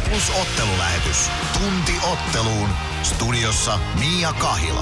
Plus -ottelulähetys. Tunti otteluun. Studiossa Mia Kahila.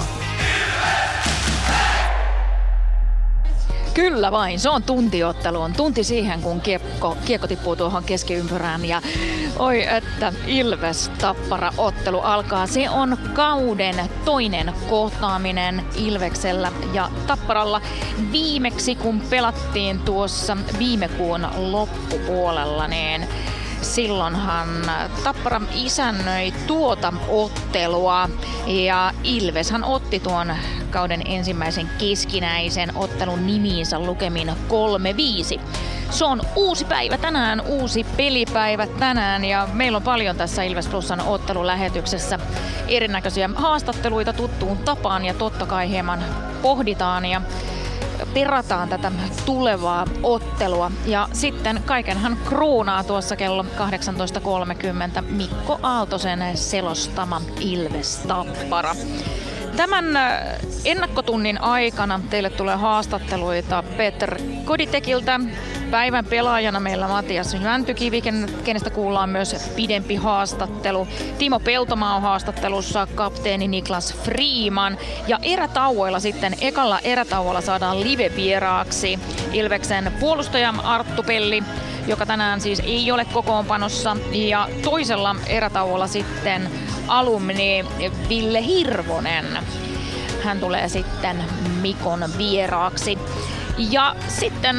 Kyllä vain, se on tuntiottelu. On tunti siihen, kun kiekko tippuu tuohon keskiympyrään. Ja oi, että Ilves-Tappara-ottelu alkaa. Se on kauden toinen kohtaaminen Ilveksellä ja Tapparalla. Viimeksi, kun pelattiin tuossa viime kuun loppupuolella, niin silloinhan Tappara isännöi tuota ottelua ja Ilveshän otti tuon kauden ensimmäisen keskinäisen ottelun nimiinsä lukemin 3-5. Se on uusi päivä tänään, uusi pelipäivä tänään ja meillä on paljon tässä Ilves Plusan ottelulähetyksessä erinäköisiä haastatteluita tuttuun tapaan ja totta kai hieman pohditaan ja perataan tätä tulevaa ottelua ja sitten kaikenhan kruunaa tuossa kello 18.30 Mikko Aaltosen selostama Ilves Tappara. Tämän ennakkotunnin aikana teille tulee haastatteluita Peter Koditekiltä. Päivän pelaajana meillä Matias Jäntykivi, kenestä kuullaan myös pidempi haastattelu. Timo Peltomaa on haastattelussa, kapteeni Niklas Freeman. Ja erätauoilla sitten, ekalla erätauolla saadaan live-vieraaksi Ilveksen puolustaja Arttu Pelli, joka tänään siis ei ole kokoonpanossa. Ja toisella erätauolla sitten alumni Ville Hirvonen. Hän tulee sitten Mikon vieraaksi. Ja sitten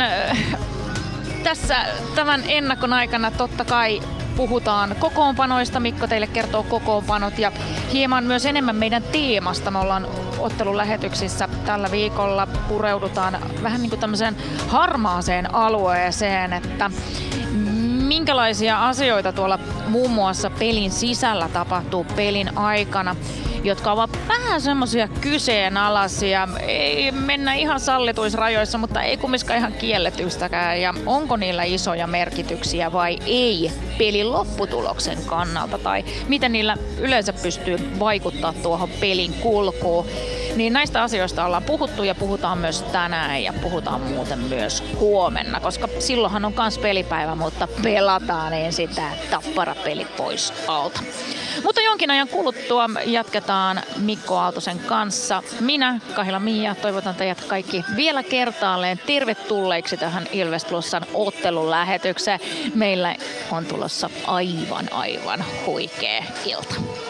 tässä tämän ennakon aikana totta kai puhutaan kokoonpanoista. Mikko teille kertoo kokoonpanot ja hieman myös enemmän meidän teemasta. Me ollaan ottelulähetyksissä tällä viikolla pureudutaan vähän niin kuin tämmöiseen harmaaseen alueeseen, että minkälaisia asioita tuolla muun muassa pelin sisällä tapahtuu pelin aikana, jotka ovat vähän semmoisia kyseenalaisia. Ei mennä ihan sallituisrajoissa, mutta ei kumminkaan ihan kielletyistäkään. Ja onko niillä isoja merkityksiä vai ei pelin lopputuloksen kannalta? Tai miten niillä yleensä pystyy vaikuttaa tuohon pelin kulkuun? Niin näistä asioista ollaan puhuttu ja puhutaan myös tänään ja puhutaan muuten myös huomenna, koska silloinhan on kans pelipäivä, mutta pelataan ensin tää Tappara-peli pois alta. Mutta jonkin ajan kuluttua jatketaan Mikko Aaltosen kanssa. Minä, Kahila Mia, toivotan teidät kaikki vielä kertaalleen tervetulleiksi tähän Ilves Plusan ottelulähetykseen. Meillä on tulossa aivan huikea ilta.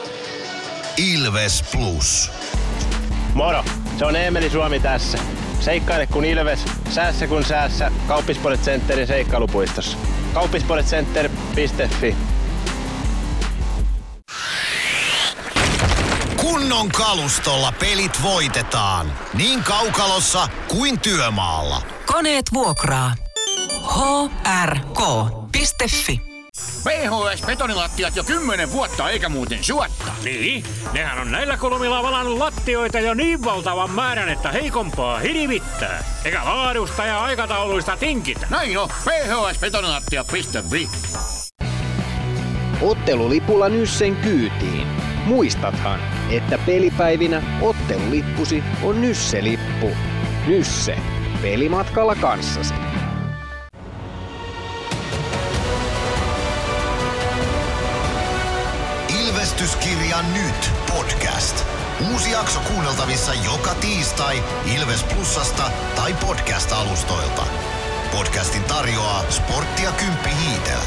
Ilves Plus. Moro, se on Eemeli Suomi tässä. Seikkaile kun Ilves, säässä kun säässä. Kauppisports Centerin seikkailupuistossa. kauppisportscenter.fi. Kunnon kalustolla pelit voitetaan. Niin kaukalossa kuin työmaalla. Koneet vuokraa. hrk.fi. PHS-betonilattiat jo 10 vuotta eikä muuten suotta. Niin, nehän on näillä kolmilla valannut lattioita jo niin valtavan määrän, että heikompaa hirvittää. Eikä laadusta ja aikatauluista tinkitä. Näin on, phsbetonilattia.fi. Ottelulipulla Nyssen kyytiin. Muistathan, että pelipäivinä ottelulippusi on Nysse-lippu. Nysse. Pelimatkalla kanssasi. Ilvestyskirja nyt podcast. Uusi jakso kuunneltavissa joka tiistai Ilves Plusasta tai podcast-alustoilta. Podcastin tarjoaa Sporttia Kymppi Hiitelä.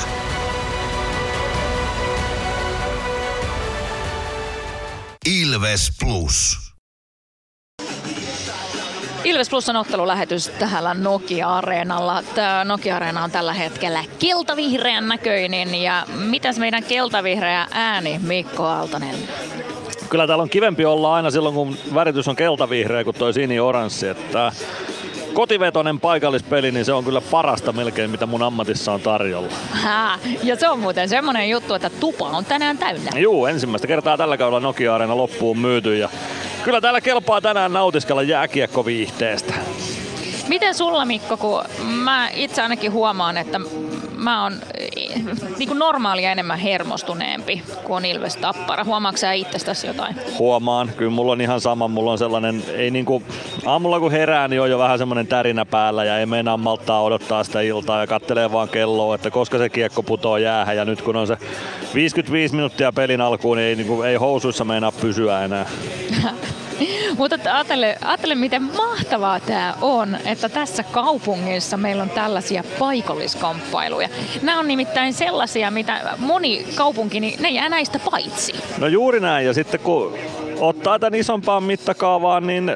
Ilves Plus. Ilves Plusan ottelulähetys täällä Nokia-areenalla. Tämä Nokia-areena on tällä hetkellä keltavihreän näköinen. Ja mitäs meidän keltavihreä ääni, Mikko Aaltonen? Kyllä täällä on kivempi olla aina silloin, kun väritys on keltavihreä kuin toi sinioranssi. Että kotivetoinen paikallispeli, niin se on kyllä parasta melkein, mitä mun ammatissa on tarjolla. Ja se on muuten semmoinen juttu, että tupa on tänään täynnä. Juu, ensimmäistä kertaa tällä kaudella Nokia-areena loppuun myyty. Ja kyllä täällä kelpaa tänään nautiskella jääkiekkoviihteestä. Miten sulla, Mikko, kun mä itse ainakin huomaan, että mä oon niin kuin normaalia enemmän hermostuneempi, kun on Ilves Tappara. Huomaatko sä itsestäsi jotain? Huomaan, kyllä mulla on ihan sama. Mulla on sellainen, ei niinku, aamulla kun herää, niin on jo vähän semmoinen tärinä päällä ja ei meinaa malttaa odottaa sitä iltaa ja kattelee vaan kelloa, että koska se kiekko putoo jäähän. Ja nyt kun on se 55 minuuttia pelin alkuun, niin ei housuissa meinaa pysyä enää. Mutta ajattele, miten mahtavaa tämä on, että tässä kaupungissa meillä on tällaisia paikalliskamppailuja. Nämä on nimittäin sellaisia, mitä moni kaupunki, niin ne jää näistä paitsi. No juuri näin, ja sitten kun ottaa tämän isompaan mittakaavaan, niin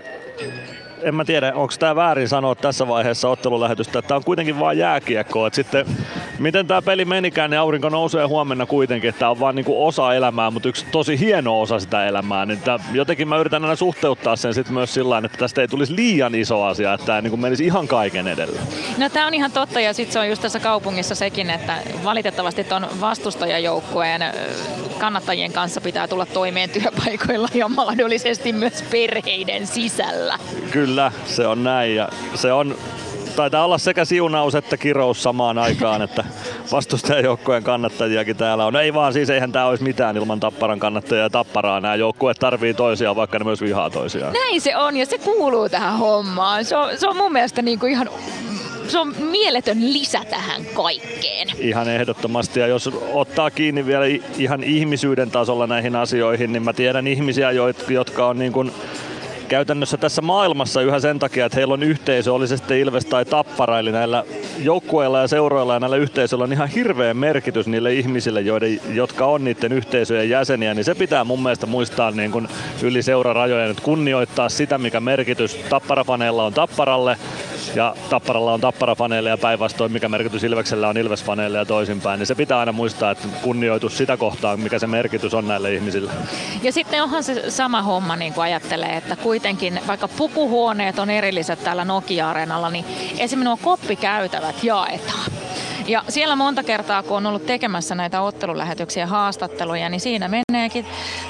en mä tiedä, onko tämä väärin sanoa tässä vaiheessa ottelulähetystä, että tämä on kuitenkin vain jääkiekkoa. Et sitten miten tämä peli menikään, niin aurinko nousee huomenna kuitenkin, että tämä on vaan niinku osa elämää, mutta yksi tosi hieno osa sitä elämää. Niin jotenkin mä yritän aina suhteuttaa sen sit myös sillä tavalla, että tästä ei tulisi liian iso asia, että tämä niinku menisi ihan kaiken edelle. No tämä on ihan totta, ja sitten se on just tässä kaupungissa sekin, että valitettavasti ton vastustajajoukkueen kannattajien kanssa pitää tulla toimeen työpaikoilla ja mahdollisesti myös perheiden sisällä. Kyllä, se on näin, ja se on, taitaa olla sekä siunaus että kirous samaan aikaan, että vastustajajoukkojen kannattajiakin täällä on. Ei vaan, siis eihän tää olisi mitään ilman Tapparan kannattajia ja Tapparaa. Nämä joukkueet tarvii toisiaan, vaikka ne myös vihaa toisiaan. Näin se on, ja se kuuluu tähän hommaan. Se on mun mielestä niinku ihan... Se on mieletön lisä tähän kaikkeen. Ihan ehdottomasti, ja jos ottaa kiinni vielä ihan ihmisyyden tasolla näihin asioihin, niin mä tiedän ihmisiä, jotka on niin kuin käytännössä tässä maailmassa yhä sen takia, että heillä on yhteisö, oli se sitten Ilves tai Tappara, eli näillä joukkueilla ja seuroilla ja näillä yhteisöillä on ihan hirveä merkitys niille ihmisille, jotka on niiden yhteisöjen jäseniä, niin se pitää mun mielestä muistaa niin kuin yli seurarajojen, että kunnioittaa sitä, mikä merkitys Tappara-faneilla on Tapparalle, ja Tapparalla on Tappara-faneille ja päinvastoin, mikä merkitys Ilveksellä on Ilves-faneille ja toisinpäin, niin se pitää aina muistaa, että kunnioitus sitä kohtaa, mikä se merkitys on näille ihmisille. Ja sitten onhan se sama homma, niin kuin ajattelee, että kuitenkin vaikka pukuhuoneet on erilliset täällä Nokia-areenalla, niin esimerkiksi nuo koppikäytävät jaetaan. Ja siellä monta kertaa, kun on ollut tekemässä näitä ottelulähetyksiä ja haastatteluja, niin siinä meneekin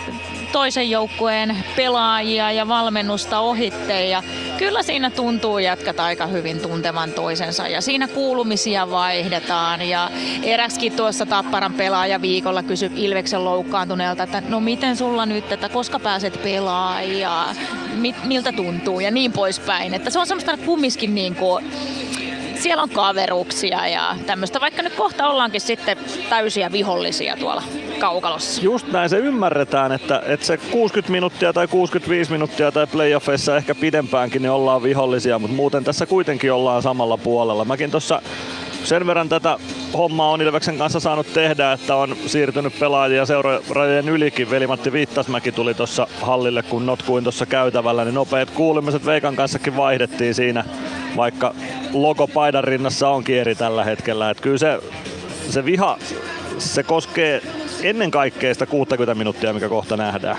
toisen joukkueen pelaajia ja valmennusta ohitteen. Ja kyllä siinä tuntuu jätkät aika hyvin tuntevan toisensa ja siinä kuulumisia vaihdetaan. Ja eräskin tuossa Tapparan pelaaja viikolla kysyi Ilveksen loukkaantuneelta, että no miten sulla nyt, että koska pääset pelaamaan ja miltä tuntuu ja niin poispäin. Että se on semmoista kumminkin niin kuin siellä on kaveruksia ja tämmöistä, vaikka nyt kohta ollaankin sitten täysiä vihollisia tuolla kaukalossa. Just näin se ymmärretään, että se 60 minuuttia tai 65 minuuttia tai playoffeissa ehkä pidempäänkin niin ollaan vihollisia, mutta muuten tässä kuitenkin ollaan samalla puolella. Mäkin tuossa sen verran tätä hommaa on Ilveksen kanssa saanut tehdä, että on siirtynyt pelaajia ja seurarajojen ylikin. Veli-Matti Viittasmäki tuli tuossa hallille, kun notkuin tuossa käytävällä, niin nopeat kuulemiset Veikan kanssakin vaihdettiin siinä, vaikka logo paidan rinnassa onkin eri tällä hetkellä. Että kyllä se viha, se koskee ennen kaikkea sitä 60 minuuttia, mikä kohta nähdään.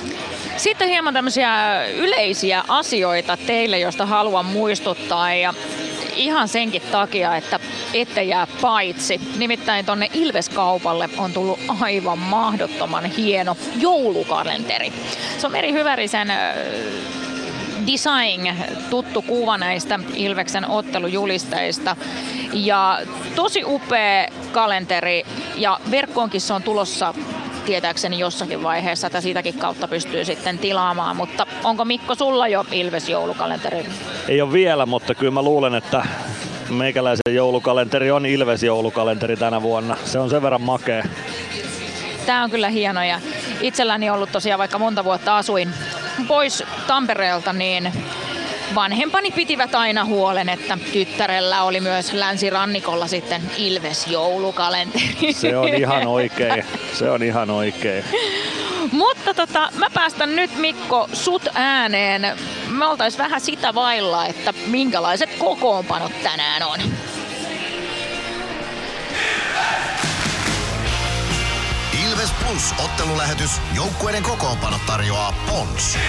Sitten hieman tämmöisiä yleisiä asioita teille, joista haluan muistuttaa. Ja ihan senkin takia, että ette jää paitsi. Nimittäin tonne Ilves-kaupalle on tullut aivan mahdottoman hieno joulukalenteri. Se on Meri Hyvärisen design, tuttu kuva näistä Ilveksen ottelujulisteista. Ja tosi upea kalenteri ja verkkoonkin se on tulossa tietääkseni jossakin vaiheessa, että siitäkin kautta pystyy sitten tilaamaan, mutta onko Mikko sulla jo Ilves-joulukalenteri? Ei ole vielä, mutta kyllä mä luulen, että meikäläisen joulukalenteri on Ilves-joulukalenteri tänä vuonna. Se on sen verran makea. Tää on kyllä hieno ja itselläni ollut tosiaan, vaikka monta vuotta asuin pois Tampereelta, niin vanhempani pitivät aina huolen, että tyttärellä oli myös länsirannikolla sitten Ilves-joulukalenteri. Se on ihan oikein. Se on ihan oikein. Mutta mä päästän nyt Mikko sut ääneen. Me oltais vähän sitä vailla, että minkälaiset kokoonpanot tänään on. Ilves Plus -ottelulähetys. Joukkueiden kokoonpanot tarjoaa Pons.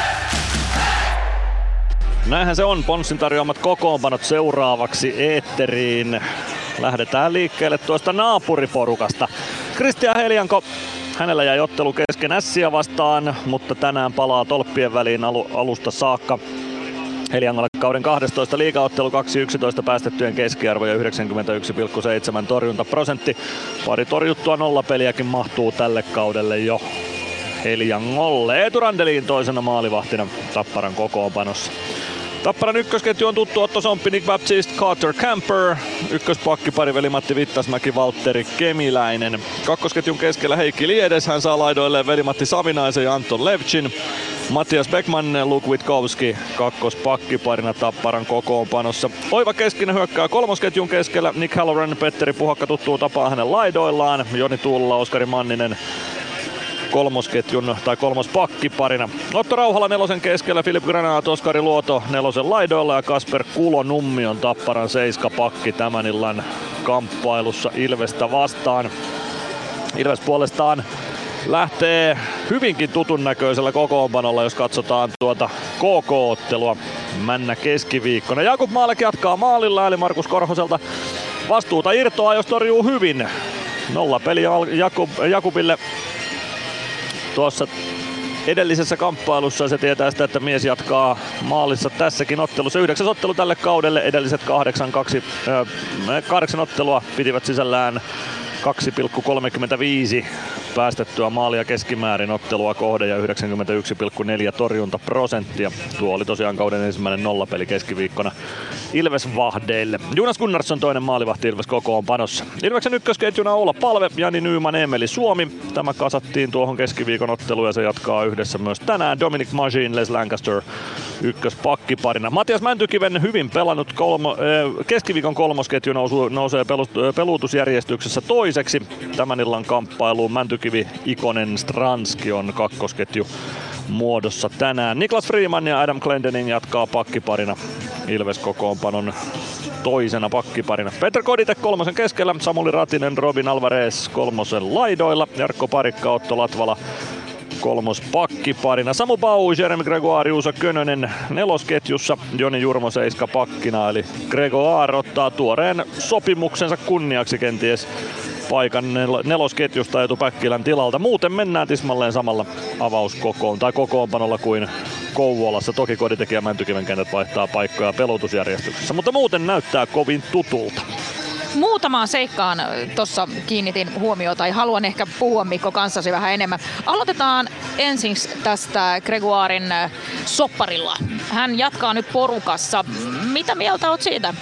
Näinhän se on. Ponsin tarjoamat kokoonpanot seuraavaksi eetteriin. Lähdetään liikkeelle tuosta naapuriporukasta. Kristian Helianko, hänellä jäi ottelu kesken Ässiä vastaan, mutta tänään palaa tolppien väliin alusta saakka Heliangolle kauden 12 liigaottelu, 2-11 päästettyjen keskiarvo ja 91,7 torjuntaprosentti. Pari torjuttua nollapeliäkin mahtuu tälle kaudelle jo Heliangolle. Eetu Randelin toisena maalivahtina Tapparan kokoonpanossa. Tapparan ykkösketju on tuttu Otto Somppi, Nick Baptiste, Carter Camper. Ykköspakkipari veli-Matti Vittasmäki, Valtteri Kemiläinen. Kakkosketjun keskellä Heikki Liedes, hän saa laidoilleen veli-Matti Savinaisen ja Anton Levchin. Matias Beckman, Luke Witkowski kakkospakkipparina Tapparan kokoonpanossa. Oiva keskinen hyökkää kolmosketjun keskellä Nick Halloran, Petteri Puhakka tuttuu tapaa hänen laidoillaan. Joni Tuulla, Oskari Manninen kolmosketjun tai kolmospakkiparina. Otto Rauhala nelosen keskellä, Filip Granat, Oskari Luoto nelosen laidoilla ja Kasper Kulonummi on Tapparan seiskapakki tämän illan kamppailussa Ilvestä vastaan. Ilves puolestaan lähtee hyvinkin tutun näköisellä kokoonpanolla, jos katsotaan tuota KK-ottelua männä keskiviikkona. Jakub Maalek jatkaa maalilla, eli Markus Korhoselta vastuuta irtoaa, jos torjuu hyvin. 0 peli Jakubille tuossa edellisessä kamppailussa. Se tietää sitä, että mies jatkaa maalissa tässäkin ottelussa. 9. ottelu tälle kaudelle, edelliset 8 ottelua pitivät sisällään 2,35 päästettyä maalia keskimäärin ottelua kohde ja 91,4 torjuntaprosenttia. Tuo oli tosiaan kauden ensimmäinen nollapeli keskiviikkona Ilves-vahdeille. Jonas Gunnarsson toinen maalivahti Ilves kokoonpanossa. Ilveksen ykkösketjuna Oula Palve, Jani Nyyman, Emeli Suomi. Tämä kasattiin tuohon keskiviikon otteluun ja se jatkaa yhdessä myös tänään. Dominic Magin, Les Lancaster ykköspakkiparina. Matias Mäntykiven hyvin pelannut keskiviikon kolmosketju nousee peluutusjärjestyksessä toiseksi. Tämän illan kamppailuun Mäntykivi, Ikonen, Stranski on kakkosketju muodossa tänään. Niklas Freeman ja Adam Glendening jatkaa pakkiparina Ilves-kokoonpanon toisena pakkiparina. Petr Kodite kolmosen keskellä, Samuli Ratinen, Robin Alvarez kolmosen laidoilla, Jarkko Parikka, Otto Latvala kolmospakkiparina. Samu Bau, Jeremy Gregoire, Juuso Könönen nelosketjussa, Joni Jurmo seiska pakkina, eli Gregoire ottaa tuoreen sopimuksensa kunniaksi kenties paikan nelosketjusta Eetu Päkkilän tilalta. Muuten mennään tismalleen samalla kokoonpanolla kuin Kouvolassa. Toki Koditeki ja Mäntykiven kentät vaihtaa paikkoja pelutusjärjestyksessä, mutta muuten näyttää kovin tutulta. Muutamaan seikkaan tuossa kiinnitin huomiota ja haluan ehkä puhua Mikko kanssasi vähän enemmän. Aloitetaan ensin tästä Gregoirin sopparilla. Hän jatkaa nyt porukassa. Mitä mieltä oot siitä?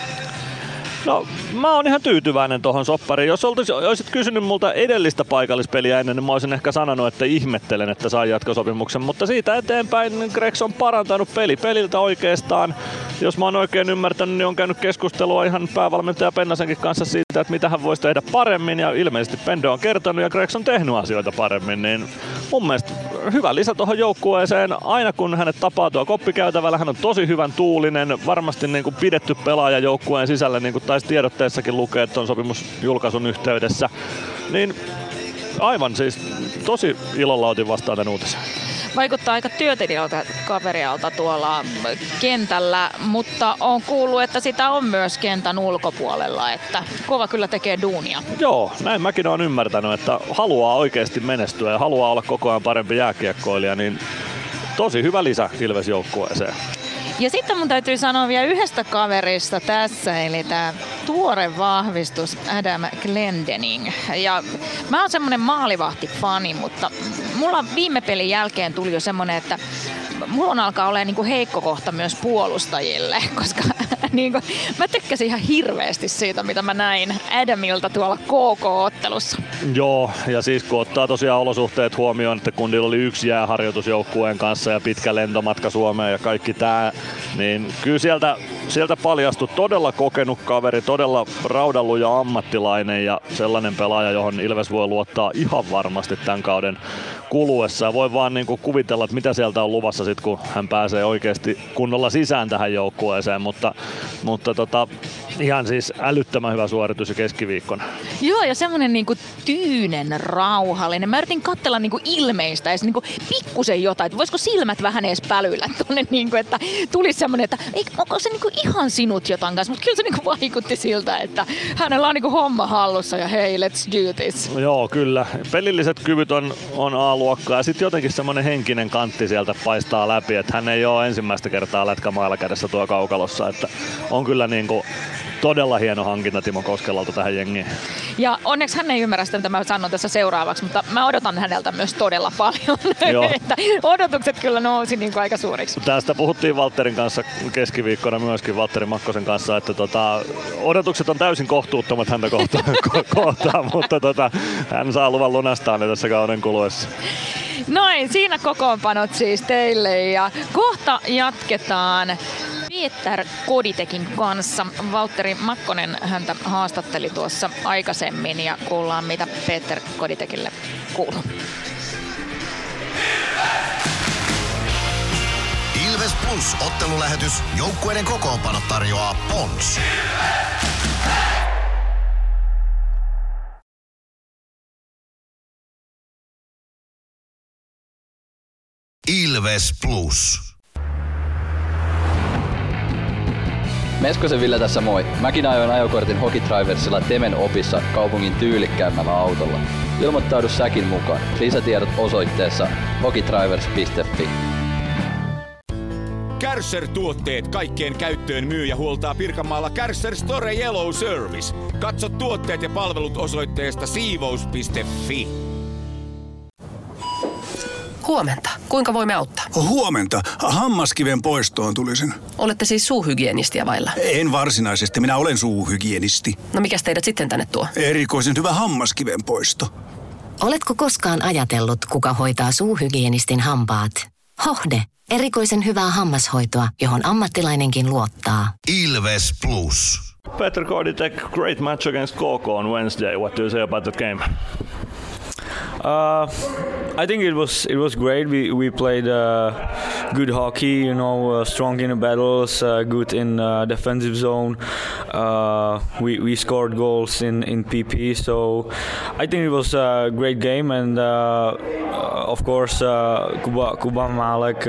No, mä oon ihan tyytyväinen tohon soppariin. Jos olisit kysynyt multa edellistä paikallispeliä ennen, niin mä olisin ehkä sanonut, että ihmettelen, että sai jatkosopimuksen. Mutta siitä eteenpäin Gregs on parantanut peliltä oikeastaan. Jos mä oon oikein ymmärtänyt, niin on käynyt keskustelua ihan päävalmentaja Pennasenkin kanssa siitä, että mitä hän voisi tehdä paremmin. Ja ilmeisesti Pendo on kertonut ja Gregs on tehnyt asioita paremmin. Niin mun mielestä hyvä lisä tuohon joukkueeseen. Aina kun hänet tapaa tuo koppikäytävällä, hän on tosi hyvän tuulinen. Varmasti niin kuin pidetty pelaaja joukkueen sisällä, niin kuin taisi tiedotteessakin lukee tuon sopimusjulkaisun yhteydessä. Niin aivan siis tosi ilolla otin vastaan tämän uutisen. Vaikuttaa aika työtelijältä kaverialta tuolla kentällä, mutta on kuullut, että sitä on myös kentän ulkopuolella, että kova kyllä tekee duunia. Joo, näin mäkin olen ymmärtänyt, että haluaa oikeasti menestyä ja haluaa olla koko ajan parempi jääkiekkoilija, niin tosi hyvä lisä Ilves-joukkueeseen. Ja sitten mun täytyy sanoa vielä yhdestä kaverista tässä, eli tää tuore vahvistus Adam Glendening. Ja mä oon semmonen maalivahtifani, mutta mulla viime pelin jälkeen tuli jo semmonen, että mulla alkaa olemaan niinku heikko kohta myös puolustajille, koska niinku, mä tykkäsin ihan hirveästi siitä, mitä mä näin Adamilta tuolla KK-ottelussa. Joo, ja siis kun ottaa tosiaan olosuhteet huomioon, että kundilla oli 1 jääharjoitus joukkueen kanssa ja pitkä lentomatka Suomeen ja kaikki tää, niin kyllä sieltä paljastui todella kokenut kaveri, todella raudanluja ammattilainen ja sellainen pelaaja, johon Ilves voi luottaa ihan varmasti tämän kauden kuluessa. Voi vaan niinku kuvitella, että mitä sieltä on luvassa sit, kun hän pääsee oikeasti kunnolla sisään tähän joukkueeseen, mutta ihan siis älyttömän hyvä suoritus keskiviikkona. Joo, ja semmonen niinku tyynen, rauhallinen. Mä yritin katsella niinku ilmeistä edes niinku pikkusen jotain, että voisiko silmät vähän edes pälyillä tonne niinku, että tulisi semmonen, että onko se niinku ihan sinut jotain kanssa, mutta kyllä se niinku vaikutti siltä, että hänellä on niinku homma hallussa ja hei, let's do this. Joo, kyllä. Pelilliset kyvyt on luokkaa ja sitten jotenkin semmoinen henkinen kantti sieltä paistaa läpi, että hän ei ole ensimmäistä kertaa lätkämailla kädessä tuo kaukalossa, että on kyllä niinku todella hieno hankinta Timo Koskelalta tähän jengiin. Ja onneksi hän ei ymmärrä sitä, mitä mä sanon tässä seuraavaksi, mutta mä odotan häneltä myös todella paljon. Että odotukset kyllä nousi niin kuin aika suuriksi. Tästä puhuttiin Valtterin kanssa keskiviikkona myöskin, Valtteri Makkosen kanssa, että odotukset on täysin kohtuuttomat häntä kohtaan, mutta hän saa luvan lunastaa ne tässä kauden kuluessa. Noin, siinä kokoonpanot siis teille ja kohta jatketaan Peter Koditekin kanssa. Valtteri Makkonen häntä haastatteli tuossa aikaisemmin ja kuullaan mitä Peter Koditekille kuuluu. Ilves Plus -ottelulähetys. Joukkueiden kokoonpanot tarjoaa Pons. Ilves Plus. Meskosen Ville tässä moi. Mäkin ajoin ajokortin Hokitriversilla Temen opissa kaupungin tyylikkäämmällä autolla. Ilmoittaudu säkin mukaan. Lisätiedot osoitteessa hokitrivers.fi. Kärcher-tuotteet kaikkeen käyttöön myy ja huoltaa Pirkanmaalla Kärcher Store Yellow Service. Katso tuotteet ja palvelut osoitteesta siivous.fi. Huomenta. Kuinka voimme auttaa? Huomenta. Hammaskiven poistoon tulisin. Olette siis suuhygienistiä vailla? En varsinaisesti. Minä olen suuhygienisti. No mikäs teidät sitten tänne tuo? Erikoisen hyvä hammaskiven poisto. Oletko koskaan ajatellut, kuka hoitaa suuhygienistin hampaat? Hohde. Erikoisen hyvää hammashoitoa, johon ammattilainenkin luottaa. Ilves Plus. Peter Koditek, great match against KK on Wednesday. What do you say about that game? I think it was great. We played good hockey, strong in the battles, good in defensive zone. We scored goals in PP, so I think it was a great game. And of course, Kuba Malek.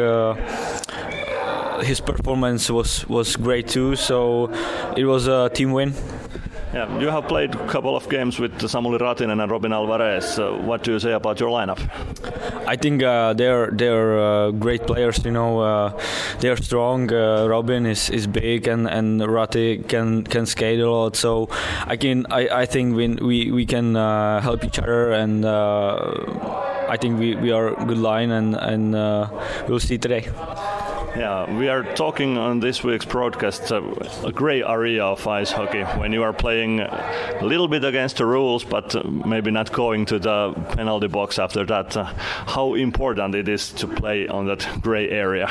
His performance was great too, so it was a team win. Yeah, you have played a couple of games with Samuli Ratinen and Robin Alvarez. What do you say about your lineup? I think they're great players. They're strong. Robin is big and Rati can skate a lot. So I think we can help each other, and I think we are a good line, and we'll see today. Yeah, we are talking on this week's broadcast a grey area of ice hockey when you are playing a little bit against the rules, but maybe not going to the penalty box after that. How important it is to play on that grey area?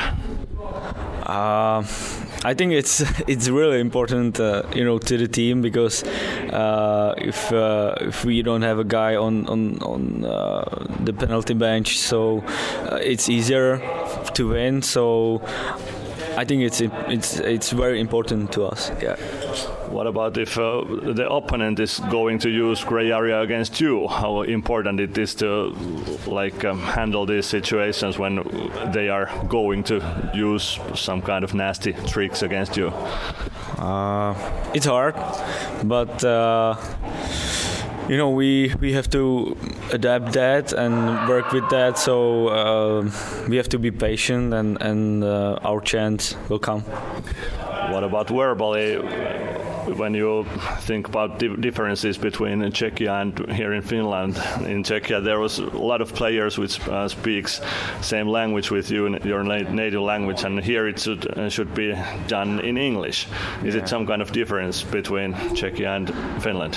I think it's really important, to the team, because if we don't have a guy on the penalty bench, so it's easier to win. So I think it's very important to us. Yeah. What about if the opponent is going to use grey area against you? How important it is to handle these situations when they are going to use some kind of nasty tricks against you? It's hard, but we have to adapt that and work with that. So we have to be patient, and our chance will come. What about verbally? When you think about differences between Czechia and here in Finland, in Czechia there was a lot of players which speaks same language with you, your native language, and here it should be done in English. Is it some kind of difference between Czechia and Finland?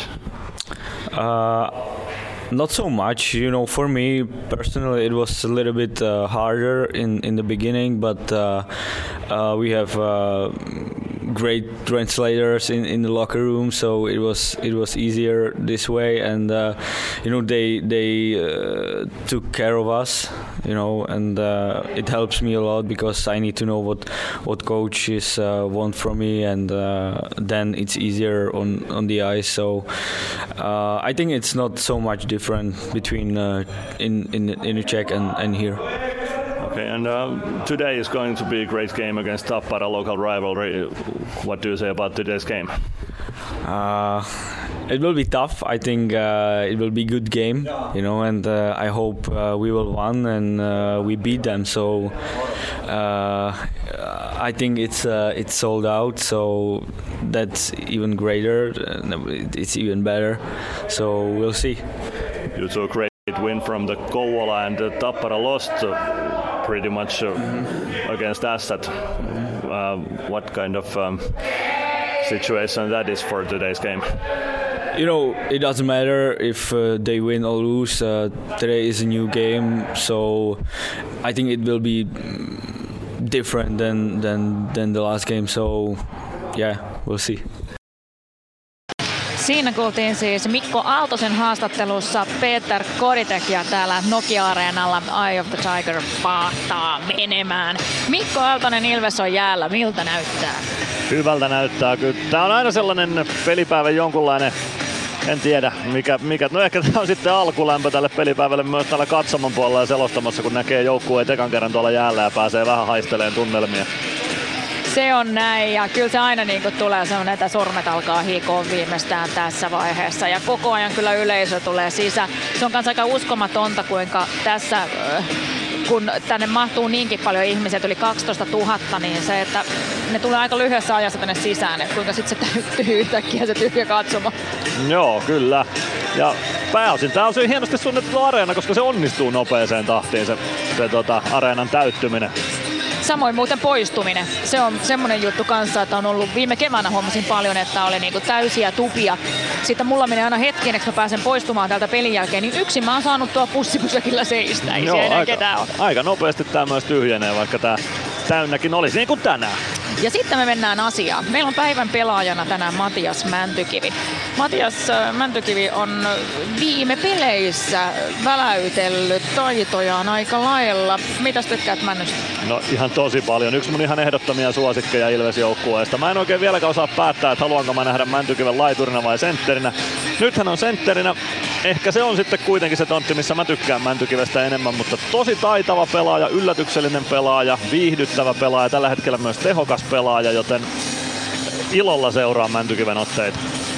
Not so much. For me personally, it was a little bit harder in the beginning, but we have great translators in the locker room, so it was easier this way, and they took care of us, and it helps me a lot because I need to know what coaches want from me, and then it's easier on the ice. So I think it's not so much different between in the Czech and here. Okay, and today is going to be a great game against Tappara, local rivalry. What do you say about today's game? It will be tough. I think it will be a good game, and I hope we will win and we beat them. So I think it's sold out. So that's even greater. It's even better. So we'll see. You saw a great win from the Kouvola, and Tappara lost pretty much against Ässät. What kind of situation that is for today's game? It doesn't matter if they win or lose. Today is a new game, so I think it will be different than the last game. So yeah, we'll see. Siinä kuultiin siis Mikko Aaltosen haastattelussa Peter Koditek ja täällä Nokia-areenalla Eye of the Tiger pahtaa menemään. Mikko Aaltonen, Ilves on jäällä. Miltä näyttää? Hyvältä näyttää kyllä. Tää on aina sellainen pelipäivän jonkunlainen, en tiedä mikä. No ehkä tää on sitten alkulämpö tälle pelipäivälle myös täällä katsomon puolella ja selostamassa, kun näkee joukkueet ekan kerran tuolla jäällä ja pääsee vähän haisteleen tunnelmia. Se on näin ja kyllä se aina niin kuin tulee semmoinen, että sormet alkaa hikoa viimeistään tässä vaiheessa ja koko ajan kyllä yleisö tulee sisään. Se on myös aika uskomatonta, kuinka tässä kun tänne mahtuu niinkin paljon ihmisiä, yli 12 000, niin se, että ne tulee aika lyhyessä ajassa tänne sisään, että kuinka sitten se täyttyy yhtäkkiä se tyhjä katsoma. Joo, kyllä. Ja pääosin tää on hienosti suunniteltu areena, koska se onnistuu nopeeseen tahtiin se areenan täyttyminen. Samoin muuten poistuminen. Se on semmoinen juttu kanssa, että on ollut viime keväänä huomasin paljon, että oli niinku täysiä tupia. Sitten mulla menee aina hetken, että mä pääsen poistumaan täältä pelin jälkeen, niin yksin mä oon saanut tuo pussipysäkillä seistä. Ei siellä enää ketään ole. Aika nopeasti tää myös tyhjenee, vaikka tää täynnäkin olisi, niin kuin tänään. Ja sitten me mennään asiaan. Meillä on päivän pelaajana tänään Matias Mäntykivi. Matias Mäntykivi on viime peleissä väläytellyt taitojaan aika lailla. Mitäs tykkäät Männystä? No ihan tosi paljon. Yksi mun ihan ehdottomia suosikkeja Ilves-joukkueesta. Mä en oikein vieläkään osaa päättää, että haluanko mä nähdä Mäntykiven laiturina vai sentterinä. Nyt hän on sentterinä. Ehkä se on sitten kuitenkin se tontti, missä mä tykkään Mäntykivestä enemmän, mutta tosi taitava pelaaja, yllätyksellinen pelaaja, viihdyttävä pelaaja, tällä hetkellä myös tehokas pelaaja, joten ilolla seuraa Mäntykiven otteita.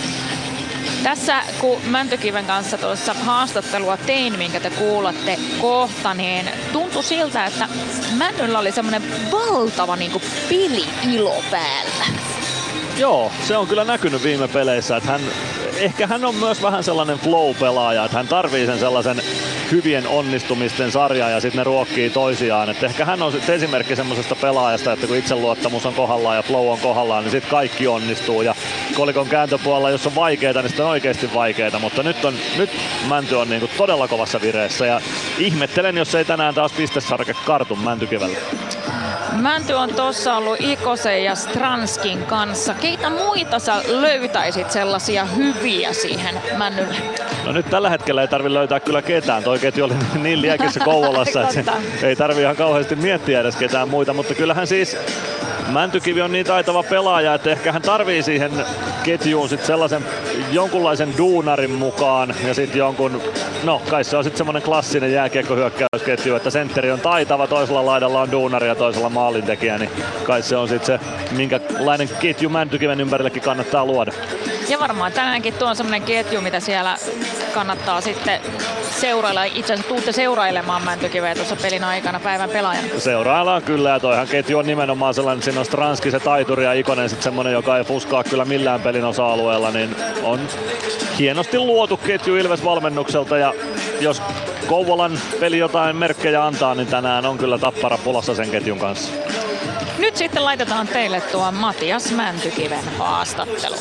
Tässä kun Mäntykiven kanssa tuossa haastattelua tein, minkä te kuulette kohta, niin tuntui siltä, että Männyllä oli semmoinen valtava niin kuin peli-ilo päällä. Joo, se on kyllä näkynyt viime peleissä, että ehkä hän on myös vähän sellainen flow-pelaaja, että hän tarvii sen sellaisen hyvien onnistumisten sarjaa ja sitten ne ruokkii toisiaan. Että ehkä hän on esimerkki semmoisesta pelaajasta, että kun itseluottamus on kohdallaan ja flow on kohdallaan, niin sitten kaikki onnistuu. Ja kolikon kääntöpuolella, jos on vaikeita, niin sitten on oikeasti vaikeita. Mutta nyt Mänty on niinku todella kovassa vireessä ja ihmettelen, jos ei tänään taas pistesarke kartu Mäntykivelle. Mänty on tossa ollut Ikosen ja Stranskin kanssa. Keitä muita sä löytäisit sellaisia hyviä siihen Männylle? No nyt tällä hetkellä ei tarvi löytää kyllä ketään. Toi ketju oli niin liekissä Kouvolassa, että ei tarvi ihan kauheasti miettiä edes ketään muita. Mutta kyllähän siis Mäntykivi on niin taitava pelaaja, että ehkä hän tarvii siihen ketjuun sit sellaisen jonkunlaisen duunarin mukaan ja sitten jonkun, no kai se on sitten semmoinen klassinen jääkiekkohyökkäysketju, että sentteri on taitava, toisella laidalla on duunari ja toisella maalintekijä, niin kai se on sitten se, minkälainen ketju Mäntykiven ympärillekin kannattaa luoda. Ja varmaan tänäänkin tuo on semmoinen ketju, mitä siellä kannattaa sitten seurailla. Itse asiassa tuutte seurailemaan Mäntykiveä tuossa pelin aikana päivän pelaajana. Seuraillaan kyllä ja toihan ketju on nimenomaan sellainen, että siinä on Stranski, se taituri ja Ikonen sitten semmoinen, joka ei fuskaa kyllä millään pelin osa-alueella, niin on hienosti luotu ketju Ilves-valmennukselta ja jos Kouvolan peli jotain merkkejä antaa, niin tänään on kyllä Tappara pulassa sen ketjun kanssa. Nyt sitten laitetaan teille tuo Matias Mäntykiven haastattelu.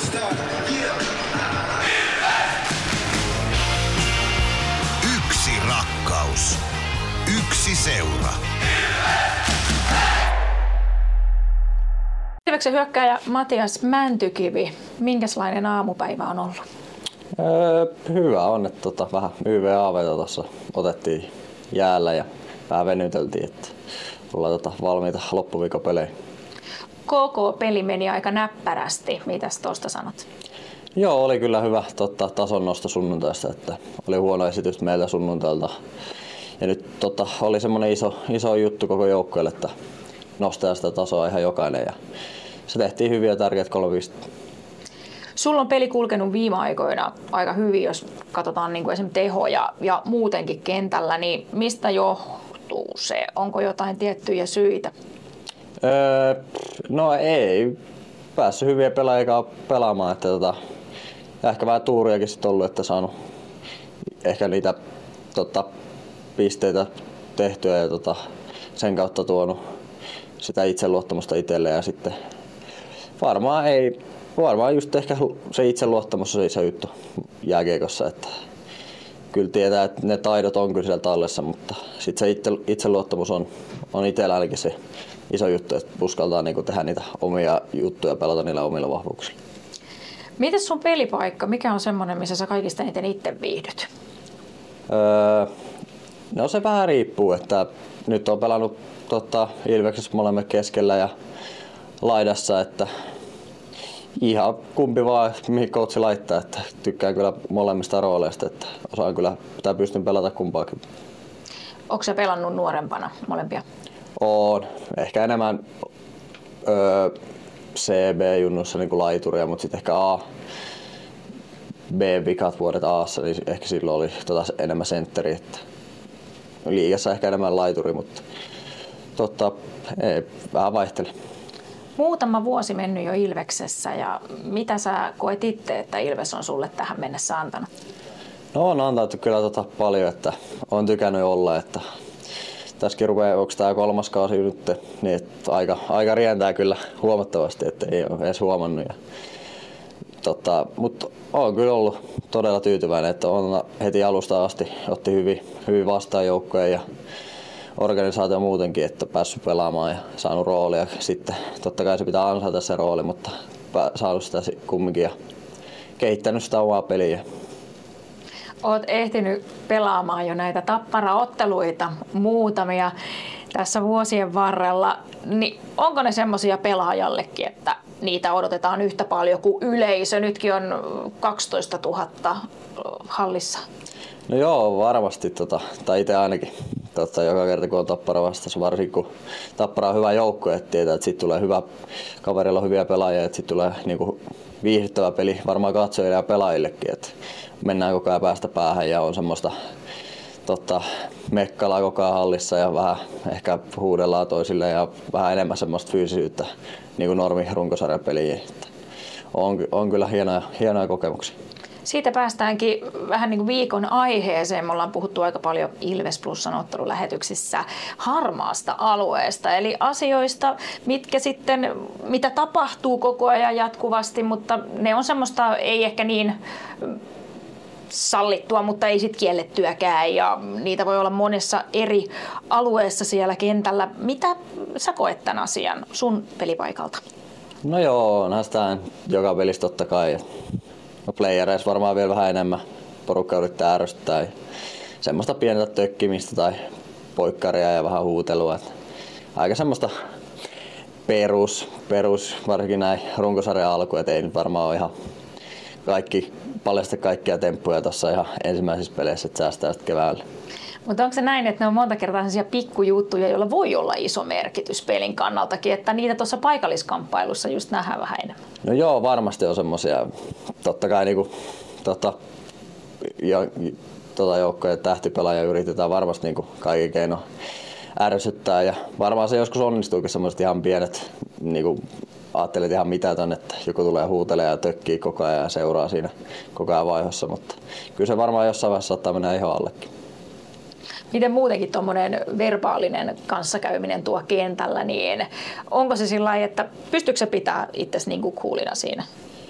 Yksi rakkaus. Yksi seura. Ilveksen hyökkääjä Matias Mäntykivi. Minkälainen aamupäivä on ollut? Hyvä on, että vähän YV-aaveita tuossa otettiin jäällä ja vähän venyteltiin, että ollaan valmiita loppuviikon peleihin. Koko peli meni aika näppärästi. Mitäs tuosta sanot? Joo, oli kyllä hyvä tason nosto sunnuntaista, että oli huono esitys meiltä sunnuntailta. Ja nyt oli semmoinen iso juttu koko joukkueelle, että nostaa sitä tasoa ihan jokainen. Ja se tehtiin hyvin ja tärkeät 3 pistettä. Sulla on peli kulkenut viime aikoina aika hyvin, jos katsotaan niin kuin esimerkiksi tehoja ja muutenkin kentällä, niin mistä johtuu se? Onko jotain tiettyjä syitä? No ei. Päässyt hyviä pelaajia pelaamaan. Että ehkä vähän tuuriakin sitten ollut, että saanut ehkä niitä pisteitä tehtyä ja sen kautta tuonut sitä itseluottamusta itselle ja sitten varmaan just ehkä se itseluottamus on se juttu jääkiekossa, että kyllä tietää, että ne taidot on kyllä siellä tallessa, mutta sitten se itseluottamus on itsellä ainakin se iso juttu, että uskaltaa niinku tehdä niitä omia juttuja ja pelata niillä omilla vahvuuksilla. Mites sun pelipaikka? Mikä on semmoinen, missä sä kaikista eniten itse viihdyt? No se vähän riippuu, että nyt on pelannut Ilveksessä molemmat keskellä ja laidassa, että ihan kumpi vaan, mihin coachi laittaa, että tykkään kyllä molemmista rooleista, että osaan kyllä, pitää pystyn pelata kumpaakin. Onko sä pelannut nuorempana molempia? Oon. Ehkä enemmän CB-junnussa niin kuin laituria, mutta sitten ehkä B-vikat vuodet A:ssa, niin ehkä silloin oli enemmän sentteri. Että liigassa ehkä enemmän laituri, mutta ei, vähän vaihteli. Muutama vuosi mennyt jo Ilveksessä ja mitä sä koet itse, että Ilves on sulle tähän mennessä antanut? No on antanut kyllä paljon, että on tykännyt olla, että tässäkin rupeaa, onko tämä 3. kausi nyt, niin että aika rientää kyllä huomattavasti, että ei ole edes huomannut. Mutta olen kyllä ollut todella tyytyväinen, että on heti alusta asti otti hyvin vastaan joukkoja ja organisaatio muutenkin, että päässyt pelaamaan ja saanut roolia. Sitten totta kai se pitää ansaita se rooli, mutta saanut sitä kumminkin ja kehittänyt sitä omaa peliä. Oot ehtinyt pelaamaan jo näitä Tappara-otteluita muutamia tässä vuosien varrella. Niin onko ne semmoisia pelaajallekin, että niitä odotetaan yhtä paljon kuin yleisö? Nytkin on 12 000 hallissa. No joo, varmasti. Tai itse ainakin. Joka kerta kun on Tappara vastassa, varsinkin kun Tappara on hyvä joukko, että tietää, että sitten tulee hyvä, kaverilla on hyviä pelaajia, että sitten tulee niinku viihdyttävä peli varmaan katsojille ja pelaajillekin, että mennään koko ajan päästä päähän ja on semmoista mekkalaa koko ajan hallissa ja vähän ehkä huudellaan toisille ja vähän enemmän semmoista fyysisyyttä niin kuin normi runkosarjapeliin. On kyllä hienoja kokemuksia. Siitä päästäänkin vähän niin kuin viikon aiheeseen. Me ollaan puhuttu aika paljon Ilves Plusan ottelulähetyksissä harmaasta alueesta, eli asioista, mitä tapahtuu koko ajan jatkuvasti, mutta ne on semmoista ei ehkä niin sallittua, mutta ei sit kiellettyäkään ja niitä voi olla monessa eri alueessa siellä kentällä. Mitä sä koet tämän asian sun pelipaikalta? No joo, onhan sitä joka pelissä totta kai. No playereissa varmaan vielä vähän enemmän porukka yrittää ärsyttää. Semmoista pientä tökkimistä tai poikkaria ja vähän huutelua. Aika semmoista perus varsinkin näin runkosarjan alku, et ei nyt varmaan ole ihan paljasta kaikkia temppuja tuossa ihan ensimmäisissä peleissä, että säästää sitten keväällä. Mutta onko se näin, että ne on monta kertaa sellaisia pikkujuttuja, joilla voi olla iso merkitys pelin kannaltakin, että niitä tuossa paikalliskamppailussa just nähdään vähän enemmän? No joo, varmasti on semmoisia. Totta kai niinku, joukkojen tähtipelaajia yritetään varmasti niinku kaiken keino ärsyttää ja varmaan se joskus onnistuukin semmoiset ihan pienet, niinku ajattelet ihan mitätön, että joku tulee huutelemaan ja tökkii koko ajan ja seuraa siinä koko ajan vaihossa, mutta kyllä se varmaan jossain vaiheessa saattaa mennä ihan allekin. Miten muutenkin tuommoinen verbaalinen kanssakäyminen tuo kentällä, niin onko se sillä lailla, että pystyykö se pitää itsesi niin kuin coolina siinä?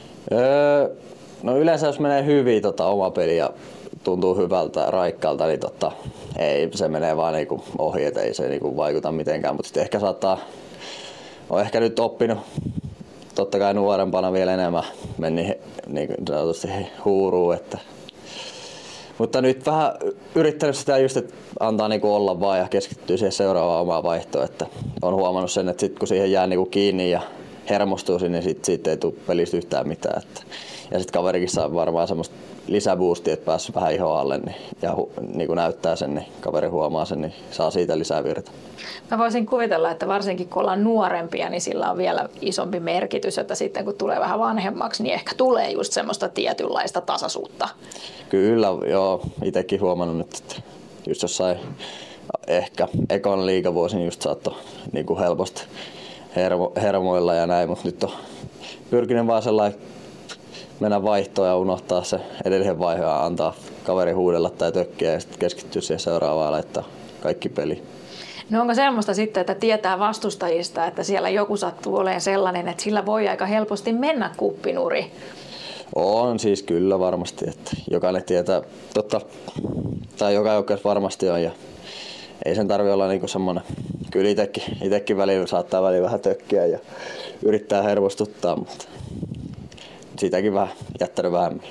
No yleensä jos menee hyvin oma peli ja tuntuu hyvältä, raikkaalta, niin ei, se menee vaan niinku ohi, et ei se niinku vaikuta mitenkään, mutta sitten ehkä on ehkä nyt oppinut totta kai nuorempana vielä enemmän meni niin sanotusti huuruun, mutta nyt vähän yrittänyt sitä just, että antaa niinku olla vaan ja keskittyy siihen seuraavaan omaan vaihtoon, että on huomannut sen, että sit kun siihen jää niinku kiinni ja hermostuu sinne, niin siitä ei tule pelistä yhtään mitään. Ja sitten kaverikin saa varmaan semmoista lisäboosti, että päässyt vähän ihon alle ja niin kun näyttää sen, niin kaveri huomaa sen, niin saa siitä lisää virta. Mä voisin kuvitella, että varsinkin kun ollaan nuorempia, niin sillä on vielä isompi merkitys, että sitten kun tulee vähän vanhemmaksi, niin ehkä tulee just semmoista tietynlaista tasaisuutta. Kyllä, joo. Itsekin huomannut nyt, että just jossain ehkä ekon liigavuosin just saattoi niin kuin helposti hermoilla ja näin, mutta nyt on pyrkinyt vaan sellainen mennä vaihtoon ja unohtaa se edellisen vaihe ja antaa kaveri huudella tai tökkiä ja sitten keskittyä siihen seuraavaan ja laittaa kaikki peliin. No onko semmoista sitten, että tietää vastustajista, että siellä joku sattuu olemaan sellainen, että sillä voi aika helposti mennä kuppinuri? On siis kyllä varmasti, että jokainen tietää, tai joka joukkueessa varmasti on ja ei sen tarvitse olla niinku semmoinen. Kyllä itsekin välillä saattaa välillä vähän tökkiä ja yrittää hermostuttaa, mutta siitäkin vähän jättänyt vähemmän.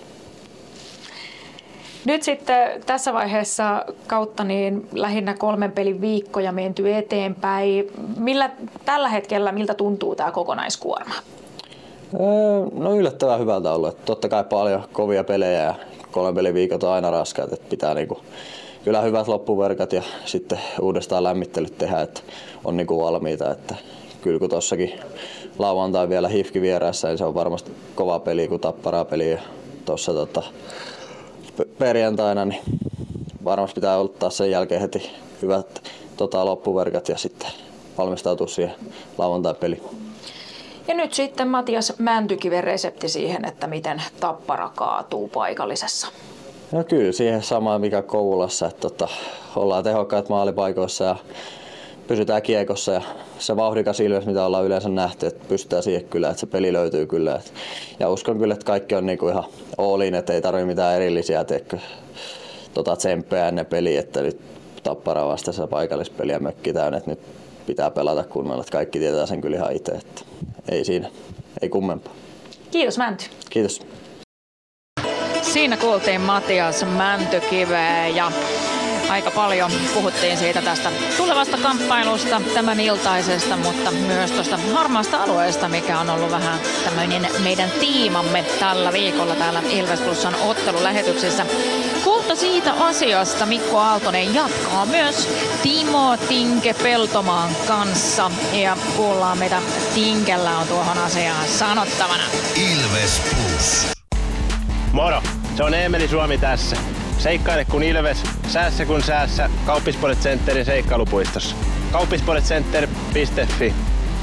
Nyt sitten tässä vaiheessa kautta niin lähinnä 3 pelin viikkoja menty eteenpäin. Tällä hetkellä miltä tuntuu tämä kokonaiskuorma? No yllättävän hyvältä ollut. Että totta kai paljon kovia pelejä ja 3 pelin viikot on aina raskaat. Että pitää niinku, kyllä hyvät loppuverkat ja sitten uudestaan lämmittelyt tehdä, että on niinku valmiita. Että kyllä kun tossakin lauantai vielä HIFK vieressä, niin se on varmasti kova peli kuin Tapparaa peli. Ja tuossa perjantaina niin varmasti pitää ottaa sen jälkeen heti hyvät loppuverkat ja sitten valmistautua siihen lauantai-peliin. Ja nyt sitten Matias Mäntykiven resepti siihen, että miten Tappara kaatuu paikallisessa. No kyllä siihen samaan mikä Kouvolassa, että ollaan tehokkaat maalipaikoissa ja pysytään kiekossa ja se vauhdikas Ilves, mitä ollaan yleensä nähty, että pystytään siihen kyllä, että se peli löytyy kyllä. Ja uskon kyllä, että kaikki on niinku ihan all in, että ei tarvitse mitään erillisiä tsemppejä ennen peliä, että nyt Tappara vastaisessa paikallispeliä mökki täynnä, että nyt pitää pelata kunnolla, että kaikki tietää sen kyllä ihan itse, että ei siinä, ei kummempaa. Kiitos Mänty. Kiitos. Siinä kuultiin Matias Mäntykiveä ja aika paljon puhuttiin siitä tästä tulevasta kamppailusta, tämän iltaisesta, mutta myös tuosta harmaasta alueesta, mikä on ollut vähän tämmöinen meidän tiimamme tällä viikolla täällä Ilves Plusan ottelulähetyksessä. Kohta siitä asiasta Mikko Aaltonen jatkaa myös Timo Tinke Peltomaan kanssa ja kuullaan mitä Tinkellä on tuohon asiaan sanottavana. Ilves Plus. Moro, se on Eemeli Suomi tässä. Seikkaile kun Ilves, säässä kun säässä. Kauppisports Centerin seikkailupuistossa. Kauppisportscenter.fi.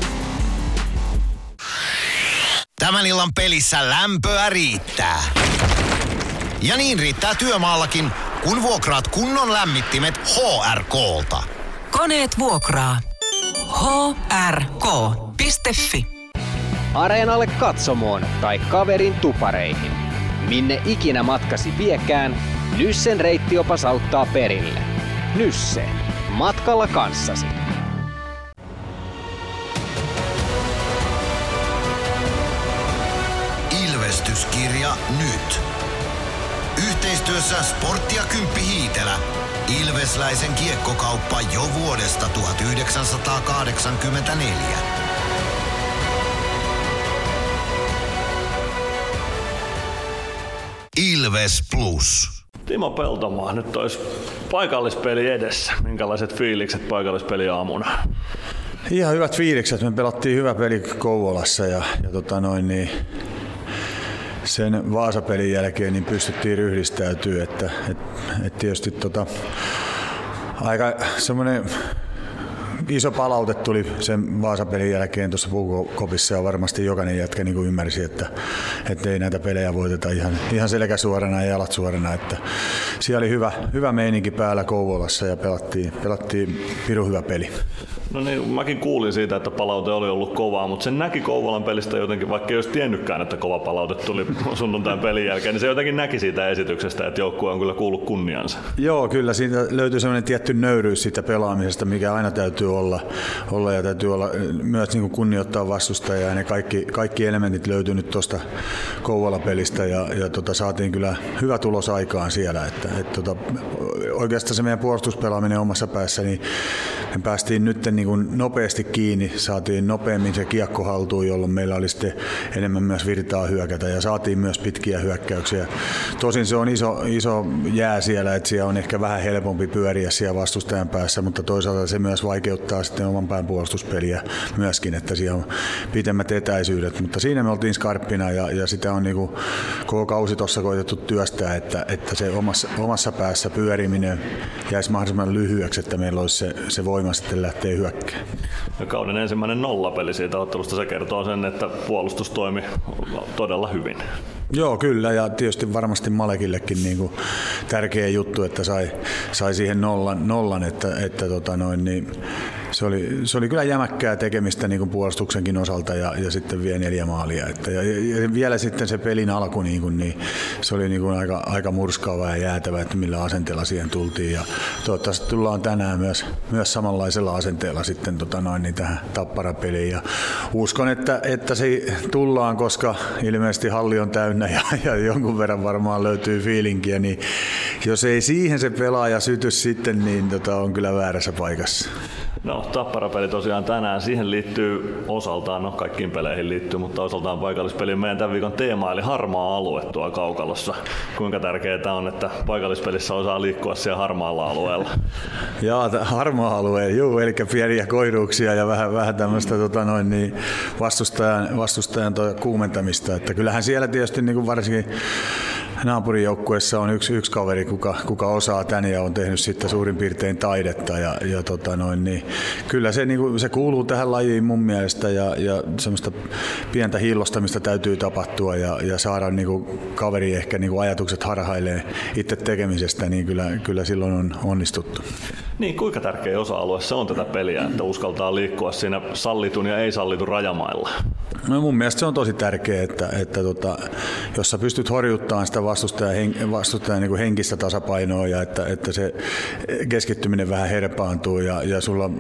Tämän illan pelissä lämpöä riittää. Ja niin riittää työmaallakin, kun vuokraat kunnon lämmittimet HRK:lta. Koneet vuokraa. hrk.fi. Areenalle, katsomoon tai kaverin tupareihin. Minne ikinä matkasi viekään, Nyssen reittiopas auttaa perille. Nysse. Matkalla kanssasi. Ilvestyskirja nyt. Yhteistyössä Sportti ja Kymppi Hiitelä. Ilvesläisen kiekkokauppa jo vuodesta 1984. Ilves Plus. Timo Peltomaa, nyt olisi paikallispeli edessä. Minkälaiset fiilikset paikallispeli aamuna? Ihan hyvät fiilikset. Me pelattiin hyvä peli Kouvolassa ja sen Vaasa-pelin jälkeen niin pystyttiin ryhdistäytyä. Että tietysti aika semmoinen iso palaute tuli sen Vaasa-pelin jälkeen tuossa Puukopissa ja varmasti jokainen jätkä niin kuin ymmärsi, että ei näitä pelejä voiteta ihan selkäsuorana ja jalat suorana. Että siellä oli hyvä meininki päällä Kouvolassa ja pelattiin pirun hyvä peli. No niin, mäkin kuulin siitä, että palaute oli ollut kovaa, mutta sen näki Kouvolan pelistä jotenkin, vaikka ei olisi tiennytkään, että kova palaute tuli sunnuntain pelin jälkeen, niin se jotenkin näki siitä esityksestä, että joukkue on kyllä kuullut kunniansa. Joo, kyllä siitä löytyy sellainen tietty nöyryys siitä pelaamisesta, mikä aina täytyy olla ja täytyy olla myös niin kuin kunnioittaa vastustajaa ja ne kaikki elementit löytyy nyt tuosta Kouvola-pelistä ja saatiin kyllä hyvä tulos aikaan siellä, että oikeastaan se meidän puolustuspelaaminen omassa päässä, niin me päästiin nyt niin kuin nopeasti kiinni, saatiin nopeammin se kiekko haltuun, jolloin meillä oli sitten enemmän myös virtaa hyökätä ja saatiin myös pitkiä hyökkäyksiä. Tosin se on iso jää siellä, että siellä on ehkä vähän helpompi pyöriä siellä vastustajan päässä, mutta toisaalta se myös vaikeuttaa sitten oman pään puolustuspeliä myöskin, että siellä on pitemmät etäisyydet, mutta siinä me oltiin skarppina ja sitä on niin kuin koko kausi tuossa koitettu työstää, että se omassa päässä pyöriminen jäisi mahdollisimman lyhyeksi, että meillä olisi se voima sitten lähteä hyökkään. Kauden ensimmäinen nollapeli siitä ottelusta, se kertoo sen, että puolustus toimi todella hyvin. Joo, kyllä, ja tietysti varmasti Malekillekin niin kuin tärkeä juttu, että sai siihen nollan että niin se oli kyllä jämäkkää tekemistä niin kuin puolustuksenkin osalta ja sitten vie 4 maalia. Ja vielä sitten se pelin alku, niin se oli niin kuin aika murskaava ja jäätävä, että millä asenteella siihen tultiin. Ja toivottavasti tullaan tänään myös samanlaisella asenteella sitten niin tähän Tappara-peliin. Ja uskon, että se tullaan, koska ilmeisesti halli on täynnä ja jonkun verran varmaan löytyy fiilinkiä. Niin jos ei siihen se pelaaja syty sitten, niin on kyllä väärässä paikassa. No, Tappara-peli tosiaan tänään, siihen liittyy osaltaan, kaikkiin peleihin liittyy, mutta osaltaan paikallispeliin meidän tämän viikon teema, eli harmaa alue tuolla Kaukalossa. Kuinka tärkeää on, että paikallispelissä osaa liikkua siellä harmaalla alueella? Jaa, harmaa alue, juu, eli pieniä koiruuksia ja vähän tämmöistä vastustajan kuumentamista, että kyllähän siellä tietysti niin kuin varsinkin naapurijoukkueessa on yksi kaveri, kuka osaa tän ja on tehnyt sitten suurin piirtein taidetta niin kyllä se kuuluu tähän lajiin mun mielestä ja semmoista pientä hiillostamista täytyy tapahtua ja saada niinku kaveri ehkä niinku ajatukset harhailee itse tekemisestä, niin kyllä silloin on onnistuttu. Niin, kuinka tärkeä osa-alue se on tätä peliä, että uskaltaa liikkua siinä sallitun ja ei sallitun rajamailla? No mun mielestä se on tosi tärkeää, että jos sä pystyt horjuttamaan sitä vastustajan niin kuin henkistä tasapainoa ja että se keskittyminen vähän herpaantuu ja sulla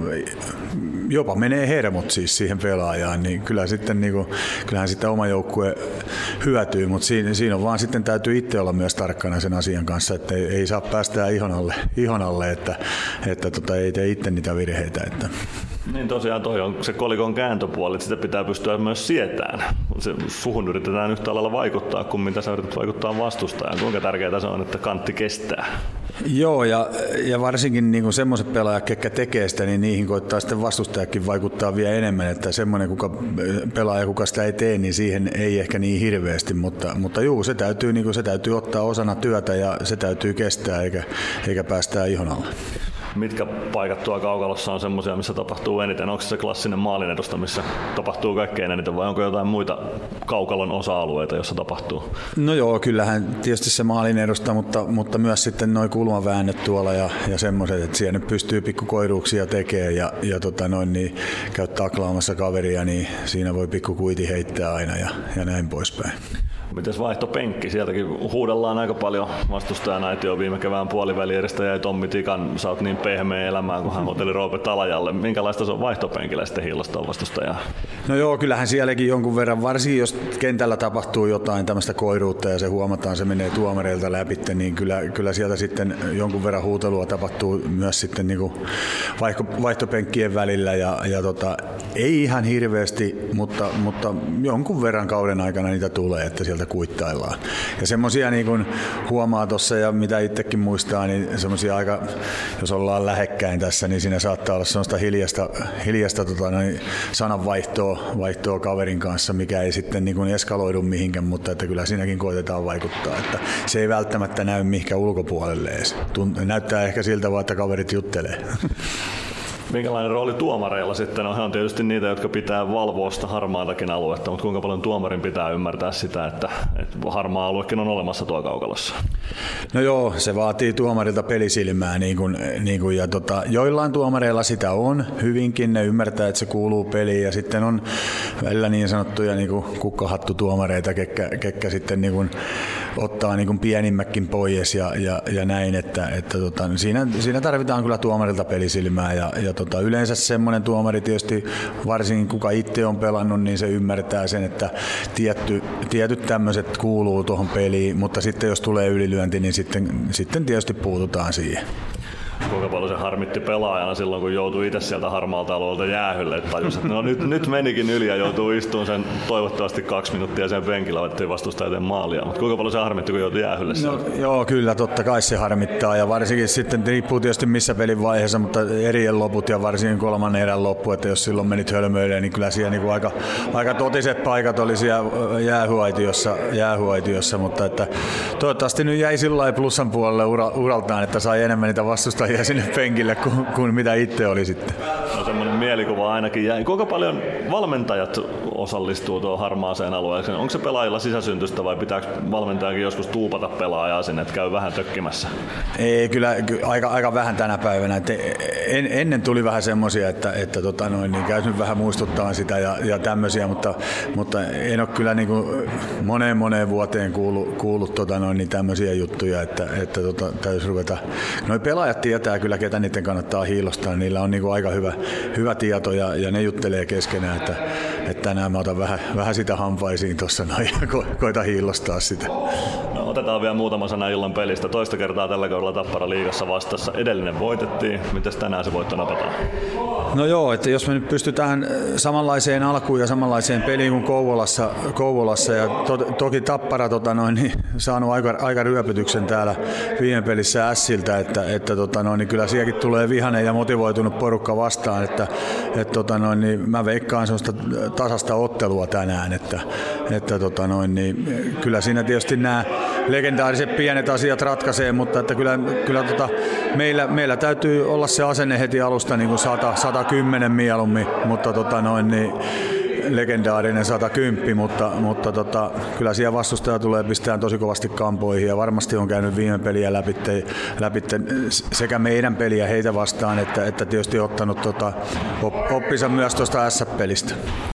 jopa menee hermot siis siihen pelaajaan, niin kyllä sitten kyllähän sitä oma joukkue hyötyy, mutta siinä on vaan sitten täytyy itse olla myös tarkkana sen asian kanssa, että ei saa päästää ihon alle että ei tee itse niitä virheitä. Että. Niin tosiaan toi on se kolikon kääntöpuoli, että sitä pitää pystyä myös sietään. Suhun yritetään yhtä lailla vaikuttaa kuin mitä sä yrität vaikuttaa vastustajaan. Kuinka tärkeää se on, että kantti kestää? Joo, ja varsinkin niin semmoiset pelaajat, ketkä tekee sitä, niin niihin koittaa sitten vastustajakin vaikuttaa vielä enemmän, että semmoinen pelaaja, kuka sitä ei tee, niin siihen ei ehkä niin hirveästi, mutta juu, se täytyy ottaa osana työtä ja se täytyy kestää eikä päästää ihon alle. Mitkä paikat tuolla Kaukalossa on semmoisia, missä tapahtuu eniten? Onko se klassinen maalin edusta, missä tapahtuu kaikkein eniten, vai onko jotain muita Kaukalon osa-alueita, jossa tapahtuu? No joo, kyllähän tietysti se maalin edusta, mutta myös sitten nuo kulmaväännöt tuolla ja semmoiset, että siellä pystyy pikkukoiruuksia tekemään niin käy taklaamassa kaveria, niin siinä voi pikkukuiti heittää aina ja näin poispäin. Mites vaihtopenkki? Sieltäkin huudellaan aika paljon vastustajanaitioon viime kevään puoliväliedestä jäi Tommi Tikan, sä oot niin pehmeä elämään, kun hän oteli Roope Talajalle. Minkälaista se on vaihtopenkillä sitten hiilostaa vastustajaa? No joo, kyllähän sielläkin jonkun verran, varsinkin jos kentällä tapahtuu jotain tämmöistä koiruutta ja se huomataan, se menee tuomareilta läpi, niin kyllä sieltä sitten jonkun verran huutelua tapahtuu myös sitten niinku vaihtopenkkien välillä ja ei ihan hirveästi, mutta jonkun verran kauden aikana niitä tulee, että sieltä kuittaillaan. Ja semmoisia niin kuin huomaa tuossa ja mitä itsekin muistaa, niin semmoisia aika, jos ollaan lähekkäin tässä, niin siinä saattaa olla semmoista hiljasta sananvaihtoa kaverin kanssa, mikä ei sitten niin kuin eskaloidu mihinkään, mutta että kyllä siinäkin koitetaan vaikuttaa. Että se ei välttämättä näy mihinkään ulkopuolelle edes. Näyttää ehkä siltä vaan, että kaverit juttelee. Minkälainen rooli tuomareilla sitten on? He on tietysti niitä, jotka pitää valvoa sitä harmaatakin aluetta, mutta kuinka paljon tuomarin pitää ymmärtää sitä, että harmaa aluekin on olemassa tuolla Kaukalossa? No joo, se vaatii tuomarilta pelisilmää, ja joillain tuomareilla sitä on hyvinkin, ne ymmärtää, että se kuuluu peliin, ja sitten on välillä niin sanottuja kukkahattutuomareita, ketkä sitten ottaa pienimmäkin pois ja näin, että siinä tarvitaan kyllä tuomarilta pelisilmää ja yleensä semmoinen tuomari tietysti, varsinkin kuka itse on pelannut, niin se ymmärtää sen, että tietyt tämmöiset kuuluu tuohon peliin, mutta sitten jos tulee ylilyönti, niin sitten tietysti puututaan siihen. kuinka paljon se harmitti pelaajana silloin, kun joutui itse sieltä harmaalta alueelta jäähylle. Että tajus, että no nyt menikin yli ja joutuu istumaan sen toivottavasti 2 minuuttia sen penkillä, ettei vastustaja maalia. Mutta kuinka paljon se harmitti, kun joutui jäähylle? No, joo, kyllä, totta kai se harmittaa. Ja varsinkin sitten riippuu tietysti missä pelin vaiheessa, mutta erien loput ja varsinkin 3. erän loppu, että jos silloin menit hölmöilemään, niin kyllä siellä niin aika totiset paikat oli siellä jäähyaitiossa, mutta että toivottavasti nyt jäi sillä lailla plussan puolelle uraltaan, että sai enemmän niitä vastustajia sinne penkille kuin mitä itse oli sitten. No semmoinen mielikuva ainakin jäi. Kuinka paljon valmentajat osallistuu tuohon harmaaseen alueeseen? Onko se pelaajilla sisäsyntystä vai pitääkö valmentajakin joskus tuupata pelaajaa sinne, että käy vähän tökkimässä? Ei, kyllä aika vähän tänä päivänä. Että ennen tuli vähän semmoisia, että niin käy nyt vähän muistuttaa sitä ja tämmöisiä, mutta en ole kyllä niin kuin moneen vuoteen kuullut niin tämmöisiä juttuja, että täytyisi ruveta. Noi pelaajat tietää kyllä, ketä niiden kannattaa hiilostaa. Niillä on niin kuin aika hyvä tieto ja ne juttelee keskenään, että tänään mä otan vähän sitä hampaisiin tuossa ja koita hiilostaa sitä. No, otetaan vielä muutama sana illan pelistä. Toista kertaa tällä kaudella Tappara liigassa vastassa. Edellinen voitettiin. Mites tänään se voitto napataan? No joo, että jos me nyt pystytään samanlaiseen alkuun ja samanlaiseen peliin kuin Kouvolassa ja toki Tappara niin saanut aika ryöpytyksen täällä viime pelissä Ässiltä, että niin kyllä sielläkin tulee vihainen ja motivoitunut porukka vastaan, että niin mä veikkaan sellaista tasasta ottelua tänään, että niin kyllä siinä tietysti nämä legendaariset pienet asiat ratkaisee, mutta että kyllä meillä täytyy olla se asenne heti alusta niin kuin 110 mieluummin, mutta niin legendaarinen 110, mutta kyllä siellä vastustaja tulee pistään tosi kovasti kampoihin ja varmasti on käynyt viime peliä läpi sekä meidän peliä heitä vastaan, että tietysti ottanut oppinsa myös tuosta S-pelistä.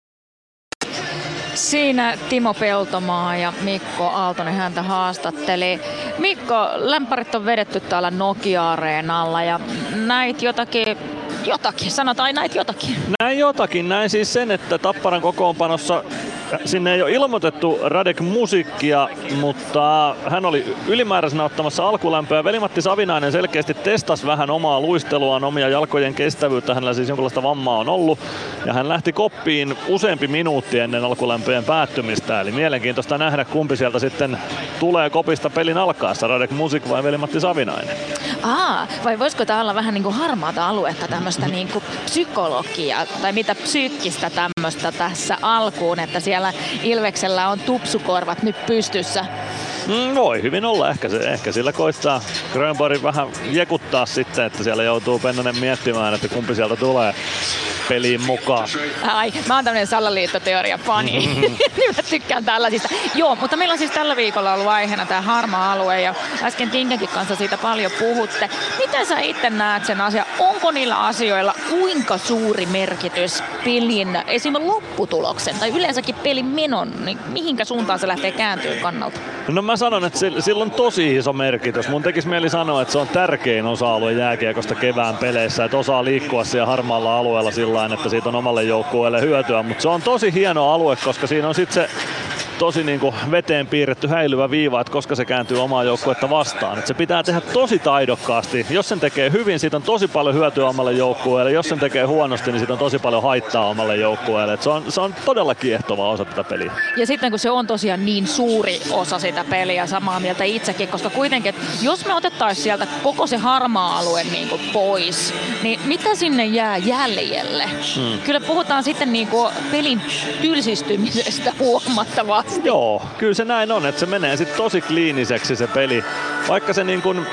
Siinä Timo Peltomaa ja Mikko Aaltonen häntä haastatteli. Mikko, lämpärit on vedetty täällä Nokia-areenalla ja näit jotakin, sanotaan näit jotakin. Näin siis sen, että Tapparan kokoonpanossa sinne ei ole ilmoitettu Radek Musiikkia, mutta hän oli ylimääräisenä ottamassa alkulämpöä. Veli-Matti Savinainen selkeästi testasi vähän omaa luisteluaan, omia jalkojen kestävyyttä. Hänellä siis jonkinlaista vammaa on ollut. Ja hän lähti koppiin useampi minuutti ennen alkulämpöjen päättymistä. Eli mielenkiintoista nähdä, kumpi sieltä sitten tulee kopista pelin alkaessa. Radek Musiik vai Veli-Matti Savinainen? Vai voisiko tämä olla vähän niin kuin harmaata aluetta, tämmöistä niin kuin psykologiaa tai mitä psyykkistä tämmöistä tässä alkuun, että siellä Ilveksellä on tupsukorvat nyt pystyssä? Voi hyvin olla. Ehkä sillä koittaa Grönborg vähän jekuttaa sitten, että siellä joutuu Pennanen miettimään, että kumpi sieltä tulee peliin mukaan. Mä oon tämmönen salaliittoteoria-fani. Mä tykkään tällaisista. Joo, mutta meillä on siis tällä viikolla ollut aiheena tää harmaa alue ja äsken Tinkenkin kanssa siitä paljon puhutte. Miten sä itse näet sen asian? Onko niillä asioilla kuinka suuri merkitys pelin esimerkiksi lopputuloksen tai yleensäkin pelin menon? Niin mihinkä suuntaan se lähtee kääntyyn kannalta? No mä sanon, että sillä on tosi iso merkitys. Mun tekisi mieli sanoa, että se on tärkein osa-alue jääkiekosta kevään peleissä, että osaa liikkua siellä harmaalla alueella sillain, että siitä on omalle joukkueelle hyötyä. Mutta se on tosi hieno alue, koska siinä on sitten se tosi niinku veteen piirretty häilyvä viiva, että koska se kääntyy omaa joukkuetta vastaan. Et se pitää tehdä tosi taidokkaasti. Jos sen tekee hyvin, siitä on tosi paljon hyötyä omalle joukkueelle. Jos sen tekee huonosti, niin siitä on tosi paljon haittaa omalle joukkueelle. Et se on todella kiehtova osa tätä peliä. Ja sitten kun se on tosiaan niin suuri osa sitä peliä, samaa mieltä itsekin, koska kuitenkin, että jos me otettaisiin sieltä koko se harmaa alue niin kuin pois, niin mitä sinne jää jäljelle? Kyllä puhutaan sitten niin kuin pelin tylsistymisestä huomattavasti. Joo, kyllä se näin on, että se menee sitten tosi kliiniseksi se peli. Vaikka se niin kuin,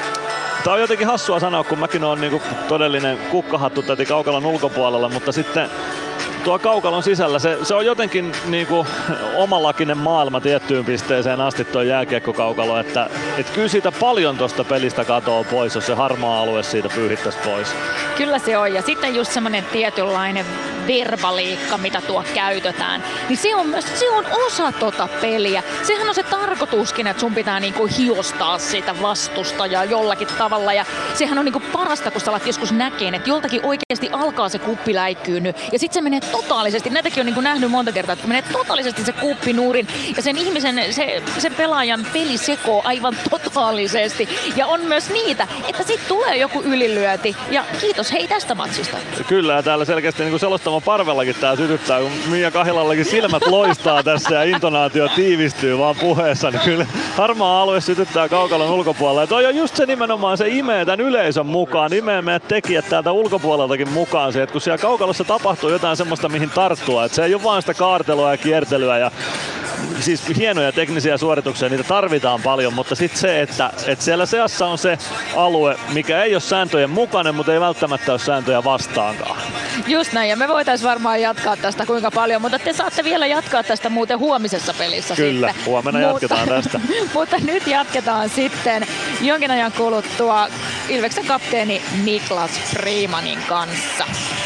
tää on jotenkin hassua sanoa, kun mäkin oon niin kuin todellinen kukkahattu täti kaukalon ulkopuolella, mutta sitten tuo kaukalon sisällä se on jotenkin niin kuin omalakinen maailma tiettyyn pisteeseen asti tuo jääkiekkokaukalo, että kyllä siitä paljon tuosta pelistä katoo pois, jos se harmaa alue siitä pyyhittäisi pois. Kyllä se on, ja sitten just semmoinen tietynlainen verbaliikka, mitä tuo käytetään, niin se on osa tota peliä. Sehän on se tarkoituskin, että sun pitää niinku hiostaa sitä vastustajaa jollakin tavalla. Ja sehän on niinku parasta, kun sä alat joskus näkeen, että joltakin oikeasti alkaa se kuppi läikkyy ja sit se menee totaalisesti. Näitäkin on niinku nähnyt monta kertaa, että menee totaalisesti se kuppi nurin ja sen ihmisen, sen pelaajan peli sekoo aivan totaalisesti. Ja on myös niitä, että sit tulee joku ylilyöti ja kiitos hei tästä matsista. Kyllä, ja täällä selkeästi niin selostamo parvellakin tää sytyttää, kun Mia Kahilallakin silmät loistaa tässä ja intonaatio tiivistyy vaan puheessa, niin kyllä harmaa alue sytyttää kaukalon ulkopuolella. Ja toi on just se nimenomaan, se imee tämän yleisön mukaan, imee meidät tekijät täältä ulkopuoleltakin mukaan se, että kun siellä kaukalossa tapahtuu jotain semmoista mihin tarttua, että se ei ole vaan sitä kaartelua ja kiertelyä ja siis hienoja teknisiä suorituksia, niitä tarvitaan paljon, mutta sitten se, että siellä seassa on se alue, mikä ei ole sääntöjen mukainen, mutta ei välttämättä ole sääntöjä vastaankaan. Just näin, ja me voitaisiin varmaan jatkaa tästä kuinka paljon, mutta te saatte vielä jatkaa tästä muuten huomisessa pelissä. Kyllä, sitten. Huomenna jatketaan tästä. Mutta nyt jatketaan sitten jonkin ajan kuluttua Ilveksen kapteeni Niklas Freemanin kanssa.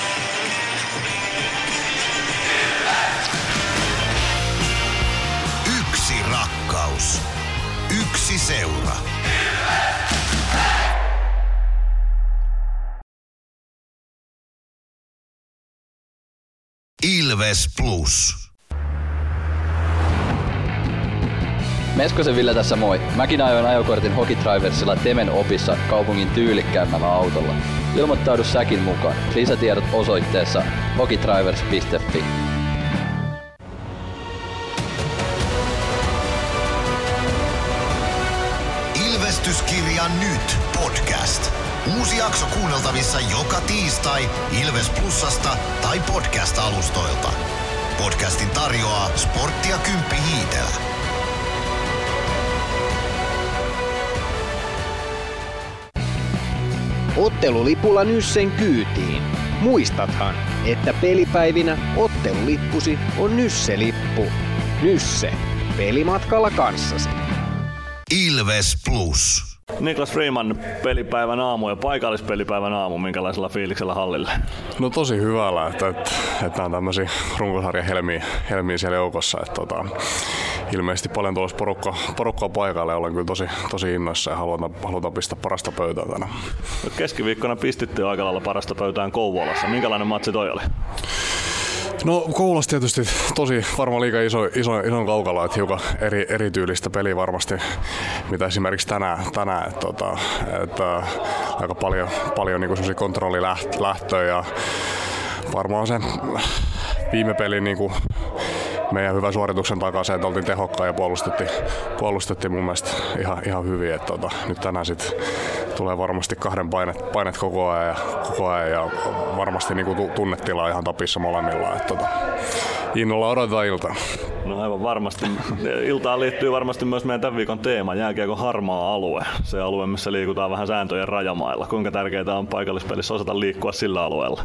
Yksi rakkaus. Yksi seura. Ilves Plus. Meskosen Ville tässä moi. Mäkin ajoin ajokortin Hokitriversilla Temen opissa kaupungin tyylikkäämmällä autolla. Ilmoittaudu säkin mukaan. Lisätiedot osoitteessa hokitrivers.fi. Ilvestyskirja nyt podcast. Uusi jakso kuunneltavissa joka tiistai Ilves Plusasta tai podcast-alustoilta. Podcastin tarjoaa Sporttia Kymppi Hiitelä. Ottelulipulla Nyssen kyytiin. Muistathan, että pelipäivinä ottelulippusi on Nysse-lippu. Nysse. Pelimatkalla kanssasi. Ilves Plus. Niklas Freeman, pelipäivän aamu ja paikallispelipäivän aamu, minkälaisella fiiliksellä hallille? No tosi hyvällä, että on tämmöisiä runkosarjan helmiä siellä joukossa. Ilmeisesti paljon tulossa porukkaa paikalle ja olen kyllä tosi innoissa ja halutaan pistää parasta pöytään tänään. Keskiviikkona pistitte aika lailla parasta pöytään Kouvolassa. Minkälainen matsi toi oli? No Kouvolassa tietysti tosi varmaan liiga ison kaukalla, että hiukan erityylistä peliä varmasti, mitä esimerkiksi tänään että aika paljon niin semmoisia kontrollilähtöjä ja varmaan se viime peli niin kuin meidän hyvän suorituksen takaa se, että oltiin tehokkaan ja puolustettiin mun mielestä ihan hyvin. Että nyt tänään sitten tulee varmasti kahden painet koko ajan ja varmasti niinku tunnetila ihan tapissa molemmilla. Että innolla odotetaan iltaa. No aivan varmasti. Iltaan liittyy varmasti myös meidän tämän viikon teema, jääkiekon harmaa alue. Se alue, missä liikutaan vähän sääntöjen rajamailla. Kuinka tärkeää on paikallispelissä osata liikkua sillä alueella?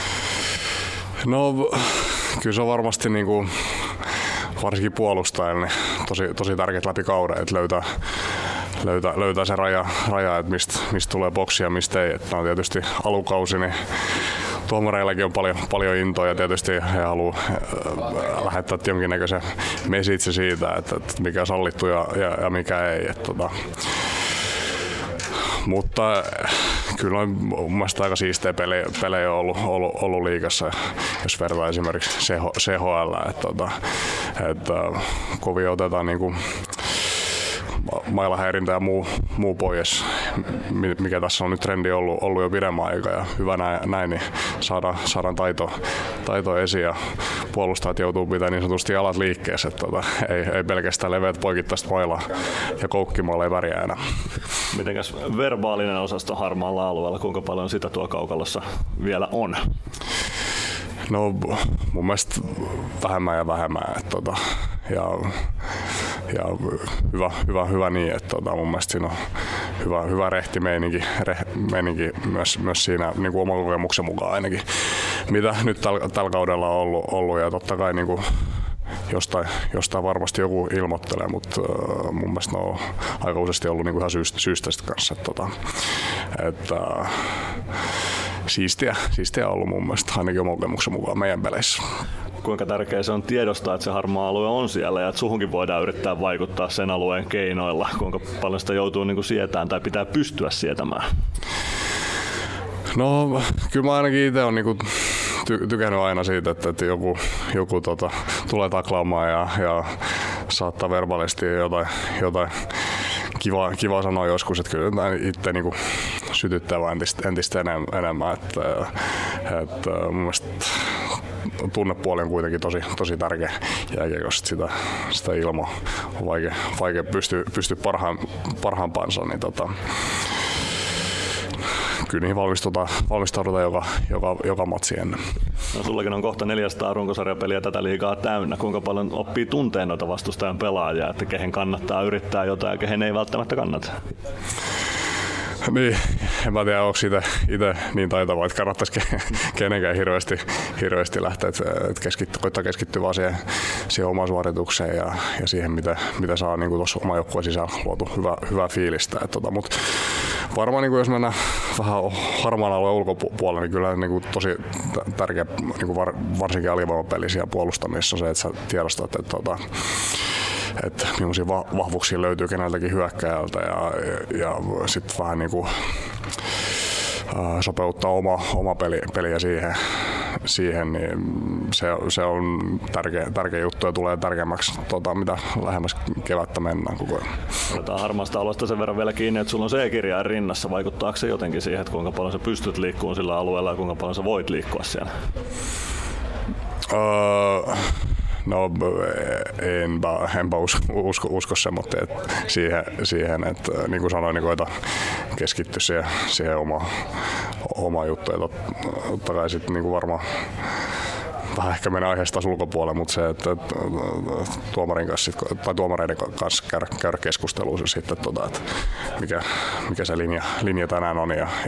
No kyllä se on varmasti niinku varsinkin puolustajille niin tosi tärkeää läpi kauden, että löytää se raja että mistä tulee boksia ja mistä ei. Että on tietysti alukausi, niin tuomareillakin on paljon intoa ja tietysti he haluaa lähettää jonkinnäköisen mesitse siitä, että mikä on sallittu ja mikä ei. Mutta kyllä on mun mielestä aika siistejä pelejä on ollut liigassa, jos vertaa esimerkiksi CHL, että kovin otetaan niinku mailahäirintä ja muu pois, mikä tässä on nyt trendi ollut jo pidemmän aikaa ja hyvä näin, niin saadaan taito esiin ja puolustajat joutuu pitämään niin sanotusti jalat liikkeessä, että ei pelkästään leveät poikittaista mailaa ja koukkimalla ei pärjää enää. Mitenkäs verbaalinen osasto harmaalla alueella, kuinka paljon sitä tuo kaukalossa vielä on? No mun mielestä vähemmän ja vähemmän, ja hyvä niin, että mun mielestä siinä on hyvä rehti meininki myös siinä niin kuin oman kokemuksen mukaan ainakin, mitä nyt tällä kaudella on ollut ja totta kai niin kuin jostain varmasti joku ilmoittelee, mutta mun mielestä ne on aika useasti ollut niin kuin ihan syystä sit kanssa, siistiä ollut mun mielestä, ainakin oman kokemuksen mukaan meidän peleissä. Kuinka tärkeää se on tiedostaa, että se harmaa alue on siellä ja että suhunkin voidaan yrittää vaikuttaa sen alueen keinoilla? Kuinka paljon sitä joutuu niin kuin sietämään tai pitää pystyä sietämään? No kyllä mä ainakin itse olen niin tykännyt aina siitä, että joku tulee taklaamaan ja saattaa verbaalisesti jotain kiva sanoa joskus, että kyllä itse niin sytyttää entistä enemmän. Että mun mielestä tunnepuoli on kuitenkin tosi tärkeä jääkiekossa, sitä ilmaa on vaikea pystyä parhaampaansa, niin kyllä niihin valmistaudutaan joka matsi ennen. No, sullakin on kohta 400 runkosarjapeliä tätä liigaa täynnä. Kuinka paljon oppii tunteen noita vastustajan pelaajia, että kehen kannattaa yrittää jotain ja kehen ei välttämättä kannata? Niin, en mä tiedä, onko itse niin taitava, että kannattaisi kenenkään hirveästi lähteä, että koittaa keskittyä vaan siihen omaan suoritukseen ja siihen, mitä saa niin tuossa oman joukkueen sisällä luotu hyvää fiilistä. Mutta varmaan niin jos mennään vähän harmaan alueen ulkopuolelle, niin kyllä niin tosi tärkeä, niin varsinkin alivoimapelissä ja puolustamisessa on se, että sä tiedostat, että millaisia vahvuuksia löytyy keneltäkin hyökkäjältä ja sitten vähän niin kuin sopeuttaa oma peliä siihen, niin se on tärkeä juttu ja tulee tärkeämmäksi, mitä lähemmäs kevättä mennään koko ajan. Otetaan harmaasta alueesta sen verran vielä kiinni, että sulla on C-kirjain rinnassa. Vaikuttaako se jotenkin siihen, että kuinka paljon sä pystyt liikkumaan sillä alueella ja kuinka paljon sä voit liikkua siellä? No enpä usko semmoista siihen, että niin kuin sanoin, niin koita keskittyä siihen omaan juttuun. Totta kai sitten niin varmaan vähän ehkä mennä aiheesta ulkopuolelle, mutta se, että tuomareiden kanssa käydä keskustelua sitten, että mikä se linja tänään on ja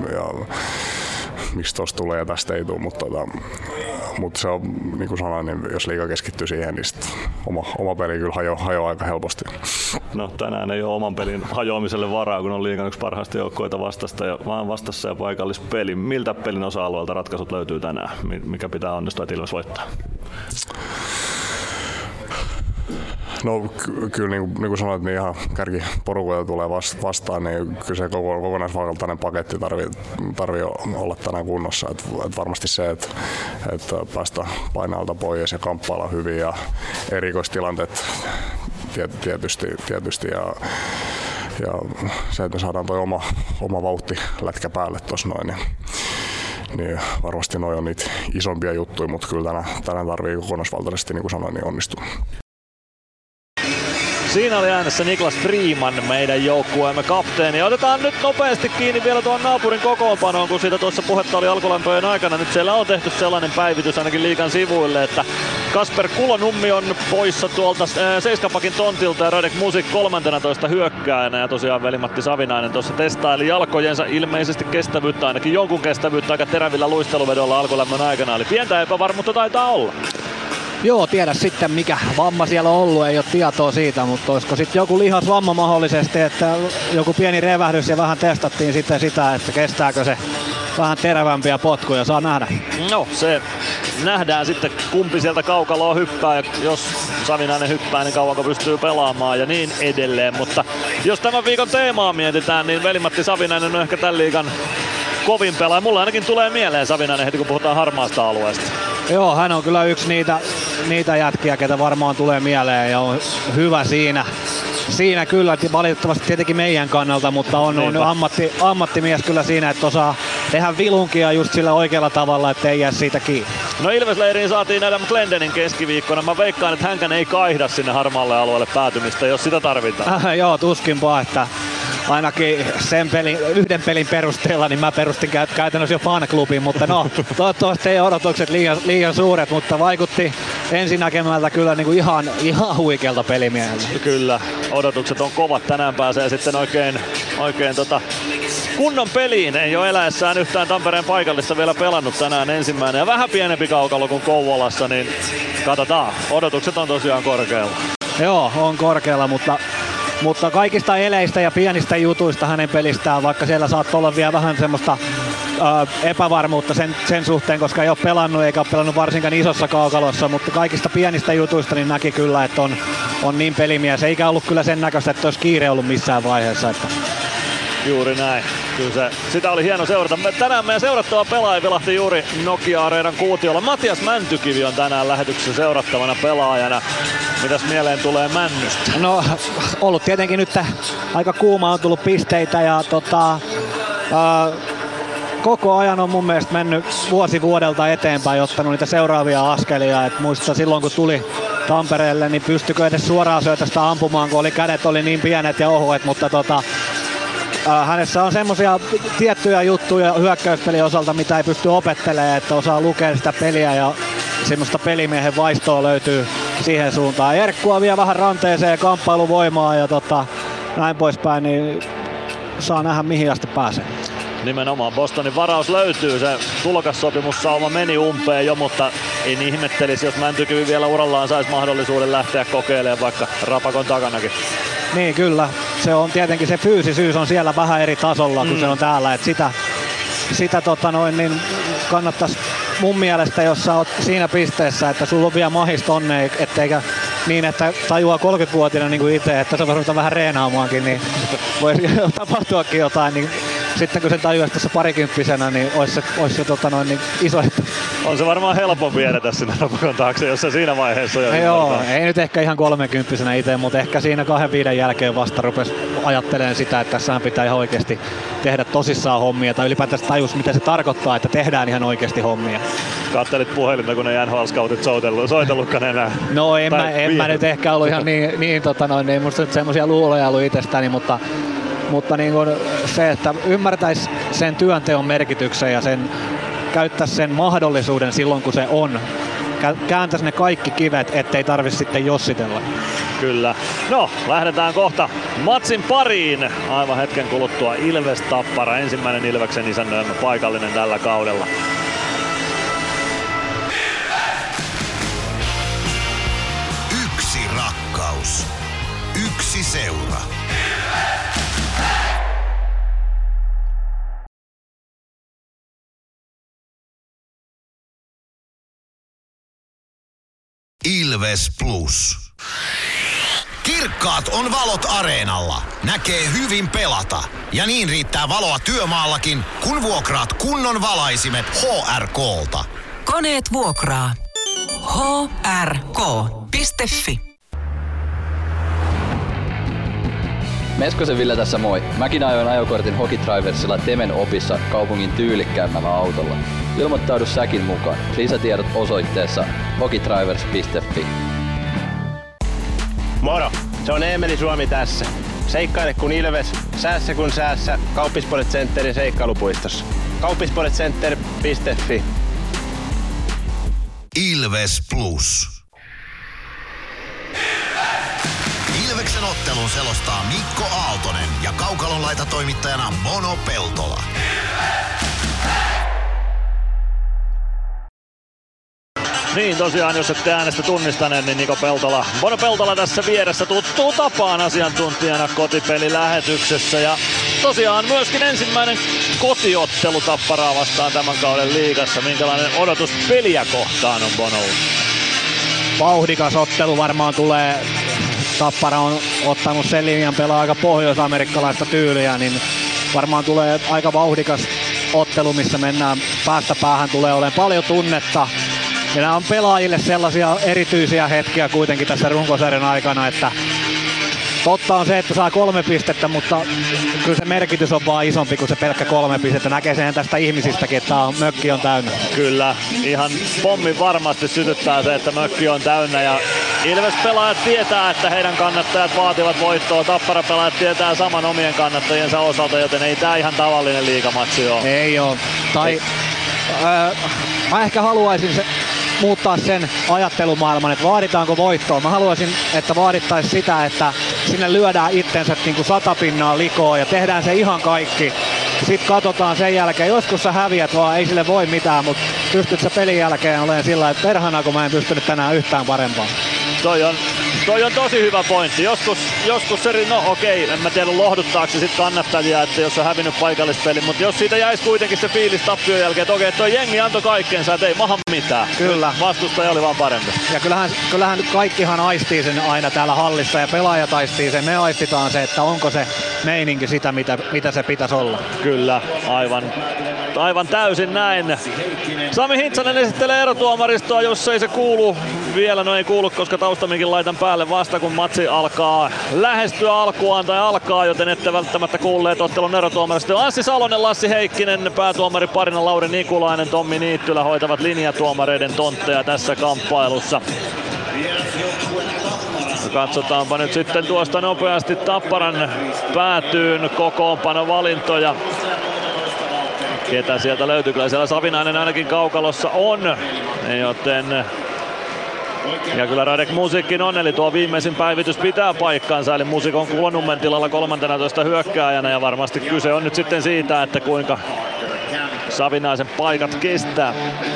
miksi tuosta tulee ja tästä ei tule, mutta se on, niin kuin sanoin, niin jos liiga keskittyy siihen, niin oma peli kyllä hajoaa aika helposti. No tänään ei ole oman pelin hajoamiselle varaa, kun on liigan yksi parhaista joukkoita vastassa ja paikallispeli. Miltä pelin osa-alueelta ratkaisut löytyy tänään? Mikä pitää onnistua, että Ilves voittaa? No kyllä niin kuin sanoit, niin ihan kärkiporukoita tulee vastaan, niin kyllä se kokonaisvaltainen paketti tarvii olla tänään kunnossa. Et varmasti se, että päästä painaalta pois ja kamppailla hyvin ja erikoistilanteet tietysti ja se, että saadaan tuo oma vauhti lätkä päälle tuossa noin. Niin varmasti noi on niitä isompia juttuja, mutta kyllä tänään tarvii kokonaisvaltaisesti, niin kuin sanoin, niin onnistua. Siinä oli äänessä Niklas Freeman, meidän joukkueemme kapteeni. Otetaan nyt nopeasti kiinni vielä tuon naapurin kokoonpanoon, kun siitä tuossa puhetta oli alkulämpöjen aikana. Nyt siellä on tehty sellainen päivitys ainakin liigan sivuille, että Kasper Kulonummi on poissa tuolta seiskapakin tontilta ja Radek Musik 13 hyökkääjänä. Ja tosiaan veli-Matti Savinainen tuossa testaili jalkojensa ilmeisesti kestävyyttä, ainakin jonkun kestävyyttä aika terävillä luisteluvedolla alkulämmön aikana. Eli pientä epävarmuutta taitaa olla. Joo, tiedä sitten mikä vamma siellä on ollut, ei ole tietoa siitä, mutta olisiko sitten joku lihasvamma mahdollisesti, että joku pieni revähdys ja vähän testattiin sitten sitä, että kestääkö se vähän terävämpiä potkuja, saa nähdä. No se nähdään sitten kumpi sieltä kaukaloa hyppää ja jos Savinainen hyppää niin kauanko pystyy pelaamaan ja niin edelleen, mutta jos tämän viikon teemaa mietitään, niin veli-Matti Savinainen on ehkä tämän liigan kovin pelaaja. Mulla ainakin tulee mieleen Savinainen heti kun puhutaan harmaasta alueesta. Joo, hän on kyllä yksi niitä jätkiä, ketä varmaan tulee mieleen ja on hyvä siinä kyllä, valitettavasti tietenkin meidän kannalta, mutta on ammattimies kyllä siinä, että osaa tehdä vilunkia just sillä oikealla tavalla, ettei jää siitä kiinni. No Ilves-leiriin saatiin Adam Glendenin keskiviikkona. Mä veikkaan, että hänkään ei kaihda sinne harmaalle alueelle päätymistä, jos sitä tarvitaan. Joo, tuskinpa, että ainakin yhden pelin perusteella, niin mä perustin käytännössä jo fan-klubin, mutta no, toivottavasti ei odotukset liian suuret, mutta vaikutti ensinnäkemältä kyllä niin kuin ihan huikealta pelimieltä. Kyllä, odotukset on kovat. Tänään pääsee sitten oikein kunnon peliin. Ei ole eläessään yhtään Tampereen paikallista vielä pelannut tänään ensimmäinen ja vähän pienempi kaukalo kuin Kouvolassa, niin katsotaan. Odotukset on tosiaan korkealla. Joo, on korkealla, mutta kaikista eleistä ja pienistä jutuista hänen pelistään, vaikka siellä saattaa olla vielä vähän semmoista epävarmuutta sen suhteen, koska ei ole pelannut eikä ole pelannut varsinkaan isossa kaukalossa, mutta kaikista pienistä jutuista niin näki kyllä, että on niin pelimies, eikä ollut kyllä sen näköistä, että olisi kiire ollut missään vaiheessa. Että. Juuri näin. Kyllä sitä oli hieno seurata. Tänään meidän seurattava pelaaja vilahti juuri Nokia-areenan kuutiolla. Matias Mäntykivi on tänään lähetyksessä seurattavana pelaajana. Mitäs mieleen tulee Männystä? No, ollut tietenkin nyt aika kuuma, on tullut pisteitä ja koko ajan on mun mielestä mennyt vuosi vuodelta eteenpäin, ottanut niitä seuraavia askelia. Et muistan silloin kun tuli Tampereelle, niin pystykö edes suoraan syötästä ampumaan, kun kädet oli niin pienet ja ohuet, mutta hänessä on semmosia tiettyjä juttuja hyökkäyspelin osalta, mitä ei pysty opettelemaan, että osaa lukea sitä peliä ja semmoista pelimiehen vaistoa löytyy siihen suuntaan. Erkkua vie vähän ranteeseen ja kamppailuvoimaa ja näin poispäin, niin saa nähdä mihin asti pääsee. Nimenomaan Bostonin varaus löytyy, se tulokassopimussauma meni umpeen jo, mutta en ihmettelisi, jos Mäntykivi vielä urallaan saisi mahdollisuuden lähteä kokeilemaan vaikka Rapakon takanakin. Niin kyllä, se on tietenkin se fyysisyys on siellä vähän eri tasolla kuin se on täällä, että sitä niin kannattaisi mun mielestä, jos sä oot siinä pisteessä, että sulla on vielä mahis tonne, etteikä niin, että tajuaa 30-vuotiaana niin kuin itse, että se voi ruveta vähän reenaamaankin, niin voisi tapahtuakin jotain, niin sitten kun sen tajuaisi tässä parikymppisenä, niin olisi se niin iso. On se varmaan helpompi edetä sinne Rapakon taakse, jos se siinä vaiheessa jo. Joo, ei nyt ehkä ihan 30-vuotiaana itse, mutta ehkä siinä 2-5 jälkeen vasta rupesi ajattelemaan sitä, että tässähän pitää ihan oikeasti tehdä tosissaan hommia, tai ylipäätään tajus, mitä se tarkoittaa, että tehdään ihan oikeasti hommia. Kattelit puhelinta, kun ei NHL-scoutit soitellutkaan enää. No en mä nyt ehkä ollut ihan niin musta nyt semmosia luuloja ollut itsestäni, mutta niin kuin se, että ymmärtäisi sen työnteon merkityksen ja käyttäisi sen mahdollisuuden silloin, kun se on. Kääntäisi ne kaikki kivet, ettei tarvitse sitten jossitella. Kyllä. No, lähdetään kohta matsin pariin. Aivan hetken kuluttua Ilves Tappara. Ensimmäinen Ilveksen isännöimä paikallinen tällä kaudella. Yksi rakkaus. Yksi seura. Ilves Plus. Kirkkaat on valot areenalla. Näkee hyvin pelata. Ja niin riittää valoa työmaallakin, kun vuokraat kunnon valaisimet HRK:lta. Koneet vuokraa. hrk.fi. Meskosen Ville tässä moi. Mäkin ajoin ajokortin Hokitriversilla Temen opissa kaupungin tyylikkäämmällä autolla. Ilmoittaudu säkin mukaan. Lisätiedot osoitteessa hokitrivers.fi. Moro! Se on Eemeli Suomi tässä. Seikkaile kun Ilves, säässä kun säässä. Kauppisports Centerin seikkailupuistossa. Kauppisportscenter.fi. Ilves Plus. Ilveksen ottelun selostaa Mikko Aaltonen ja Kaukalon laitatoimittajana Mono Peltola. Niin tosiaan, jos ette äänestä tunnistaneet, niin Niko Peltola, Mono Peltola tässä vieressä tuttuu tapaan asiantuntijana kotipelilähetyksessä. Ja tosiaan myöskin ensimmäinen kotiottelu Tapparaa vastaan tämän kauden liigassa. Minkälainen odotus peliä kohtaan on Bonolla? Vauhdikas ottelu varmaan tulee. Tappara on ottanut sen linjan, pelaa aika pohjois-amerikkalaista tyyliä, niin varmaan tulee aika vauhdikas ottelu, missä mennään päästä päähän, tulee olemaan paljon tunnetta. Ja nämä on pelaajille sellaisia erityisiä hetkiä kuitenkin tässä runkosarjan aikana, että totta on se, että saa 3 pistettä, mutta kyllä se merkitys on vaan isompi kuin se pelkkä 3 pistettä. Näkee sen tästä ihmisistäkin, että mökki on täynnä. Kyllä, ihan pommin varmasti sytyttää se, että mökki on täynnä. Ja Ilves-pelaajat tietää, että heidän kannattajat vaativat voittoa. Tappara-pelaajat tietää saman omien kannattajiensa osalta, joten ei tää ihan tavallinen liigamatsi ole. Ei oo. Tai mä ehkä haluaisin muuttaa sen ajattelumaailman, että vaaditaanko voittoa. Mä haluaisin, että vaadittaisiin sitä, että sinne lyödään itsensä niin kuin 100 pinnaa likoon ja tehdään se ihan kaikki. Sitten katsotaan sen jälkeen, joskus sä häviät vaan, ei sille voi mitään, mutta pystyt sä pelin jälkeen olemaan sillä, että perhana kun mä en pystynyt tänään yhtään parempaan. Toi on Toi on tosi hyvä pointti. Joskus se, no okei, en mä tiedä lohduttaako se sit kannattajia, että jos on hävinnyt paikallispeli, mutta jos siitä jäisi kuitenkin se fiilis tappion jälkeen, että okei, toi jengi antoi kaikkensa, että ei maha mitään. Kyllä. Vastustaja oli vaan parempi. Ja kyllähän kaikkihan aistii sen aina täällä hallissa ja pelaajat aistii sen. Me aistitaan se, että onko se meininki sitä, mitä se pitäisi olla. Kyllä, aivan täysin näin. Sami Hintsanen esittelee erotuomaristoa, jos ei se kuulu vielä. No ei kuulu, koska taustaminkin laitan päälle vasta, kun matsi alkaa lähestyä alkuaan tai alkaa, joten ette välttämättä kuulleet ottelun erotuomaristoa. Anssi Salonen, Lassi Heikkinen, päätuomari parina Lauri Nikulainen, Tommi Niittylä hoitavat linjatuomareiden tontteja tässä kamppailussa. Katsotaanpa nyt sitten tuosta nopeasti Tapparan päätyyn kokoonpanovalintoja. Ketä sieltä löytyy? Kyllä siellä Savinainen ainakin kaukalossa on, joten ja kyllä Radek Musikin on, eli tuo viimeisin päivitys pitää paikkansa, eli Musik on Kulonummen tilalla 13 hyökkääjänä ja varmasti kyse on nyt sitten siitä, että kuinka Savinaisen paikat kestää.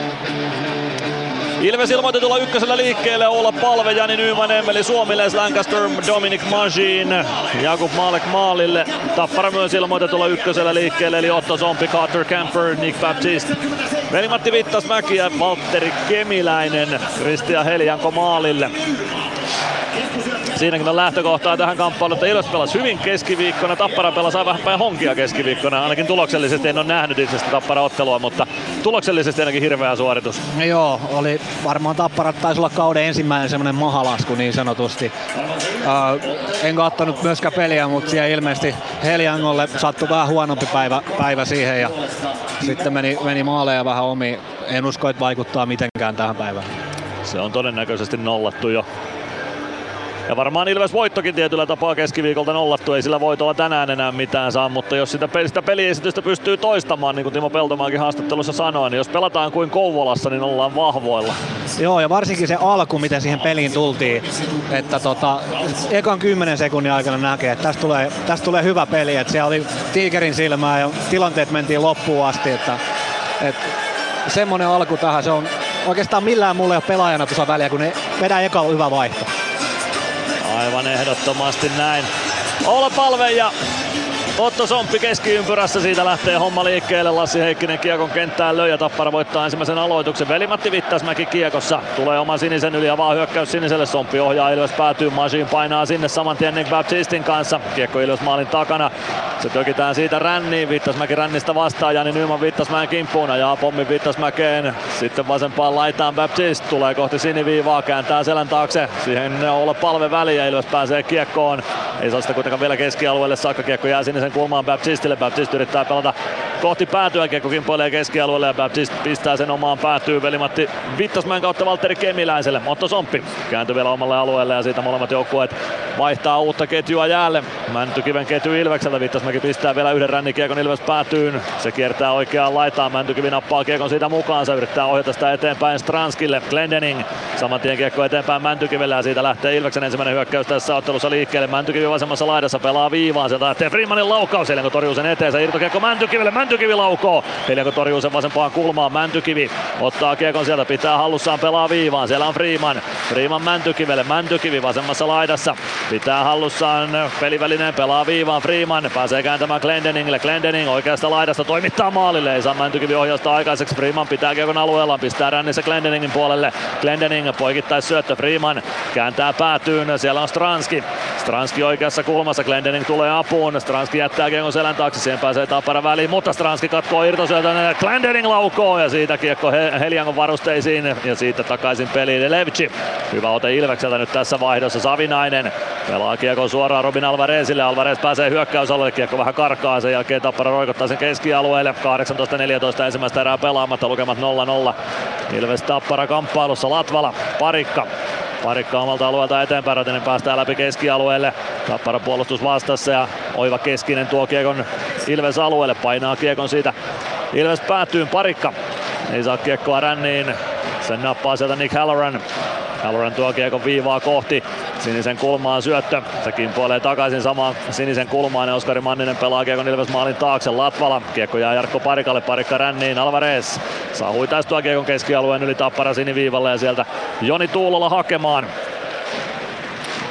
Ilves ilmoitetulla ykkösellä liikkeelle Oula Palve, Jani Nyman, Emeli Suomiles, Lancaster, Dominic Magin, Jakub Malek maalille. Tappara myös ilmoitetulla ykkösellä liikkeelle, eli Otto Sompi, Carter Camper, Nick Baptiste, Veli-Matti Vittasmäki ja Valtteri Kemiläinen, Kristian Helianko maalille. Siinäkin on lähtökohtaa tähän kamppailuun, että Ilves pelasi hyvin keskiviikkona, Tappara pelasi vähän päin honkia keskiviikkona. Ainakin tuloksellisesti en ole nähnyt itse asiassa Tappara-ottelua, mutta tuloksellisesti ainakin hirveä suoritus. Joo, oli varmaan Tappara taisi olla kauden ensimmäinen semmoinen mahalasku niin sanotusti. En kattonut myöskään peliä, mutta siellä ilmeisesti Heliangolle sattui vähän huonompi päivä siihen ja sitten meni maaleja vähän omiin. En usko, että vaikuttaa mitenkään tähän päivään. Se on todennäköisesti nollattu jo. Ja varmaan Ilves voittokin tietyllä tapaa keskiviikolta nollattu, ei sillä voitolla tänään enää mitään saa, mutta jos sitä peliesitystä pystyy toistamaan, niin kuin Timo Peltomaakin haastattelussa sanoi, niin jos pelataan kuin Kouvolassa, niin ollaan vahvoilla. Joo, ja varsinkin se alku, miten siihen peliin tultiin, että ekan 10 sekunnin aikana näkee, että tästä tulee hyvä peli, että siellä oli tiikerin silmää ja tilanteet mentiin loppuun asti, että semmoinen alku tähän, se on oikeastaan millään mulle ei ole pelaajana tuossa väliä, kun ne vedää eka hyvä vaihto. Aivan ehdottomasti näin. Oula Palve ja Otto Somppi keskiympyrässä, siitä lähtee homma liikkeelle. Lassi Heikkinen kiekon kenttään löi ja Tappara voittaa ensimmäisen aloituksen. Veli-Matti Vittasmäki kiekossa, tulee oman sinisen yli ja vaan hyökkäys siniselle. Somppi ohjaa, Ilves päätyy, Magin painaa sinne saman tien Nick Baptistin kanssa. Kiekko Ilves maalin takana, se tökitään siitä ränniin. Vittasmäki rännistä vastaan, Jani Nyman Vittasmäen kimppuun ja pommin Vittasmäkeen. Sitten vasempaan laitaan Baptist, tulee kohti siniviivaa, kääntää selän taakse. Siihen olla Palve väliin ja Ilves pääsee kiekkoon. Ei saa sitä kuitenkaan vielä keskialueelle saakka, kiekko jää sinisen kulmaan Baptistille. Baptist yrittää pelata kohti päätyä, kiekko kimpoilee keskialueelle ja Baptist pistää sen omaan päätyyn Veli-Matti Vittasmäen kautta Valtteri Kemiläiselle. Otto Somppi kääntyy vielä omalle alueelle ja siitä molemmat joukkueet vaihtaa uutta ketjua jäälle. Mäntykiven ketju Ilvekseltä, Vittasmäki pistää vielä yhden rännikiekon Ilves päätyyn. Se kiertää oikeaan laitaan, Mäntykivi nappaa kiekon siitä mukaan, se yrittää ohjata sitä eteenpäin Stranskille. Glendening saman tien kiekko eteenpäin Mäntykivelle ja siitä lähtee Ilveksen ensimmäinen hyökkäys tässä ottelussa liikkeelle. Mäntykivi vasemmassa laidassa pelaa viivaan, sieltä lähtee Freemanin laukaus, Helianko torjuu sen eteensä, irtokiekko Mäntykivelle, Mäntykivi laukoo. Helianko torjuu sen vasempaan kulmaan, Mäntykivi ottaa kiekon sieltä, pitää hallussaan, pelaa viivaan, siellä on Freeman Mäntykivelle, Mäntykivi vasemmassa laidassa, pitää hallussaan pelivälineen, pelaa viivaan, Freeman pääsee kääntämään Glendeningille, Glendening oikeasta laidasta toimittaa maalille, ei saa Mäntykivi ohjausta aikaiseksi, Freeman pitää kiekon alueellaan, pistää rännissä Glendeningin puolelle, Glendening poikittais syöttö, Freeman kääntää päätyyn, siellä on Stranski oikeassa kulmassa, Glendening tulee apuun, Stranski jättää kiekon selän taakse, siihen pääsee Tappara väliin, mutta Stranski katkoo irtosyötön ja Glendening laukoo ja siitä kiekko Heliangon varusteisiin ja siitä takaisin peliin Levci. Hyvä ote Ilvekseltä nyt tässä vaihdossa, Savinainen pelaa kiekon suoraan Robin Alvarezille, Alvarez pääsee hyökkäysalueelle, kiekko vähän karkaa, sen jälkeen Tappara roikottaa sen keskialueelle, 18-14 ensimmäistä erää pelaamatta, lukemat 0-0. Ilves Tappara kamppailussa, Latvala, Parikka omalta alueelta eteenpäin, Ratinen päästään läpi keskialueelle. Tappara puolustus vastassa ja Oiva Keskinen tuo kiekon Ilves alueelle, painaa kiekon siitä Ilves päätyyn, Parikka ei saa kiekkoa ränniin, sen nappaa sieltä Nick Halloran. Halloran tuo kiekon viivaa kohti sinisen kulmaan syöttö. Se kimpoilee takaisin samaan sinisen kulmaan ja Oskari Manninen pelaa kiekon Ilves maalin taakse. Latvala. Kiekko jää Jarkko Parikalle. Parikka ränniin. Alvarez saa huitaistua kiekon keskialueen yli Tappara siniviivalle ja sieltä Joni Tuulola hakemaan.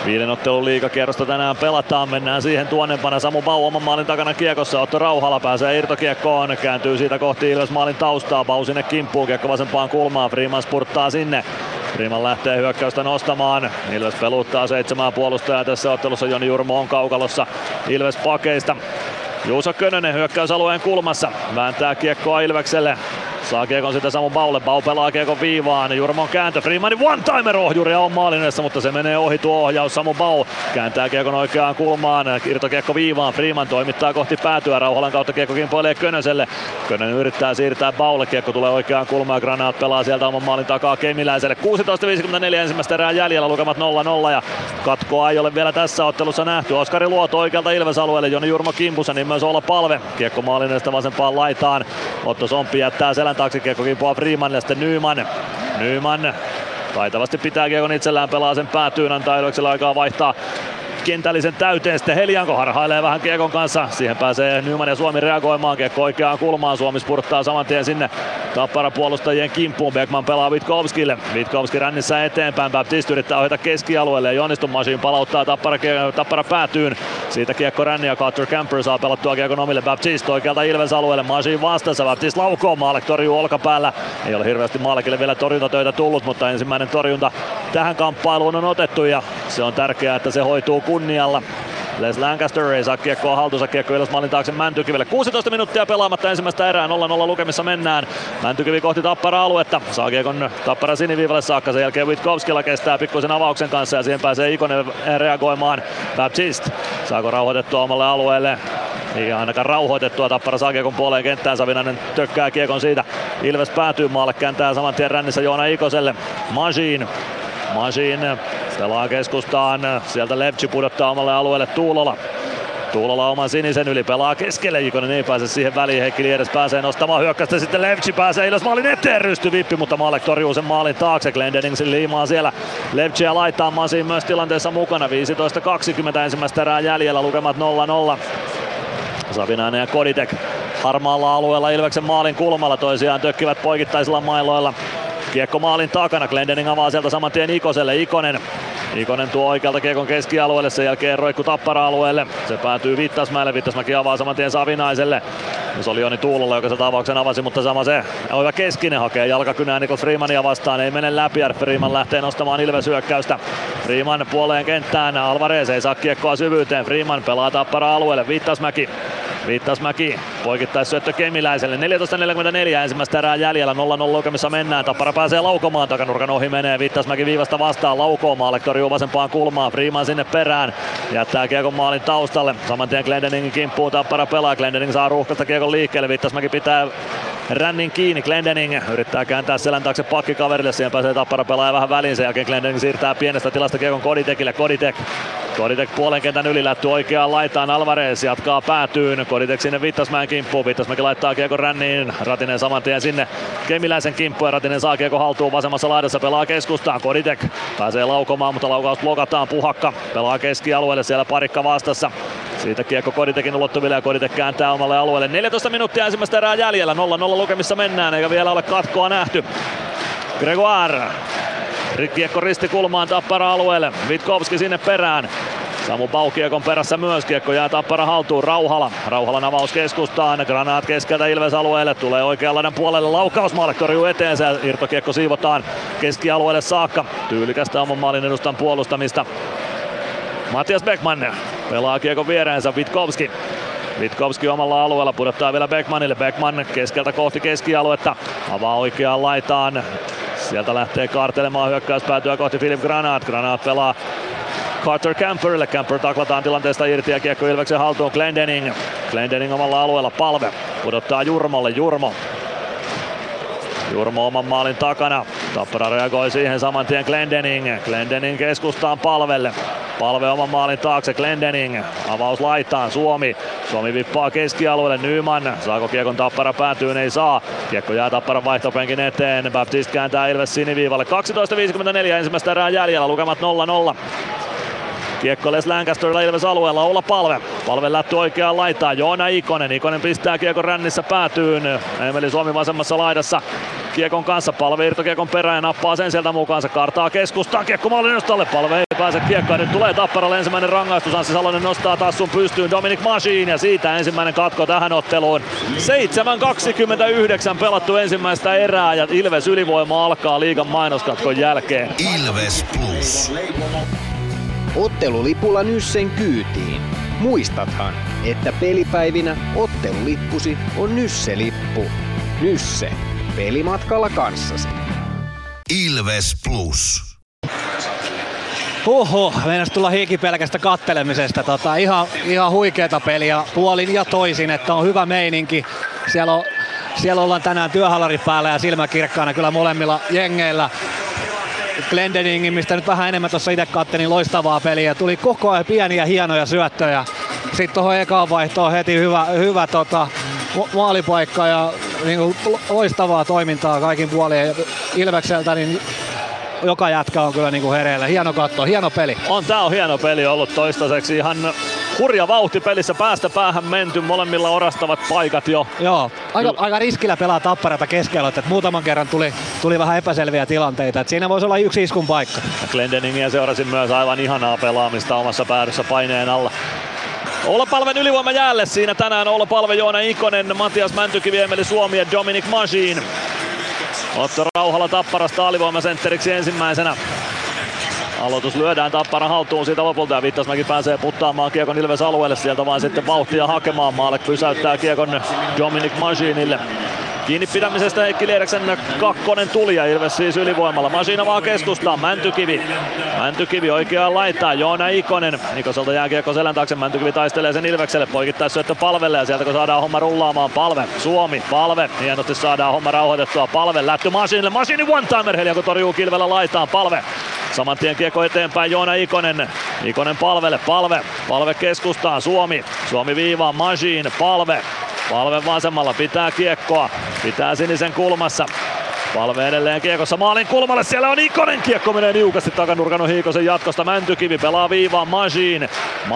5 ottelun liigakierrosta tänään pelataan. Mennään siihen tuonnempana. Samu Bau oman maalin takana kiekossa. Otto Rauhala pääsee irtokiekkoon. Kääntyy siitä kohti Ilves maalin taustaa. Bau sinne kimppuun. Kiekko vasempaan kulmaan. Freeman spurttaa sinne. Freeman lähtee hyökkäystä nostamaan. Ilves peluttaa 7 puolustajaa tässä ottelussa. Joni Jurmo on kaukalossa Ilves pakeista. Juuso Könönen hyökkäysalueen kulmassa. Vääntää kiekkoa Ilvekselle. Saa kiekon sitten Samu Baulle. Bau pelaa kiekon viivaan. Jurmon kääntö. Freemanin one-timer-ohjuri on maalin edessä, mutta se menee ohi tuo ohjaus. Samu Bau kääntää kiekon oikeaan kulmaan. Irtokiekko viivaan. Freeman toimittaa kohti päätyä. Rauhalan kautta kiekko kimpoilee Könöselle. Könönen yrittää siirtää Baulle. Kiekko tulee oikeaan kulmaan. Granaat pelaa sieltä oman maalin takaa Kemiläiselle. 16.54 ensimmäistä erää jäljellä. Lukemat 0-0 ja katkoa ei ole vielä tässä ottelussa nähty. Oskari Luoto oikealta Ilves-alueelle. Joni Jurmo kimpussa, niin myös Olla Palve. Kiekko maalin edestä vasempaan laitaan. Otto Somppi jättää selän taakse. Kiekko kimpoaa Freemanille, sitten Nyman taitavasti pitää kiekon itsellään, pelaa sen päätyyn, antaa Ilvekselle aikaa vaihtaa kentällisen täyteen. Sitten Helianko harhailee vähän kiekon kanssa. Siihen pääsee Nyman ja Suomi reagoimaan. Kiekko oikeaan kulmaan. Suomi spurttaa saman tien sinne Tappara puolustajien kimppuun. Beckman pelaa Witkowskille. Witkowski rännissä eteenpäin. Baptiste yrittää ohjata keskialueelle ja onnistu. Machine palauttaa Tappara päätyyn. Siitä kiekko ränni ja Carter Camper saa pelattua kiekon omille. Baptiste oikealta Ilves alueelle. Machine vastassa. Baptiste laukoo. Maalek torjuu olkapäällä. Ei ole hirveästi Maalekille vielä torjuntatöitä tullut, mutta ensimmäinen torjunta tähän kamppailuun on otettu ja se on tärkeää, että se hoituu kunnialla. Les Lancaster ei saa kiekkoa haltuunsa. Kiekko Ilves maalin taakse Mäntykivelle. 16 minuuttia pelaamatta ensimmäistä erää. 0-0 lukemissa mennään. Mäntykivi kohti Tappara-aluetta. Saa kiekon Tappara siniviivalle saakka. Sen jälkeen Witkowskilla kestää pikkuisen avauksen kanssa ja siihen pääsee Ikonen reagoimaan. Baptiste saako rauhoitettua omalle alueelle? Ei ainakaan rauhoitettua. Tappara saa kiekon puoleen kenttään. Savinainen tökkää kiekon siitä. Ilves päätyy maalle. Kääntää saman tien rännissä Joona Ikoselle. Machine pelaa keskustaan. Sieltä Levci pudottaa omalle alueelle Tuulola oman sinisen yli, pelaa keskelle, Ikonen ei pääse siihen väliin, Heikki Liedes pääsee nostamaan hyökkäystä, sitten Levci pääsee Ilves maalin eteen, rysty-vippi, mutta Maalek torjuu sen maalin taakse, Glendening liimaa siellä Levciä laittaa, Masin myös tilanteessa mukana, 15.20 ensimmäistä erää jäljellä, lukemat 0-0. Savinainen ja Koditek harmaalla alueella Ilveksen maalin kulmalla, toisiaan tökkivät poikittaisilla mailoilla. Kiekko maalin takana, Glendening avaa sieltä saman tien Ikoselle, Ikonen tuo oikealta kiekon keskialueelle, sen jälkeen roikku Tappara-alueelle. Se päätyy Vittasmäelle, Vittasmäki avaa saman tien Savinaiselle. Se oli Joni Tuulola, joka se avauksen avasi, mutta sama se Oiva Keskinen hakee jalkakynää Nikos Freemania vastaan, ei mene läpi ja Freeman lähtee nostamaan Ilves-hyökkäystä. Freeman puoleen kenttään, Alvarez ei saa kiekkoa syvyyteen, Freeman pelaa Tappara-alueelle, Viittasmäki poikittaissyöttö Kemiläiselle. 14.44 ensimmäistä erää jäljellä. 0-0 lukemissa mennään. Tappara pääsee laukomaan. Takanurkan ohi menee. Viittasmäki viivasta vastaan. Laukoo. Maalek torjuu vasempaan kulmaan. Freeman sinne perään. Jättää kiekon maalin taustalle. Saman tien Glendeningin kimppuun Tappara pelaa. Glendening saa ruuhkasta kiekon liikkeelle. Viittasmäki pitää rännin kiinni. Glendening yrittää kääntää selän taakse pakkikaverille. Siihen pääsee Tappara pelaaja vähän väliin. Sen jälkeen Glendening siirtää pienestä tilasta kiekon Koditekille. Koditek puolen kentän yli lätty oikeaan laitaan. Alvarez jatkaa päätyyn. Koditek sinne Vittasmäen kimppuun. Vittasmäki laittaa kiekon ränniin. Ratinen saman tien sinne Kemiläisen kimppuun. Ratinen saa kiekon haltuun vasemmassa laidassa. Pelaa keskustaan. Koditek pääsee laukomaan, mutta laukaus blokataan. Puhakka pelaa keskialueelle. Siellä parikka vastassa. Siitä kiekko Koditekin ulottuville ja Koditek kääntää omalle alueelle. 14 minuuttia ensimmäistä erää jäljellä. 0-0 lukemissa mennään eikä vielä ole katkoa nähty. Gregoire. Kiekko ristikulmaan Tappara-alueelle. Witkowski sinne perään. Samu Bau kiekon perässä myös. Kiekko jää Tappara haltuun. Rauhalan avaus keskustaan. Granaat keskeltä Ilves-alueelle. Tulee oikean laidan puolelle. Laukaus Maalek torjuu eteensä. Irtokiekko siivotaan keskialueelle saakka. Tyylikästä oman maalin edustan puolustamista. Mattias Beckman pelaa kiekon viereensä. Witkowski omalla alueella pudottaa vielä Beckmanille. Beckman keskeltä kohti keskialuetta. Avaa oikeaan laitaan. Sieltä lähtee kaartelemaan hyökkäyspäätyä kohti Filip Granaat. Granaat pelaa Carter Camperille. Camper taklataan tilanteesta irti ja kiekko Ilveksen haltuun. Glendening omalla alueella. Palve pudottaa Jurmolle. Jurmo oman maalin takana. Tappara reagoi siihen saman tien Glendening keskustaan Palvelle. Palve oman maalin taakse, Glendening. Avaus laitaan, Suomi vippaa keskialueelle, Nyman. Saako kiekon Tappara päätyyn? Ei saa. Kiekko jää Tapparan vaihtopenkin eteen. Baptiste kääntää Ilves siniviivalle. 12.54 ensimmäistä erää jäljellä, lukemat 0-0. Kiekko Les Lancasterilla Ilves alueella, Olla Palve lätty oikeaan laitaan, Joona Ikonen pistää kiekon rännissä päätyyn. Emeli Suomi vasemmassa laidassa kiekon kanssa. Palve irtokiekon perään ja nappaa sen sieltä mukaansa. Kartaa keskustaan. Kiekko maalin nostalle. Palve ei pääse kiekkaan. Nyt tulee Tapparalle ensimmäinen rangaistus. Anssi Salonen nostaa tassun pystyyn. Dominic Machine ja siitä ensimmäinen katko tähän otteluun. 7.29 pelattu ensimmäistä erää ja Ilves ylivoima alkaa liigan mainoskatkon jälkeen. Ilves Plus. Ottelulipulla Nyssen kyytiin. Muistathan, että pelipäivinä ottelulippusi on Nysse-lippu. Nysse. Pelimatkalla kanssasi. Ilves Plus. Meinas tulla hiki pelkästä kattelemisesta. Ihan huikeeta peliä puolin ja toisin, että on hyvä meininki. Siellä ollaan tänään työhallari päällä ja silmäkirkkaana kyllä molemmilla jengeillä. Glendeningin, mistä nyt vähän enemmän tuossa itse kattelin, loistavaa peliä. Tuli koko ajan pieniä hienoja syöttöjä. Sitten tuohon ekaan vaihtoon heti hyvä maalipaikka ja niin loistavaa toimintaa kaikin puolin. Ilvekseltä niin joka jätkä on kyllä niin hereillä. Hieno katto, hieno peli. Tää on hieno peli ollut toistaiseksi. Ihan hurja vauhti pelissä, päästä päähän menty, molemmilla orastavat paikat jo. Joo, aika riskillä pelaa Tapparata keskellä, että muutaman kerran tuli vähän epäselviä tilanteita. Että siinä voisi olla yksi iskun paikka. Glendeningiä seurasi myös aivan ihanaa pelaamista omassa päädyssä paineen alla. Olla Palven ylivoima jäälle siinä tänään. Olla Palve, Joona Ikonen, Matias Mäntykivi, Emeli Suomi ja Dominic Machine. Otto Rauhala Tapparasta alivoimasentteriksi ensimmäisenä. Aloitus lyödään Tapparan haltuun siitä lopulta ja Vittasmäki pääsee puttaamaan kiekon Ilves alueelle. Sieltä vain sitten vauhtia hakemaan. Maalek pysäyttää kiekon Dominic Machinelle. Kiinni pidämisestä Heikki Liereksen kakkonen tuli ja Ilves siis ylivoimalla. Machine vaan keskustaan. Mäntykivi oikeaan laittaa. Joona Ikonen. Ikoselta jää kiekko selän taakse. Mäntykivi taistelee sen Ilvekselle. Poikittais syöttö Palvelle ja sieltä kun saadaan homma rullaamaan. Suomi. Palve. Hienosti saadaan homma rauhoitettua. Palve lähtö Machinelle. Machine one-timer. Helianko torjuu kilvellä laitaan. Palve. Saman tien kiekko eteenpäin. Joona Ikonen. Ikonen Palvelle. Palve keskustaan. Suomi viivaan. Machine. Palve vasemmalla pitää kiekkoa, pitää sinisen kulmassa. Palve edelleen kiekossa maalin kulmalle, siellä on Ikonen, kiekko menee niukasti takanurkan on Hiikosen jatkosta. Mäntykivi pelaa viivaan, Machine,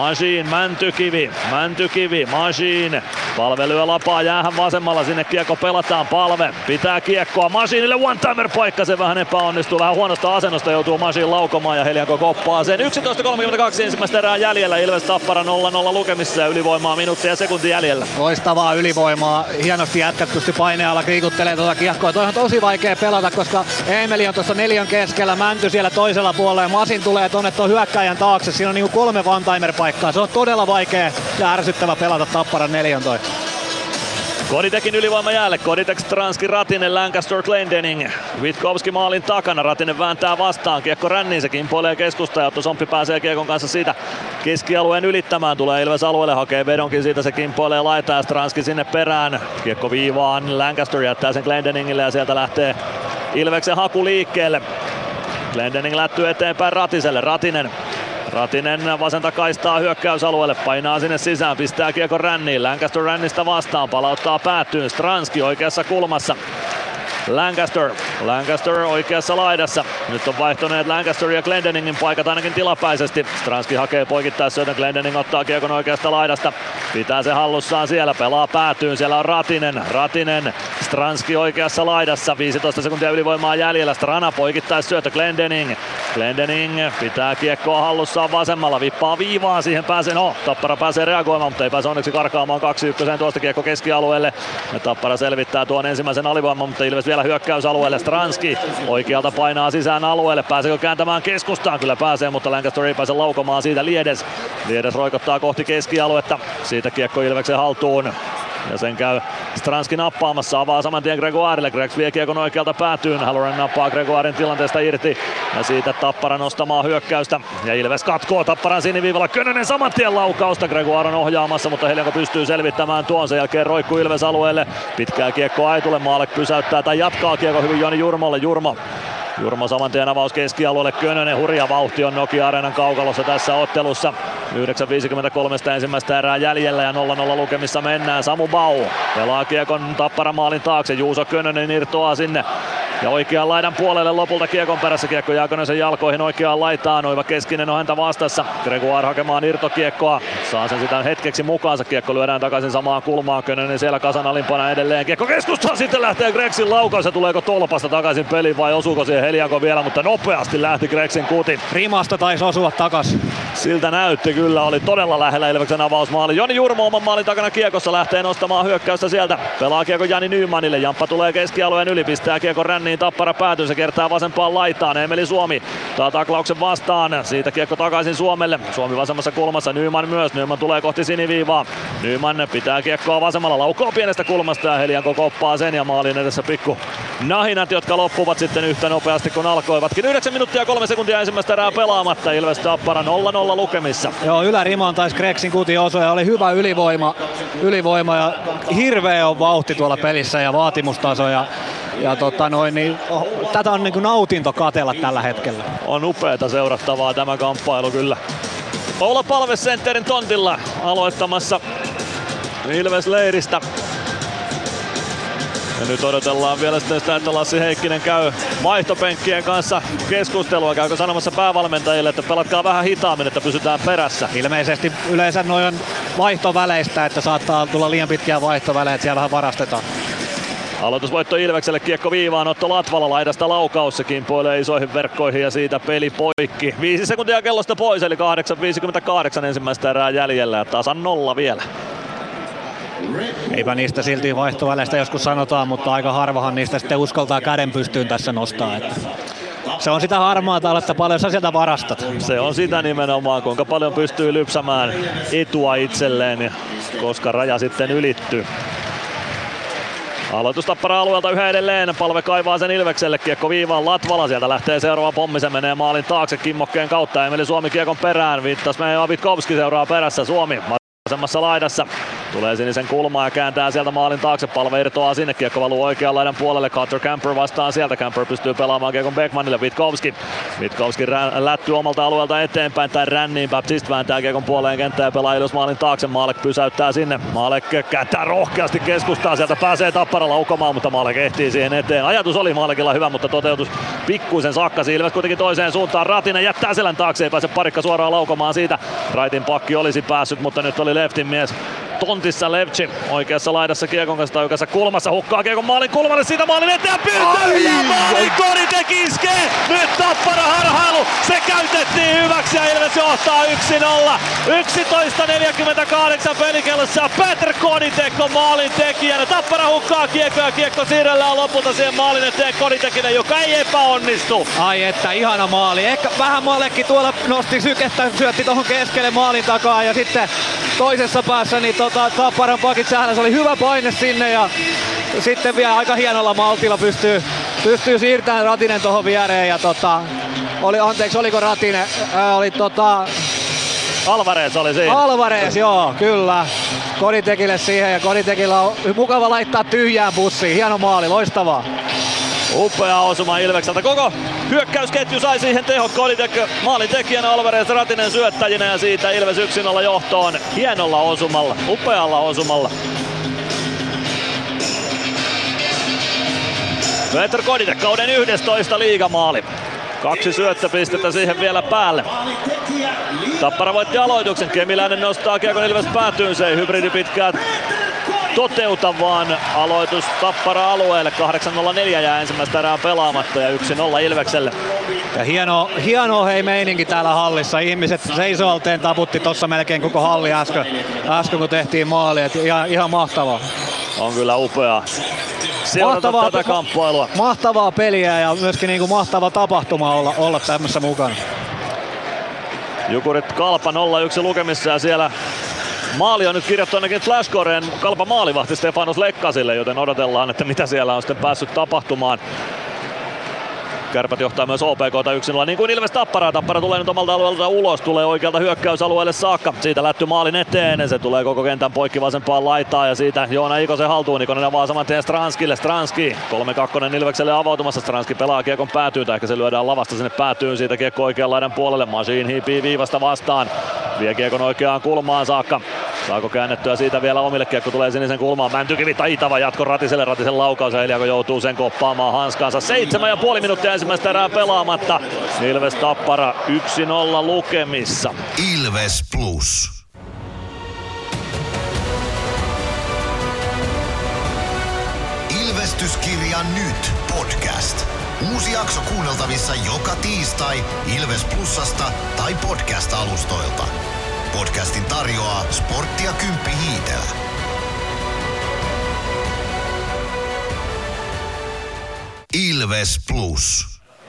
Mäntykivi, Machine. Palve lyö lapaa jäähän vasemmalla, sinne kiekko pelataan, Palve pitää kiekkoa, Machinelle one-timer paikka, se vähän epäonnistuu, vähän huonosta asennosta joutuu Machine laukomaan ja Helianko koppaa sen. 11.32 ensimmäistä erää jäljellä, Ilves Tappara 0-0 lukemissa ja ylivoimaa minuuttia ja sekunti jäljellä. Loistavaa ylivoimaa, hienosti jätkät pysty painealla kiikuttelee tuota kiekkoa, toi on tosi vaikea pelata, koska Emeli on tuossa neljän keskellä, Mänty siellä toisella puolella ja Masin tulee tonne tuon hyökkäjän taakse. Siinä on niinku 3 one-timer paikkaa. Se on todella vaikea ja ärsyttävä pelata Tapparan 4 toi. Koditekin ylivoima jäälle. Koditek, Stranski, Ratinen, Lancaster, Glendening. Witkowski maalin takana. Ratinen vääntää vastaan. Kiekko ränniin. Se kimpoilee keskusta ja Otto Somppi pääsee kiekon kanssa siitä keskialueen ylittämään. Tulee Ilves alueelle. Hakee vedonkin siitä. Se kimpoilee laitaa ja Stranski sinne perään. Kiekko viivaan. Lancaster jättää sen Glendeningille ja sieltä lähtee Ilveksen haku liikkeelle. Glendening lättyy eteenpäin Ratiselle. Ratinen vasenta kaistaa hyökkäysalueelle, painaa sinne sisään, pistää kiekon ränniin. Lancaster rännistä vastaan, palauttaa päätyyn. Stranski oikeassa kulmassa. Lancaster oikeassa laidassa. Nyt on vaihtuneet Lancaster ja Glendeningin paikat ainakin tilapäisesti. Stranski hakee poikittaisyötön, Glendening ottaa kiekon oikeasta laidasta. Pitää se hallussaan siellä, pelaa päätyyn. Siellä on Ratinen. Stranski oikeassa laidassa. 15 sekuntia ylivoimaa jäljellä. Strana poikittaisyötö, Glendening pitää kiekkoa hallussaan vasemmalla. Vippaa viivaan, siihen pääsee. Tappara pääsee reagoimaan, mutta ei pääse onneksi karkaamaan 2-1 tuosta kiekko keskialueelle. Ja Tappara selvittää tuon ensimmäisen alivoiman, mutta Ilves vielä hyökkäysalueelle. Stranski oikealta painaa sisään alueelle. Pääseekö kääntämään keskustaan? Kyllä pääsee, mutta Lancaster ei pääse laukomaan siitä. Liedes roikottaa kohti keskialuetta. Siitä kiekko Ilveksen haltuun. Ja sen käy Stranski nappaamassa, avaa saman tien Gregoirelle. Gregs vie kiekon oikealta päätyyn. Halloran nappaa Gregoirin tilanteesta irti. Ja siitä Tappara nostamaan hyökkäystä. Ja Ilves katkoo Tapparan siniviivalla. Könönen saman tien laukausta. Gregoire on ohjaamassa, mutta Helianko pystyy selvittämään tuon. Sen jälkeen roikkuu Ilves alueelle. Pitkää kiekko Aitulle. Maalek pysäyttää tai jatkaa kiekko hyvin Joni Jurmolle. Jurmo saman tien avaus keskialueelle. Könönen, hurja vauhti on Nokia-areenan kaukalossa tässä ottelussa. 9.53 ensimmäistä erää jäljellä ja 0-0 lukemissa mennään. Samu Bau pelaa kiekon Tapparan maalin taakse. Juuso Könönen irtoaa sinne Ja oikean laidan puolelle lopulta kiekon perässä. Kiekko jää Könösen jalkoihin oikeaan laitaan. Oiva Keskinen on häntä vastassa. Gregoire hakemaan irtokiekkoa. Saa sen sitä hetkeksi mukaansa. Kiekko lyödään takaisin samaan kulmaan. Könönen siellä kasan alimpana edelleen. Kiekko keskustaan. Sitten lähtee Gregsin laukaus. Ja tuleeko tolpasta takaisin peliin vai osuuko siihen Helianko vielä? Mutta nopeasti lähti Gregsin kuti. Rimasta taisi osua takas. Siltä näytti kyllä. Oli todella lähellä Ilveksen avausmaali. Joni Jurmo oman maalin takana kiekossa lähtee nostamaan hyökkäystä sieltä. Pelaa kiekko Jani Nymannille. Jamppa tulee keskialueen yli. Pistää kiekko ränniin. Tappara päätyy. Se kertaa vasempaan laitaan. Emeli Suomi taa taklauksen vastaan. Siitä kiekko takaisin Suomelle. Suomi vasemmassa kulmassa. Nyman myös. Nyman tulee kohti siniviivaa. Nyman pitää kiekkoa vasemmalla. Laukoo pienestä kulmasta ja Helianko koppaa sen. Ja maalin edessä pikku nahinat, jotka loppuvat sitten yhtä nopeasti kun alkoivatkin. 9 minuuttia 3 sekuntia ensimmäistä erää pelaamatta. Ilves Tappara 0-0 lukemissa. Joo, ylärimaan taisi Gregsin kuti osua ja oli hyvä ylivoima ja hirveä on vauhti tuolla pelissä ja vaatimustaso ja tätä on niin kuin nautinto katsella tällä hetkellä. On upeata seurattavaa tämä kamppailu kyllä. Oula Palve sentterin tontilla aloittamassa Ilves-leiristä. Ja nyt odotellaan vielä sitä, että Lassi Heikkinen käy vaihtopenkkien kanssa keskustelua. Käykö sanomassa päävalmentajille, että pelatkaa vähän hitaammin, että pysytään perässä. Ilmeisesti yleensä noin on vaihtoväleistä, että saattaa tulla liian pitkiä vaihtovälejä, että siellä vähän varastetaan. Aloitusvoitto Ilvekselle, kiekko viivaan, Otto Latvala laidasta laukaus, se kimpoilee isoihin verkkoihin ja siitä peli poikki. 5 sekuntia kellosta pois, eli 8.58 ensimmäistä erää jäljellä ja tasan 0 vielä. Eipä niistä silti vaihtoväleistä joskus sanotaan, mutta aika harvahan niistä sitten uskaltaa käden pystyyn tässä nostaa. Että se on sitä harmaata, että paljon sä sieltä varastat. Se on sitä nimenomaan, kuinka paljon pystyy lypsämään etua itselleen, koska raja sitten ylittyy. Aloitus Tappara alueelta yhä edelleen. Palve kaivaa sen Ilvekselle. Kiekko viivaan Latvala. Sieltä lähtee seuraava pommi. Se menee maalin taakse kimmokkeen kautta. Emeli Suomi kiekon perään. Vittas menee Vitkovski seuraa perässä. Suomi vasemmassa laidassa. Tulee sinisen kulmaa ja kääntää sieltä maalin taakse. Palve irtoaa sinne. Kiekko valuu oikean laidan puolelle. Carter Camper vastaan sieltä. Camper pystyy pelaamaan kiekon Beckmanille. Vitkovski lättyy omalta alueelta eteenpäin tai ränniin. Baptiste vääntää kiekon puoleen kenttään ja pelaa Ilves maalin taakse. Maalek pysäyttää sinne. Maalek kääntää rohkeasti keskustaa. Sieltä pääsee Tappara laukomaan, mutta Maalek ehtii siihen eteen. Ajatus oli Maalekilla hyvä, mutta toteutus pikkuisen sakkasi. Ilves kuitenkin toiseen suuntaan. Ratinen jättää selän taakse. Ei pääse Parikka suoraan laukomaan siitä. Raitin pakki olisi päässyt, mutta nyt oli leftin mies tontissa. Levci oikeassa laidassa kiekon kanssa tai oikeassa kulmassa hukkaa kiekon maalin kulmalle, siitä maalin eteen pyytää ja maalin Koditek iskee! Nyt Tappara harhailu, se käytettiin hyväksi ja Ilves johtaa 1-0. 11.48 pelikellossa Petr Koditek on maalin tekijänä. Tappara hukkaa kiekkoa ja kiekko siirrellään lopulta siihen maalin eteen Koditekille, joka ei epäonnistu. Ai että ihana maali. Ehkä vähän Malekki tuolla nosti sykettä, syötti tuohon keskelle maalin takaa ja sitten toisessa päässä niin Tapparan pakit sähläs, oli hyvä paine sinne ja sitten vielä aika hienolla maltilla pystyy siirtämään Ratinen tuohon viereen ja oliko Ratinen? Oli Alvarez oli siinä. Alvarez, joo, kyllä. Koditekille siihen ja Koditekilla on mukava laittaa tyhjään bussiin. Hieno maali, loistavaa. Upea osuma Ilvekseltä. Koko hyökkäysketju sai siihen tehot. Koditek maalin tekijänä, Alvarez Ratinen syöttäjinä ja siitä Ilves 1-0 johtoon hienolla osumalla, upealla osumalla. Petr Koditek kauden 11 liigamaali. 2 syöttöpistettä siihen vielä päälle. Tappara voitti aloituksen. Kemiläinen nostaa kiekon Ilves päätyyn. Se ei hybridi pitkään toteuta, vaan aloitus Tappara alueelle. 8.04 jää ensimmäistä erää pelaamatta ja 1-0 Ilvekselle. Ja hieno meininki täällä hallissa. Ihmiset seisoalteen taputti tossa melkein koko halli äsken kun tehtiin maali. Ihan mahtavaa. On kyllä upeaa seurata tätä kamppailua. Mahtavaa peliä ja myöskin niinku mahtava tapahtuma olla tämmössä mukana. Jukurit Kalpa 0-1 lukemissa ja siellä maali on nyt kirjattu ainakin flashcoreen Kalpa maalivahti Stefanos Lekkasille, joten odotellaan, että mitä siellä on sitten päässyt tapahtumaan. Kärpät johtaa myös OPK:ta 1-0, niin kuin Ilves Tapparaa. Tappara tulee nyt omalta alueelta ulos, tulee oikealta hyökkäysalueelle saakka. Siitä lätty maalin eteen, se tulee koko kentän poikki vasempaan laitaan ja siitä Joona Ikosen haltuun. Ikonen avaa saman tien Stranskille. Stranski 3-2 Ilvekselle avautumassa. Stranski pelaa kiekon päätyyn, tai ehkä se lyödään lavasta sinne päätyyn. Siitä kiekko oikean laidan puolelle. Machine hiipii viivasta vastaan. Vie kiekon oikeaan kulmaan saakka. Saako käännettyä siitä vielä omille, kiekko tulee sinisen kulmaan. Mäntykivi taitava jatko Ratiselle, Ratisen laukaus ja Helianko joutuu sen koppaamaan hanskaansa. 7,5 minuuttia ensimmäistä erää pelaamatta. Ilves Tappara 1-0 lukemissa. Ilves Plus. Ilvestyskirja nyt podcast. Uusi jakso kuunneltavissa joka tiistai Ilves Plusasta tai podcast-alustoilta. Podcastin tarjoaa Sporttia Kymppi Hiitelä. Ilves Plus.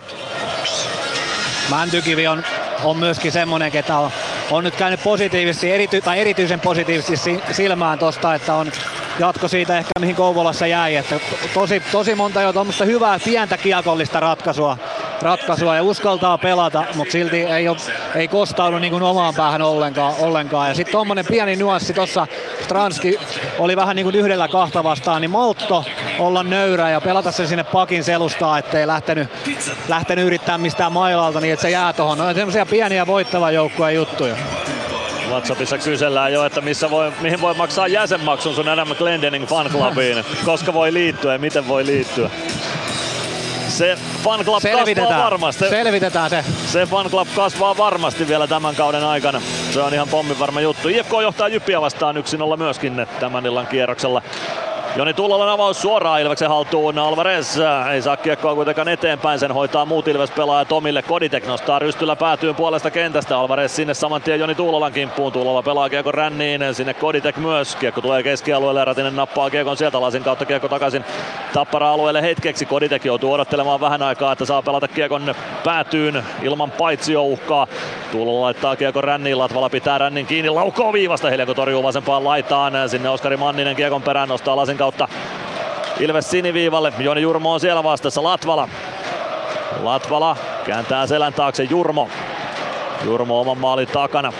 Mäntykivi on myöskin semmonen, ketä on nyt käynyt positiivisesti, erityisen positiivisesti silmään tosta, että on jatko siitä ehkä mihin Kouvolassa jäi, että tosi monta jo tuommoista hyvää pientä kiekollista ratkaisua ja uskaltaa pelata, mutta silti ei kostaudu niin kuin omaan päähän ollenkaan. Ja sitten tommonen pieni nuanssi tossa, Stranski oli vähän niin kuin 1-2 vastaan, niin maltto olla nöyrä ja pelata sen sinne pakin selustaa, ettei lähtenyt yrittää mistään mailalta niin, että se jää tohon. No on semmosia pieniä voittavan joukkueen juttuja. WhatsAppissa kysellään jo, että mihin voi maksaa jäsenmaksun sun Adam Glendening Fan Clubiin, koska voi liittyä ja miten voi liittyä. Se Fan Club kasvaa varmasti. Selvitetään se. Se Fan Club kasvaa varmasti vielä tämän kauden aikana. Se on ihan pommin varma juttu. IFK johtaa Jyppiä vastaan 1-0 myöskin tämän illan kierroksella. Joni Tullolan avaus suoraan Ilveksen haltuun. Alvarez ei saa kiekkoa kuitenkaan eteenpäin. Sen hoitaa muut Ilves-pelaajat omille. Koditek nostaa rystyllä päätyyn puolesta kentästä. Alvarez sinne saman tien Joni Tullolan kimppuun. Tullola pelaa kiekon ränniin. Sinne Koditek myös. Kiekko tulee keskialueelle. Ratinen nappaa kiekon sieltä. Lasin kautta kiekko takaisin Tappara-alueelle hetkeksi. Koditek joutuu odottelemaan vähän aikaa, että saa pelata kiekon päätyyn ilman paitsiouhkaa. Tullola laittaa kiekon ränniin. Latvala pitää rännin kiinni. Laukoo viivasta. Helianko torjuu vasempaan laitaan. Sinne Oskari Manninen kiekon perään nostaa Lasin kautta Ilves siniviivalle. Joni Jurmo on siellä vastassa. Latvala kääntää selän taakse. Jurmo oman maalin takana.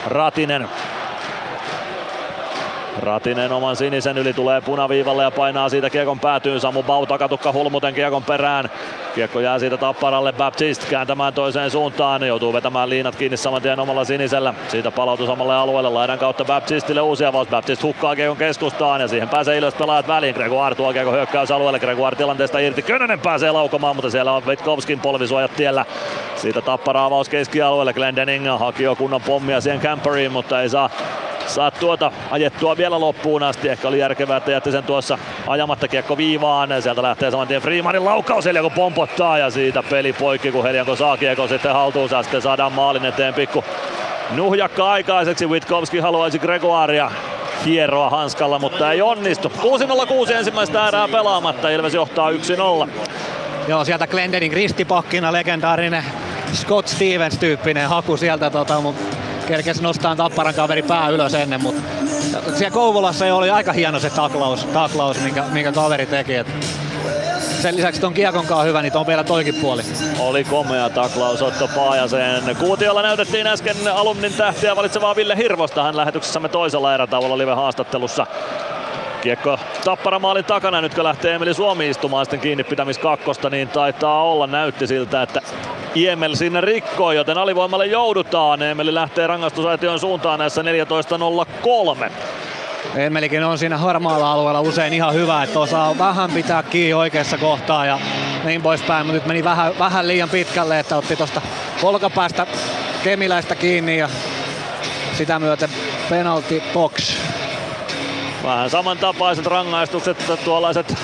Ratinen oman sinisen yli tulee punaviivalle ja painaa siitä kiekon päätyyn. Samu Bau takatukka Hulmuten kiekon perään. Kiekko jää siitä Tapparalle. Baptiste kääntämään toiseen suuntaan. Joutuu vetämään liinat kiinni saman tien omalla sinisellä. Siitä palautuu samalle alueelle. Laidan kautta Baptistille uusi avaus. Baptiste hukkaa kiekon keskustaan ja siihen pääsee Ilves pelaajat väliin. Gregoire tuo kiekon hyökkäysalueelle. Gregoire tilanteesta irti. Könönen pääsee laukomaan, mutta siellä on Vitkovskin polvisuojat tiellä. Siitä Tappara avaus keskialueelle. Glendening haki jo kunnon pommia siihen Camperiin, mutta ei saa tuota ajettua vielä loppuun asti. Ehkä oli järkevää, että jätti sen tuossa ajamatta kiekko viivaan. Sieltä lähtee saman tien Freemanin laukaus. Helianko pompottaa ja siitä peli poikki, kun Helianko saa kiekko sitten haltuunsa. Sitten saadaan maalin eteen pikku nuhjakka aikaiseksi. Witkowski haluaisi Gregoirea hieroa hanskalla, mutta ei onnistu. 6-0-6 ensimmäistä erää pelaamatta. Ilves johtaa 1-0. Joo, sieltä Glendening ristipakkina legendaarinen Scott Stevens-tyyppinen haku sieltä, kerkesi nostaa Tapparan kaveri pää ylös ennen, mutta siellä Kouvolassa oli aika hieno se taklaus minkä kaveri teki. Sen lisäksi ton kiekonkaan hyvä, niin on vielä toikin puoli. Oli komea taklaus Otto Paajaseen. Kuutiolla näytettiin äsken Alumnin tähtiä valitsevaa Ville Hirvosta. Hän lähetyksessämme toisella erätauolla live-haastattelussa. Kiekko Tappara maalin takana, nytkö lähtee Emeli Suomi istumaan sitten kiinni pitämis kakkosta, niin taitaa olla, näytti siltä, että Iemel sinne rikkoi, joten alivoimalle joudutaan. Emeli lähtee rangaistusaition suuntaan näissä 14.03. Emelikin on siinä harmaalla alueella usein ihan hyvä, että osaa vähän pitää kiinni oikeassa kohtaa ja niin poispäin, mutta nyt meni vähän liian pitkälle, että otti tuosta olkapäästä Kemiläistä kiinni ja sitä myöten penalty box. Vähän samantapaiset rangaistukset, tuollaiset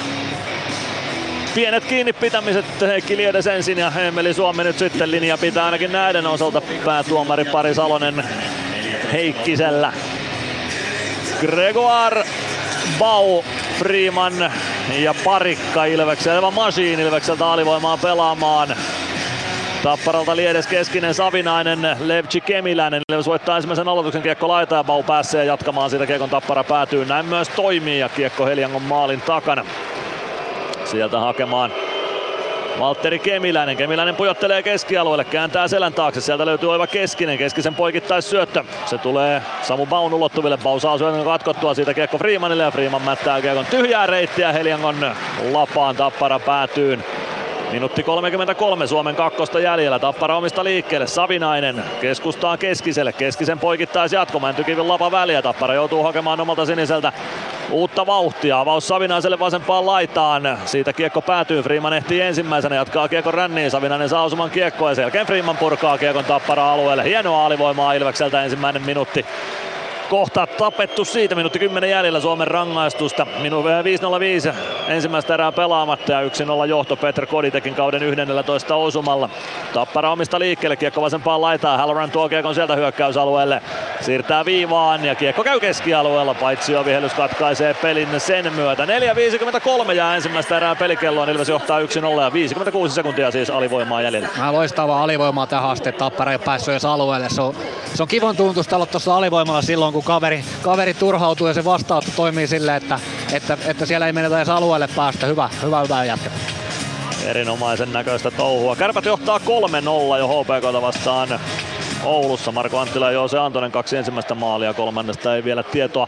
pienet kiinni pitämiset. Heikki Liedes ensin ja Emeli Suomi nyt sitten linja pitää ainakin näiden osalta. Päätuomari Pari Salonen Heikkisellä. Gregoire, Bau, Freeman ja Parikka Ilvekseltä, Machine Ilvekseltä alivoimaa pelaamaan. Tapparalta Liedes, Keskinen, Savinainen, Levci, Kemiläinen. Ilves voittaa ensimmäisen aloituksen, kiekko laita ja Bau pääsee jatkamaan siitä kiekon Tappara päätyy. Näin myös toimii ja kiekko Heliangon maalin takana. Sieltä hakemaan Valtteri Kemiläinen. Kemiläinen pujottelee keskialueelle, kääntää selän taakse. Sieltä löytyy oiva Keskinen. Keskisen poikittaisyöttö. Se tulee Samu Baun ulottuville. Bau saa syötön katkottua siitä kiekko Freemanille ja Freeman mättää kiekon tyhjää reittiä Heliangon lapaan Tappara päätyyn. Minuutti 33 Suomen kakkosta jäljellä. Tappara omista liikkeelle. Savinainen keskustaan Keskiselle. Keskisen poikittais jatko. Mäntykivin lapa väliä. Tappara joutuu hakemaan omalta siniseltä uutta vauhtia. Avaus Savinaiselle vasempaan laitaan. Siitä kiekko päätyy. Freeman ehtii ensimmäisenä. Jatkaa kiekon ränniin. Savinainen saa osuman kiekkoa ja sen jälkeen Freeman purkaa kiekon Tappara alueelle. Hienoa alivoimaa Ilvekseltä ensimmäinen minuutti. Kohta tapettu siitä, minuutti 10 jäljellä Suomen rangaistusta. 5:05 ensimmäistä erää pelaamatta ja 1-0 johto Petr Koditekin kauden 11 osumalla. Tappara omista liikkeelle, kiekko vasempaan laitaan. Halloran tuo kiekon sieltä hyökkäysalueelle. Siirtää viivaan ja kiekko käy keskialueella. Paitsi jo vihellys katkaisee pelin sen myötä. 4:53 jää ensimmäistä erää pelikelloon. Ilves johtaa 1-0 ja 56 sekuntia siis alivoimaa jäljellä. Loistavaa alivoimaa tähän asti. Tappara ei ole päässyt edes alueelle. Se on kivan tuntusta olla tuossa alivoimalla silloin, kun kaveri turhautuu ja se vastaanotto toimii silleen, että siellä ei menetä edes alueelle päästä. Hyvä jatka. Erinomaisen näköistä touhua. Kärpät johtaa 3-0 jo HPK:ta vastaan Oulussa. Marko Anttila ja Joose Antonen 2 ensimmäistä maalia, kolmannesta ei vielä tietoa.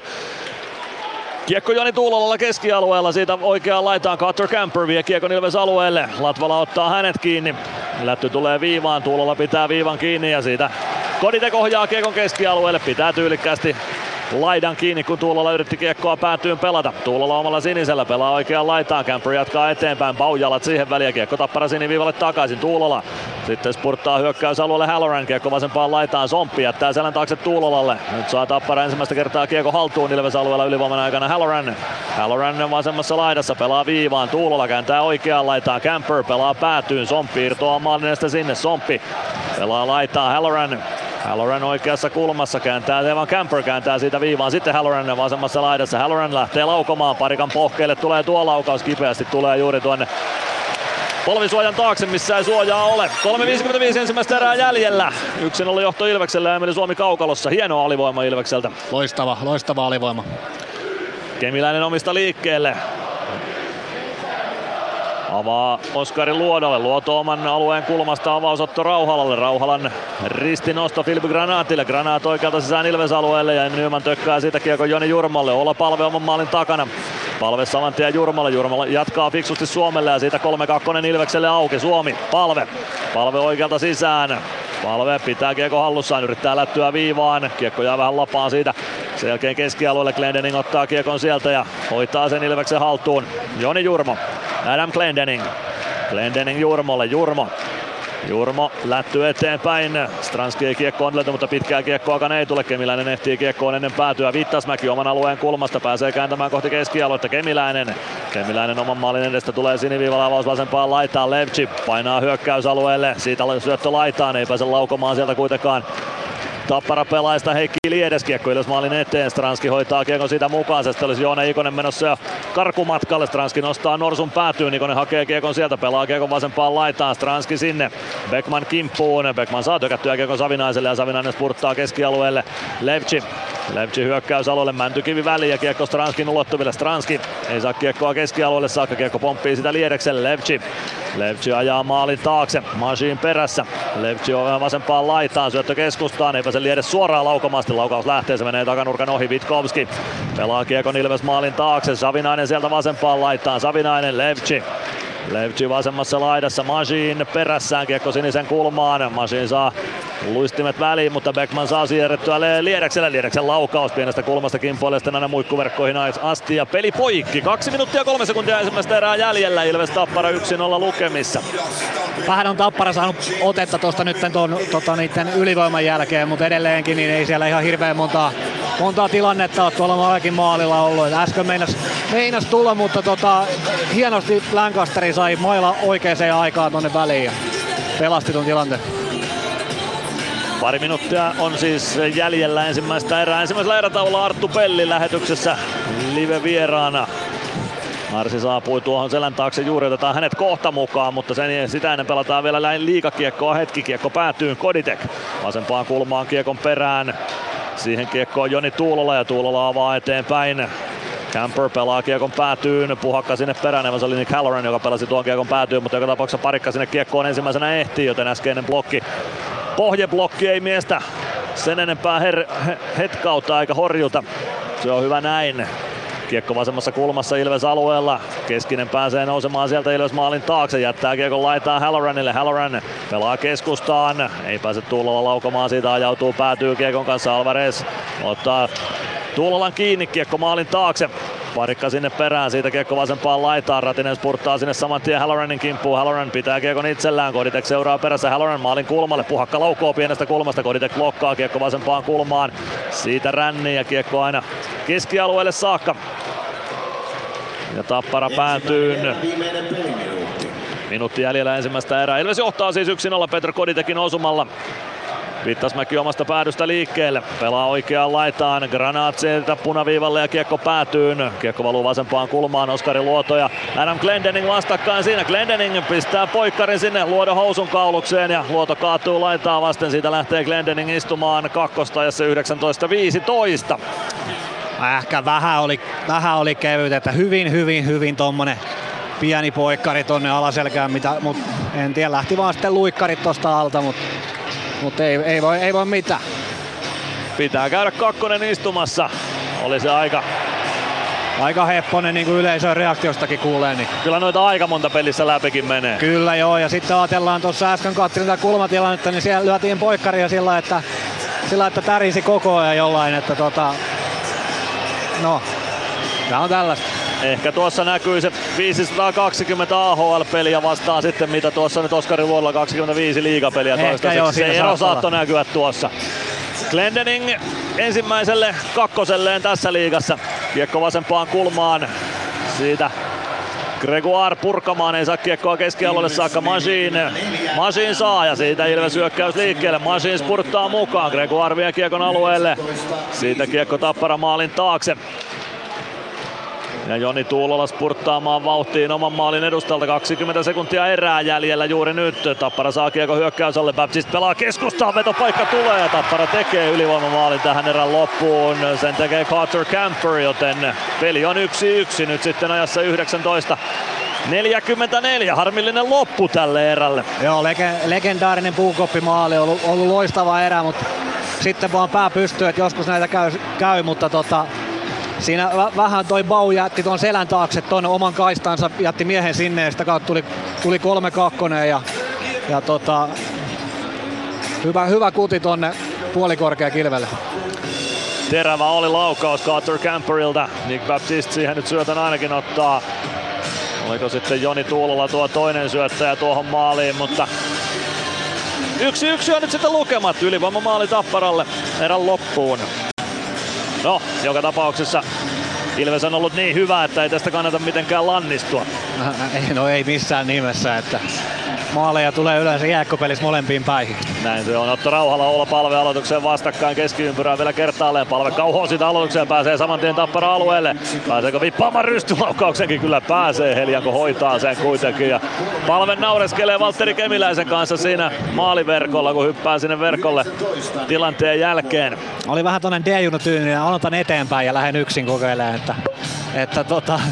Kiekko Joni Tuulolalla keskialueella, siitä oikeaan laitaan Carter Camper vie kiekon Ilves alueelle. Latvala ottaa hänet kiinni. Lätty tulee viivaan, Tuulola pitää viivan kiinni ja siitä Koditek ohjaa kiekon keskialueelle, pitää tyylikkäästi laidan kiinni, kun Tuulola yritti kiekkoa päätyyn pelata. Tuulola omalla sinisellä pelaa oikeaan laitaan, Camper jatkaa eteenpäin, Baujalat siihen väliin, kiekko Tappara siniviivalle takaisin, Tuulola. Sitten spurttaa hyökkäysalueelle Halloran, kiekko vasempaan laitaan, Somppi jättää selän taakse Tuulolalle. Nyt saa Tappara ensimmäistä kertaa kiekko haltuun Ilves alueella ylivoiman aikana Halloran. Halloran vasemmassa laidassa pelaa viivaan, Tuulola kääntää oikeaan laitaan, Camper pelaa päätyyn, Somppi irtoaa maalineesta sinne, Somppi pelaa laitaan Halloran. Halloran oikeassa kulmassa kääntää, Evan Camper kääntää siitä viivaan, sitten Halloran vasemmassa laidassa. Halloran lähtee laukomaan, parikan pohkeille tulee tuo laukaus, kipeästi tulee juuri tuonne polvisuojan taakse, missä ei suojaa ole. 3:55 ensimmäistä erää jäljellä. 1-0 johto Ilvekselle ja Emeli Suomi kaukalossa. Hieno alivoima Ilvekseltä. Loistava alivoima. Kemiläinen omista liikkeelle. Avaa Oskari Luodolle. Luoto oman alueen kulmasta avausotto Rauhalalle. Rauhalan ristinosto Filip Granatille. Granat oikealta sisään Ilves-alueelle ja Nyman tökkää siitä kiekon Joni Jurmolle. Olla Palve oman maalin takana. Palve saman tien Jurmolle. Jurmolle jatkaa fiksusti Suomelle ja siitä 3-2 Ilvekselle auki. Suomi, Palve. Palve oikealta sisään. Palve pitää kiekko hallussaan, yrittää lättyä viivaan. Kiekko jää vähän lapaan siitä. Sen jälkeen keskialueelle Glendening ottaa kiekon sieltä ja hoitaa sen Ilveksen haltuun. Joni Jurmo. Adam Glendening. Glendening Jurmolle. Jurmo lättyy eteenpäin. Stranski ei kiekkoon löyty, mutta pitkää kiekkoakaan ei tule. Kemiläinen ehtii kiekkoon ennen päätyä. Vittasmäki oman alueen kulmasta pääsee kääntämään kohti keskialuetta. Kemiläinen oman maalin edestä tulee siniviivalla, avaus vasempaan laitaan. Levci painaa hyökkäysalueelle. Siitä syöttö laitaan, ei pääse laukomaan sieltä kuitenkaan. Tappara pelaajista Heikki Liedes, kiekko Ilves maalin eteen, Stranski hoitaa kiekon siitä mukaan, sitten olisi Joona Ikonen menossa jo karkumatkalle, Stranski nostaa Norsun päätyyn, Ikonen hakee kiekon sieltä, pelaa kiekon vasempaan laitaan, Stranski sinne, Beckman kimppuun, Beckman saa tökättyä kiekon Savinaiselle ja Savinainen spurttaa keskialueelle, Levci hyökkäysalueelle, Mäntykivi väliin ja kiekko Stranskin ulottuville, Stranski ei saa kiekkoa keskialueelle saakka, kiekko pomppii sitä Liedekselle, Levci ajaa maalin taakse, Machine perässä, Levci on vasempaan laitaan, syöttö keskustaan, eipä se Liedes suoraan laukomasti, laukaus lähtee, se menee takanurkan ohi, Vitkovski pelaa kiekon Ilves maalin taakse, Savinainen sieltä vasempaan laitaan, Savinainen, Levci vasemmassa laidassa, Machine perässään, kiekko sinisen kulmaan, Machine saa luistimet väliin, mutta Beckman saa siirrettyä Liedekselle, Liedeksen laukaus pienestä kulmasta kimpoilee sitten aina muikkuverkkoihin asti ja peli poikki, 2 minuuttia 3 sekuntia ensimmäistä erää jäljellä, Ilves Tappara 1-0 lukemissa. Vähän on Tappara saanut otetta tuosta nyt niiden ylivoiman jälkeen, mutta edelleenkin niin ei siellä ihan hirveän montaa tilannetta ole tuolla monellakin maalilla ollut. Äsken meinas tulla, mutta hienosti Lancasteri sai mailla oikeaan aikaan tonne väliin ja pelasti ton tilanteen. Pari minuuttia on siis jäljellä ensimmäistä erää. Ensimmäisellä erätaululla Arttu Pelli lähetyksessä live-vieraana. Arsi saapui tuohon selän taakse juuri, otetaan hänet kohta mukaan, mutta sitä ennen pelataan vielä liigakiekkoa hetki. Kiekko päätyy Koditek vasempaan kulmaan kiekon perään. Siihen kiekkoon Joni Tuulola ja Tuulola avaa eteenpäin. Camper pelaa kiekon päätyyn, Puhakka sinne perään, se oli Nick Halloran, joka pelasi tuon kiekon päätyyn, mutta joka tapauksessa Parikka sinne kiekkoon ensimmäisenä ehtii, joten äskeinen pohjeblokki ei miestä sen enempää hetkauta eikä horjuta. Se on hyvä näin. Kiekko vasemmassa kulmassa Ilves alueella. Keskinen pääsee nousemaan sieltä Ilves maalin taakse. Jättää kiekon laitaan Halloranille. Halloran pelaa keskustaan. Ei pääse Tuulola laukomaan. Siitä ajautuu, päätyy kiekon kanssa. Alvarez ottaa Tuulolan kiinni. Kiekko maalin taakse. Parikka sinne perään, siitä kiekko vasempaan laitaan. Ratinen spurttaa sinne saman tien Halloranin kimppuun. Halloran pitää kiekon itsellään. Koditek seuraa perässä. Halloran maalin kulmalle. Puhakka laukoo pienestä kulmasta. Koditek blokkaa kiekko vasempaan kulmaan. Siitä ränni ja kiekko aina keskialueelle saakka. Ja Tappara päätyy. Minuutti jäljellä ensimmäistä erää. Ilves johtaa siis 1-0 Petr Koditekin osumalla. Vittasmäki omasta päädystä liikkeelle. Pelaa oikeaan laitaan. Granat sieltä punaviivalle ja kiekko päätyy. Kiekko valuu vasempaan kulmaan. Oskari Luoto ja Adam Glendening vastakkain siinä. Glendening pistää poikkarin sinne Luodon housun kaulukseen ja Luoto kaatuu laitaa vasten. Siitä lähtee Glendening istumaan kakkostajassa 19.15. Ehkä vähän oli kevyt, että hyvin tommonen pieni poikkari tonne alaselkään, mutta en tiedä, lähti vaan sitten luikkarit tosta alta, mutta ei voi mitään. Pitää käydä kakkonen istumassa. Oli se aika hepponen, niin kuin yleisön reaktiostakin kuulee. Niin. Kyllä noita aika monta pelissä läpikin menee. Kyllä joo, ja sitten ajatellaan tuossa äsken katselin tätä kulmatilannetta, niin siellä lyötiin poikkaria sillä, että tärisi koko ajan jollain, että no, tää on tällaista. Ehkä tuossa näkyy se 520 AHL-peliä vastaan sitten, mitä tuossa nyt Oskari Luodolla 25 liigapeliä toistaiseksi. Se ero saattoi näkyä tuossa. Glendening ensimmäiselle kakkoselleen tässä liigassa. Kiekko vasempaan kulmaan. Siitä Gregoire purkamaan, ei saa kiekkoa keskialueelle saakka. Machine saa ja siitä Ilves hyökkäys liikkeelle. Machine spurttaa mukaan. Gregoire vie kiekon alueelle. Siitä kiekko Tappara maalin taakse. Ja Joni Tuulola spurttaamaan vauhtiin oman maalin edustalta. 20 sekuntia erää jäljellä juuri nyt. Tappara saa kiekko hyökkäysalle. Baptist pelaa keskustaan, vetopaikka tulee ja Tappara tekee ylivoimamaalin tähän erän loppuun. Sen tekee Carter Camper, joten peli on 1-1 nyt sitten ajassa 19.44. Harmillinen loppu tälle erälle. Joo, legendaarinen puukoppimaali, ollut loistava erä, mutta sitten vaan pää pystyy, että joskus näitä käy mutta siinä vähän toi Bau jätti ton selän taakse ton oman kaistansa, jätti miehen sinne ja sitä kautta tuli 3-2 ja hyvä kuti tonne puolikorkea kilvelle. Terävä oli laukaus Carter Camperilta. Nick Baptiste siihen nyt syötön ainakin ottaa. Oliko sitten Joni Tuulola tuo toinen syöttäjä tuohon maaliin, mutta 1-1 on nyt sitten lukemat. Ylivoimamaali Tapparalle erän loppuun. No, joka tapauksessa Ilves on ollut niin hyvä, että ei tästä kannata mitenkään lannistua. No ei missään nimessä, että maaleja tulee yleensä jääkkopelissä molempiin päihin. Näin se on. Otto Rauhala Oula Palve aloitukseen vastakkain keskiympyrään vielä kertaalleen. Palve kauhoo siitä aloitukseen, pääsee saman tien Tappara alueelle. Pääseekö vippaamaan rystylaukauksenkin? Kyllä pääsee. Helianko hoitaa sen kuitenkin. Ja Palve naureskelee Valtteri Kemiläisen kanssa siinä maaliverkolla, kun hyppää sinne verkolle tilanteen jälkeen. Oli vähän toinen D-junu-tyyninen, aloitan eteenpäin ja lähden yksin kokeilemaan, että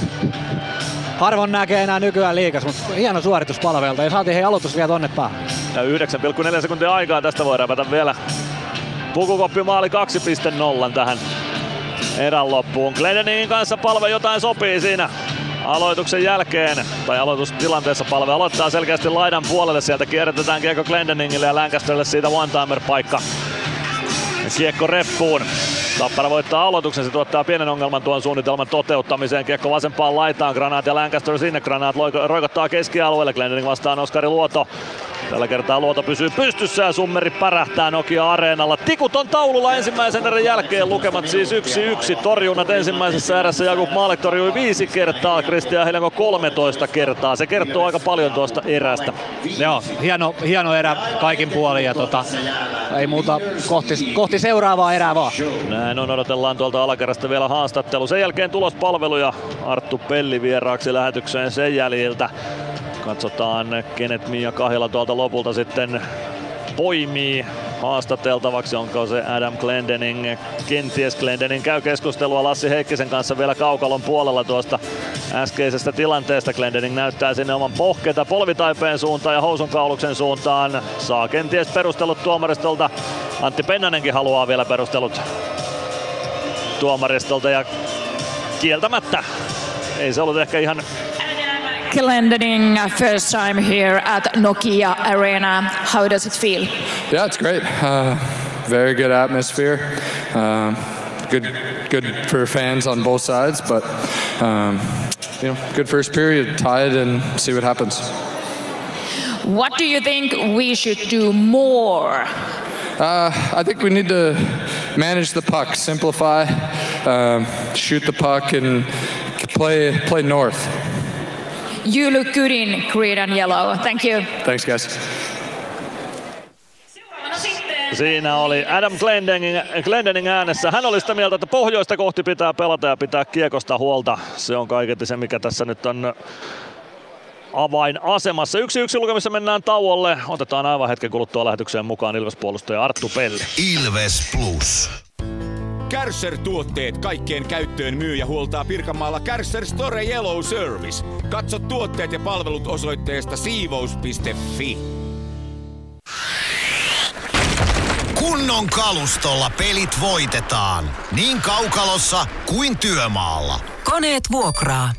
harvoin näkee enää nykyään liigas, mutta hieno suoritus Palvelta ja saatiin aloitus vielä tonne päähän. Ja 9,4 sekuntia aikaa tästä voi räpätä vielä pukukoppimaali 2.0 tähän erän loppuun. Glendeningin kanssa Palve jotain sopii siinä aloituksen jälkeen, tai aloitustilanteessa Palve aloittaa selkeästi laidan puolelle, sieltä kierrätetään kiekko Glendeningille ja Lancasterille siitä one-timer-paikka. Kiekko reppuun. Tappara voittaa aloituksen, se tuottaa pienen ongelman tuon suunnitelman toteuttamiseen. Kiekko vasempaan laitaan, Granat ja Lancaster sinne. Granat roikottaa keskialueelle, Glendening vastaan Oskari Luoto. Tällä kertaa Luoto pysyy pystyssä ja Summeri pärähtää Nokia-areenalla. Tikut on taululla ensimmäisen erän jälkeen, lukemat siis 1-1. Torjunnat ensimmäisessä erässä, Jakub Maalek torjui 5 kertaa, Kristian Helianko 13 kertaa. Se kertoo aika paljon tuosta erästä. Joo, hieno erä kaikin puolin ja ei muuta kohti seuraavaa erää vaan. Näin on, odotellaan tuolta alakerrasta vielä haastattelu. Sen jälkeen tulospalvelu ja Arttu Pelli vieraaksi lähetykseen sen jäljiltä. Katsotaan, kenet Mia Kahila tuolta lopulta sitten poimii haastateltavaksi. Onko se Adam Glendening? Kenties Glendening käy keskustelua Lassi Heikkisen kanssa vielä kaukalon puolella tuosta äskeisestä tilanteesta. Glendening näyttää sinne oman pohkeita polvitaipeen suuntaan ja housunkauluksen suuntaan. Saa kenties perustelut tuomaristolta. Antti Pennanenkin haluaa vielä perustelut tuomaristolta. Ja kieltämättä ei se ollut ehkä ihan Glendening first time here at Nokia Arena. How does it feel? Yeah, it's great. Very good atmosphere. Good for fans on both sides, but good first period, tied, and see what happens. What do you think we should do more? I think we need to manage the puck, simplify, shoot the puck, and play north. You look good in green and yellow. Thank you. Thanks, guys. Siinä oli Adam Glendening äänessä. Hän oli sitä mieltä, että pohjoista kohti pitää pelata ja pitää kiekosta huolta. Se on kaiketi se, mikä tässä nyt on avainasemassa. 1-1 lukemissa mennään tauolle. Otetaan aivan hetken kuluttua lähetykseen mukaan Ilves-puolustaja Arttu Pelli. Ilves Plus. Kärcher-tuotteet kaikkeen käyttöön myy ja huoltaa Pirkanmaalla Kärcher Store Yellow Service. Katso tuotteet ja palvelut osoitteesta siivous.fi. Kunnon kalustolla pelit voitetaan. Niin kaukalossa kuin työmaalla. Koneet vuokraa.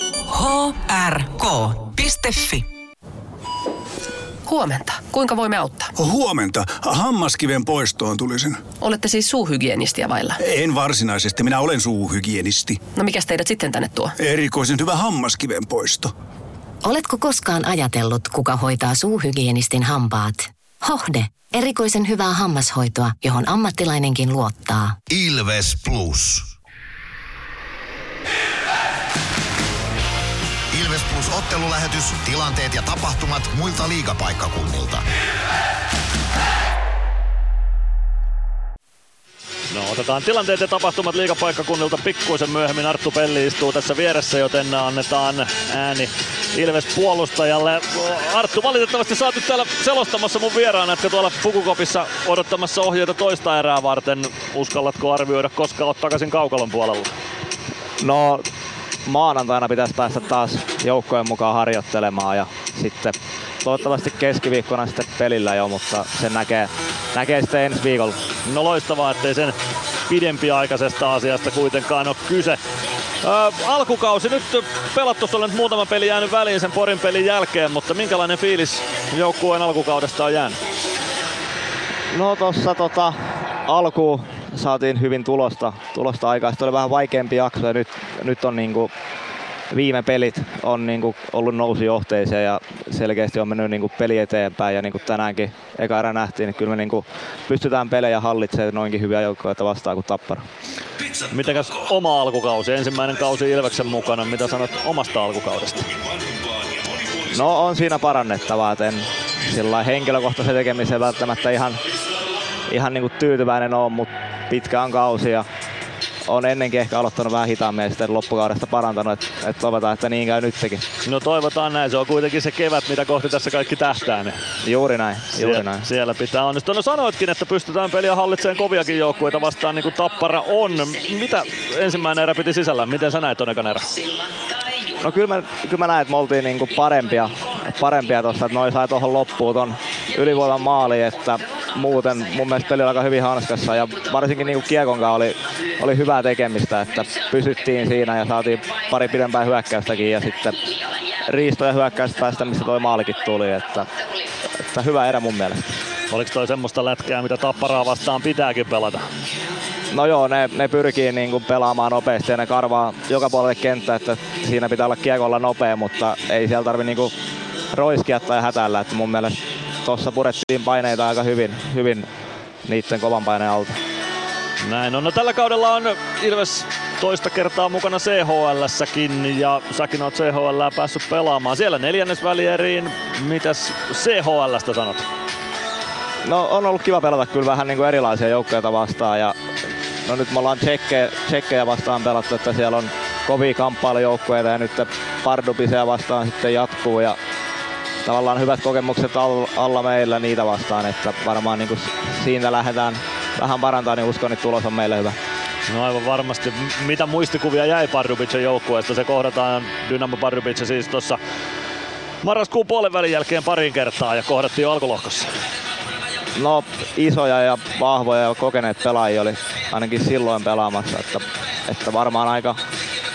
hrk.fi. Huomenta. Kuinka voimme auttaa? Huomenta. Hammaskiven poistoon tulisin. Olette siis suuhygienistiä vailla? En varsinaisesti. Minä olen suuhygienisti. No mikäs teidät sitten tänne tuo? Erikoisen hyvä hammaskiven poisto. Oletko koskaan ajatellut, kuka hoitaa suuhygienistin hampaat? Hohde. Erikoisen hyvää hammashoitoa, johon ammattilainenkin luottaa. Ilves Plus. Ilves Plus -ottelulähetys, tilanteet ja tapahtumat muilta liigapaikkakunnilta. No, otetaan tilanteet ja tapahtumat liigapaikkakunnilta pikkuisen myöhemmin. Arttu Pelli istuu tässä vieressä, joten annetaan ääni Ilves-puolustajalle. Arttu, valitettavasti sä oot nyt täällä selostamassa mun vieraana, etkä tuolla pukukopissa odottamassa ohjeita toista erää varten. Uskallatko arvioida, koska oot takaisin kaukalon puolella? No, maanantaina pitäisi päästä taas joukkojen mukaan harjoittelemaan ja sitten toivottavasti keskiviikkona sitten pelillä jo, mutta sen näkee sitten ensi viikolla. No loistavaa, ettei sen pidempiaikaisesta asiasta kuitenkaan ole kyse. Alkukausi nyt pelattu, sulla nyt muutama peli jäänyt väliin sen Porin pelin jälkeen, mutta minkälainen fiilis joukkueen alkukaudesta on jäänyt? No tossa alkuun saatiin hyvin tulosta aikaa. Sitten oli vähän vaikeampi jakso ja nyt on niinku viime pelit on niinku ollut nousujohteisia ja selkeästi on mennyt niinku peli eteenpäin ja niinku tänäänkin eka erä nähtiin, niin kyllä me niinku pystytään pelejä hallitsemaan noinkin hyviä joukkoja vastaan kuin Tappara. Mitenkäs oma alkukausi, ensimmäinen kausi Ilveksen mukana, mitä sanot omasta alkukaudesta? No on siinä parannettavaa, että en sillä henkilökohtaisen tekemiseen välttämättä ihan niinku tyytyväinen on, mutta pitkä on kausi ja on ennenkin ehkä aloittanut vähän hitaammin ja sitten loppukaudesta parantanut, että toivotaan, että niin käy nytkin. No toivotaan näin, se on kuitenkin se kevät, mitä kohti tässä kaikki tähtää. Niin juuri näin. Siellä pitää onnistua. No sanoitkin, että pystytään peliä hallitsemaan koviakin joukkueita vastaan niin kuin Tappara on. Mitä ensimmäinen erä piti sisällä? Miten sä näet ton ekan erä? No kyllä mä näin, että me oltiin niinku parempia tossa, että noi sai tuohon loppuun ton ylivoiman maaliin, että muuten mun mielestä peli oli aika hyvin hanskassa ja varsinkin niinku kiekon kanssa oli hyvää tekemistä, että pysyttiin siinä ja saatiin pari pidempää hyökkäystäkin ja sitten riisto- ja hyökkäyspäästä, mistä toi maalikin tuli, että hyvä erä mun mielestä. Oliko toi semmoista lätkää, mitä Tapparaa vastaan pitääkin pelata? No joo, ne pyrkii niinku pelaamaan nopeasti ja ne karvaa joka puolelle kenttää, että siinä pitää olla kiekolla nopea, mutta ei siellä tarvi niinku roiskia tai hätäillä, että mun mielestä tossa purettiin paineita aika hyvin niitten kovan paineen alta. Näin on. No tällä kaudella on Ilves toista kertaa mukana CHL:ssäkin ja säkin oot CHL:ää päässyt pelaamaan. Siellä neljännesvälieriin. Mitäs CHL:stä sanot? No on ollut kiva pelata kyllä vähän niinku erilaisia joukkoja vastaan ja no nyt me ollaan tsekkejä vastaan pelattu, että siellä on kovia kamppailujoukkueita ja nyt Pardubicea vastaan sitten jatkuu ja tavallaan hyvät kokemukset alla meillä niitä vastaan, että varmaan niinku siinä lähdetään vähän parantaa, niin uskon, että tulos on meille hyvä. No aivan varmasti. Mitä muistikuvia jäi Pardubicen joukkueesta? Se kohdataan Dynamo Pardubice siis tuossa marraskuun puolenvälin jälkeen pariin kertaa ja kohdattiin jo alkulohkossa. No isoja ja vahvoja ja kokeneet pelaajia oli ainakin silloin pelaamassa, että varmaan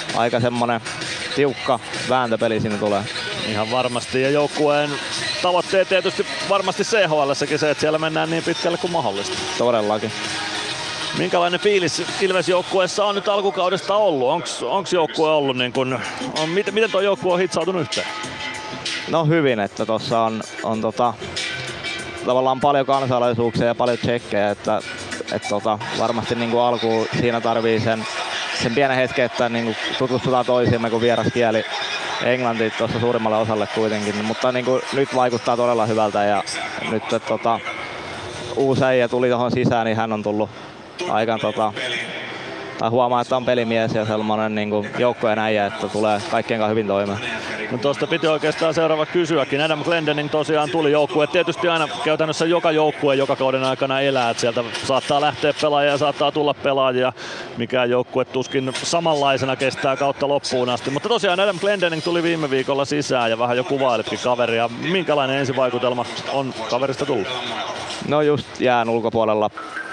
aika semmonen tiukka vääntöpeli siinä tulee. Ihan varmasti, ja joukkueen tavoitteet tietysti varmasti CHL:ssäkin se, että siellä mennään niin pitkälle kuin mahdollista. Todellakin. Minkälainen fiilis Ilves-joukkueessa on nyt alkukaudesta ollut? Onks joukkue ollut niin kun, miten tuo joukkue on hitsautunut yhteen? No hyvin, että tuossa on tavallaan paljon kansalaisuuksia ja paljon tsekkejä, että varmasti niin kuin alkuun siinä tarvii sen pienen hetken, että niin kuin tutustutaan toisiimme kuin vieraskieli englanti tuossa suurimmalle osalle kuitenkin, mutta niin kuin nyt vaikuttaa todella hyvältä ja nyt uusi äijä tuli tuohon sisään, niin hän on tullut aikaan tai huomaa, että on pelimies ja sellainen niin kuin joukkojen äijä, että tulee kaikkien kanssa hyvin toimeen. No tuosta piti oikeastaan seuraava kysyäkin. Adam Glendening tosiaan tuli joukkue. Tietysti aina käytännössä joka joukkue joka kauden aikana elää. Että sieltä saattaa lähteä pelaajia ja saattaa tulla pelaajia. Mikään joukkue tuskin samanlaisena kestää kautta loppuun asti. Mutta tosiaan Adam Glendening tuli viime viikolla sisään ja vähän jo kuvailitkin kaveria. Minkälainen ensivaikutelma on kaverista tullut? No just jään ulkopuolella.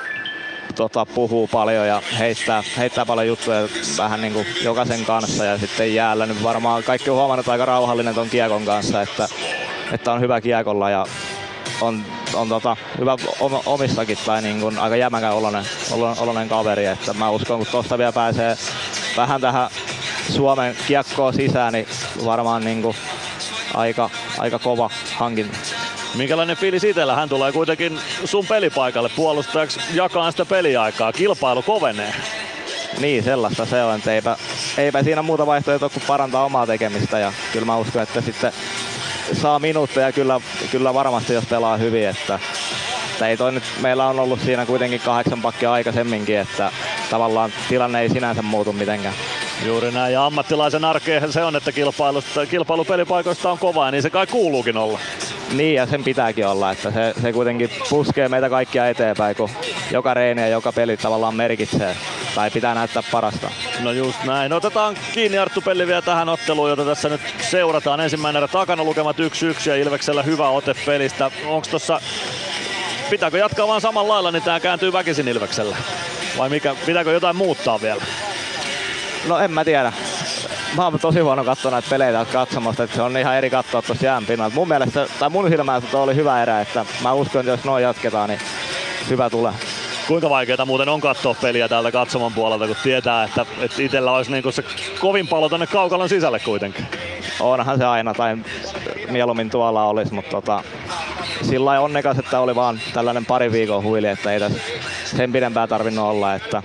Puhuu paljon ja heittää paljon juttuja vähän niin kuin jokaisen kanssa ja sitten jäällä nyt varmaan kaikki on huomannut aika rauhallinen ton kiekon kanssa, että on hyvä kiekolla ja on hyvä omissakin tai niin kuin aika jämäkän oloinen kaveri, että mä uskon kun tosta vielä pääsee vähän tähän Suomen kiekkoon sisään, niin varmaan niin kuin aika kova hankinta. Minkälainen fiilis itsellä? Hän tulee kuitenkin sun pelipaikalle puolustajaksi jakaa sitä peliaikaa. Kilpailu kovenee. Niin, sellaista se on. Eipä siinä muuta vaihtoehtoa kuin parantaa omaa tekemistä. Ja kyllä mä uskon, että sitten saa minuutteja kyllä varmasti, jos pelaa hyvin. Että ei toi nyt, meillä on ollut siinä kuitenkin 8 pakkia aikaisemminkin, että tavallaan tilanne ei sinänsä muutu mitenkään. Juuri näin, ja ammattilaisen arkeen se on, että kilpailu pelipaikoista on kovaa, niin se kai kuuluukin olla. Niin, ja sen pitääkin olla, että se kuitenkin puskee meitä kaikkia eteenpäin, kun joka reeni ja joka peli tavallaan merkitsee, tai pitää näyttää parasta. No just näin. Otetaan kiinni Arttu Pelli vielä tähän otteluun, jota tässä nyt seurataan. Ensimmäinen erä takana, lukemat 1-1 ja Ilveksellä hyvä ote pelistä. Onks tossa, pitääkö jatkaa vaan samalla lailla, niin tää kääntyy väkisin Ilveksellä? Vai pitääkö jotain muuttaa vielä? No en mä tiedä. Mä oon tosi huono katsoa näitä pelejä katsomasta, että se on ihan eri katsoa tuossa jään pinnalla. Mun mielestä, tai mun silmästä toi oli hyvä erä, että mä uskon, että jos noin jatketaan, niin hyvä tulee. Kuinka vaikeaa muuten on katsoa peliä täältä katsoman puolelta, kun tietää, että itsellä olisi niinku se kovin palo tonne kaukalon sisälle kuitenkin? Onhan se aina, tai mieluummin tuolla olisi, mutta sillä lailla onnekas, että oli vaan tällainen pari viikon huili, että ei tässä sen pidempään tarvinnut olla, että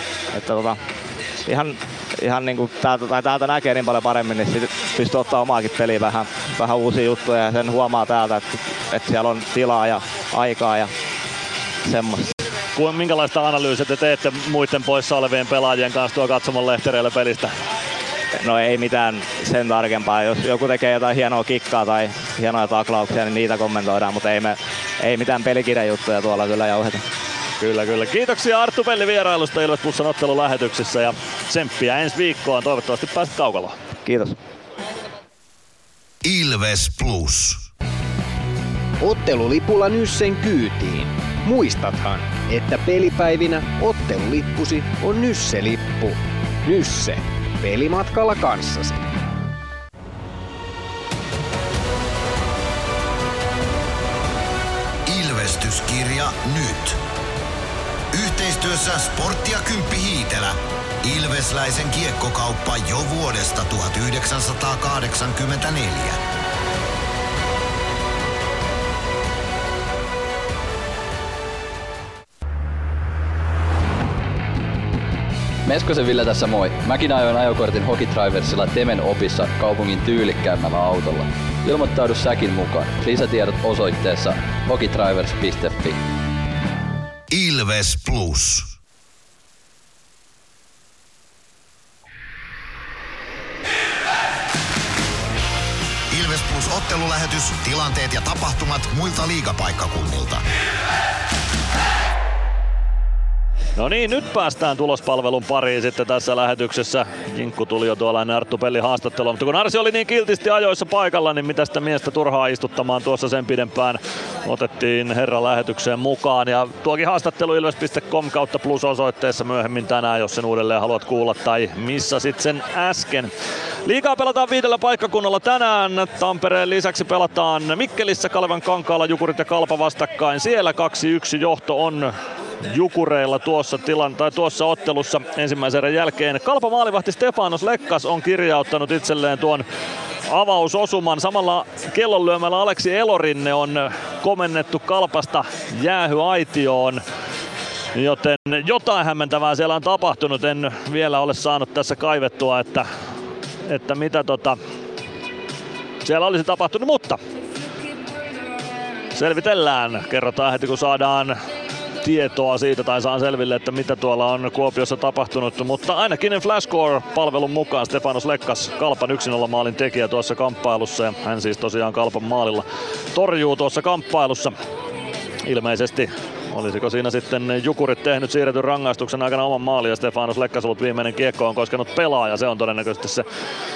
ihan niinku täältä näkee niin paljon paremmin, niin pystyy ottaa omaakin peliä vähän uusia juttuja ja sen huomaa täältä, että siellä on tilaa ja aikaa ja semmoista. Minkälaista analyysiä te teette muiden poissa olevien pelaajien kanssa tuo katsomon lehtereillä pelistä? No ei mitään sen tarkempaa. Jos joku tekee jotain hienoa kikkaa tai hienoja taklauksia, niin niitä kommentoidaan, mutta ei mitään pelikirjajuttuja tuolla kyllä jauheta. Kyllä. Kiitoksia Arttu Pelli vierailusta Ilves Plusan ottelulähetyksessä ja tsemppiä ensi viikkoon. Toivottavasti pääset kaukaloon. Kiitos. Ilves Plus. Ottelulipulla Nyssen kyytiin. Muistathan, että pelipäivinä ottelulippusi on Nysse-lippu. Nysse. Pelimatkalla kanssasi. Ilvestyskirja nyt. Yhteistyössä Sportti ja Kymppi Hiitelä. Ilvesläisen kiekkokauppa jo vuodesta 1984. Meskosen Ville tässä moi. Mäkin ajoin ajokortin Hokitriversilla Temen opissa kaupungin tyylikkäämmällä autolla. Ilmoittaudu säkin mukaan. Lisätiedot osoitteessa hokitrivers.fi. Ilves Plus. Ilves Plus -ottelulähetys, tilanteet ja tapahtumat muilta liigapaikkakunnilta. No niin, nyt päästään tulospalvelun pariin sitten tässä lähetyksessä. Jinkku tuli jo tuollainen Arttu Pellin haastattelua, mutta kun Arsi oli niin kiltisti ajoissa paikalla, niin mitä sitä miestä turhaa istuttamaan tuossa sen pidempään. Otettiin herran lähetykseen mukaan ja tuokin haastattelu ilves.com kautta plus osoitteessa myöhemmin tänään, jos sen uudelleen haluat kuulla tai missasit sen äsken. Liigaa pelataan 5 paikkakunnalla tänään. Tampereen lisäksi pelataan Mikkelissä, Kalevan Kankaalla, Jukurit ja Kalpa vastakkain. Siellä 2-1 johto on Jukureilla tuossa ottelussa ensimmäisen erän jälkeen. Kalpa maalivahti Stefanos Lekkas on kirjauttanut itselleen tuon avausosuman. Samalla kellonlyömällä Aleksi Elorinne on komennettu Kalpasta jäähyaitioon. Joten jotain hämmentävää siellä on tapahtunut. En vielä ole saanut tässä kaivettua, että mitä siellä olisi tapahtunut, mutta selvitellään. Kerrotaan heti kun saadaan tietoa siitä tai saan selville, että mitä tuolla on Kuopiossa tapahtunut, mutta ainakin Flashcore-palvelun mukaan Stefanos Lekkas Kalpan 1-0 maalin tekijä tuossa kamppailussa ja hän siis tosiaan Kalpan maalilla torjuu tuossa kamppailussa. Ilmeisesti olisiko siinä sitten Jukurit tehnyt siirretyn rangaistuksen aikana oman maalin ja Stefanos Lekkas ollut viimeinen kiekko on koskenut pelaaja. Se on todennäköisesti se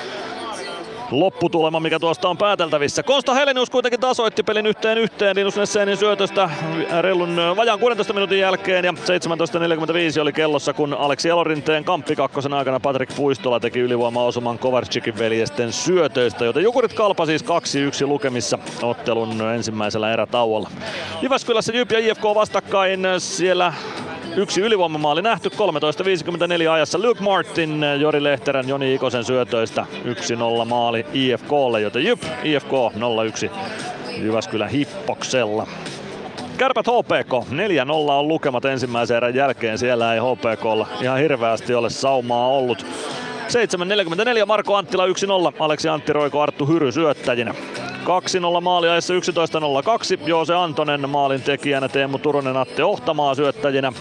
lopputulema, mikä tuosta on pääteltävissä. Konsta Helenius kuitenkin tasoitti pelin 1-1 Linus Nessenin syötöstä reilun vajaan 16 minuutin jälkeen ja 17.45 oli kellossa, kun Aleksi Elorinteen kamppi kakkosen aikana Patrik Puistola teki ylivoimaosuman Kovarczykin veljesten syötöistä, joten Jukurit Kalpa siis 2-1 lukemissa ottelun ensimmäisellä erätauolla. Jyväskylässä JYP ja IFK vastakkain, siellä yksi ylivoimamaali nähty 13.54 ajassa Luke Martin, Jori Lehterän, Joni Ikosen syötöistä 1-0 maali IFK:lle, joten JYP IFK 0-1 Jyväskylän Hippoksella. Kärpät HPK 4-0 on lukemat ensimmäisen erän jälkeen, siellä ei HPK:lla ihan hirveästi ole saumaa ollut. 7.44 Marko Anttila 1-0, Aleksi Antti Roiko Arttu Hyry syöttäjinä. 2-0 maaliajassa 11.02 Joose Antonen maalin tekijänä, Teemu Turunen Atte Ohtamaa syöttäjinä.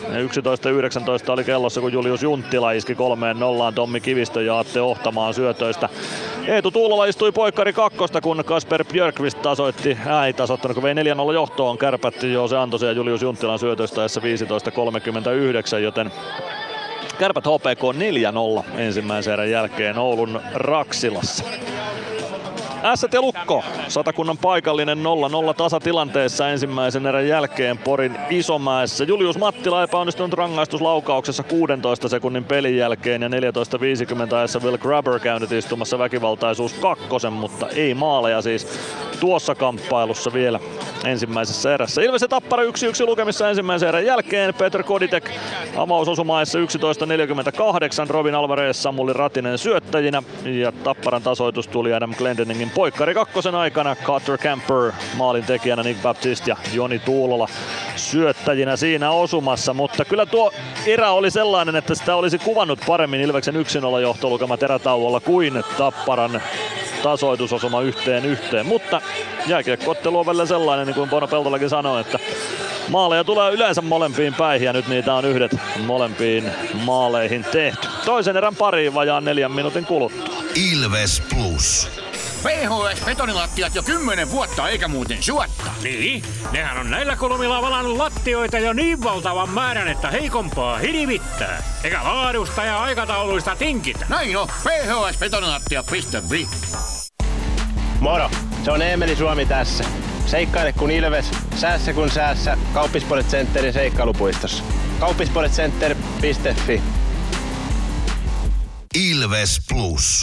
11.19 oli kellossa, kun Julius Junttila iski 3-0 Tommi Kivistö ja Atte Ohtamaa syötöistä. Eetu Tuulola istui poikkari kakkosta, kun Kasper Björkvist ei tasoittanut, kun vei 4-0 johtoon Kärpät Joose Antosen ja Julius Junttilan syötöistä ajassa 15.39, joten Kärpät HPK 4-0 ensimmäisen erän jälkeen Oulun Raksilassa. Ässät ja Lukko, Satakunnan paikallinen 0-0 tasatilanteessa ensimmäisen erän jälkeen Porin Isomäessä. Julius Mattila epäonnistunut rangaistuslaukauksessa 16 sekunnin pelin jälkeen ja 14.50 ajassa Will Grabber käynyt istumassa väkivaltaisuus 2, mutta ei maaleja siis tuossa kamppailussa vielä ensimmäisessä erässä. Ilves ja Tappara 1-1 lukemissa ensimmäisen erän jälkeen. Petr Koditek avausosumaessa 11.48. Robin Alvarez, Samuli Ratinen syöttäjinä ja Tapparan tasoitus tuli Adam Glendeningin poikkari kakkosen aikana. Carter Camper maalin tekijänä, Nick Baptiste ja Joni Tuulola syöttäjinä siinä osumassa, mutta kyllä tuo erä oli sellainen, että sitä olisi kuvannut paremmin Ilveksen 1-0 johtolukemat erätauolla kuin Tapparan tasoitusosuma 1-1, mutta jääkiekkoottelu on välillä sellainen, niin kuin Bono Peltolakin sanoi, että maaleja tulee yleensä molempiin päihin ja nyt niitä on yhdet molempiin maaleihin tehty. Toisen erän pariin vajaan 4 minuutin kuluttua. Ilves Plus. PHS-betonilattiat jo 10 vuotta eikä muuten suotta. Niin, nehän on näillä kolmilla valannut lattioita jo niin valtavan määrän, että heikompaa hirvittää. Eikä laadusta ja aikatauluista tinkitä. Näin on, phsbetonilattia.fi. Moro, se on Eemeli Suomi tässä. Seikkaile kun Ilves, säässä kun säässä. Kauppisports Centerin seikkailupuistossa. Kauppisportscenter.fi. Ilves Plus.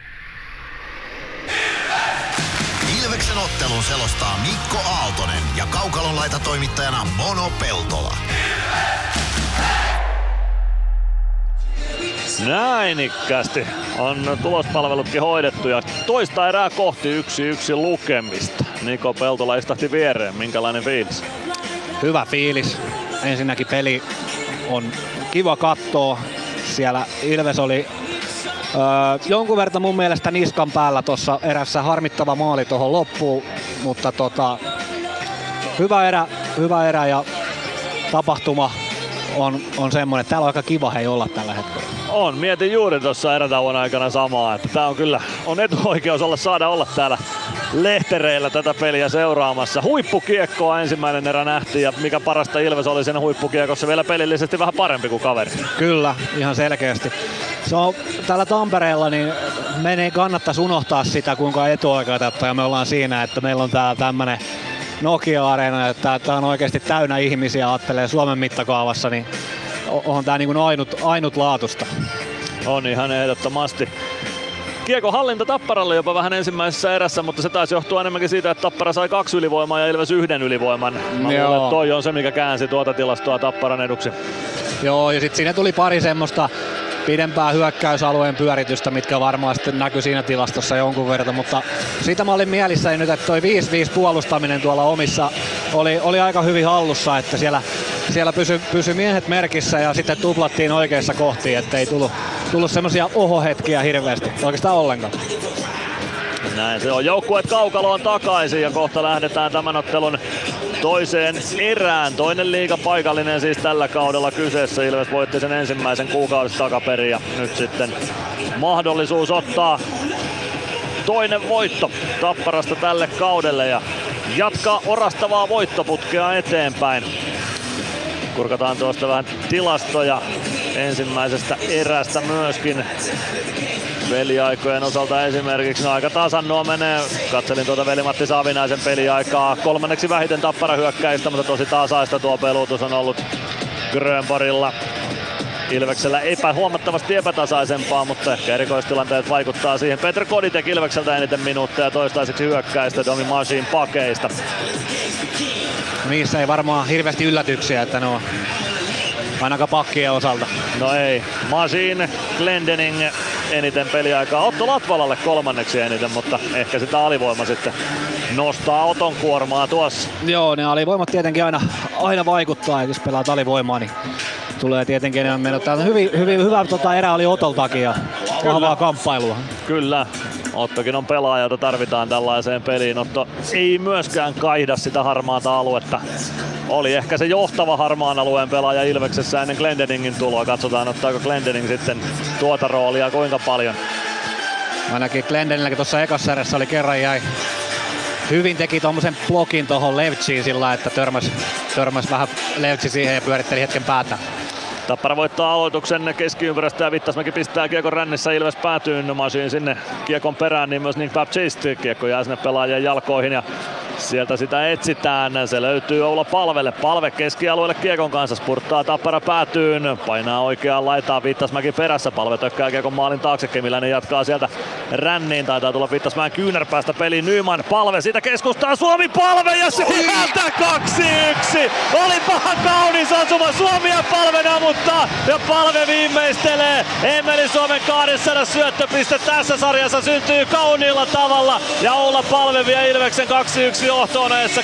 Ilveksen ottelun selostaa Mikko Aaltonen ja Kaukalon laitatoimittajana Bono Peltola. Näin ikkästi on tulospalvelutkin hoidettu ja toista erää kohti 1-1 lukemista. Niko Peltola istahti viereen. Minkälainen fiilis? Hyvä fiilis. Ensinnäkin peli on kiva katsoa. Siellä Ilves oli jonkun verran mun mielestä niskan päällä tuossa erässä, harmittava maali tuohon loppuun, mutta hyvä erä ja tapahtuma on semmoinen, että täällä on aika kiva olla tällä hetkellä. On, mietin juuri tuossa erätauon aikana samaa, että tää on kyllä, on etuoikeus saada olla täällä lehtereillä tätä peliä seuraamassa. Huippukiekkoa ensimmäinen erä nähtiin ja mikä parasta, Ilves oli siinä huippukiekossa vielä pelillisesti vähän parempi kuin kaveri. Kyllä, ihan selkeästi. Se on täällä Tampereella, niin meidän ei kannattaisi unohtaa sitä, kuinka etuoikeutettu ja me ollaan siinä, että meillä on täällä tämmönen Nokia-areena, että tää on oikeasti täynnä ihmisiä, ajattelee Suomen mittakaavassa, niin on tää niin kuin ainutlaatusta. On ihan ehdottomasti. Kiekon hallinta Tapparalle jopa vähän ensimmäisessä erässä, mutta se taisi johtua enemmänkin siitä, että Tappara sai 2 ylivoimaa ja Ilves 1 ylivoiman. Mä luulen, että toi on se, mikä käänsi tuota tilastoa Tapparan eduksi. Joo, ja sitten siinä tuli pari semmoista pidempää hyökkäysalueen pyöritystä, mitkä varmaan sitten näkyi siinä tilastossa jonkun verran, mutta siitä mä olin mielissäni nyt, että toi 5-5 puolustaminen tuolla omissa oli aika hyvin hallussa, että siellä pysy miehet merkissä ja sitten tuplattiin oikeissa kohtiin, ettei tullut semmosia ohohetkiä hirveästi, oikeastaan ollenkaan. Näin se on. Joukkueet kaukaloon takaisin ja kohta lähdetään tämän ottelun toiseen erään. Toinen liigapaikallinen siis tällä kaudella kyseessä. Ilves voitti sen ensimmäisen kuukaudessa takaperin ja nyt sitten mahdollisuus ottaa toinen voitto Tapparasta tälle kaudelle ja jatkaa orastavaa voittoputkea eteenpäin. Kurkataan tuosta vähän tilastoja ensimmäisestä erästä myöskin. Peliaikojen osalta esimerkiksi aika tasan nuo menee. Katselin tuota Veli-Matti Savinaisen peliaikaa. 3. vähiten Tappara hyökkäistä, mutta tosi tasaista tuo pelutus on ollut Grönborgilla. Ilveksellä huomattavasti epätasaisempaa, mutta ehkä erikoistilanteet vaikuttaa siihen. Petr Koditek Ilvekseltä eniten minuutteja toistaiseksi hyökkäistä Domi Masin pakeista. Niissä ei varmaan hirveästi yllätyksiä, että ne on ainakaan pakkien osalta. No ei. Masin, Glendening eniten peliaikaa. Otto Latvalalle 3. eniten, mutta ehkä sitä alivoima sitten nostaa Oton kuormaa tuossa. Joo, ne alivoimat tietenkin aina vaikuttaa, jos pelaat alivoimaa, niin tulee tietenkin enemmän mennä. Hyvin hyvä erä oli Otoltakin ja vahvaa kamppailua. Kyllä. Ottokin on pelaaja, jota tarvitaan tällaiseen peliin. Otto ei myöskään kaihda sitä harmaata aluetta. Oli ehkä se johtava harmaan alueen pelaaja Ilveksessä ennen Glendeningin tuloa. Katsotaan, ottaako Glendening sitten tuota roolia kuinka paljon. Ainakin Glendenilläkin tuossa ekassa erässä oli kerran hyvin teki tommosen blokin tohon Levtsiin sillä, että törmäs vähän Levtsi siihen ja pyöritteli hetken päätä. Tappara voittaa aloituksen keskiympyrästä ja Vittasmäki pistää kiekon rännissä. Ilves päätyy Masiin sinne kiekon perään, niin myös Nick Baptiste. Kiekko jää sinne pelaajien jalkoihin ja sieltä sitä etsitään. Se löytyy Oula Palvelle. Palve keskialueelle kiekon kanssa. Spurttaa Tappara päätyyn. Painaa oikeaan laitaan Vittasmäki perässä. Palve tökkää kiekon maalin taakse. Kemiläinen jatkaa sieltä ränniin. Taitaa tulla Vittasmäen kyynärpäästä peliin Nyman. Palve siitä keskustaa. Suomi Palve ja sieltä 2-1. Oli pahan kaunis osuma. Suomi ja Palve mutta ja Palve viimeistelee. Emeli Suomen 200 syöttöpiste tässä sarjassa syntyy kauniilla tavalla ja Oula Palve vie Ilveksen 2-1 johtoon ajassa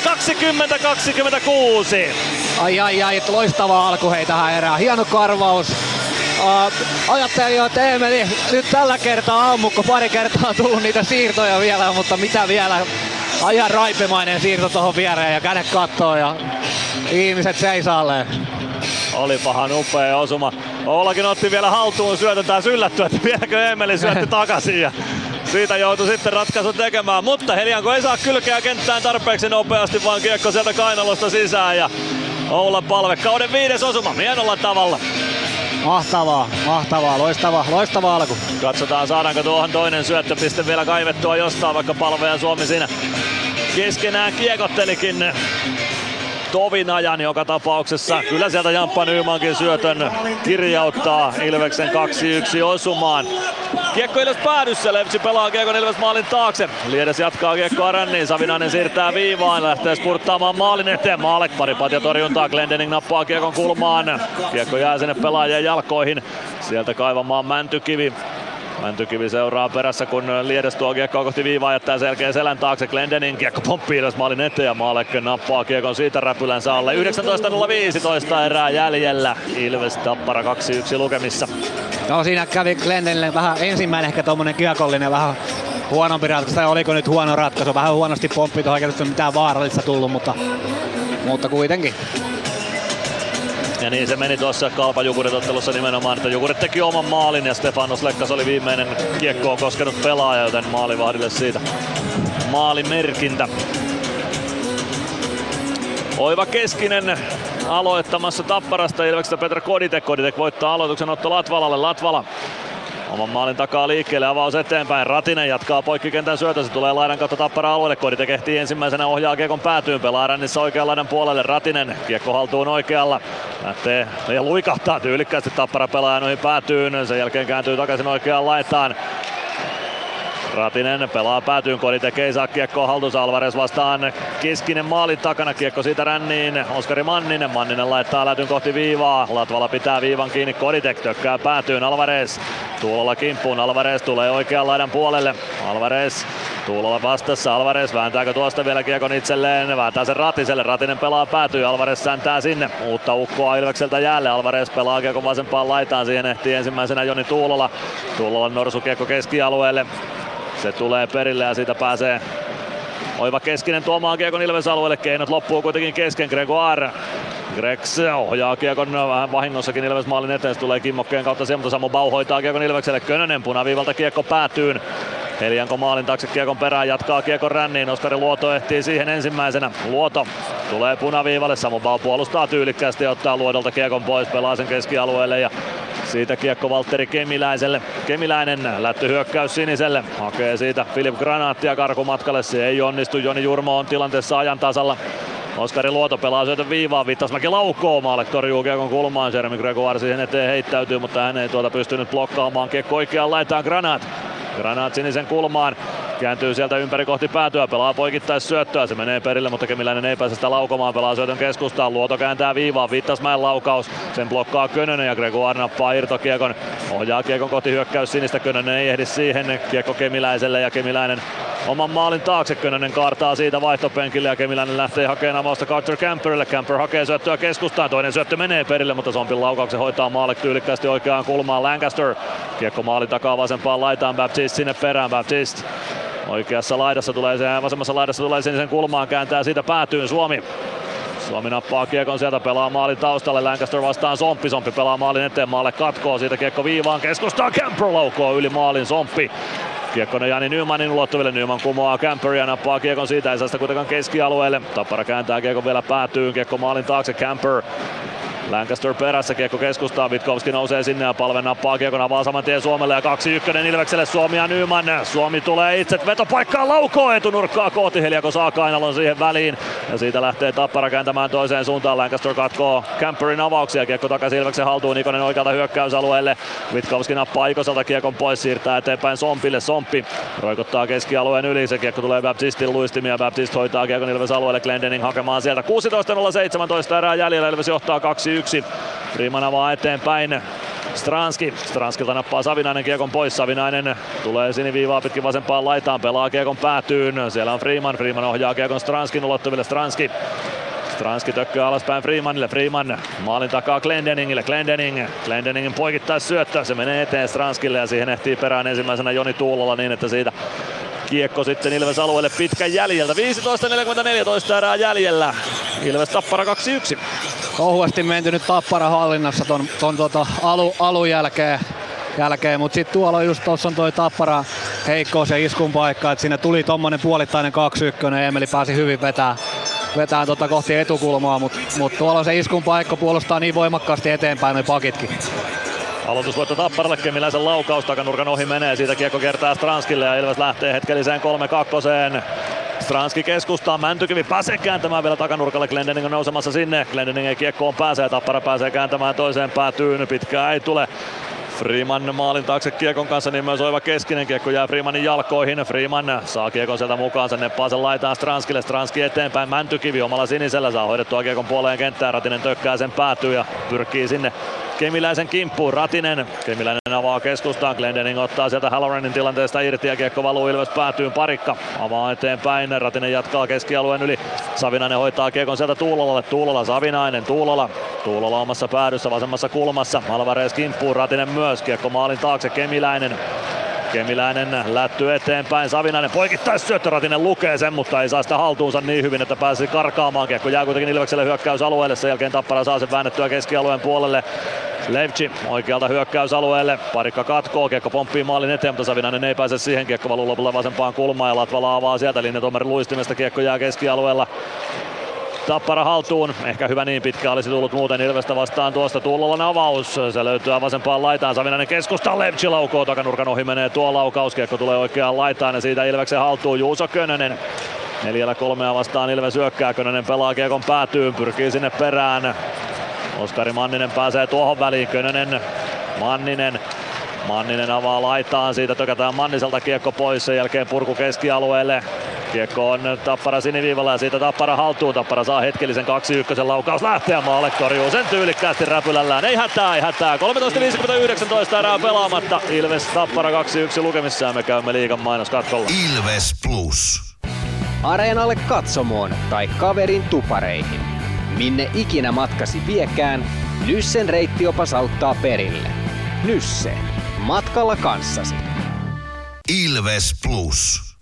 20-26. Ai, loistava alku hei tähän erään. Hieno karvaus. Ajattelin jo, että Emeli nyt tällä kertaa ammukko, pari kertaa on tullut niitä siirtoja vielä, mutta mitä vielä. Ihan raipimainen siirto tuohon viereen ja kädet kattoo ja ihmiset seisaalleen. Olipahan upea osuma. Oulakin otti vielä haltuun syötön, taas yllätty, että vieläkö Emeli syötti takaisin ja siitä joutui sitten ratkaisun tekemään. Mutta Helianko ei saa kylkeä kenttään tarpeeksi nopeasti, vaan kiekko sieltä kainalosta sisään ja Oula Palve kauden 5. osuma hienolla tavalla. Mahtavaa, loistava alku. Katsotaan saadaanko tuohon toinen syöttöpiste vielä kaivettua jostain, vaikka Palve ja Suomi siinä keskenään kiekottelikin Tovinajan joka tapauksessa. Kyllä sieltä Jamppa Nymankin syötön kirjauttaa Ilveksen 2-1 osumaan. Kiekko Ilves päädyssä, Levtsi pelaa kiekon Ilves maalin taakse. Liedes jatkaa kiekkoa ränniin, Savinainen siirtää viivaan, lähtee spurttaamaan maalin eteen. Maalek paripat ja torjuntaa, Glendening nappaa kiekon kulmaan. Kiekko jää sinne pelaajien jalkoihin, sieltä kaivamaan Mäntykivi. Mäntykivi seuraa perässä, kun Liedes tuo kiekkoa kohti viivaa, jättää selkeä selän taakse. Glendening kiekko pomppii Ilves maalin eteen ja Maalek nappaa kiekon siitä räpylänsä alle. 19.015 erää jäljellä. Ilves Tappara 2-1 lukemissa. No siinä kävi Glendenille vähän ensimmäinen ehkä tommonen kiekollinen vähän huonompi ratkaisu, tai oliko nyt huono ratkaisu. Vähän huonosti pomppi tuohon, eikä mitään vaarallista tullut, mutta kuitenkin. Ja niin se meni tuossa Kalpa-Jukurit-ottelussa nimenomaan, että Jukurit teki oman maalin ja Stefanos Lekkas oli viimeinen kiekkoon koskenut pelaaja, joten maalivahdille siitä maalimerkintä. Oiva Keskinen aloittamassa Tapparasta Ilveksestä Petra Koditek. Koditek voittaa aloituksen Otto Latvalalle. Latvala oman maalin takaa liikkeelle, avaus eteenpäin. Ratinen jatkaa poikkikentän syötö, se tulee laidan kautta Tappara alueelle. Koditek ehtii ensimmäisenä, ohjaa kiekon päätyyn, pelaa rännissä oikean laidan puolelle. Ratinen, kiekko haltuun oikealla. Lähtee ja luikahtaa tyylikkäästi Tappara pelaaja noihin päätyyn. Sen jälkeen kääntyy takaisin oikeaan laitaan. Ratinen pelaa päätyyn, Koditek ei saa kiekkoa haltuunsa, Alvarez vastaan Keskinen maalin takana, kiekko siitä ränniin, Oskari Manninen, Manninen laittaa lätyn kohti viivaa, Latvala pitää viivan kiinni, Koditek tökkää päätyyn, Alvarez, Tuulola kimppuun, Alvarez tulee oikean laidan puolelle, Alvarez, Tuulola vastassa, Alvarez vääntääkö tuosta vielä kiekon itselleen, vääntää sen Ratiselle, Ratinen pelaa päätyyn, Alvarez säntää sinne, uutta ukkoa Ilvekseltä jäälle, Alvarez pelaa kiekon vasempaan laitaan, siihen ehtii ensimmäisenä Joni Tuulola, Tuulolan norsukiekko keskialueelle. Se tulee perille ja siitä pääsee Oiva Keskinen tuomaan kiekon Ilves-alueelle. Keinot loppuu kuitenkin kesken. Gregoire. Gregs ohjaa kiekon vähän vahingossakin Ilves-maalin eteen. Se tulee kimmokkeen kautta siihen, mutta Samu Bau hoitaa kiekon Ilvekselle. Könönen punaviivalta kiekko päätyyn. Helianko maalin taakse kiekon perään, jatkaa kiekon ränniin. Oskari Luoto ehtii siihen ensimmäisenä. Luoto tulee punaviivalle. Samu Bau puolustaa tyylikkäästi ja ottaa Luodolta kiekon pois. Pelaa sen keskialueelle ja siitä kiekko Valtteri Kemiläiselle. Kemiläinen lätty hyökkäys siniselle. Hakee siitä Filip Granaattia karkumatkalle. Se ei onnistu. Joni Jurmo on tilanteessa ajan tasalla. Oskari Luoto pelaa syötön viivaan. Vittasmäki laukoo maalle. Torjuu kiekon kulmaan. Jeremy Gregoire siihen eteen heittäytyy, mutta hän ei pystynyt blokkaamaan. Kiekko oikeaan laitaan Granaat. Granaat sinisen kulmaan. Kääntyy sieltä ympäri kohti päätyä, pelaa poikittais syöttöä, se menee perille, mutta Kemiläinen ei pääse sitä laukomaan, pelaa syötön keskustaan, Luoto kääntää viivaan, Vittasmäen laukaus, sen blokkaa Könönen ja Gregoire nappaa irtokiekon, ohjaa kiekon kohti hyökkäys sinistä, Könönen ei ehdi siihen, kiekko Kemiläiselle ja Kemiläinen oman maalin taakse, Könönen kaartaa siitä vaihtopenkille ja Kemiläinen lähtee hakemaan avausta Carter Camperille, Camper hakee syöttöä keskustaan, toinen syöttö menee perille, mutta Sompin laukauksen hoitaa maalle tyylikkäästi oikeaan kulmaan Lancaster, kiekko maalin takaa vasempaan laitaan, Baptiste sinne perään, Baptiste oikeassa laidassa tulee se, vasemmassa laidassa tulee sinisen kulmaan, kääntää siitä päätyyn Suomi. Suomi nappaa kiekon sieltä, pelaa maalin taustalle, Lancaster vastaan Somppi, Somppi pelaa maalin eteen, maalle katkoo, siitä kiekko viivaan, keskustaa, Camper laukoo yli maalin, Somppi. Kiekkonen Jani Nymanin ulottuville, Nyman kumoaa Camperia, nappaa kiekon siitä, ei saa sitä kuitenkaan keskialueelle. Tappara kääntää kiekon vielä päätyyn, kiekko maalin taakse, Camper. Lancaster perässä, kiekko keskustaa, Witkowski nousee sinne ja Palve nappaa kiekon, avaa saman tien Suomelle ja 2-1 Ilvekselle, Suomi ja Nyman. Suomi tulee itse vetopaikkaan, laukoo etunurkkaa kohti, Heliako saa kainalon siihen väliin ja siitä lähtee Tappara kääntämään toiseen suuntaan. Lancaster katkoo Camperin avauksia, kiekko takaisin Ilveksen haltuun, Ikonen oikealta hyökkäysalueelle. Witkowski nappaa Ikoselta kiekon pois, siirtää eteenpäin Sompille, Somppi roikottaa keskialueen yli, se kiekko tulee Baptistin luistimia, Baptiste hoitaa kiekon Ilves alueelle, Glendening hakemaan sieltä. 16:17 erää jäljellä, Ilves johtaa 2-1. Freeman avaa eteenpäin. Stranskilta nappaa Savinainen kiekon pois. Savinainen tulee siniviivaa pitkin vasempaan laitaan, pelaa kiekon päätyyn. Siellä on Freeman ohjaa kiekon Stranskin ulottuville. Stranski tökkää alaspäin Freemanille. Freeman maalin takaa Glendeningille. Glendeningin poikittais syöttö. Se menee eteen Stranskille ja siihen ehtii perään ensimmäisenä Joni Tuulola niin, että siitä kiekko sitten Ilves alueelle pitkän jäljiltä. 15:44 erää jäljellä. Ilves Tappara 2-1. Kauheasti menty nyt Tappara hallinnassa ton alun jälkeen, mutta sitten tuolla just tossa on toi Tappara heikkous ja iskun paikka, että sinne tuli tommonen puolittainen 2-1, Emeli pääsi hyvin vetään kohti etukulmaa, mutta tuolla on se iskun paikka, puolustaa niin voimakkaasti eteenpäin noi pakitkin. Aloitusvoitto Tapparalle, Kemiläisen laukaus takanurkan ohi menee, siitä kiekko kertaa Stranskille ja Ilves lähtee hetkelliseen 3-2. Stranski keskustaa, Mäntykivi pääsee kääntämään vielä takanurkalle, Glendening on nousemassa sinne, Glendening ei kiekkoon pääse ja Tappara pääsee kääntämään toiseen päätyyn, pitkää ei tule. Freeman maalin taakse kiekon kanssa, niin myös Oiva Keskinen, kiekko jää Freemanin jalkoihin, Freeman saa kiekon sieltä mukaan, sen neppaa sen laitaan Stranskille, Stranski eteenpäin, Mäntykivi omalla sinisellä saa hoidettua kiekon puoleen kenttään, Ratinen tökkää sen päätyy ja pyrkii sinne Kemiläisen kimppuun, Ratinen, Kemiläinen avaa keskustaan, Glendening ottaa sieltä Halloranin tilanteesta irti ja kiekko valuu Ilves päätyyn, Parikka avaa eteenpäin, Ratinen jatkaa keskialueen yli, Savinainen hoitaa kiekon sieltä Tuulolalle, Tuulola, Savinainen, Tuulola omassa päädyssä vasemmassa kulmassa, Alvarez kimppuun, Ratinen myös, kiekko maalin taakse, Kemiläinen Kemiläinen lätty eteenpäin, Savinainen poikittais syöttö, Ratinen lukee sen, mutta ei saa sitä haltuunsa niin hyvin, että pääsee karkaamaan. Kiekko jää kuitenkin Ilvekselle hyökkäysalueelle, sen jälkeen Tappara saa sen väännettyä keskialueen puolelle. Levci oikealta hyökkäysalueelle, parikka katkoo, kiekko pomppii maalin eteen, mutta Savinainen ei pääse siihen, kiekko valuu lopulta vasempaan kulmaan ja Latvala avaa sieltä linjatuomari luistimesta, kiekko jää keskialueella. Tappara haltuun, ehkä hyvä niin pitkä olisi tullut muuten Ilvestä vastaan tuosta. Tuulolan avaus, se löytyy vasempaan laitaan, Savinainen keskustaan, Levci laukoo, takanurkan ohi menee tuo laukaus, kiekko tulee oikeaan laitaan ja siitä Ilveksen haltuun Juuso Könönen. 4-3 vastaan Ilves hyökkää, Könönen pelaa kiekon päätyyn, pyrkii sinne perään. Oskari Manninen pääsee tuohon väliin, Könönen, Manninen avaa laitaan, siitä tökätään Manniselta kiekko pois, sen jälkeen purku keskialueelle. Kiekko on Tappara siniviivalla ja siitä Tappara haltuun. Tappara saa hetkellisen 2-1 laukaus lähtee ja Maalek torjuu sen tyylikkäästi räpylällään. Ei hätää. 13.59 erää pelaamatta. Ilves Tappara 2-1 lukemissa ja me käymme liigan mainoskatkolla. Ilves Plus. Areenalle, katsomoon tai kaverin tupareihin. Minne ikinä matkasi viekään, Nyssen reittiopas auttaa perille. Nysse. Matkalla kanssasi. Ilves Plus.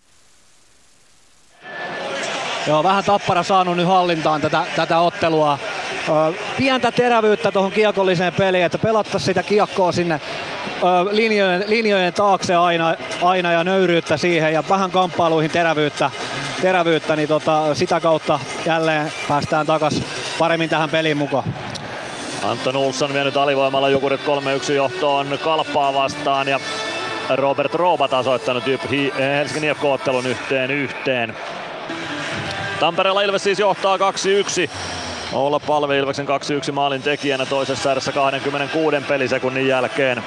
Joo, vähän Tappara saanut nyt hallintaan tätä ottelua. Pientä terävyyttä tuohon kiekolliseen peliin, että pelattaisiin sitä kiekkoa sinne linjojen taakse aina ja nöyryyttä siihen ja vähän kamppailuihin terävyyttä niin sitä kautta jälleen päästään takas paremmin tähän peliin mukaan. Anton Olsson vienyt alivoimalla Jukurit 3-1 johtoon Kalppaa vastaan ja Robert Rooba tasoittanut Helsingin IFK-ottelun 1-1. Tampereella Ilves siis johtaa 2-1. Oula Palve Ilveksen 2-1 maalin tekijänä toisessa erässä 26 pelisekunnin jälkeen.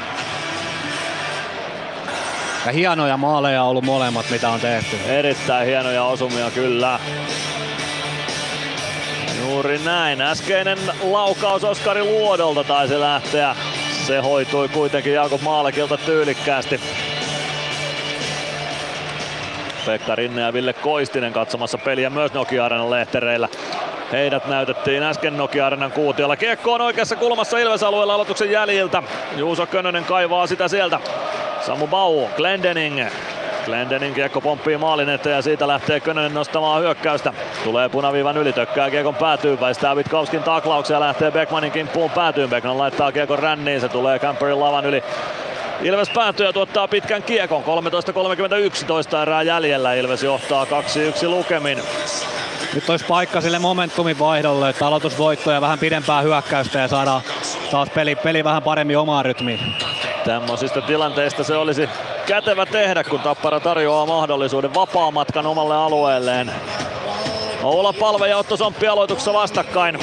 Ja hienoja maaleja on ollut molemmat, mitä on tehty. Erittäin hienoja osumia kyllä. Juuri näin. Äskeinen laukaus Oskari Luodolta taisi lähteä. Se hoitui kuitenkin Jakob Maalekilta tyylikkäästi. Pekka Rinne ja Ville Koistinen katsomassa peliä myös Nokia-areenan lehtereillä. Heidät näytettiin äsken Nokia-areenan kuutiolla. Kiekko on oikeassa kulmassa Ilves-alueella aloituksen jäljiltä. Juuso Könönen kaivaa sitä sieltä. Samu Bau, Glendening kiekko pomppii maalin eteen ja siitä lähtee Könönen nostamaan hyökkäystä. Tulee punaviivan yli, tökkää kiekon päätyyn, väistää Witkowskin taklauksia ja lähtee Beckmanin kimppuun päätyyn. Beckman laittaa kiekon ränniin, se tulee Camperin lavan yli. Ilves päätyy ja tuottaa pitkän kiekon. 13.31 toista erää jäljellä. Ilves johtaa 2-1 lukemin. Nyt olisi paikka sille momentumin vaihdolle, että aloitusvoitto ja vähän pidempää hyökkäystä ja saadaan taas peli vähän paremmin omaan rytmiin. Tämmöisistä tilanteista se olisi kätevä tehdä, kun Tappara tarjoaa mahdollisuuden vapaamatkan omalle alueelleen. Oula Palve ja Otto Somppi aloituksessa vastakkain.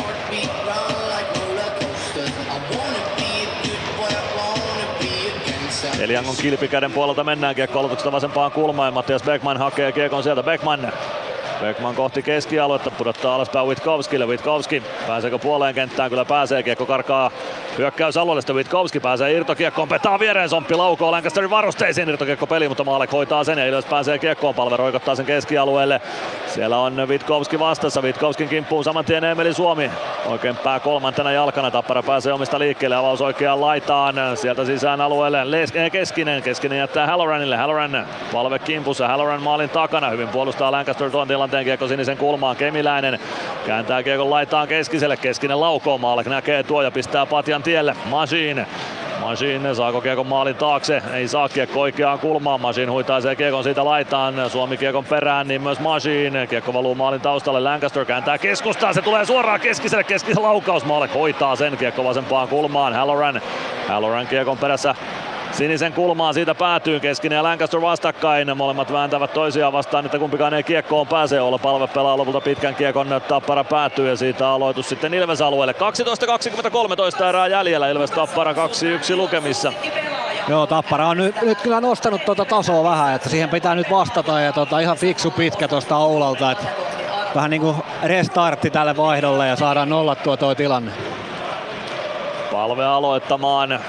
Eliangon kilpikäden puolelta mennään, kiekko aloituksesta vasempaan kulmaan. Mattias Beckman hakee kiekon sieltä. Beckman kohti keskialuetta, pudottaa alaspäin Witkowskille. Witkowski, pääseekö puoleen kenttään? Kyllä pääsee, kiekko karkaa hyökkäysalueelle. Witkowski pääsee irtokiekkoon, petaa viereen, Somppi laukoo Lancasterin varusteisiin, irtokiekko peli, mutta Maalek hoitaa sen ja Ilves pääsee kiekkoon. Palve roikottaa sen keskialueelle. Siellä on Witkowski vastassa, Witkovskin kimppuun saman tien Eemeli Suomi. Oikein pää kolmantena jalkana, Tappara pääsee omista liikkeelle, avaus oikeaan laitaan. Sieltä sisään alueelle Keskinen jättää Halloranille. Halloran Palve kimpussa, Halloran maalin takana, hyvin puolustaa Lancaster tuon tilanteen, kiekko sinisen kulmaan. Kemiläinen kääntää kiekon laitaan Keskiselle, Keskinen laukoo, Maalek näkee tuo ja pistää patjan tielle. Machine saako kiekon maalin taakse? Ei saa, kiekko oikeaan kulmaan. Machine huitaisee kiekon siitä laitaan. Suomi kiekon perään, niin myös Machine. Kiekko valuu maalin taustalle. Lancaster kääntää keskustaan. Se tulee suoraan Keskiselle. Keskisen laukaus. Maalek hoitaa sen. Kiekko vasempaan kulmaan. Halloran kiekon perässä sinisen kulmaan, siitä päätyy Keskinen ja Lancaster vastakkain. Molemmat vääntävät toisiaan vastaan, että kumpikaan ei kiekkoon pääse. Olla Palve pelaa lopulta pitkän kiekon, Tappara päätyy ja siitä aloitus sitten Ilves alueelle. 12.23 erää jäljellä, Ilves Tappara 2-1 lukemissa. Joo, Tappara on nyt kyllä nostanut tuota tasoa vähän, että siihen pitää nyt vastata ja ihan fiksu pitkä tuosta Oulalta. Että vähän niinku restartti tälle vaihdolle ja saadaan nollattua tuo tilanne. Palve aloittamaan.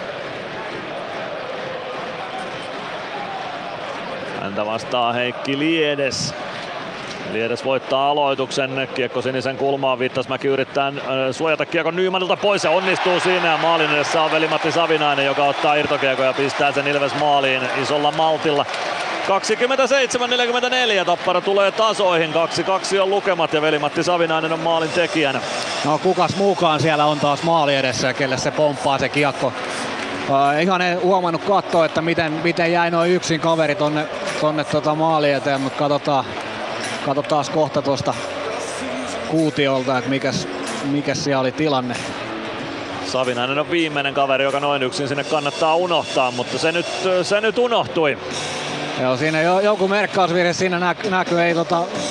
Häntä vastaa Heikki Liedes. Liedes voittaa aloituksen, kiekko sinisen kulmaan, Vittasmäki yrittää suojata kiekon Nymanilta pois ja onnistuu siinä ja maalin edessä on Veli-Matti Savinainen, joka ottaa irtokiekon ja pistää sen Ilves maaliin isolla maltilla. 27-44 Tappara tulee tasoihin, 2-2 on lukemat ja Veli-Matti Savinainen on maalin tekijänä. No kukas muukaan siellä on taas maali edessä ja kelle se pomppaa se kiekko. Ihan en huomannut katsoa, että miten jäi noin yksin kaveri tonne maali eteen, mutta katsotaan kohta tuosta kuutiolta, että mikäs siellä oli tilanne. Savinainen on viimeinen kaveri, joka noin yksin sinne kannattaa unohtaa, mutta se nyt unohtui. Joo, siinä joku merkkausvirhe siinä näkyy, ei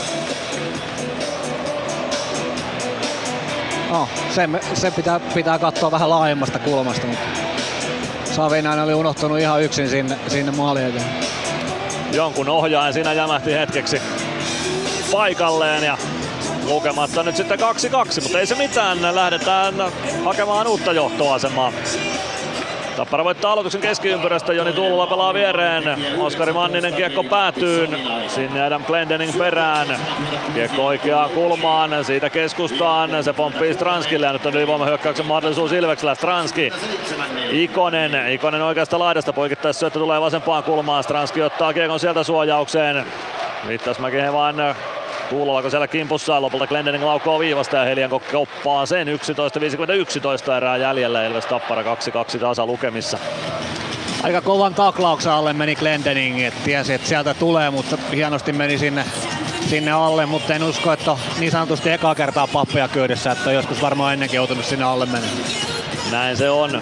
se pitää katsoa vähän laajemmasta kulmasta, mutta Savinainen oli unohtunut ihan yksin sinne maaliin eteen. Jonkun ohjaajan siinä jämähti hetkeksi paikalleen ja lukematta nyt sitten 2-2, mutta ei se mitään, lähdetään hakemaan uutta johtoasemaa. Tappara voittaa aloituksen keskiympyrästä, Joni Tuulola pelaa viereen, Oskari Manninen kiekko päätyyn, sinne Adam Glendening perään, kiekko oikeaan kulmaan, siitä keskustaan, se pomppii Stranskille ja nyt on ylivoimahyökkäyksen mahdollisuus Ilveksellä, Stranski, Ikonen oikeasta laidasta, poikittaisyöttö tulee vasempaan kulmaan, Stranski ottaa kiekon sieltä suojaukseen, Vittasmäki he vaan Tuulolako siellä kimpussaan, lopulta Glendening laukoo viivasta ja Helianko koppaa sen 11.51 erää jäljellä, Ilves Tappara 2-2 tasa lukemissa. Aika kovan taklauksen alle meni Glendening, että tiesi, että sieltä tulee, mutta hienosti meni sinne alle, mutta en usko, että on niin sanotusti ekaa kertaa pappeja kyydissä, että on joskus varmaan ennenkin joutunut sinne alle menemään. Näin se on.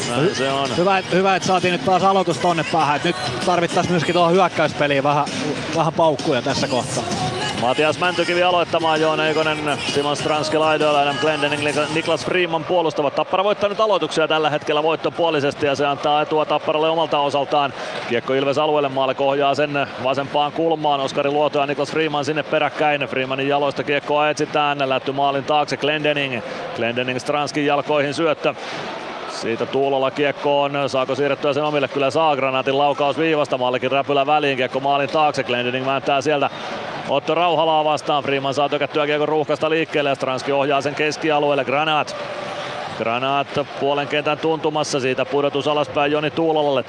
Hyvä, että saatiin nyt taas aloitus tonne päähän, nyt tarvittaisiin myöskin tuohon hyökkäyspeliin vähän paukkuja tässä kohtaa. Matias Mäntykivi aloittamaan, Joona Ikonen, Simon Stranski laidoilla, Adam Glendening, Niklas Freeman puolustavat. Tappara voittaa nyt aloituksia tällä hetkellä voittopuolisesti ja se antaa etua Tapparalle omalta osaltaan. Kiekko Ilves alueelle, maalle kohjaa sen vasempaan kulmaan. Oskari Luoto ja Niklas Freeman sinne peräkkäin. Freemanin jaloista kiekkoa etsitään, lätty maalin taakse Glendening Stranskin jalkoihin syöttö. Siitä Tuulola kiekkoon, saako siirrettyä sen omille? Kyllä saa, Granaatin laukaus viivasta, maallekin räpylä väliin, kiekko maalin taakse, Glendening vääntää sieltä Otto Rauhalaa vastaan, Freeman saa tökättyä kiekon ruuhkasta liikkeelle ja Stranski ohjaa sen keskialueelle, Granat puolen kentän tuntumassa, siitä pudotus alaspäin Joni Tuulolalle,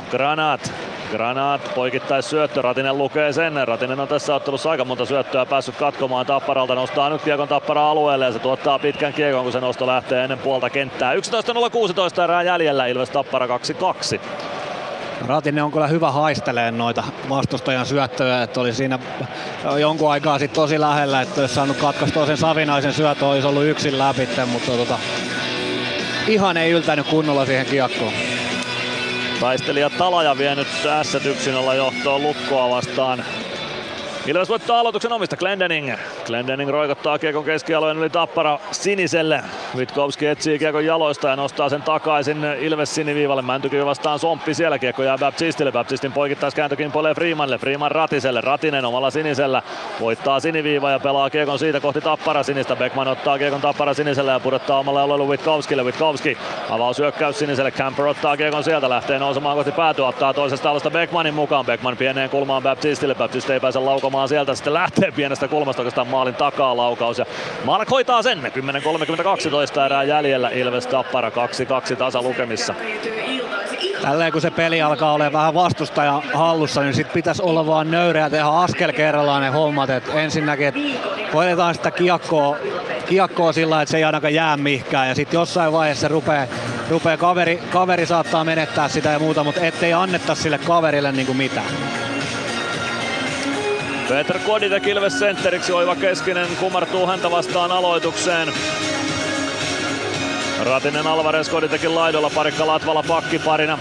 Granat poikittais syöttö, Ratinen lukee sen. Ratinen on tässä ottelussa aika monta syöttöä päässyt katkomaan Tapparalta, nostaa nyt kiekon Tappara alueelle ja se tuottaa pitkän kiekon, kun se nosto lähtee ennen puolta kenttää. 11.016 erää jäljellä, Ilves Tappara 2-2. Ratinen on kyllä hyvä haisteleen noita vastustajan syöttöjä, että oli siinä jonkun aikaa sitten tosi lähellä, että olisi saanut katkaistua sen Savinaisen syötön, olisi ollut yksin läpi, mutta ihan ei yltänyt kunnolla siihen kiekkoon. Taistelija Talaja vie nyt ässät 1-0 johtoon Lukkoa vastaan. Ilves voittaa aloituksen omista, Glendening roikottaa kiekon keskialueen yli Tappara siniselle. Witkowski etsii kiekon jaloista ja nostaa sen takaisin Ilves siniviivalle. Mäntykivi vastaan Somppi, siellä kiekko jää Baptistille. Baptistin poikittaiskääntökin polee Freemanille. Freeman Ratiselle, Ratinen omalla sinisellä voittaa siniviiva ja pelaa kiekon siitä kohti Tappara sinistä. Beckman ottaa kiekon Tappara sinisellä ja pudottaa omalle alueelle Witkowskille. Witkowski avausyökkäys siniselle, Camper ottaa kiekon sieltä, lähtee nousemaan kohti päätyä, ottaa toisesta alusta Beckmanin mukaan. Beckman pieneen kulmaan Baptistille, Baptist ei pääse laukomaan sieltä, sitten lähtee pienestä kulmasta oikeastaan maalin takaa laukaus ja Mark hoitaa sen. 10.30-12 erää jäljellä, Ilves Tappara 2-2 tasa lukemissa. Tälleen kun se peli alkaa olemaan vähän vastustajan hallussa, niin sit pitäisi olla vaan nöyreä ja tehdä askel kerrallaan ne hommat. Et ensinnäkin, että hoidetaan sitä kiekkoa sillä, että se ei ainakaan jää mihinkään ja sitten jossain vaiheessa rupeaa kaveri saattaa menettää sitä ja muuta, mutta ettei annetta sille kaverille niinku mitään. Petr Koditek Ilves sentteriksi, oiva keskinen kumartuu häntä vastaan aloitukseen. Ratinen, Alvarez, Koditekin laidolla, Parikka Latvala pakkiparina.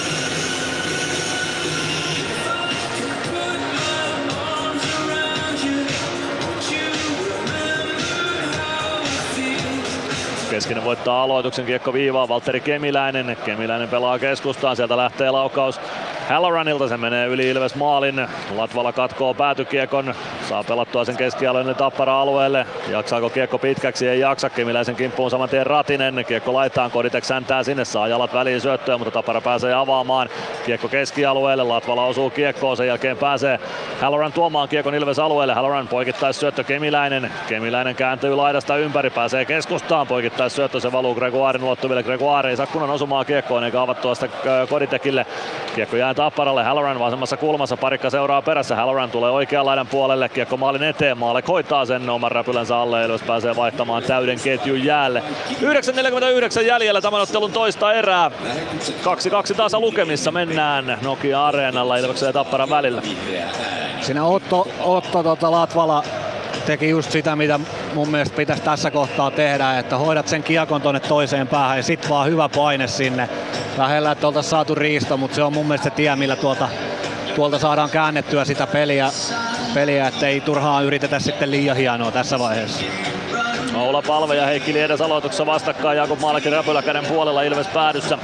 Keskinen voittaa aloituksen, kiekko viivaa, Valtteri Kemiläinen pelaa keskustaan, sieltä lähtee laukaus Halloranilta, se menee yli Ilves maalin. Latvala katkoo päätykiekon Saa pelattua sen keskialueen Tappara alueelle. Jaksaako kiekko pitkäksi? Ei jaksa. Kemiläisen kimppuun saman tien Ratinen. Kiekko laitaan. Koditek säntää sinne. Saa jalat väliin syöttöä, mutta Tappara pääsee avaamaan. Kiekko keskialueelle. Latvala osuu kiekkoon. Sen jälkeen pääsee Halloran tuomaan kiekon Ilves alueelle. Halloran poikittais syöttö Kemiläinen. Kemiläinen kääntyy laidasta ympäri. Pääsee keskustaan. Poikittais syöttö. Se valuu Gregoirin ulottuville. Gregoire ei saa kunnon osumaan kiekkoon eikä avattua sitä Koditekille. Kiekko jää Tapparalle. Halloran vasemmassa kulmassa. Parikka seuraa perässä. Halloran tulee oikean laidan puolelle. Kiekko maalin eteen. Maalek hoitaa sen oman räpylänsä alle. Ilves pääsee vaihtamaan täyden ketjun jäälle. 9.49 jäljellä tämän ottelun toista erää. 2-2 tasa lukemissa mennään Nokia-areenalla Ilveksen ja Tapparan välillä. Siinä Otto Latvala teki just sitä, mitä mun mielestä pitäisi tässä kohtaa tehdä, että hoidat sen kiekon tonne toiseen päähän ja sit vaan hyvä paine sinne. Lähellä, että oltaisiin saatu riisto, mutta se on mun mielestä se tie, millä tuolta saadaan käännettyä sitä peliä, ettei turhaan yritetä sitten liian hienoa tässä vaiheessa. Oula Palve ja Heikki Liedes aloituksessa vastakkain. Jakub Maalekin räpyläkäden puolella Ilves päädyssä.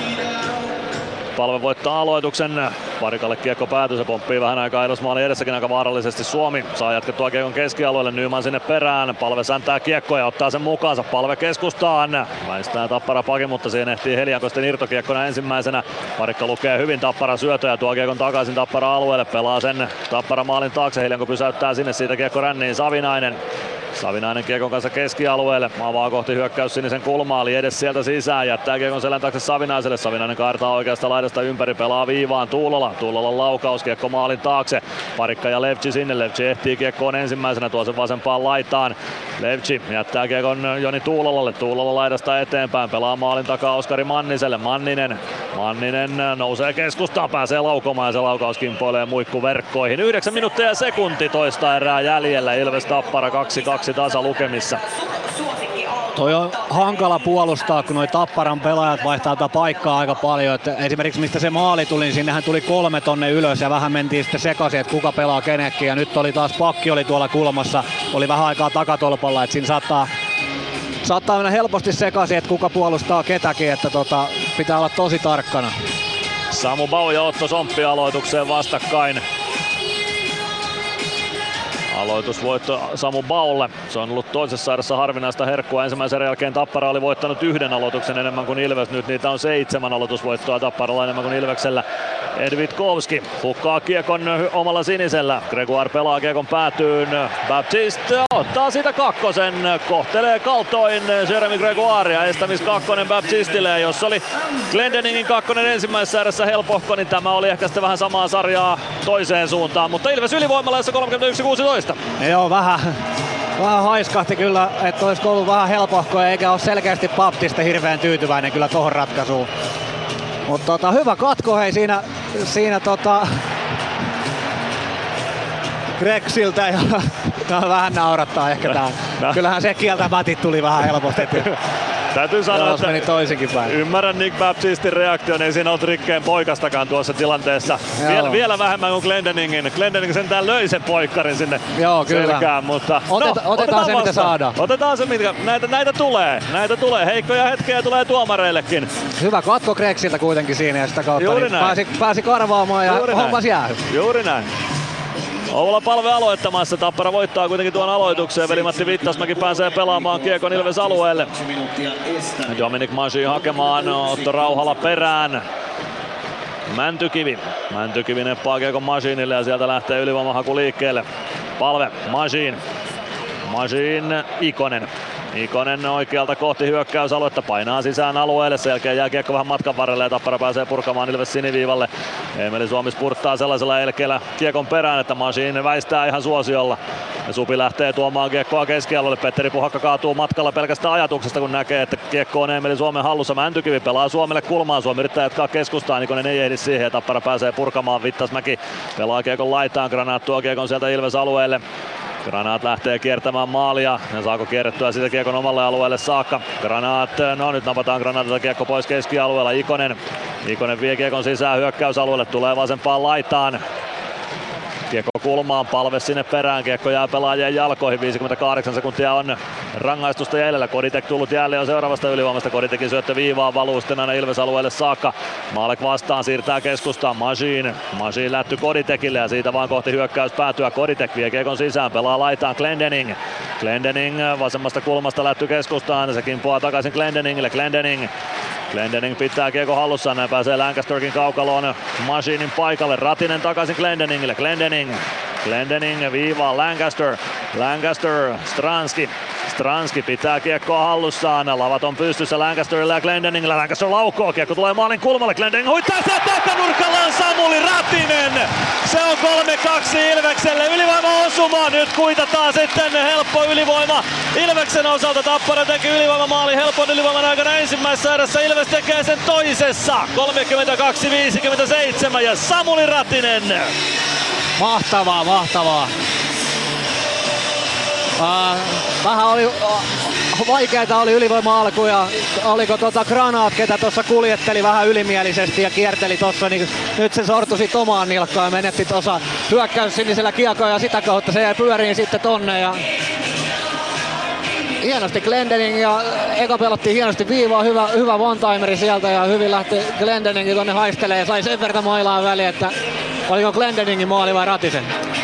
Palve voittaa aloituksen. Parikalle kiekko päätyy, se pomppii vähän aikaa Ilves maalin edessäkin aika vaarallisesti. Suomi saa jatkettua kiekon keskialueelle, Nyman sinne perään. Palve säntää kiekkoa ja ottaa sen mukaansa. Palve keskustaan. Väistää Tappara pakin, mutta siihen ehtii Heliankosten irtokiekkona ensimmäisenä. Parikka lukee hyvin Tapparan syötö ja tuo kiekon takaisin Tappara alueelle. Pelaa sen Tappara maalin taakse. Helianko pysäyttää sinne, siitä kiekko ränniin Savinainen kiekon kanssa keskialueelle. Avaa kohti hyökkäys sinisen kulmaa, Liedes sieltä sisään. Jättää kiekon selän taakse Savinaiselle. Savinainen kaartaa oikeasta laidasta ympäri, pelaa viivaan Tuulolan laukaus, kiekko maalin taakse. Parikka ja Levci sinne. Levci ehtii kiekkoon ensimmäisenä, tuo sen vasempaan laitaan. Levci jättää kiekon Joni Tuulolalle. Tuulola laidasta eteenpäin, pelaa maalin takaa Oskari Manniselle. Manninen nousee keskustaan, pääsee laukomaan ja se laukaus kimpoilee muikkuverkkoihin. 9 minuuttia ja sekunti toista erää jäljellä. Ilves Tappara 2-2 tasa lukemissa. Toi on hankala puolustaa, kun noi Tapparan pelaajat vaihtaa tätä paikkaa aika paljon. Että esimerkiksi mistä se maali tuli, niin sinnehän tuli 3 tonne ylös ja vähän mentiin sitten sekaisin, että kuka pelaa kenekin. Ja nyt oli taas pakki oli tuolla kulmassa, oli vähän aikaa takatolpalla, että siinä saattaa mennä helposti sekaisin, että kuka puolustaa ketäkin, että pitää olla tosi tarkkana. Samu Bau ja Otto Somppi aloitukseen vastakkain. Aloitusvoitto Samu Baulle. Se on ollut toisessa erässä harvinaista herkkua. Ensimmäisen erän jälkeen Tappara oli voittanut 1 aloituksen enemmän kuin Ilves. Nyt niitä on 7 aloitusvoittoa Tapparalla enemmän kuin Ilveksellä. Edvitkovski hukkaa kiekon omalla sinisellä. Gregoire pelaa kiekon päätyyn. Baptiste ottaa siitä kakkosen. Kohtelee kaltoin Jeremy Gregoirea. Estämis kakkonen Baptistille. Jos oli Glendeningin kakkonen ensimmäisessä erässä helpohko, niin tämä oli ehkä sitten vähän samaa sarjaa toiseen suuntaan. Mutta Ilves ylivoimalla 31-16. Joo, vähän haiskahti kyllä, että olisiko ollut vähän helpohkoa eikä ole selkeästi Baptiste hirveän tyytyväinen kyllä tohon ratkaisuun. Mutta hyvä katko hei siinä Greksiltä ja vähän naurattaa ehkä tää. Kyllähän se kieltämätit tuli vähän helposti. Täytyy sanoa, että meni toisinkin päin. Ymmärrän Nick Baptistin reaktion, ei siinä ollut rikkeen poikastakaan tuossa tilanteessa. Vielä vähemmän kuin Glendeningin. Glendening sentään löi sen poikkarin sinne selkään, mutta otetaan se mitä saadaan. Otetaan se mitä, näitä tulee. Heikkoja hetkiä tulee tuomareillekin. Hyvä katko Greksiltä kuitenkin siinä ja sitä kautta niin pääsi karvaamaan ja hommas jää. Juuri näin. Oula Palve aloittamassa. Tappara voittaa kuitenkin tuon aloituksen. Veli-Matti Vittasmäki pääsee pelaamaan kiekon Ilves alueelle. Dominic Manchin hakemaan Otto Rauhala perään. Mäntykivi neppaa kiekon Machinille ja sieltä lähtee ylivoimahaku liikkeelle. Palve, Machin, Ikonen oikealta kohti hyökkäysaluetta, painaa sisään alueelle, sen jälkeen jää kiekko vähän matkan varrelle ja Tappara pääsee purkamaan Ilves siniviivalle. Emeli Suomi spurttaa sellaisella elkeellä kiekon perään, että Machin väistää ihan suosiolla. Ja Supi lähtee tuomaan kiekkoa keskialueelle, Petteri Puhakka kaatuu matkalla pelkästään ajatuksesta, kun näkee, että kiekko on Emeli Suomen hallussa. Mäntykivi pelaa Suomelle kulmaan, Suomi yrittää jatkaa keskustaan, Ikonen ei ehdi siihen ja Tappara pääsee purkamaan. Vittasmäki pelaa kiekon laitaan, Granat tuo kiekon sieltä Ilves alueelle. Granat lähtee kiertämään maalia ja saako kierrettyä sitä kiekon omalle alueelle saakka. Nyt napataan Granatilta kiekko pois keskialueella. Ikonen vie kiekon sisään hyökkäysalueelle, tulee vasempaan laitaan. Kiekko kulmaan, palve sinne perään, kiekko jää pelaajien jalkoihin, 58 sekuntia on rangaistusta jäljellä. Koditek tullut jälleen jo seuraavasta ylivoimasta, Koditekin syöttö viivaan, valuu sitten aina Ilves-alueelle saakka. Maalek vastaan, siirtää keskustaan, Machine lätty Koditekille ja siitä vaan kohti hyökkäys päätyä. Koditek vie kiekon sisään, pelaa laitaan Glendening vasemmasta kulmasta lätty keskustaan, se kimpoaa takaisin Glendeningille, Glendening pitää kiekko hallussaan, näin pääsee Lancasterkin kaukaloon Machinin paikalle. Ratinen takaisin Glendeningille. Glendening viivaan Lancaster, Stranski pitää kiekkoa hallussaan. Lavat on pystyssä Lancasterilla ja Glendeningillä. Lancaster laukoo, kiekko tulee maalin kulmalle. Glendening huittaa sitä takanurkalla on Samuli Ratinen. Se on 3-2 Ilvekselle. Ylivoima osuma. Nyt kuitataan sitten helppo ylivoima Ilveksen osalta. Tappara teki ylivoimamaali helpon ylivoiman aikana ensimmäisessä erässä. Ilves tekee sen toisessa. 32-57 ja Samuli Ratinen. Mahtavaa. Vähän oli vaikeeta oli ylivoima alku ja oliko Granaat, ketä tuossa kuljetteli vähän ylimielisesti ja kierteli tossa, niin nyt se sortui sit omaan nilkkaan ja menetti tuossa hyökkäys sinisellä kiekolla ja sitä kautta se jäi pyöriin sitten tonne ja hienosti Glendening ja eka pelottiin hienosti viivaa, hyvä one-timeri sieltä ja hyvin lähti Glendening tonne haistelee ja sai sen verran mailaa väliin, että oliko Glendeningin maali vai Ratisen?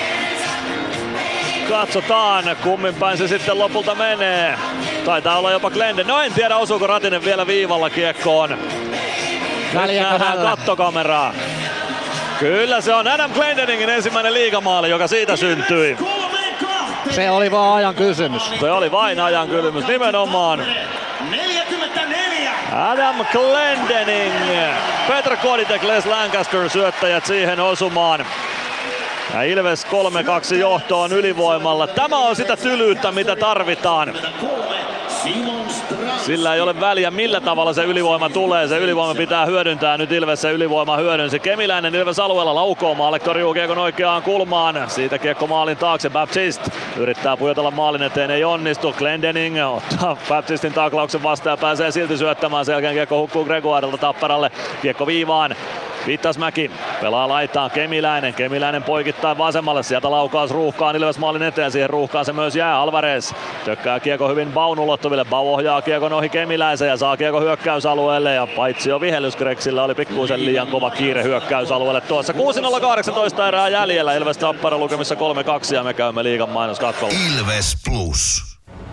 Katsotaan, kummin päin se sitten lopulta menee. Taitaa olla jopa Glendening. No en tiedä, osuuko Ratinen vielä viivalla kiekkoon. Nähdään kattokameraa. Kyllä se on Adam Glendeningin ensimmäinen liigamaali, joka siitä syntyi. Se oli vaan ajan kysymys. Se oli vain ajan kysymys, nimenomaan. 44. Adam Glendening. Petr Koditek, Les Lancaster syöttäjät siihen osumaan. Ja Ilves 3-2 johtoon ylivoimalla. Tämä on sitä tylyyttä, mitä tarvitaan. Sillä ei ole väliä, millä tavalla se ylivoima tulee. Se ylivoima pitää hyödyntää. Nyt Ilves se ylivoima hyödynsi. Kemiläinen Ilves alueella laukoo. Maalle torjuu kiekon oikeaan kulmaan. Siitä kiekko maalin taakse. Baptiste yrittää pujotella maalin eteen. Ei onnistu. Glendening ottaa Baptistin taklauksen vastaan ja pääsee silti syöttämään. Sen jälkeen kiekko hukkuu Gregoirilta Tapparalle. Kiekko viivaan. Vittasmäki pelaa laitaan Kemiläinen poikittaa vasemmalle, sieltä laukaus ruuhkaan Ilves maalin eteen, siihen ruuhkaan se myös jää. Alvarez tökkää kiekko hyvin Baun ulottuville, Bau ohjaa kiekon ohi Kemiläisen ja saa kiekko hyökkäysalueelle ja paitsi jo vihellys Greksillä oli pikkuisen liian kova kiire hyökkäysalueelle tuossa. 6:18 erää jäljellä, Ilves Tappara lukemissa 3-2 ja me käymme liigan mainoskatkolla. Ilves Plus.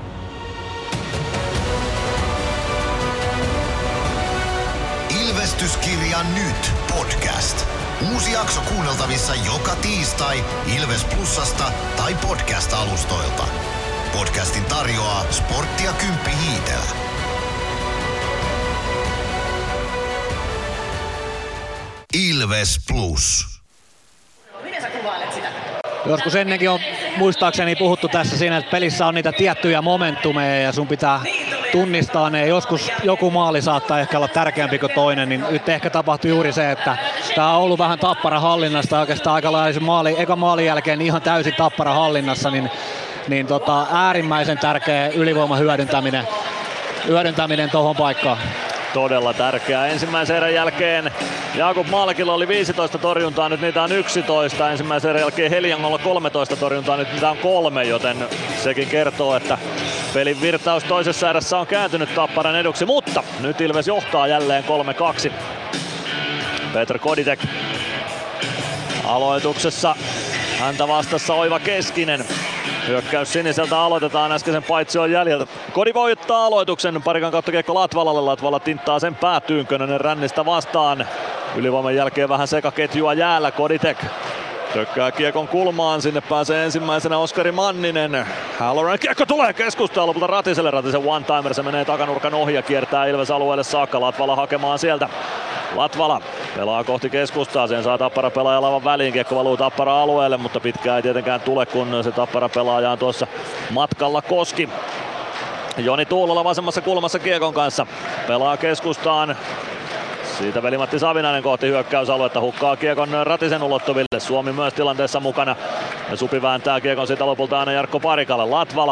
Ilvestyskirja nyt podcast. Uusi jakso kuunneltavissa joka tiistai Ilves Plusasta tai podcast-alustoilta. Podcastin tarjoaa Sporttia Kymppi Hiitelä. Ilves Plus. Miten sä kuvailet sitä? Joskus ennenkin on muistaakseni puhuttu tässä siinä, että pelissä on niitä tiettyjä momentumeja ja sun pitää tunnistaa ne. Joskus joku maali saattaa ehkä olla tärkeämpi kuin toinen, niin nyt ehkä tapahtui juuri se, että tää on ollut vähän Tappara hallinnasta oikeastaan aika lailla ekan maalin jälkeen niin ihan täysin Tappara hallinnassa, niin äärimmäisen tärkeä ylivoiman hyödyntäminen tohon paikkaan. Todella tärkeää. Ensimmäisen erän jälkeen Jakub Malkilla oli 15 torjuntaa, nyt niitä on 11. Ensimmäisen erän jälkeen Heliangolla 13 torjuntaa, nyt niitä on 3, joten sekin kertoo, että pelin virtaus toisessa erässä on kääntynyt Tapparan eduksi, mutta nyt Ilves johtaa jälleen 3-2. Petr Koditek aloituksessa, häntä vastassa Oiva Keskinen. Hyökkäys siniseltä aloitetaan äskeisen paitsion jäljiltä. Kodi voittaa aloituksen, parikan kautta kiekko Latvalalle. Latvala tinttaa sen päätyyn, Könönen rännistä vastaan. Ylivoiman jälkeen vähän sekaketjua jäällä. Koditek tökkää kiekon kulmaan, sinne pääsee ensimmäisenä Oskari Manninen. Halloran kiekko tulee keskustaan lopulta Ratiselle. Ratisen one-timer, se menee takanurkan ohi ja kiertää Ilves alueelle saakka. Latvala hakemaan sieltä. Latvala pelaa kohti keskustaa, sen saa Tappara pelaaja lavan väliin, kiekko valuu Tappara alueelle, mutta pitkään ei tietenkään tule, kun se Tappara pelaaja on tuossa matkalla Koski. Joni Tuulola vasemmassa kulmassa kiekon kanssa, pelaa keskustaan. Siitä Veli-Matti Savinainen kohti hyökkäysaluetta, hukkaa kiekon Ratisen ulottuville, Suomi myös tilanteessa mukana. Ja Supi vääntää kiekon siitä lopulta aina Jarkko Parikalle. Latvala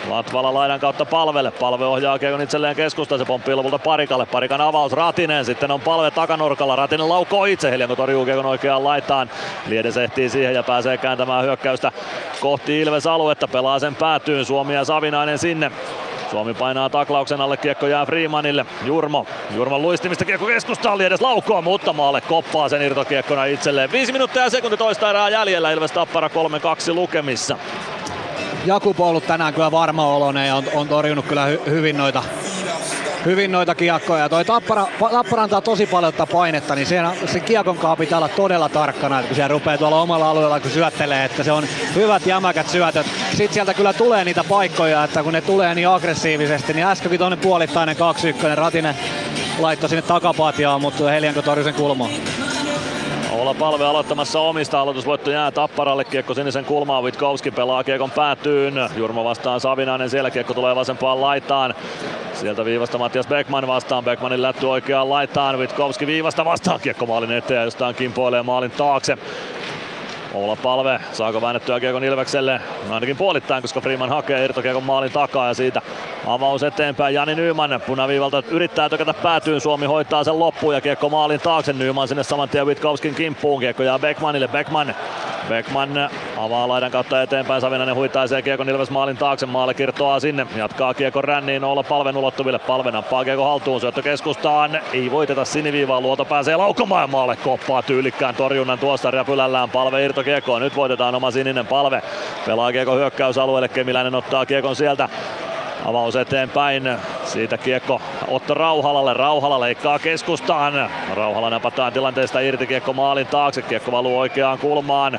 Latvala laidan kautta Palvelle. Palve ohjaa kiekon itselleen keskustaan. Se pomppii lopulta Parikalle. Parikan avaus Ratinen. Sitten on Palve takanurkalla. Ratinen laukoo itse. Helianko torjuu kiekon oikeaan laitaan. Liedes ehtii siihen ja pääsee kääntämään hyökkäystä kohti Ilves-aluetta. Pelaa sen päätyyn. Suomi ja Savinainen sinne. Suomi painaa taklauksen alle, kiekko jää Freemanille. Jurman luistimista kiekko keskustaan, Liedes laukoo, mutta maalle koppaa sen irtokiekkona itselleen. 5 minuuttia ja sekunti toista erää jäljellä, Ilves Tappara 3-2 lukemissa. Jakub on ollut tänään kyllä varma oloinen ja on torjunut kyllä hyvin noita kiekkoja. Toi Tappara antaa tosi paljon painetta, niin sen kiekonkaan pitää olla todella tarkkana, että kun siellä rupeaa tuolla omalla alueella kun syöttelee, että se on hyvät jämäkät syötöt. Sitten sieltä kyllä tulee niitä paikkoja, että kun ne tulee niin aggressiivisesti, niin äskenkin tuonne puolittainen 2-1, Ratinen laittoi sinne takapatjaan, mutta Helianko torjui sen kulmaan. Olla Palve aloittamassa omista, aloitusvoitto jää Tapparalle, kiekko sinisen kulmaan, Witkowski pelaa kiekon päätyyn, Jurmo vastaan Savinainen, siellä kiekko tulee vasempaan laitaan. Sieltä viivasta Mattias Beckman vastaan, Beckmanin lätty oikeaan laitaan, Witkowski viivasta vastaan, kiekko maalin eteen, jostain kimpoilee maalin taakse. Oula Palve, saako väännettyä kiekon Ilvekselle? Ainakin puolittain, koska Freeman hakee irtokiekon maalin takaa ja siitä avaus eteenpäin. Jani Nyman punaviivalta yrittää tökätä päätyyn, Suomi hoitaa sen loppuun ja kiekko maalin taakse. Nyman sinne saman tien Witkowskin kimppuun, kiekko jää Beckmanille. Beckman avaa laidan kautta eteenpäin, Savinainen huitaisee kiekon Ilves maalin taakse, maalle kirtoaa sinne, jatkaa kiekon ränniin Oula Palven ulottuville, Palve nappaa kiekon haltuun, syöttö keskustaan, ei voiteta siniviivaa, Luoto pääsee laukomaan maalle, koppaa tyylikkään torjunnan tuosta Räpylällään, Palve irtokiekkoon, nyt voitetaan oma sininen, Palve pelaa kiekon hyökkäysalueelle, Kemiläinen ottaa kiekon sieltä. Avaus eteenpäin, siitä kiekko Otto Rauhalalle, Rauhala leikkaa keskustaan, Rauhala napataan tilanteesta irti, kiekko maalin taakse, kiekko valuu oikeaan kulmaan,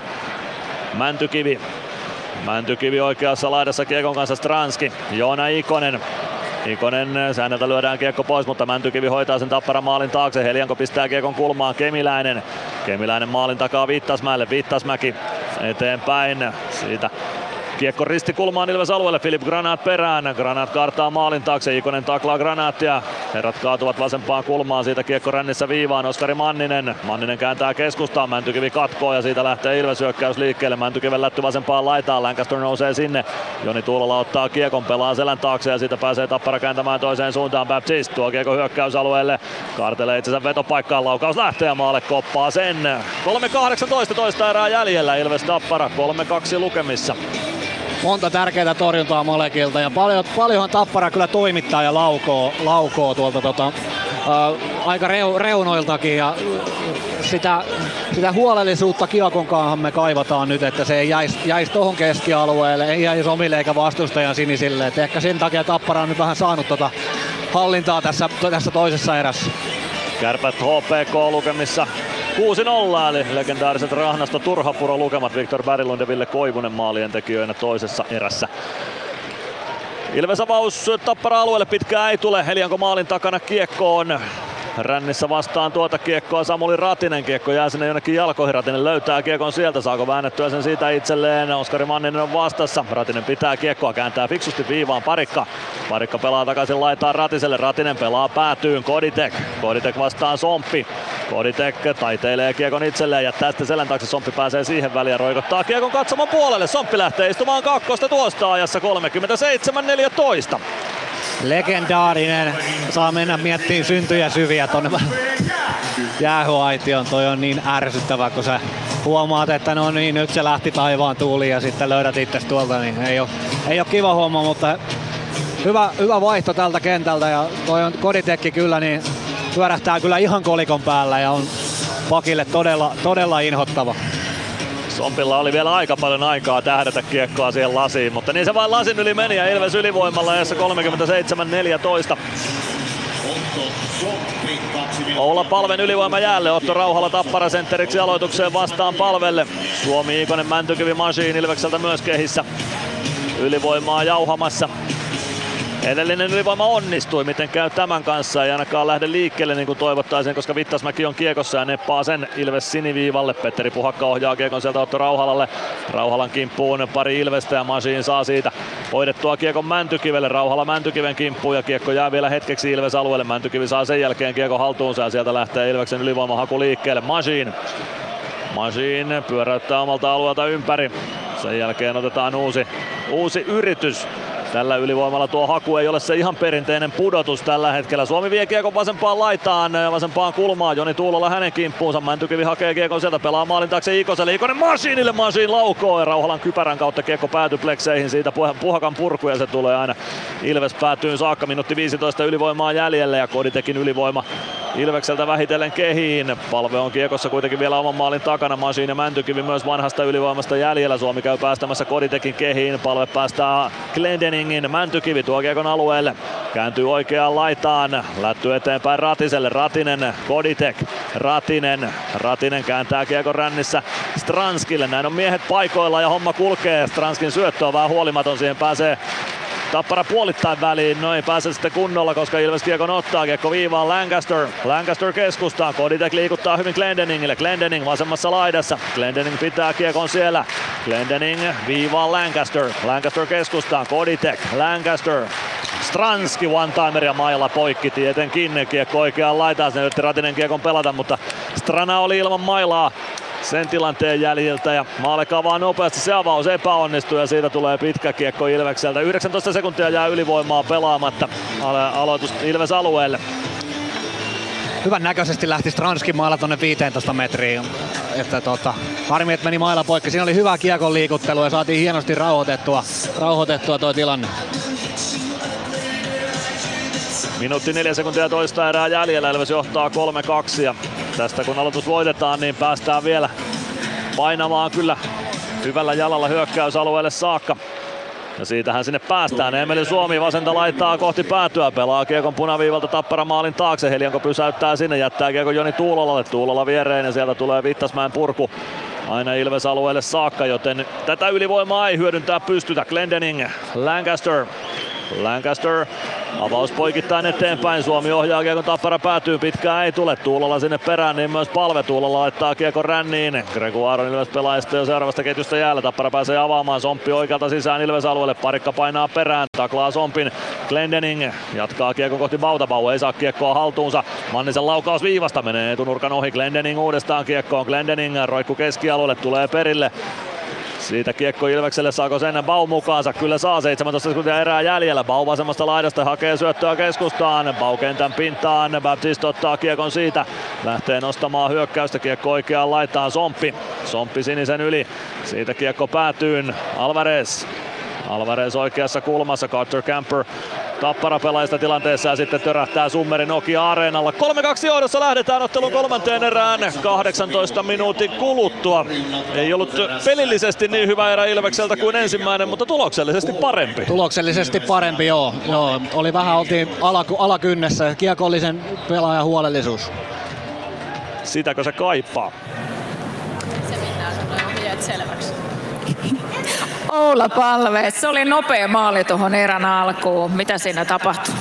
Mäntykivi oikeassa laidassa kiekon kanssa Stranski, Joona Ikonen, säännöltä lyödään kiekko pois, mutta Mäntykivi hoitaa sen Tapparan maalin taakse, Helianko pistää kiekon kulmaan, Kemiläinen maalin takaa Viittasmäki eteenpäin, siitä kiekko ristikulmaan Ilves alueelle, Filip Granat perään, Granat kaartaa maalin taakse, Ikonen taklaa Granaattia, herrat kaatuvat vasempaan kulmaan, siitä kiekko rännissä viivaan, Oskari Manninen kääntää keskustaan, Mäntykivi katkoo ja siitä lähtee Ilves hyökkäys liikkeelle, Mäntykiven lätty vasempaan laitaan, Lancaster nousee sinne, Joni Tuulola ottaa kiekon, pelaa selän taakse ja siitä pääsee Tappara kääntämään toiseen suuntaan, Baptiste tuo kiekko hyökkäysalueelle, kaartelee itsensä vetopaikkaan, laukaus lähtee ja maalle koppaa sen, 3.18 toista erää jäljellä, Ilves Tappara 3-2 lukemissa. Monta tärkeää torjuntaa molekilta ja paljonhan Tappara kyllä toimittaa ja laukoo tuolta aika reunoiltakin ja sitä huolellisuutta kiekonkaan me kaivataan nyt, että se ei jäisi tohon keskialueelle, ei jäisi omille eikä vastustajan sinisille. Et ehkä sen takia Tappara on nyt vähän saanut hallintaa tässä toisessa erässä. Kärpät HPK lukemissa 6-0, eli legendaariset Rahnasto Turhapuro lukemat, Viktor Berglund ja Ville Koivunen maalien tekijöinä toisessa erässä. Ilves avaus Tappara-alueelle, pitkää ei tule, Helianko maalin takana kiekkoon. Rännissä vastaan tuota kiekkoa Samuli Ratinen, kiekko jää sinne jonnekin jalkoihin, Ratinen löytää kiekon sieltä, saako väännettyä sen siitä itselleen, Oskari Manninen on vastassa, Ratinen pitää kiekkoa, kääntää fiksusti viivaan Parikka pelaa takaisin laitaan Ratiselle, Ratinen pelaa päätyyn, Koditek vastaan Somppi, Koditek taiteilee kiekon itselleen, jättää sitten selän taakse, Somppi pääsee siihen väliin ja roikottaa kiekon katsomon puolelle, Somppi lähtee istumaan kakkosta tuosta ajassa 37-14. Legendaarinen, saa mennä miettimään syntyjä syviä tonne jäähyaitioon, toi on niin ärsyttävää, kun sä huomaat, että no niin, nyt se lähti taivaan tuuliin ja sitten löydät itses tuolta, niin ei oo kiva homma, mutta hyvä vaihto tältä kentältä ja toi on Koditekki kyllä, niin pyörähtää kyllä ihan kolikon päällä ja on pakille todella inhottava. Sompilla oli vielä aika paljon aikaa tähdätä kiekkoa siihen lasiin, mutta niin se vain lasin yli meni ja Ilves ylivoimalla ajassa 37-14. Oula Palven ylivoima jäälle, Otto Rauhala Tappara sentteriksi aloitukseen vastaan Palvelle. Suomi, Ikonen, Mäntykivi, Machine Ilvekseltä myös kehissä ylivoimaa jauhamassa. Edellinen ylivoima onnistui, miten käy tämän kanssa, ei ainakaan lähde liikkeelle niin kuin toivottaisiin, koska Vittasmäki on kiekossa ja neppaa sen Ilves siniviivalle. Petteri Puhakka ohjaa kiekon sieltä Otto Rauhalalle. Rauhalan kimppuun pari Ilvestä ja Machine saa siitä hoidettua kiekon Mäntykivelle. Rauhala Mäntykiven kimppuun ja kiekko jää vielä hetkeksi Ilves alueelle. Mäntykivi saa sen jälkeen kiekon haltuunsa ja sieltä lähtee Ilveksen ylivoimahaku liikkeelle. Machine pyöräyttää omalta alueelta ympäri. Sen jälkeen otetaan uusi yritys. Tällä ylivoimalla tuo haku ei ole se ihan perinteinen pudotus tällä hetkellä. Suomi vie kiekon vasempaan laitaan, vasempaan kulmaan. Joni Tuulola hänen kimppuunsa. Mäntykivi hakee kiekon sieltä, pelaa maalin taakse Ikoselle. Ikonen Masiinille, Masiin laukoo ja Rauhalan kypärän kautta kiekko päätyy plekseihin. Siitä Puhakan purku ja se tulee aina Ilves päätyyn saakka. Minuutti 15 ylivoimaa jäljellä ja Koditekin ylivoima Ilvekseltä vähitellen kehiin. Palve on kiekossa kuitenkin vielä oman maalin takana. Masiin ja Mäntykivi myös vanhasta ylivoimasta jäljellä. Suomi käy päästämässä Koditekin kehiin. Palve päästää Glendeningin. Mäntykivi tuo kiekon alueelle. Kääntyy oikeaan laitaan. Lätty eteenpäin Ratiselle. Ratinen, Koditek. Ratinen kääntää kiekon rännissä Stranskille. Näin on miehet paikoilla ja homma kulkee. Stranskin syöttö on vähän huolimaton. Siihen pääsee Tappara puolittain väliin, no ei pääse sitten kunnolla, koska Ilves kiekon ottaa. Kiekko viivaan Lancaster keskustaan. Koditek liikuttaa hyvin Glendeningille. Glendening vasemmassa laidassa. Glendening pitää kiekon siellä. Glendening viivaan Lancaster keskustaan. Koditek, Lancaster. Stranski one-timer ja mailla poikki tietenkin. Kiekko oikeaan laitaan. Sen yritti Ratinen kiekon pelata, mutta Strana oli ilman mailaa sen tilanteen jäljiltä ja Maale kavaa nopeasti, se avaus epäonnistuu ja siitä tulee pitkä kiekko Ilvekseltä. 19 sekuntia jää ylivoimaa pelaamatta, aloitus Ilves alueelle. Hyvän näköisesti lähti Stranskin mailla tonne 15 metriin. Että harmi, että meni mailla poikki. Siinä oli hyvä kiekon liikuttelu ja saatiin hienosti rauhoitettua tuo tilanne. Minuutti 4 sekuntia toista erää jäljellä, Ilves johtaa 3-2 ja tästä kun aloitus voitetaan, niin päästään vielä painamaan kyllä hyvällä jalalla hyökkäysalueelle saakka. Ja siitähän sinne päästään. Emeli Suomi vasenta laittaa kohti päätyä, pelaa kiekon punaviivalta Tappara maalin taakse. Helianko pysäyttää sinne, jättää kiekon Joni Tuulolalle. Tuulola viereen ja sieltä tulee Vittasmäen purku aina Ilves alueelle saakka, joten tätä ylivoimaa ei hyödyntää pystytä. Glendening, Lancaster, avaus poikittain eteenpäin, Suomi ohjaa kiekon, Tappara päätyy, pitkään ei tule, Tuulola sinne perään, niin myös Palve, Tuulola laittaa kiekon ränniin, Gregoire Ilves pelaajista jo seuraavasta ketjusta jäällä, Tappara pääsee avaamaan, Somppi oikealta sisään Ilves alueelle, Parikka painaa perään, taklaa Sompin, Glendening jatkaa kiekon kohti Bautapau, ei saa kiekkoa haltuunsa, Mannisen laukaus viivasta menee etunurkan ohi, Glendening uudestaan kiekkoon, Glendening roikku keskialueelle, tulee perille. Siitä kiekko Ilvekselle, saako sen Bau mukaansa? Kyllä saa, 17 sekuntia erää jäljellä. Bau vasemmasta laidasta hakee syöttöä keskustaan. Bau kentän pintaan, Baptiste ottaa kiekon siitä. Lähtee nostamaan hyökkäystä, kiekko oikeaan laitaan Somppi sinisen yli. Siitä kiekko päätyyn, Alvarez oikeassa kulmassa, Carter Camper Tappara pelaajista tilanteessa ja sitten törähtää Summeri Nokia-areenalla. 3-2 johdossa lähdetään ottelun kolmanteen erään 18 minuutin kuluttua. Ei ollut pelillisesti niin hyvä erä Ilvekseltä kuin ensimmäinen, mutta tuloksellisesti parempi. Tuloksellisesti parempi, joo. Oli vähän, oltiin alakynnessä, kiekollisen pelaajan huolellisuus. Sitäkö se kaipaa? Se pitää sanoa selväksi. Oula Palve, se oli nopea maali tuohon erän alkuun. Mitä siinä tapahtui?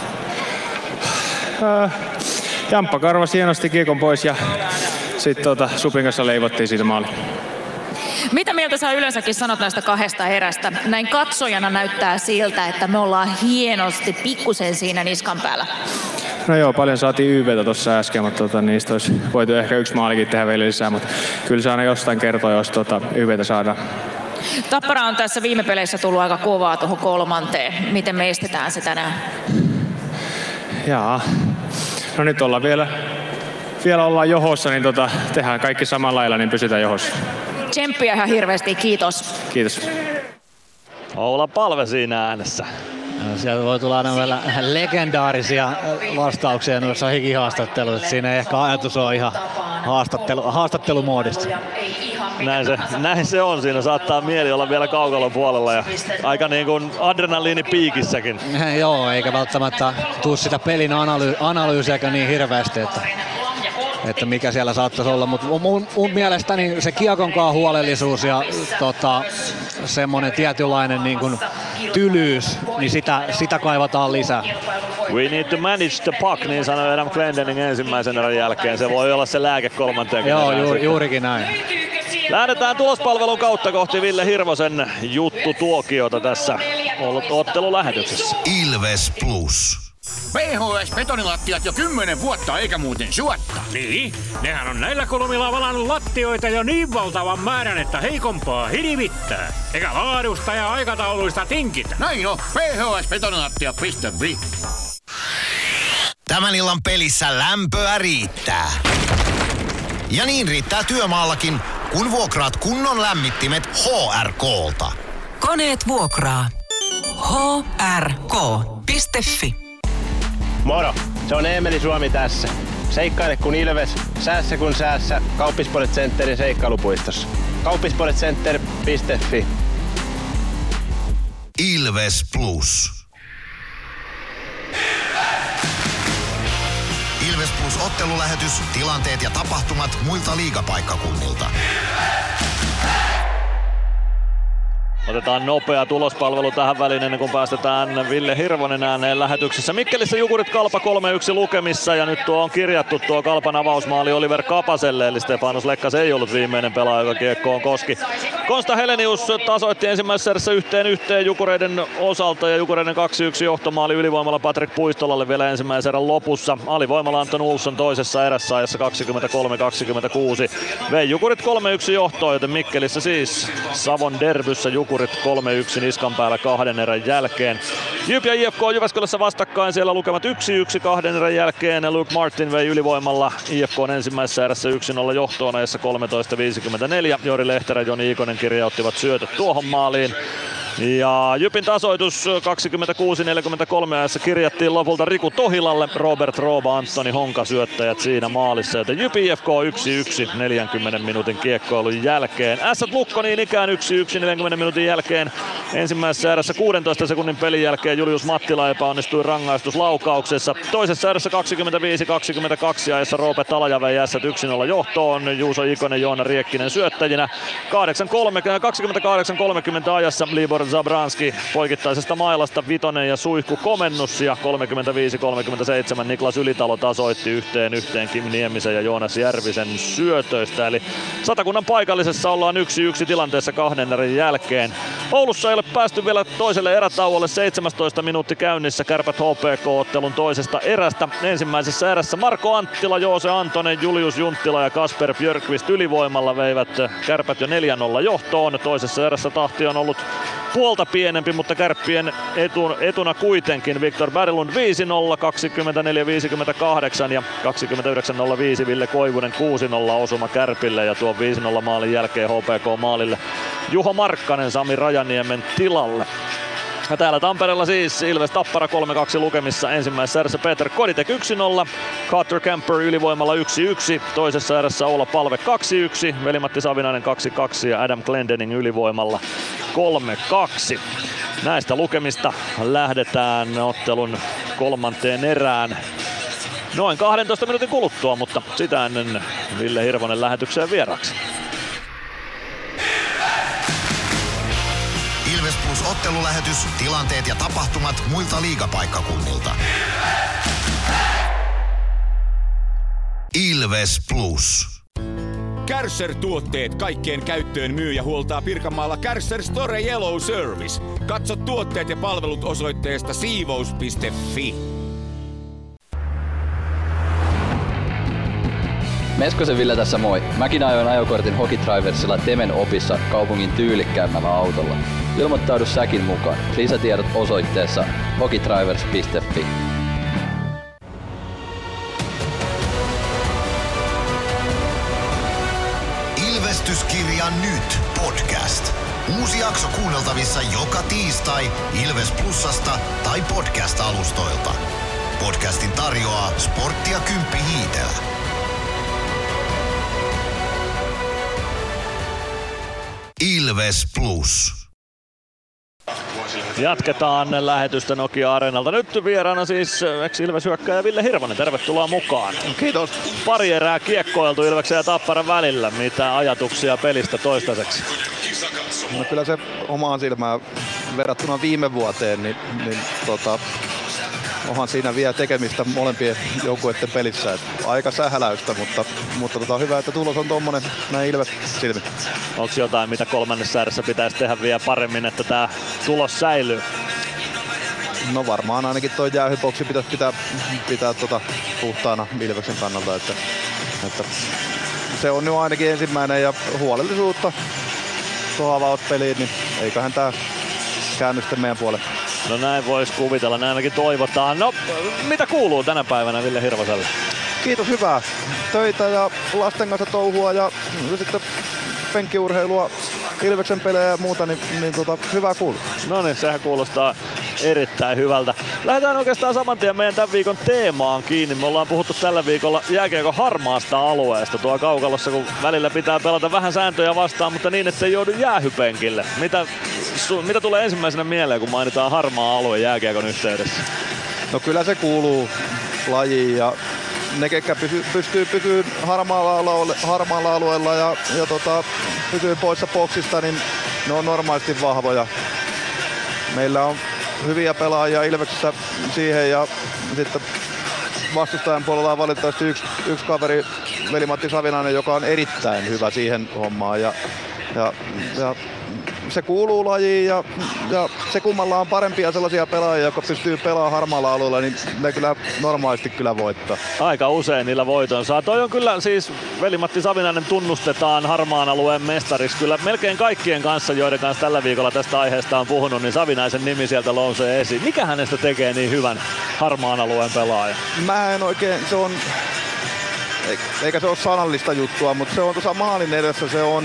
Jamppa karvasi hienosti kiekon pois ja sitten Supin kanssa leivottiin siitä maali. Mitä mieltä sä yleensäkin sanot näistä kahdesta erästä? Näin katsojana näyttää siltä, että me ollaan hienosti pikkusen siinä niskan päällä. No joo, paljon saatiin YVtä tuossa äsken, mutta niistä olisi voitu ehkä yksi maalikin tehdä vielä lisää, mutta kyllä se aina jostain kertoo, jos YVtä saadaan. Tappara on tässä viime peleissä tullut aika kovaa tuohon kolmanteen. Miten me estetään se tänään? Jaa. No nyt ollaan vielä ollaan johossa, niin tehdään kaikki samalla lailla, niin pysytään johossa. Tsemppiä ihan hirveästi, kiitos. Kiitos. Oula Palve siinä äänessä. Sieltä voi tulla aina vielä legendaarisia vastauksia noissa hikihaastatteluissa. Siinä ei ehkä ajatus ole ihan haastattelumoodista. Näin se on. Siinä saattaa mieli olla vielä kaukalon puolella ja aika niin kuin adrenaliinipiikissäkin. Joo, eikä välttämättä tuu sitä pelin analyysiäkään niin hirveästi, että mikä siellä saattaisi olla, mutta mun mielestäni se kiekonkaan huolellisuus ja semmoinen tietynlainen niin kuin tylyys, niin sitä kaivataan lisää. We need to manage the puck, niin sanoi Adam Glendening ensimmäisen erän jälkeen. Se voi olla se lääke kolmanteen. Joo, juurikin näin. Lähdetään tulospalvelun kautta kohti Ville Hirvosen juttutuokiota tässä ottelulähetyksessä. Ilves Plus. PHS-betonilattiat jo 10 vuotta eikä muuten suotta. Niin, nehän on näillä kolmilla valannut lattioita jo niin valtavan määrän, että heikompaa hirvittää. Eikä laadusta ja aikatauluista tinkitä. Näin on, phsbetonilattia.fi. Tämän illan pelissä lämpöä riittää. Ja niin riittää työmaallakin, kun vuokraat kunnon lämmittimet HRK:lta. Koneet vuokraa. hrk.fi. Moro, se on Eemeli Suomi tässä. Seikkaile kun Ilves, säässä kun säässä. Kauppisports Centerin seikkailupuistossa. Kauppisportscenter.fi. Ilves Plus. Ilves Plus -ottelulähetys, tilanteet ja tapahtumat muilta liigapaikkakunnilta. Otetaan nopea tulospalvelu tähän väliin ennen kuin päästetään Ville Hirvonen ääneen lähetyksessä. Mikkelissä Jukurit Kalpa 3-1 lukemissa ja nyt tuo on kirjattu tuo Kalpan avausmaali Oliver Kapaselle, eli Stefanos Lekkas ei ollut viimeinen pelaaja, joka kiekkoon koski. Konsta Helenius tasoitti ensimmäisessä erässä 1-1 Jukureiden osalta ja Jukureiden 2-1 johtomaali ylivoimalla Patrik Puistolalle vielä ensimmäisen erän lopussa. Alivoimalla Anton Olsson toisessa erässä ajassa 23-26. Vei Jukurit 3-1 johtoon, joten Mikkelissä siis Savon derbyssä Jukurit 3-1 niskan päällä kahden erän jälkeen. JYP ja IFK Jyväskylässä vastakkain, siellä lukemat 1-1 kahden erän jälkeen. Luke Martin vei ylivoimalla IFK:n ensimmäisessä erässä 1-0 johtoon ajassa 13.54. Jori Lehterä ja Joni Ikonen kirjauttivat syötöt tuohon maaliin. Ja Jypin tasoitus 26-43 ajassa kirjattiin lopulta Riku Tohilalle. Robert Rooba, Antoni Honka syöttäjät siinä maalissa, joten Jyp IFK 1-1 40 minuutin kiekkoilun jälkeen. Ässät Lukko niin ikään 1-1 40 minuutin jälkeen. Ensimmäisessä erässä 16 sekunnin pelin jälkeen Julius Mattila epäonnistui rangaistuslaukauksessa. Toisessa erässä 25-22 ajassa Roope Talaja vei Ässät 1-0 johtoon. Juuso Ikonen, Joona Riekkinen syöttäjinä. 28-30 ajassa Libor Zabranski poikittaisesta mailasta vitonen ja suihku komennus ja 35-37 Niklas Ylitalo tasoitti yhteen Kim Niemisen ja Joonas Järvisen syötöistä. Eli Satakunnan paikallisessa ollaan 1-1 tilanteessa kahden erän jälkeen. Oulussa ei ole päästy vielä toiselle erätauolle, 17 minuutti käynnissä Kärpät HPK-ottelun toisesta erästä. Ensimmäisessä erässä Marko Anttila, Joose Antonen, Julius Junttila ja Kasper Björkqvist ylivoimalla veivät Kärpät jo 4-0 johtoon. Toisessa erässä tahti on ollut puolta pienempi, mutta Kärppien etuna kuitenkin. Viktor Berglund 5-0, 24-58 ja 29-05 Ville Koivunen 6-0 osuma Kärpille ja tuon 5-0 maalin jälkeen HPK-maalille Juho Markkanen Sami Rajaniemen tilalle. Ja täällä Tampereella siis Ilves Tappara 3-2 lukemissa. Ensimmäisessä erässä Peter Koditek 1-0, Carter Camper ylivoimalla 1-1, toisessa erässä Oula Palve 2-1, Veli-Matti Savinainen 2-2 ja Adam Glendening ylivoimalla 3-2. Näistä lukemista lähdetään ottelun kolmanteen erään noin 12 minuutin kuluttua, mutta sitä ennen Ville Hirvonen lähetykseen vieraksi. Ilves Plus -ottelulähetys, tilanteet ja tapahtumat muilta liigapaikkakunnilta. Ilves Plus. Kärcher-tuotteet kaikkeen käyttöön myy ja huoltaa Pirkanmaalla Kärcher Store Yellow Service. Katso tuotteet ja palvelut osoitteesta siivous.fi. Meskosen Ville tässä moi. Mäkin ajoin ajokortin Hokitriversilla Temen opissa kaupungin tyylikkäämmällä autolla. Ilmoittaudu säkin mukaan. Lisätiedot osoitteessa hokitrivers.fi. Ilvestyskirja nyt podcast. Uusi jakso kuunneltavissa joka tiistai Ilves Plusasta tai podcast-alustoilta. Podcastin tarjoaa Sporttia Kymppi Hiitelä. Ilves Plus. Jatketaan lähetystä Nokia-areenalta. Nyt vieraana siis ex-Ilves-hyökkääjä Ville Hirvonen. Tervetuloa mukaan. Kiitos. Pari erää kiekkoiltu Ilveksen ja Tapparan välillä. Mitä ajatuksia pelistä toistaiseksi? No kyllä se omaan silmään verrattuna viime vuoteen, niin onhan siinä vielä tekemistä molempien joukkueiden pelissä. Aika sähäläystä, mutta hyvä, että tulos on tommonen näin Ilves silmin. Onko jotain, mitä kolmannessa erässä pitäisi tehdä vielä paremmin, että tämä tulos säilyy? No varmaan ainakin toi jäähyboksi pitäisi pitää puhtaana Ilveksen kannalta, että se on nyt ainakin ensimmäinen ja huolellisuutta tuohon avauspeliin, niin eiköhän tää käänny sitten meidän puolelle. No näin voisi kuvitella, näin ainakin toivotaan. No mitä kuuluu tänä päivänä Ville Hirvoselle? Kiitos, hyvää. Töitä ja lasten kanssa touhua ja sitten penkkiurheilua, Ilveksen pelejä ja muuta, niin hyvää kuuluu. No niin, sehän kuulostaa erittäin hyvältä. Lähdetään oikeastaan saman tien meidän tämän viikon teemaan kiinni. Me ollaan puhuttu tällä viikolla jääkiekon harmaasta alueesta tuo kaukalossa, kun välillä pitää pelata vähän sääntöjä vastaan, mutta niin, ettei joudu jäähypenkille. Mitä tulee ensimmäisenä mieleen, kun mainitaan harmaa alue jääkiekon yhteydessä? No kyllä se kuuluu lajiin ja ne, ketkä pystyy harmaalla alueella ja pysyy poissa boksista, niin ne on normaalisti vahvoja. Meillä on hyviä pelaajia Ilveksessä siihen ja sitten vastustajan puolella on valitettavasti yksi kaveri, Veli-Matti Savinainen, joka on erittäin hyvä siihen hommaan ja se kuuluu lajiin ja se kummalla on parempia sellaisia pelaajia, jotka pystyy pelaamaan harmaalla alueella, niin ne kyllä normaalisti kyllä voittaa. Aika usein niillä voiton saa. Toi on kyllä siis Veli-Matti Savinainen tunnustetaan harmaan alueen mestariksi. Kyllä melkein kaikkien kanssa, joiden kanssa tällä viikolla tästä aiheesta on puhunut, niin Savinaisen nimi sieltä nousee esiin. Mikä hänestä tekee niin hyvän harmaan alueen pelaajan? Mä en oikein, eikä se ole sanallista juttua, mutta se on tuossa maalin edessä, se on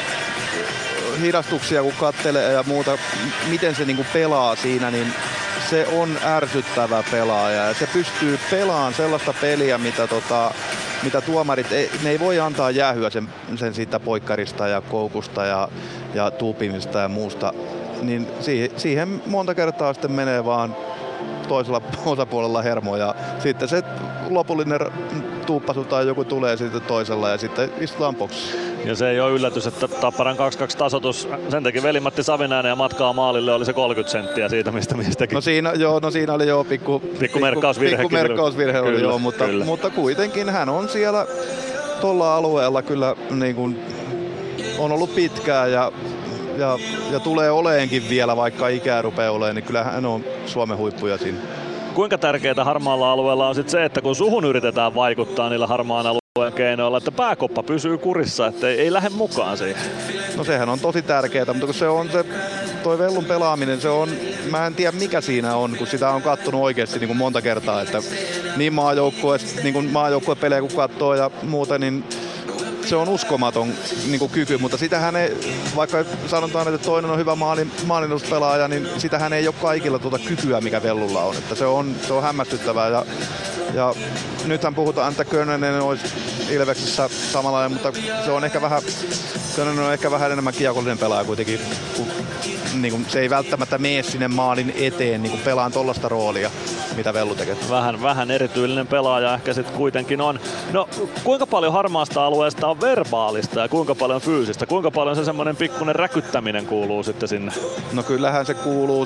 hidastuksia kun kattelee ja muuta, miten se niinku pelaa siinä, niin se on ärsyttävä pelaaja ja se pystyy pelaamaan sellaista peliä, mitä tuomarit ne ei voi antaa jäähyä sen siitä poikkarista ja koukusta ja tuupimista ja muusta, niin siihen monta kertaa sitten menee vaan toisella osapuolella hermo ja sitten se lopullinen tuuppasu tai joku tulee sitten toisella ja sitten istutaan boksissa. Ja se ei ole yllätys, että Tapparan 2-2 tasoitus, sen teki Veli-Matti Savinainen ja matkaa maalille oli se 30 senttiä siitä, mistä mistäkin. No siinä oli jo pikku merkkausvirhe oli joo, mutta kuitenkin hän on siellä tuolla alueella kyllä niin kuin on ollut pitkään ja tulee oleenkin vielä, vaikka ikää rupeaa olemaan, niin kyllä hän on Suomen huippuja siinä. Kuinka tärkeää harmaalla alueella on sitten se, että kun suhun yritetään vaikuttaa niillä harmaan alueen keinoilla, että pääkoppa pysyy kurissa, että ei lähde mukaan siihen? No sehän on tosi tärkeää, mutta kun se on toi vellun pelaaminen, se on, mä en tiedä mikä siinä on, kun sitä on kattonut oikeasti niin kuin monta kertaa, että niin maajoukkuepelejä kun katsoo ja muuta, niin se on uskomaton niin kuin kyky, mutta sitähän ei, vaikka sanotaan, että toinen on hyvä maalinuspelaaja, niin sitähän ei ole kaikilla tuota kykyä, mikä vellulla on. Että se on hämmästyttävää ja nythän puhutaan, että Könönen olisi Ilveksessä samanlainen, mutta se on ehkä vähän enemmän kiekollinen pelaaja kuitenkin. Niin kuin se ei välttämättä mene sinne maalin eteen niin kuin pelaan tollaista roolia, mitä Vellu tekee. Vähän erityinen pelaaja ehkä sitten kuitenkin on. No kuinka paljon harmaasta alueesta on verbaalista ja kuinka paljon fyysistä? Kuinka paljon se semmoinen pikkuinen räkyttäminen kuuluu sitten sinne? No kyllähän se kuuluu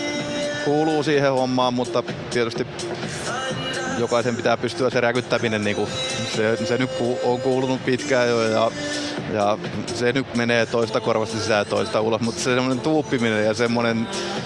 siihen hommaan, mutta tietysti jokaisen pitää pystyä se räkyttäminen, niin kuin se nyt on kuulunut pitkään jo ja se nyt menee toista korvasta sisään ja toista ulos, mutta se semmoinen tuuppiminen ja semmoinen,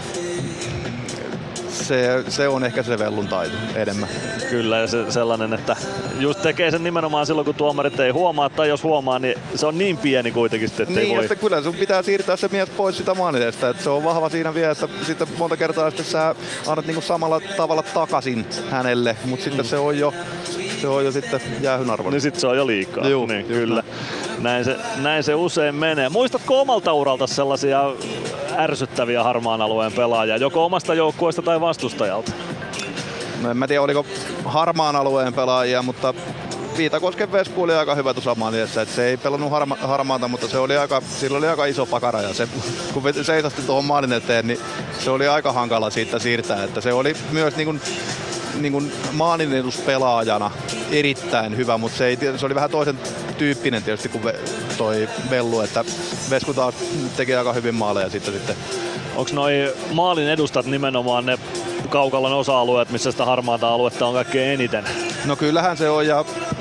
se on ehkä se Vellun taito enemmän. Kyllä, ja se sellainen, että just tekee sen nimenomaan silloin, kun tuomarit ei huomaa, tai jos huomaa, niin se on niin pieni kuitenkin, että niin, ei voi. Niin, kyllä sun pitää siirtää se mies pois sitä maalin edestä, että se on vahva siinä vielä, että sitten monta kertaa sitten sä annat niinku samalla tavalla takaisin hänelle, mutta sitten se on jo sitten jäähyn arvoinen. Niin sit se on jo liikaa. Juu, niin, kyllä. Näin se usein menee. Muistatko omalta uralta sellaisia ärsyttäviä harmaan alueen pelaajia, joko omasta joukkueesta tai vastustajalta? No en mä tiedä, oliko harmaan alueen pelaajia, mutta Viitakosken Vesku oli aika hyvä tuossa maalissa, että se ei pelannut harmaata, mutta sillä oli aika iso pakara ja se, kun seisasti tuohon maalin eteen, niin se oli aika hankala siitä siirtää, että se oli myös niin kuin maalineduspelaajana erittäin hyvä, mutta se oli vähän toisen tyyppinen tietysti kuin toi Vellu, että Vesku taas teki aika hyvin maaleja sitten. Onko noi maalin edustat nimenomaan ne kaukalon osa-alueet, missä sitä harmaata aluetta on kaikkein eniten? No kyllähän se on ja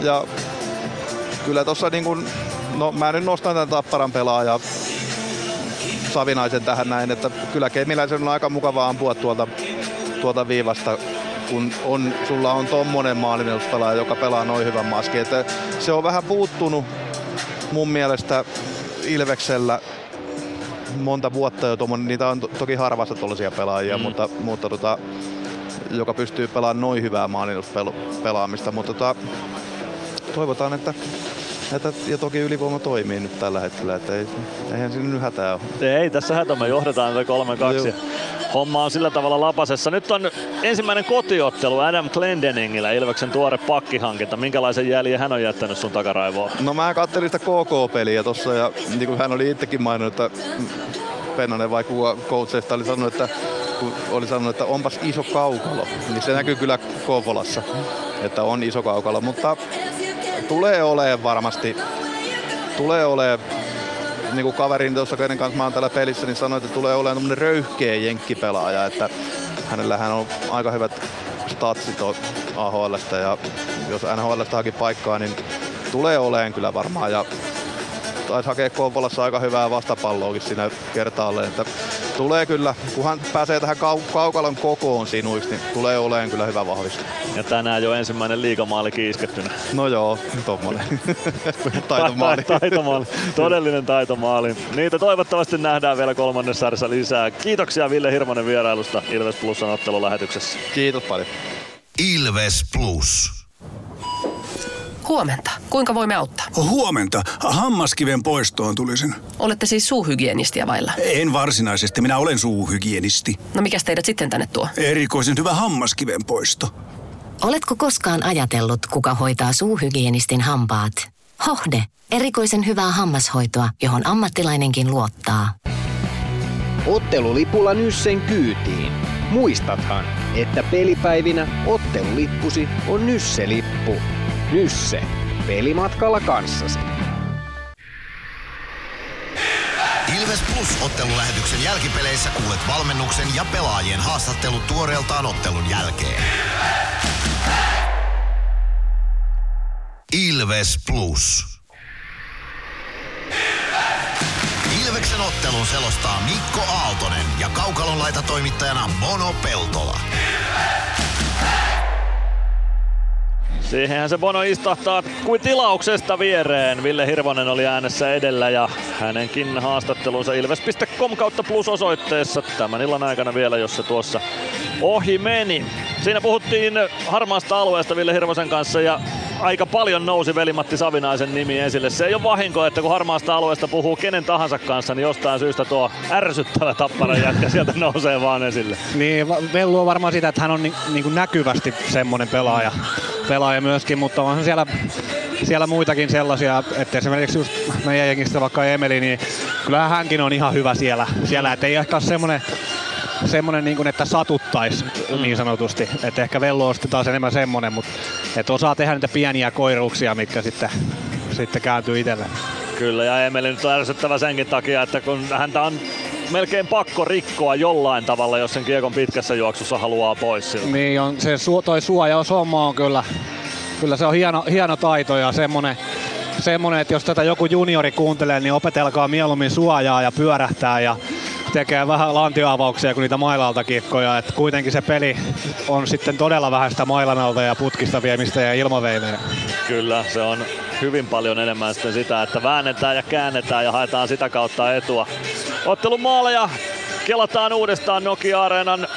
kyllä tossa niin kuin, no mä nyt nostan tämän Tapparan pelaaja Savinaisen tähän näin, että kyllä Kemiläisen on aika mukava ampua tuolta tuota viivasta, kun sulla on tommonen maalineuspelaaja, joka pelaa noin hyvän maskin. Että se on vähän puuttunut mun mielestä Ilveksellä monta vuotta jo. Niitä on toki harvassa tuollaisia pelaajia, mutta joka pystyy pelaamaan noin hyvää maalinnuspelaamista. Mutta toivotaan, että ja toki ylivoima toimii nyt tällä hetkellä, että eihän siinä nyt hätää ole. Ei tässä hätä, me johdetaan tätä 3-2. Homma on sillä tavalla lapasessa. Nyt on ensimmäinen kotiottelu Adam Glendeningillä, Ilveksen tuore pakkihankinta. Minkälaisen jäljen hän on jättänyt sun takaraivoon? No mä katselin sitä KK-peliä tossa ja niin kuin hän oli itsekin maininnut, että Pennanen vai kuka coacheista oli sanonut, että onpas iso kaukalo. Niin se näkyy kyllä Kouvolassa, että on iso kaukalo, mutta tulee olemaan varmasti. Niin kuin kaverin tuossa, kenen kanssa mä oon täällä pelissä, niin sanoi, että tulee olemaan tämmönen röyhkeä jenkkipelaaja, että hänellähän on aika hyvät statsit AHL:stä ja jos NHL:stä haki paikkaa, niin tulee olemaan kyllä varmaan ja taisi hakea Kouvolassa aika hyvää vastapalloakin siinä kertaalleen, että tulee kyllä, kunhan pääsee tähän kaukalon kokoon sinuiksi, niin tulee olemaan kyllä hyvä vahvistus. Ja tänään jo ensimmäinen liigamaalikin iskettynä. No joo, tommonen. Taitomaali. Taitomaali. Todellinen taitomaali. Niitä toivottavasti nähdään vielä kolmannessa sarjassa lisää. Kiitoksia Ville Hirvonen vierailusta Ilves Plusan ottelulähetyksessä. Kiitos paljon. Ilves Plus. Huomenta. Kuinka voimme auttaa? Huomenta. Hammaskiven poistoon tulisin. Olette siis suuhygienistiä vailla? En varsinaisesti. Minä olen suuhygienisti. No mikäs teidät sitten tänne tuo? Erikoisen hyvä hammaskiven poisto. Oletko koskaan ajatellut, kuka hoitaa suuhygienistin hampaat? Hohde. Erikoisen hyvää hammashoitoa, johon ammattilainenkin luottaa. Ottelulipulla Nyssen kyytiin. Muistathan, että pelipäivinä ottelulippusi on Nysse-lippu. Nysse. Pelimatkalla kanssasi. Ilves Plus-ottelulähetyksen jälkipeleissä kuulet valmennuksen ja pelaajien haastattelut tuoreeltaan ottelun jälkeen. Ilves Plus. Ilveksen ottelun selostaa Mikko Aaltonen ja Kaukalon laitatoimittajana Mono Peltola. Siihenhän se Bono istahtaa kuin tilauksesta viereen. Ville Hirvonen oli äänessä edellä ja hänenkin haastattelunsa ilves.com/plus osoitteessa tämän illan aikana vielä, jos se tuossa ohi meni. Siinä puhuttiin harmaasta alueesta Ville Hirvosen kanssa ja aika paljon nousi Veli-Matti Savinaisen nimi esille. Se ei ole vahinko, että kun harmaasta alueesta puhuu kenen tahansa kanssa, niin jostain syystä tuo ärsyttävä Tapparan jätkä sieltä nousee vaan esille. Niin, Vellu on varmaan sitä, että hän on niin näkyvästi semmoinen pelaaja myöskin, mutta onhan siellä muitakin sellaisia, että esimerkiksi just meidän jengistä vaikka Emeli, niin kyllähän hänkin on ihan hyvä siellä että ei ehkä ole semmonen niin kuin, että satuttaisi niin sanotusti. Että ehkä Vellu on sitten taas enemmän semmonen, mutta että osaa tehdä niitä pieniä koiruuksia, mitkä sitten kääntyy itselle. Kyllä, ja Emeli nyt on ärsyttävä senkin takia, että kun häntä on melkein pakko rikkoa jollain tavalla, jos sen kiekon pitkässä juoksussa haluaa pois siltä. Niin, on, toi suojaushomma on kyllä se on hieno taito ja semmonen, että jos tätä joku juniori kuuntelee, niin opetelkaa mieluummin suojaa ja pyörähtää ja tekee vähän lantioavauksia kuin niitä mailalta kiekkoja, että kuitenkin se peli on sitten todella vähän sitä mailan alta ja putkista viemistä ja ilmaveiveä. Kyllä, se on hyvin paljon enemmän sitten sitä, että väännetään ja käännetään ja haetaan sitä kautta etua. Ottelun maaleja kelataan uudestaan Nokia-areenan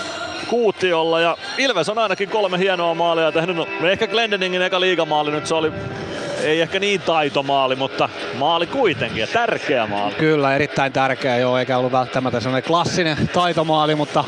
kuutiolla ja Ilves on ainakin 3 hienoa maalia tehnyt. No, ehkä Glendeningin eka liigamaali nyt se oli ei ehkä niin taitomaali, mutta maali kuitenkin ja tärkeä maali. Kyllä, erittäin tärkeä joo, eikä ollut välttämättä sellainen klassinen taitomaali, mutta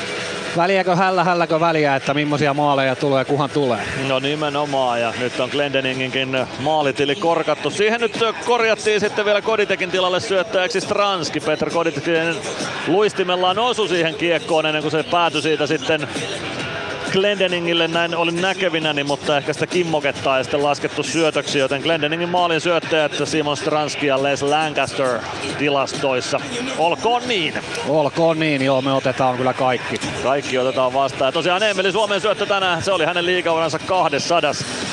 väliäkö hälläkö väliä, että millaisia maaleja tulee kuhan tulee. No nimenomaan ja nyt on Glendeninginkin maalitili korkattu. Siihen nyt korjattiin sitten vielä Koditekin tilalle syöttäjäksi Stranski. Petr Koditekin luistimellaan osui siihen kiekkoon ennen kuin se päätyi siitä sitten Glendeningille, näin olin näkevinäni, mutta ehkä sitä kimmoketta ei sitten laskettu syötöksi, joten Glendeningin maalin syöttäjät Simon Stranski ja Les Lancaster tilastoissa. Olkoon niin. Olkoon niin, joo, me otetaan kyllä kaikki. Kaikki otetaan vastaan. Ja tosiaan Emeli Suomen syöttö tänään, se oli hänen liigauransa 200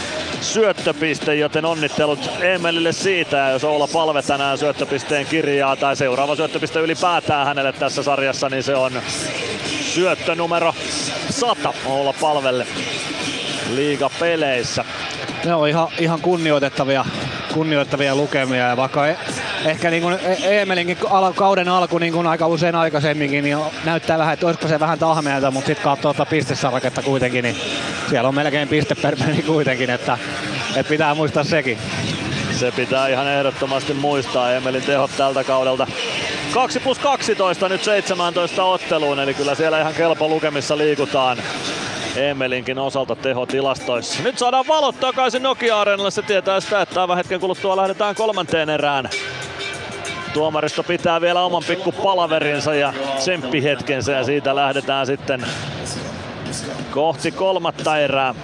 syöttöpiste, joten onnittelut Emelille siitä. Ja jos Oula Palve tänään syöttöpisteen kirjaa tai seuraava syöttöpiste ylipäätään hänelle tässä sarjassa, niin se on syöttö numero 100 Oula Palvelle liigapeleissä. Ne on ihan kunnioittavia lukemia, ja vaikka ehkä niin kuin Eemelinkin kauden alku niin kuin aika usein aikaisemminkin, niin näyttää vähän, että olisiko se vähän tahmeelta, mutta sitten katsoo pistesarjaketta kuitenkin, niin siellä on melkein piste per peli kuitenkin, että pitää muistaa sekin. Se pitää ihan ehdottomasti muistaa. Eemelin tehot tältä kaudelta 2+12 nyt 17 otteluun, eli kyllä siellä ihan kelpo lukemissa liikutaan Eemelinkin osalta tehotilastoissa. Nyt saadaan valot takaisin Nokia-areenalle. Se tietää sitä, että aivan hetken kuluttua lähdetään kolmanteen erään. Tuomaristo pitää vielä oman pikku palaverinsa ja tsemppihetkensä ja siitä lähdetään sitten kohti kolmatta erää.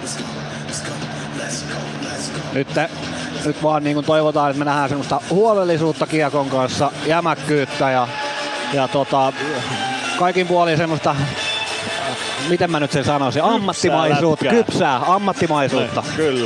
Nyt vaan niin kuin toivotaan, että me nähdään semmoista huolellisuutta kiekon kanssa, jämäkkyyttä ja kaikin puolin semmoista, miten mä nyt sen sanoisin, ammattimaisuutta, kypsää ammattimaisuutta. Kyllä.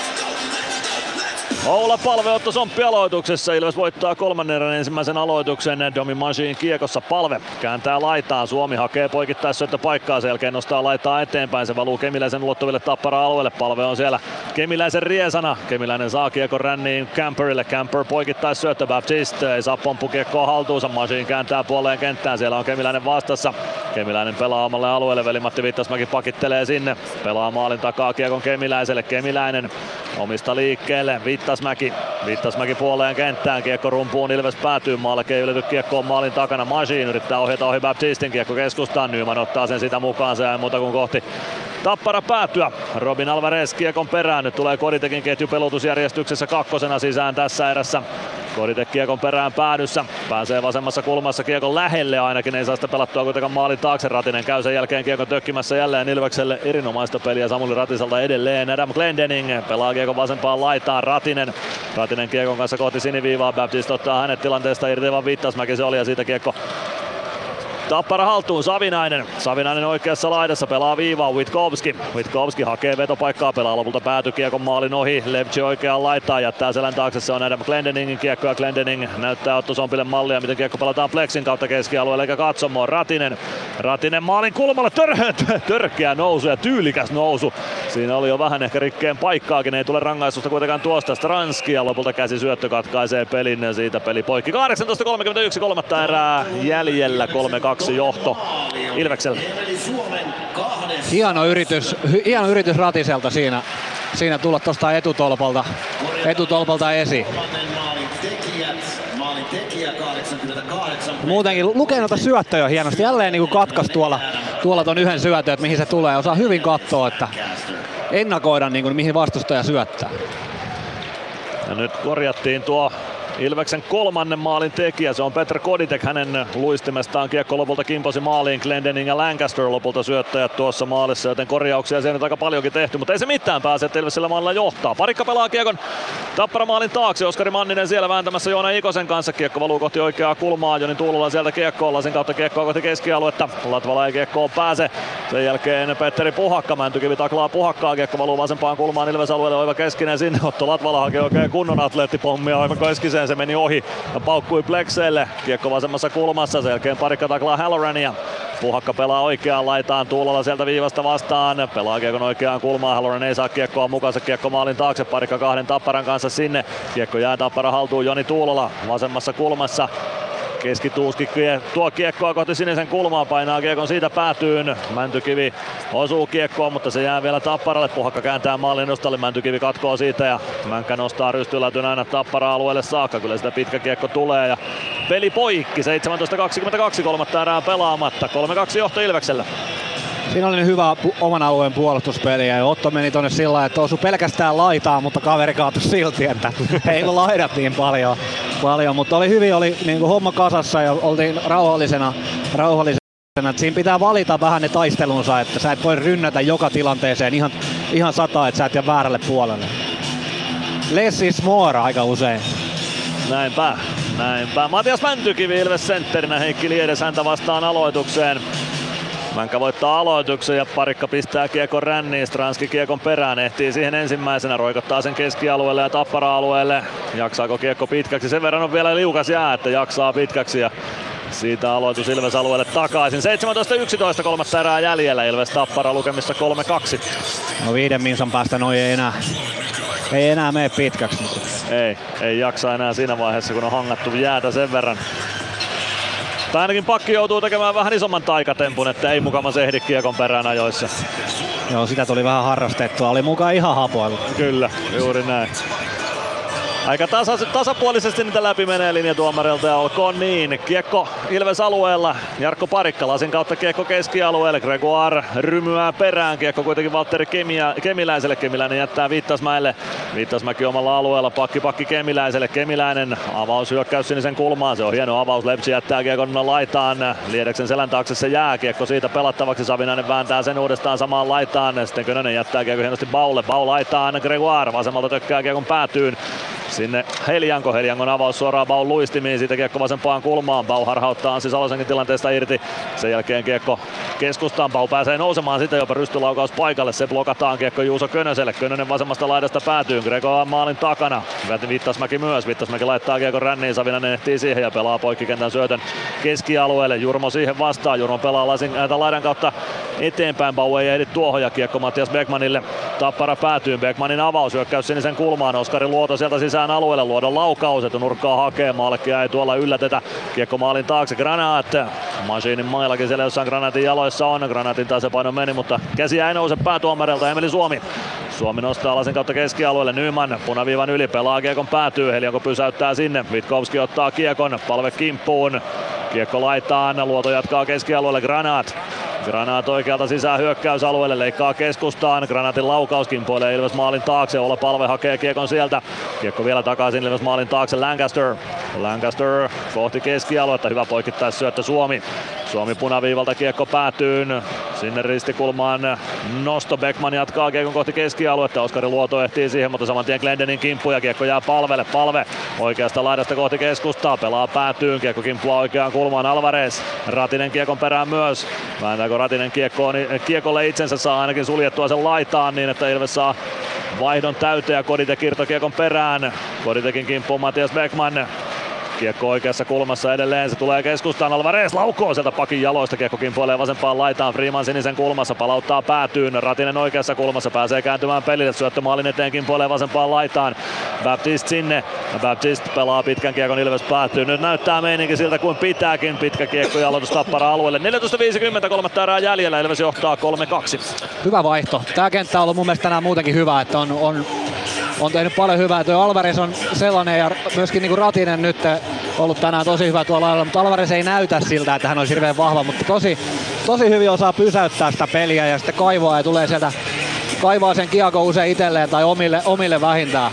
Oula Palve otto Somppi aloituksessa. Ilves voittaa kolmannen erän ensimmäisen aloituksen. Domi Machine kiekossa. Palve kääntää laitaan. Suomi hakee poikittaissyöttö paikkaa. Sen jälkeen nostaa laitaa eteenpäin. Se valuu Kemiläisen ulottuville Tappara-alueelle. Palve on siellä Kemiläisen riesana. Kemiläinen saa kiekon ränniin Camperille. Camper poikittaissyöttö. Baptiste ei saa pomppukiekkoa haltuunsa. Machine kääntää puoleen kenttään. Siellä on Kemiläinen vastassa. Kemiläinen pelaa omalle alueelle. Veli-Matti Vittasmäki pakittelee sinne. Pelaa maalin takaa kiekon Kemiläiselle. Kemiläinen omista liikkeelle. Vittasmäki puoleen kenttään, kiekko rumpuun, Ilves päätyy, Malke ei ylity kiekkoon maalin takana, Machine yrittää ohjata ohi Baptistin, kiekko keskustaan, Nyman ottaa sen sitä mukaan, se ei muuta kuin kohti Tappara päätyä. Robin Alvarez kiekon perään, nyt tulee Koditekin ketju pelutusjärjestyksessä kakkosena sisään tässä erässä. Koditek kiekon perään päädyssä, pääsee vasemmassa kulmassa kiekon lähelle ainakin, ei saa sitä pelattua kuitenkaan maalin taakse. Ratinen käy sen jälkeen kiekon tökkimässä jälleen Ilvekselle, erinomaista peliä Samuli Ratiselta edelleen. Adam Glendening pelaa kiekon vasempaan laitaan, Ratinen kiekon kanssa kohti siniviivaa, Baptiste ottaa hänet tilanteesta irti, vaan Vittasmäki se oli ja siitä kiekko Tappara haltuun, Savinainen oikeassa laidassa, pelaa viivaa, Witkowski hakee vetopaikkaa, pelaa lopulta päätykiekon maalin ohi, Levci oikeaan laitaan, jättää selän taakse, se on Adam Glendeningin kiekko ja Glendening näyttää Otto Sompille mallia, miten kiekko pelataan Plexin kautta keskialueelle eikä katsomoon. Ratinen maalin kulmalle, törkeä nousu ja tyylikäs nousu. Siinä oli jo vähän ehkä rikkeen paikkaakin, ei tule rangaistusta kuitenkaan tuosta. Stranski ja lopulta käsisyöttö katkaisee pelin ja siitä peli poikki. 18.31 kolmatta erää jäljellä, 3-2 johto Ilveksellä. Hieno yritys Ratiselta siinä tulla tuosta etutolpalta esiin. Muutenkin lukee noita syöttöjä hienosti. Jälleen niin katkaisi tuolla ton yhden syötön, että mihin se tulee. Osaa hyvin katsoa, että ennakoida niin kuin, mihin vastustaja syöttää. Ja nyt korjattiin tuo Ilveksen kolmannen maalin tekijä, se on Petr Koditek, hänen luistimestaan kiekko lopulta kimposi maaliin, Glendening ja Lancaster lopulta syöttäjät tuossa maalissa, joten korjauksia siellä nyt aika paljonkin tehty, mutta ei se mitään pääse, että Ilves sillä maalilla johtaa. Parikka pelaa kiekon Tappara maalin taakse, Oskari Manninen siellä vääntämässä Joona Ikosen kanssa, kiekko valuu kohti oikeaa kulmaa, Joni Tuulola sieltä kiekkoon, Lasin kautta kiekkoa kohti keskialuetta, Latvala ei kiekkoon pääse, sen jälkeen Petteri Puhakka, Mäntykivi taklaa Puhakkaa, kiekko valuu vasempaan kulmaan Ilves alueelle, oiva keskinen sinne, Otto Latvala hakee oikein kunnon atleettipommia aivan keskiseen, se meni ohi ja paukkui Plexeille. Kiekko vasemmassa kulmassa, sen jälkeen Parikka taklaa Hallorania. Puhakka pelaa oikeaan laitaan, Tuulola sieltä viivasta vastaan. Pelaa kiekon oikeaan kulmaan, Halloran ei saa kiekkoa mukaansa, kiekko maalin taakse. Parikka kahden Tapparan kanssa sinne. Kiekko jää Tappara haltuun, Joni Tuulola vasemmassa kulmassa. Keskituuski tuo kiekkoa kohti sinisen kulmaa, painaa kiekon siitä päätyyn. Mäntykivi osuu kiekkoon, mutta se jää vielä Tapparalle. Puhakka kääntää maalin nostalle, Mäntykivi katkoo siitä ja Mänkkä nostaa rystylätyn aina Tappara-alueelle saakka. Kyllä sitä pitkä kiekko tulee ja peli poikki. 17.22 kolmatta erää pelaamatta. 3-2 johto Ilveksellä. Siinä oli hyvä oman alueen puolustuspeli ja Otto meni tonne sillä lailla, että osui pelkästään laitaan, mutta kaveri kaatui silti, että ei ollut laidat niin paljon, mutta oli hyvin, oli niin kuin homma kasassa ja oltiin rauhallisena. Että siinä pitää valita vähän ne taistelunsa, että sä et voi rynnätä joka tilanteeseen ihan 100, että sä et jää väärälle puolelle. Less is more aika usein. Näinpä. Matias Mäntykivi Ilves sentterinä, Heikki Liedes häntä vastaan aloitukseen. Mänkä voittaa aloituksen ja Parikka pistää kiekon ränniin, Stranski kiekon perään, ehtii siihen ensimmäisenä, roikottaa sen keskialueelle ja Tappara-alueelle. Jaksaako kiekko pitkäksi? Sen verran on vielä liukas jää, että jaksaa pitkäksi ja Siitä aloitus Ilves alueelle takaisin. 17-11, kolmatta erää jäljellä. Ilves Tappara lukemissa 3-2. No 5 minsan päästä noi ei enää mene pitkäksi. Ei jaksa enää siinä vaiheessa, kun on hangattu jäätä sen verran. Tai ainakin pakki joutuu tekemään vähän isomman taikatempun, että ei mukamas ehdi kiekon perään ajoissa. Joo, sitä tuli vähän harrastettua. Oli mukaan ihan hapoilu. Kyllä, juuri näin. Aika tasapuolisesti niitä läpi menee linjatuomarilta ja olkoon niin. Kiekko Ilves alueella. Jarkko Parikka lasin kautta kiekko keskialueelle. Gregoire rymyää perään. Kiekko kuitenkin Valtteri Kemiläiselle. Kemiläinen jättää Viittasmäelle. Viittasmäki omalla alueella. Pakki Kemiläiselle. Kemiläinen avaus hyökkäys sinisen kulmaan. Se on hieno avaus. Lepsi jättää kiekon laitaan. Liedeksen selän taakse se jää. Kiekko siitä pelattavaksi. Savinainen vääntää sen uudestaan samaan laitaan. Sitten Könönen jättää kiekko hienosti Baulle. Bau laitaan. Gregoire vasemmalta tökkää kiekon päätyyn. Sinne Heliangon avaus suoraan Baun luistimiin, siitä kiekko vasempaan kulmaan. Bau harhauttaa Anssi Salosenkin tilanteesta irti. Sen jälkeen kiekko keskustaan. Bau pääsee nousemaan, sitten jopa rystylaukaus paikalle. Se blokataan kiekko Juuso Könöselle. Könönen vasemmasta laidasta päätyy. Grego maalin takana. Viittasmäki myös. Viittasmäki laittaa kiekon ränniin. Savinainen ehtii siihen ja pelaa poikkikentän syötön keskialueelle. Jurmo siihen vastaan. Jurmo pelaa laidan kautta eteenpäin. Bau ei ehdi tuohon ja kiekko Mattias Beckmanille. Tappara päätyy. Beckmanin avaus. Hyökkäys sinisen kulmaan. Oskari Luoto sieltä sisään alueelle. Luodon laukaus, että nurkkaa hakee. Maallekin ei tuolla yllätetä. Kiekko maalin taakse. Granaat. Masiinin maillakin siellä jossain Granaatin jaloissa on. Granaatin tasapaino meni, mutta käsiä ei nouse päätuomarilta. Emeli Suomi. Suomi nostaa lasin kautta keskialueelle. Nyman punaviivan yli. Pelaa kiekon päätyy. Helianko pysäyttää sinne. Witkowski ottaa kiekon. Palve kimppuun. Kiekko laitaan. Luoto jatkaa keskialueelle. Granaat oikealta sisään hyökkäysalueelle, leikkaa keskustaan. Granaatin laukaus kimpoilee Ilves maalin taakse. Olla Palve hakee kiekon sieltä. Kiekko vielä takaisin Ilves maalin taakse. Lancaster kohti keskialuetta. Hyvä poikittaisyöttö Suomi. Suomi punaviivalta kiekko päätyy. Sinne ristikulmaan nosto. Beckman jatkaa kiekon kohti keskialuetta. Oskari Luoto ehtii siihen, mutta saman tien Glendenin kimppu ja kiekko jää Palvelle. Palve oikeasta laidasta kohti keskustaa. Pelaa päätyyn. Kiekko kimppua oikeaan kulmaan. Alvarez. Ratinen kiekon perään myös. Vääntääkö Ratinen kiekolle itsensä, saa ainakin suljettua sen laitaan niin, että Ilves saa vaihdon täyteen ja Kodite kiekon perään. Koditekin kimppuun Matias Beckman. Kiekko oikeassa kulmassa edelleen, se tulee keskustaan. Alvarez laukoo sieltä pakin jaloista. Kiekko kimpoilee vasempaan laitaan. Freeman sinisen kulmassa, palauttaa päätyyn. Ratinen oikeassa kulmassa, pääsee kääntymään pelille. Syöttö maalin eteen, kimpoilee vasempaan laitaan. Baptiste sinne. Baptiste pelaa pitkän kiekon, Ilves päättyy. Nyt näyttää meininki siltä kuin pitääkin. Pitkä kiekko ja aloitus Tappara alueelle. 14.50, kolmatta erää jäljellä. Ilves johtaa 3-2. Hyvä vaihto. Tää kenttä on ollut mun mielestä tänään muutenkin hyvä, että on tehnyt paljon hyvää. Tuo Alvarez on sellainen ja myöskin niinku Ratinen nyt ollut tänään tosi hyvä tuolla lailla, mutta Alvarez ei näytä siltä, että hän olisi hirveän vahva, mutta tosi hyvin osaa pysäyttää sitä peliä ja sitten kaivaa ja tulee sieltä, kaivaa sen kiekon usein itselleen tai omille vähintään.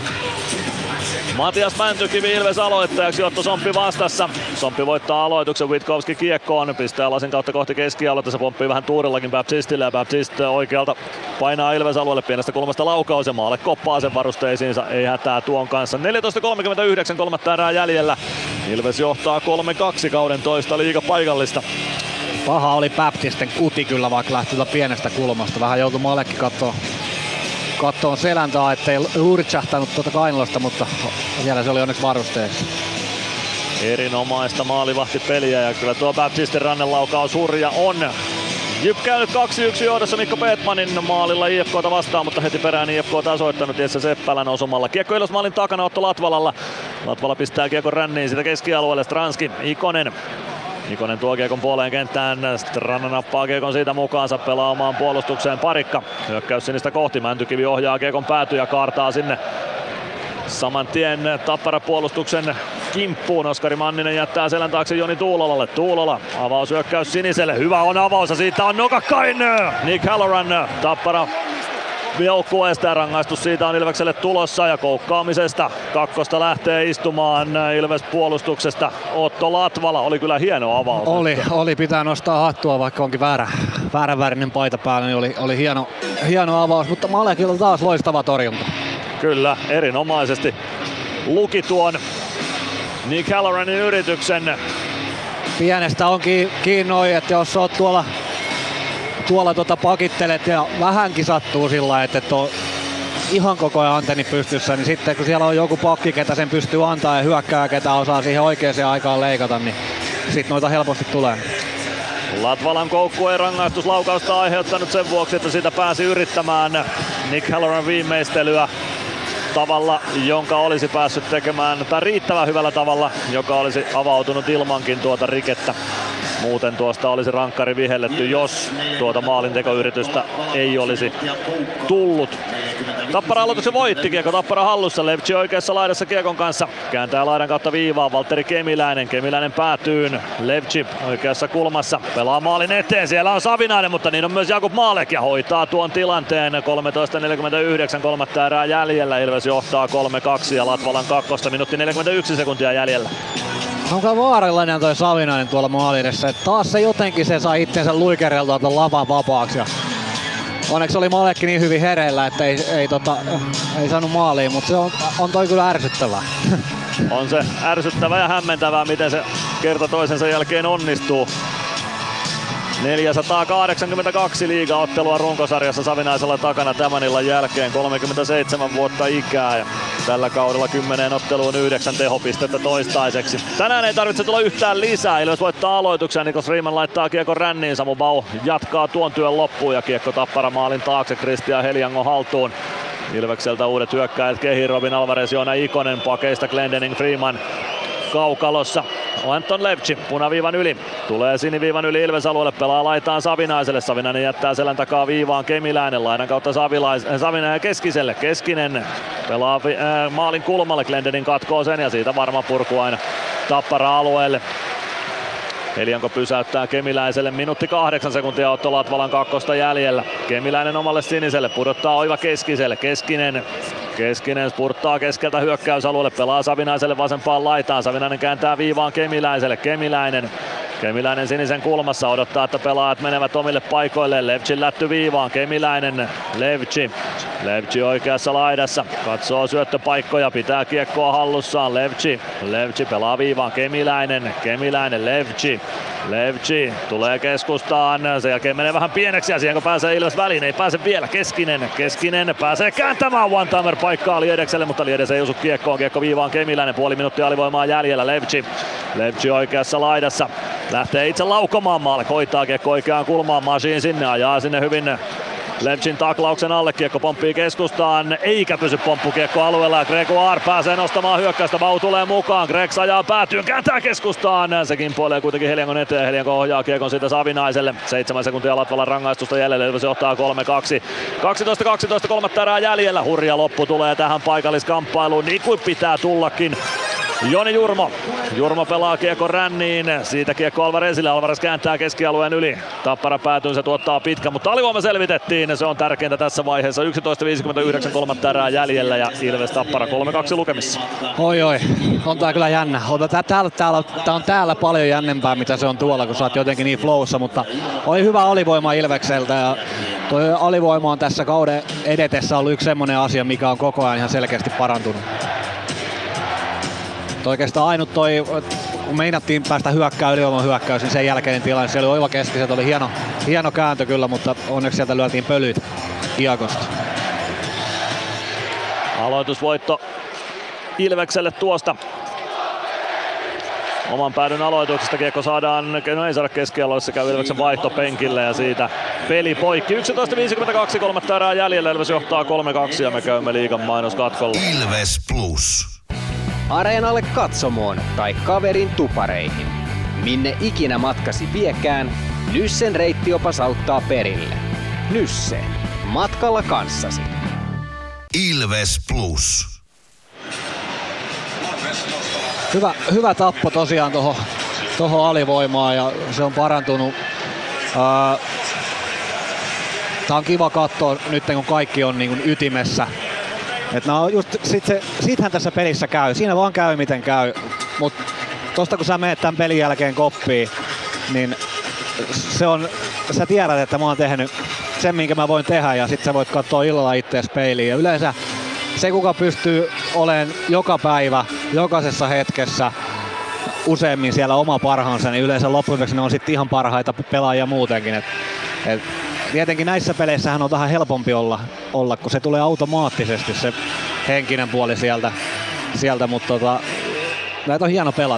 Matias Mäntykivi Ilves aloittajaksi, Otto Somppi vastassa. Somppi voittaa aloituksen, Witkowski kiekkoon, pistää lasin kautta kohti keskialuetta, se pomppii vähän tuurillakin Baptistille ja Baptiste oikealta painaa Ilves alueelle pienestä kulmasta laukaus ja maalle koppaa sen varusteisiinsa, ei hätää tuon kanssa. 14.39, kolmatta erää jäljellä. Ilves johtaa 3-2 kauden toista liigapaikallista. Paha oli Baptisten kuti kyllä, vaikka lähti pienestä kulmasta, vähän joutui maallekin kattoon selän taa, ettei lurtsahtanut tuota kainalosta, mutta siellä se oli onneksi varusteessa. Erinomaista maalivahtipeliä ja kyllä tuo Baptisten rannelaukaus hurja on. Jyp käynyt 2-1 johdossa Mikko Petmanin maalilla IFK:ta vastaan, mutta heti perään IFK tasoittanut Jesse Seppälän osumalla. Kiekko Ilves maalin takana Otto Latvalalla. Latvala pistää kiekon ränniin siitä keskialueelle. Stranski, Ikonen tuo kiekon puoleen kenttään, Stranna nappaa kiekon siitä mukaansa, pelaa omaan puolustukseen Parikka. Hyökkäys sinistä kohti, Mäntykivi ohjaa kiekon päätyyn ja kaartaa sinne saman tien Tappara puolustuksen kimppuun. Oskari Manninen jättää selän taakse Joni Tuulolalle. Tuulola, avaus hyökkäys siniselle, hyvä on avaus ja siitä on nokakkain Nick Halloran. Tappara joukkueesta ja rangaistus siitä on Ilvekselle tulossa ja koukkaamisesta kakkosta lähtee istumaan Ilves puolustuksesta Otto Latvala. Oli kyllä hieno avaus. Oli pitää nostaa hattua, vaikka onkin väärän värinen paita päällä, niin oli hieno avaus, mutta Malekilla taas loistava torjunta. Kyllä, erinomaisesti luki tuon Nick Halloranin yrityksen. Pienestä on kiinni, että jos oot tuolla pakittelet ja vähänkin sattuu sillä, että et on ihan koko ajan antenni pystyssä, niin sitten kun siellä on joku pakki, ketä sen pystyy antaa ja hyökkää, ketä osaa siihen oikeaan aikaan leikata, niin sit noita helposti tulee. Latvalan koukku ei rangaistuslaukausta aiheuttanut sen vuoksi, että sitä pääsi yrittämään Nick Halloran viimeistelyä tavalla, jonka olisi päässyt tekemään, tai riittävän hyvällä tavalla, joka olisi avautunut ilmankin tuota rikettä. Muuten tuosta olisi rankkari vihelletty, jos tuota maalintekoyritystä ei olisi tullut. Tappara aloituksen voitti, kiekko Tappara hallussa, Levci oikeassa laidassa kiekon kanssa. Kääntää laidan kautta viivaan, Valtteri Kemiläinen. Kemiläinen päätyyn, Levci oikeassa kulmassa, pelaa maalin eteen, siellä on Savinainen, mutta niin on myös Jakub Maalek ja hoitaa tuon tilanteen. 13.49, kolmatta erää jäljellä, Ilves johtaa 3-2 ja Latvalan kakkosta, minuutti 41 sekuntia jäljellä. Onko vaarallinen toi Savinainen tuolla maalin edessä, että taas se jotenkin se sai itsensä luikereltua tuon lavan vapaaksi. Ja onneksi oli Malekki niin hyvin hereillä, että ei saanut maaliin, mutta se on toi kyllä ärsyttävää. On se ärsyttävää ja hämmentävää, miten se kerta toisensa jälkeen onnistuu. 482 liigaottelua runkosarjassa Savinaisella takana tämän illan jälkeen, 37 vuotta ikää ja tällä kaudella 10 otteluun 9 tehopistettä toistaiseksi. Tänään ei tarvitse tulla yhtään lisää, Ilves voittaa aloituksen, Nikos Riemann laittaa kiekon ränniin, Samu Bau jatkaa tuon työn loppuun ja kiekko Tappara maalin taakse, Christian Heliangon haltuun. Ilvekseltä uudet hyökkäjät Kehi, Robin Alvarez, Joona Ikonen, pakeista Glendening, Freeman kaukalossa. Anton Levci punaviivan yli. Tulee siniviivan yli Ilves alueelle, pelaa laitaan Savinaiselle. Savinainen jättää selän takaa viivaan Kemiläinen. Laidan kautta Savinainen Keskiselle. Keskinen pelaa maalin kulmalle. Glendening katkoo sen ja siitä varma purku aina Tappara alueelle. Helianko pysäyttää Kemiläiselle, minuutti 8 sekuntia Otto Latvalan kakkosta jäljellä. Kemiläinen omalle siniselle, pudottaa oiva Keskiselle. Keskinen spurttaa keskeltä hyökkäysalueelle, pelaa Savinaiselle vasempaan laitaan. Savinainen kääntää viivaan Kemiläiselle. Kemiläinen sinisen kulmassa odottaa, että pelaajat menevät omille paikoilleen. Levcin lätty viivaan. Kemiläinen, Levci oikeassa laidassa. Katsoo syöttöpaikkoja, pitää kiekkoa hallussaan. Levci pelaa viivaan. Kemiläinen, Levci tulee keskustaan. Sen jälkeen menee vähän pieneksi ja siihen kun pääsee Ilves väliin, ei pääse vielä. Keskinen pääsee kääntämään one-timer paikkaa Liedekselle, mutta Liedes ei osu kiekkoon. Kiekko viivaan Kemiläinen, puoli minuuttia alivoimaa jäljellä. Levci oikeassa laidassa. Lähtee itse laukomaan maalle, hoitaa kiekko oikeaan kulmaan, Machine sinne, ajaa sinne hyvin Levcin taklauksen alle, kiekko pomppii keskustaan, eikä pysy pomppukiekko alueella ja Gregoire pääsee nostamaan hyökkäystä, Bau tulee mukaan, Greg ajaa päätyyn, kääntää keskustaan, sekin puolee kuitenkin Heliangon eteen, Helianko ohjaa kiekon siitä Savinaiselle, 7 sekuntia Latvalan rangaistusta jäljellä, Ilves johtaa 3-2, 12-12, kolmatta erää jäljellä, hurja loppu tulee tähän paikalliskamppailuun, niin kuin pitää tullakin. Joni Jurmo pelaa kiekko ränniin, siitä kiekko Alvarezille, Alvarez kääntää keskialueen yli. Tappara päätyy, se tuottaa pitkä, mutta alivoima selvitettiin, se on tärkeintä tässä vaiheessa. 11.59 kolmatta erää jäljellä ja Ilves Tappara 3-2 lukemissa. Oi, on tää kyllä jännä. Tää on täällä paljon jännempää mitä se on tuolla, kun sä oot jotenkin niin flowssa, mutta oli hyvä alivoima Ilvekseltä ja toi alivoima on tässä kauden edetessä ollut yksi semmonen asia, mikä on koko ajan ihan selkeästi parantunut. Oikeastaan ainut kun meinattiin päästä ylivoiman hyökkäys, niin sen jälkeinen tilanne, siellä oli oiva keskiset, oli hieno kääntö kyllä, mutta onneksi sieltä lyötiin pölyt kiekosta. Aloitusvoitto Ilvekselle tuosta. Oman päädyn aloituksesta kiekko saadaan, no ei saada keskialueessa, käy Ilveksen vaihto penkille ja siitä peli poikki. 11.52 kolmatta erää jäljellä, Ilves johtaa 3-2 ja me käymme liigan mainoskatkolla. Ilves Plus. Areenalle, katsomoon tai kaverin tupareihin. Minne ikinä matkasi viekään, Nyssen reittiopas auttaa perille. Nysse. Matkalla kanssasi. Ilves Plus. Hyvä tappo tosiaan tohon alivoimaan ja se on parantunut. Tää on kiva katsoa nyt kun kaikki on niin kuin ytimessä. Et siitähän tässä pelissä käy. Siinä vaan käy miten käy. Mut tosta kun sä menet tän pelin jälkeen koppiin, niin sä tiedät, että mä oon tehnyt sen minkä mä voin tehdä ja sit sä voit katsoa illalla ittees peiliin. Ja yleensä se kuka pystyy olemaan joka päivä, jokaisessa hetkessä useammin siellä oma parhaansa, niin yleensä loppujen ne on sitten ihan parhaita pelaajia muutenkin. Et tietenkin näissä peleissähän on vähän helpompi olla, kun se tulee automaattisesti se henkinen puoli sieltä mutta näitä on hieno pelata.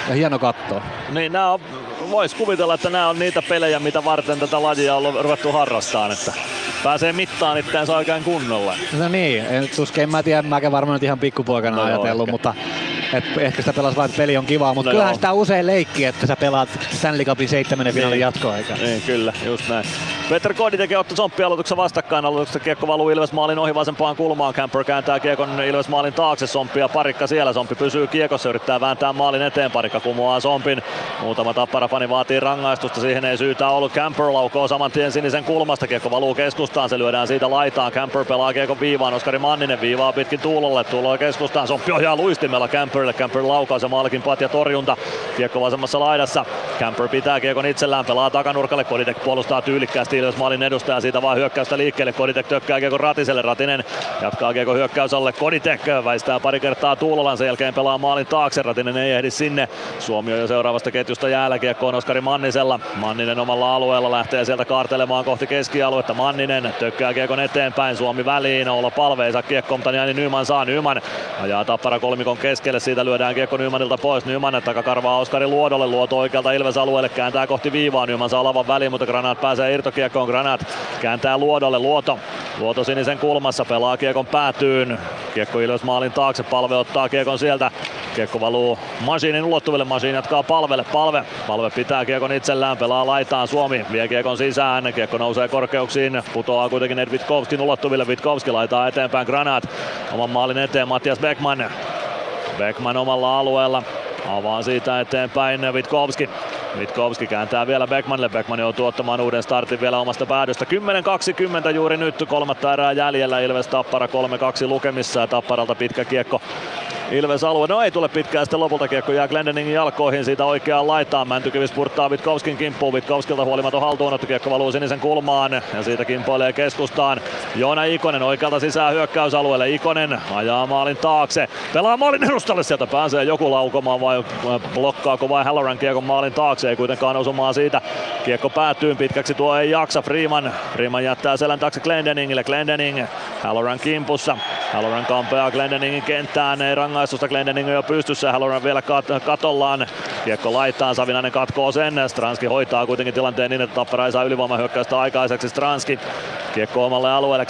ja hieno katsoa. Niin, vois kuvitella, että nämä on niitä pelejä, mitä varten tätä lajia on ruvettu harrastamaan, että pääsee mittaan itseänsä oikein kunnolla. No niin, en mä tiedä, mäkin varmaan nyt ihan pikkupoikana ajatellut, mutta ehkä sitä pelasi vaan, että peli on kivaa, mutta kyllähän sitä usein leikki, että sä pelaat Stanley Cupin 7. finaalin jatkoaikaa. Niin, kyllä, just näin. Petr Koditek otti Somppi-aloituksessa vastakkainaloituksessa, kiekko valuu Ilves maalin ohi vasempaan kulmaan, Camper kääntää kiekon Ilves maalin taakse, Somppi ja Parikka siellä, Somppi pysyy kiekossa, yrittää vääntää maalin eteen, Parikka kumoaa Sompin, muutama Tappara-fani vaatii rangaistusta, siihen ei syytä ollut, Camper laukoo saman tien sinisen kulmasta, kiekko valuu keskustaan, se lyödään siitä laitaan, Camper pelaa kiekon viivaan, Oskari Manninen viivaa pitkin Tuulolle, Tuulo keskustaan, Somppi ohjaa luistimella Camperille, Camper laukaus ja maalikin patja torjunta, kiekko vasemmassa laidassa, Camper pitää kiekon itsellään, pelaa takanurkalle, Koditek puolustaa tyylikkäästi Ilves maalin edustaja, siitä vaan hyökkäystä liikkeelle, Koditek tökkää kiekon Ratiselle, Ratinen jatkaa kiekon hyökkäys alle, Koditek väistää pari kertaa Tuulolan, sen jälkeen pelaa maalin taakse, Ratinen ei ehdi sinne, Suomi on jo seuraavasta ketjusta jäällä, kiekko on Oskari Mannisella, Manninen omalla alueella lähtee sieltä kaartelemaan kohti keskialuetta, Manninen tökkää kiekon eteenpäin, Suomi väliin, Oula Palve ei saa kiekkoa, mutta Jani Nyman saa, Nyman ajaa Tappara kolmikon keskelle, siitä lyödään kiekko Nymanilta pois, Nyman takakarvaa Oskari Luodolle, Luoto oikealta Ilves alueelle, kääntää kohti viivaa, Nyman saa lavan väliin, mutta Granat pääsee irtokiekkoon, Granat kääntää Luodolle, Luoto sinisen kulmassa, pelaa kiekon päätyyn, kiekko Ilves maalin taakse, Palve ottaa kiekon sieltä, kiekko valuu Masiinin ulottuville, Masiin jatkaa Palvelle, Palve pitää kiekon itsellään, pelaa laitaan, Suomi vie kiekon sisään, kiekko nousee korkeuksiin, putoaa kuitenkin Ed Vitkovskin ulottuville, Vitkovski laitaa eteenpäin, Granat oman maalin eteen, Mattias Beckman omalla alueella, avaa siitä eteenpäin Vitkovski kääntää vielä Beckmanille. Beckman joutuu ottamaan uuden startin vielä omasta päädystä. 10-20 juuri nyt, kolmatta erää jäljellä. Ilves Tappara 3-2 lukemissa ja Tapparalta pitkä kiekko Ilves alue. No ei tule pitkään, sitten lopulta kiekko jää Glendeningin jalkoihin siitä oikeaan laitaan. Mäntykivi spurttaa Vitkovskin kimppuun. Vitkovskilta huolimaton haltuunotto, kiekko valuu sinisen kulmaan ja siitä kimpoilee keskustaan. Joona Ikonen oikealta sisään hyökkäysalueelle. Ikonen ajaa maalin taakse. Pelaa maalin edustalle, sieltä pääsee joku laukomaan vai blokkaako vai Halloran kiekon maalin taakse. Ei kuitenkaan osumaan siitä. Kiekko päätyy pitkäksi, tuo ei jaksa. Freeman jättää selän taakse Glendeningille. Glendening Halloran kimpussa. Halloran kampeaa Glendeningin kenttään. Ei rangaistusta, Glendening on jo pystyssä. Halloran vielä katollaan. Kiekko laitaan, Savinainen katkoo sen. Stranski hoitaa kuitenkin tilanteen niin, että Tappara ei saa ylivoimahyökkäystä aikaiseksi. Stranski kiekko omalle alueelle.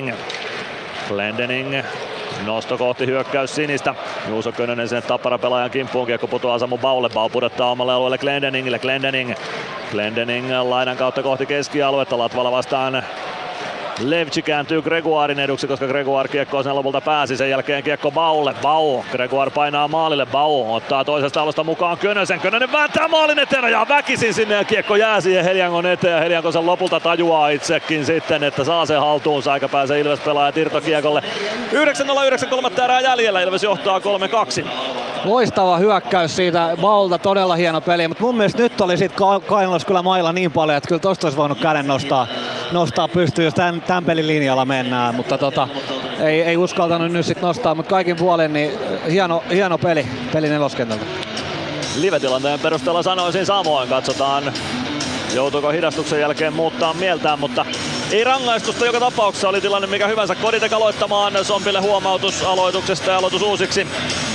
Glendening nosto kohti hyökkäys sinistä. Juuso Könönen sinne Tappara pelaajan kimppuun. Kiekko putoaa Samu Baulle. Bau pudottaa omalle alueelle Glendeningille. Glendening laidan kautta kohti keskialuetta. Latvala vastaan Levci kääntyy Gregoirin eduksi, koska Gregoire kiekkoon sen lopulta pääsi. Sen jälkeen kiekko Baulle. Gregoire painaa maalille. Bau ottaa toisesta alusta mukaan Könösen. Könönen vääntää maalin eteen ja väkisin sinne ja kiekko jää siihen Heliangon eteen. Helianko sen lopulta tajuaa itsekin sitten, että saa sen haltuunsa eikä pääse Ilves pelaajat irtokiekolle. 9:09 kolmatta erää jäljellä. Ilves johtaa 3-2. Loistava hyökkäys siitä Baulta, todella hieno peli, mutta mun mielestä nyt oli sit Kainalossa kyllä mailla niin paljon, että kyllä tosta olisi voinut käden nostaa pystyyn, jos tämän pelin linjalla mennään, mutta ei uskaltanut nyt sit nostaa, mutta kaikin puolin niin hieno peli neloskentältä. Live-tilanteen perusteella sanoisin samoin, katsotaan joutuuko hidastuksen jälkeen muuttaa mieltään, mutta ei rangaistusta joka tapauksessa, oli tilanne mikä hyvänsä. Koditek aloittamaan, Sompille huomautus aloituksesta ja aloitus uusiksi.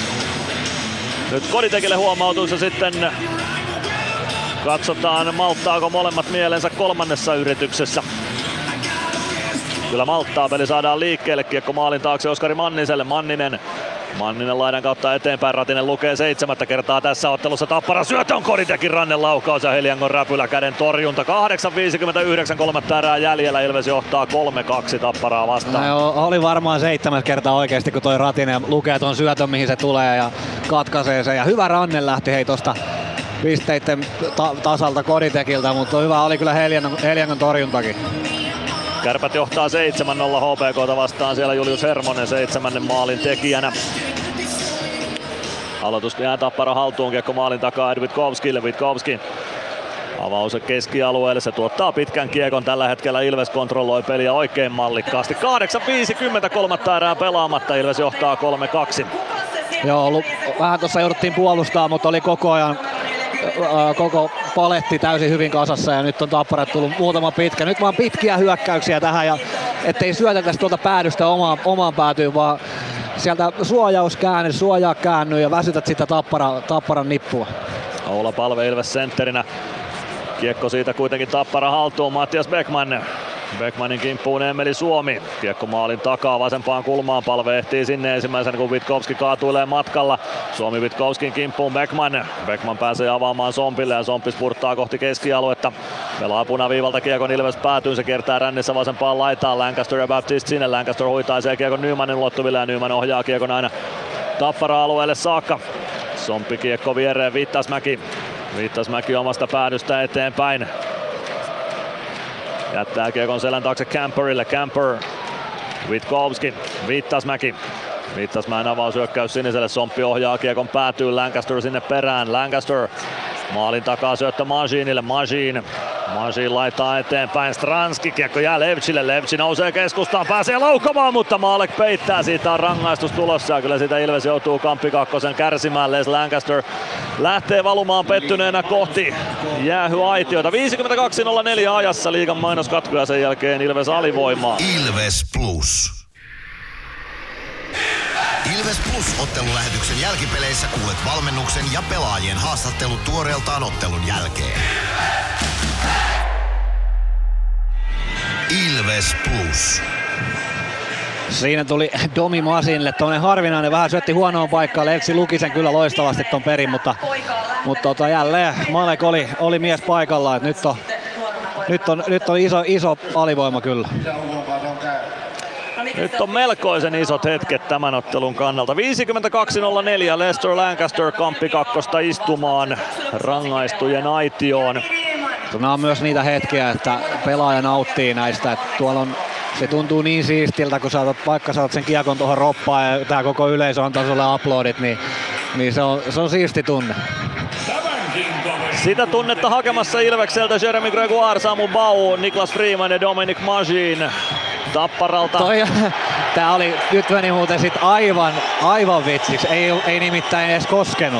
Nyt Koditekille huomautus ja sitten katsotaan malttaako molemmat mielensä kolmannessa yrityksessä. Kyllä malttaa, peli saadaan liikkeelle, kiekko maalin taakse Oskari Manniselle, Manninen laidan kautta eteenpäin, Ratinen lukee 7. kertaa tässä ottelussa. Tappara syötön, Koditekin rannelaukaus ja Heliangon räpylä käden torjunta. 8:59 kolmatta erää jäljellä, Ilves johtaa 3-2 Tapparaa vastaan. No, oli varmaan 7 kertaa oikeasti, kun toi Ratinen lukee ton syötön mihin se tulee ja katkaisee sen. Ja hyvä ranne lähti hei tosta pisteitten tasalta Koditekiltä, mutta hyvä oli kyllä Heliangon torjuntakin. Kärpät johtaa 7-0 HPK:ta vastaan, siellä Julius Hermonen 7. maalin tekijänä. Aloitus jää Tappara haltuun, kiekko maalin takaa Vitkovskille. Vitkovski avaus keskialueelle, se tuottaa pitkän kiekon. Tällä hetkellä Ilves kontrolloi peliä oikein mallikkaasti. 8:50 kolmatta erää pelaamatta, Ilves johtaa 3-2. Joo, vähän tuossa jouduttiin puolustaa, mutta oli koko ajan koko paletti täysin hyvin kasassa ja nyt on Tappara tullut muutama pitkä. Nyt vaan pitkiä hyökkäyksiä tähän ja ettei syötetä tuolta päädystä omaan päätyyn, vaan sieltä suojaa käänny ja väsytät sitä Tapparan nippua. Oula Palve Ilves sentterinä. Kiekko siitä kuitenkin Tappara haltuun, Mattias Beckman. Beckmanin kimppuun Emeli Suomi. Kiekko maalin takaa vasempaan kulmaan. Palve ehtii sinne ensimmäisenä, kun Witkowski kaatuilee matkalla. Suomi Wittkowskin kimppuun Beckman. Beckman pääsee avaamaan Sompille ja Sompi spurttaa kohti keskialuetta. Pelaa punaviivalta kiekon Ilves päätyyn. Se kiertää rännissä vasempaan laitaan. Lancaster ja Baptist sinne. Lancaster huitaisee kiekon Nymanin ulottuville ja Nyman ohjaa kiekon aina Tappara-alueelle saakka. Somppi kiekko viereen Viittasmäki. Viittasmäki omasta päädystä eteenpäin. Jättää kiekon selän taakse Camperille. Camper, Witkowski, Viittasmäki. Viittasmäen avaushyökkäys siniselle. Somppi ohjaa kiekon päätyyn. Lancaster sinne perään. Lancaster maalin takaa syöttö Majinille. Majin laittaa eteenpäin. Stranski. Kiekko jää Levchille. Levchi nousee keskustaan. Pääsee laukamaan, mutta Maalek peittää. Siitä on rangaistus tulossa ja kyllä sitä Ilves joutuu Kamppi kakkosen kärsimään. Les Lancaster lähtee valumaan pettyneenä kohti jäähyaitiota. 52.04 ajassa liigan mainoskatko ja sen jälkeen Ilves alivoimaa. Ilves Plus. Ilves Plus-ottelulähetyksen jälkipeleissä kuulet valmennuksen ja pelaajien haastattelut tuoreeltaan ottelun jälkeen. Ilves Plus. Siinä tuli Domi Masinille tommonen harvinainen, vähän syötti huonoon paikkaan. Levtsi luki sen kyllä loistavasti ton perin, mutta jälleen Malek oli mies paikallaan. Nyt on iso alivoima kyllä. Nyt on melkoisen isot hetket tämän ottelun kannalta. 52.04 Lester Lancaster Kamppi kakkosta istumaan rangaistujen aitioon. Nämä on myös niitä hetkiä, että pelaaja nauttii näistä. Että tuolla on, se tuntuu niin siistiltä, kun vaikka saatat sen kiekon tuohon roppaan ja tää koko yleisö antaa sulle uploadit, niin se on siisti tunne. Sitä tunnetta hakemassa Ilvekseltä Jeremy Gregoire, Samu Bau, Niklas Freeman ja Dominic Majin Tapparalta. Tää oli, nyt meni muuten sit aivan vitsiksi, ei nimittäin edes koskenut.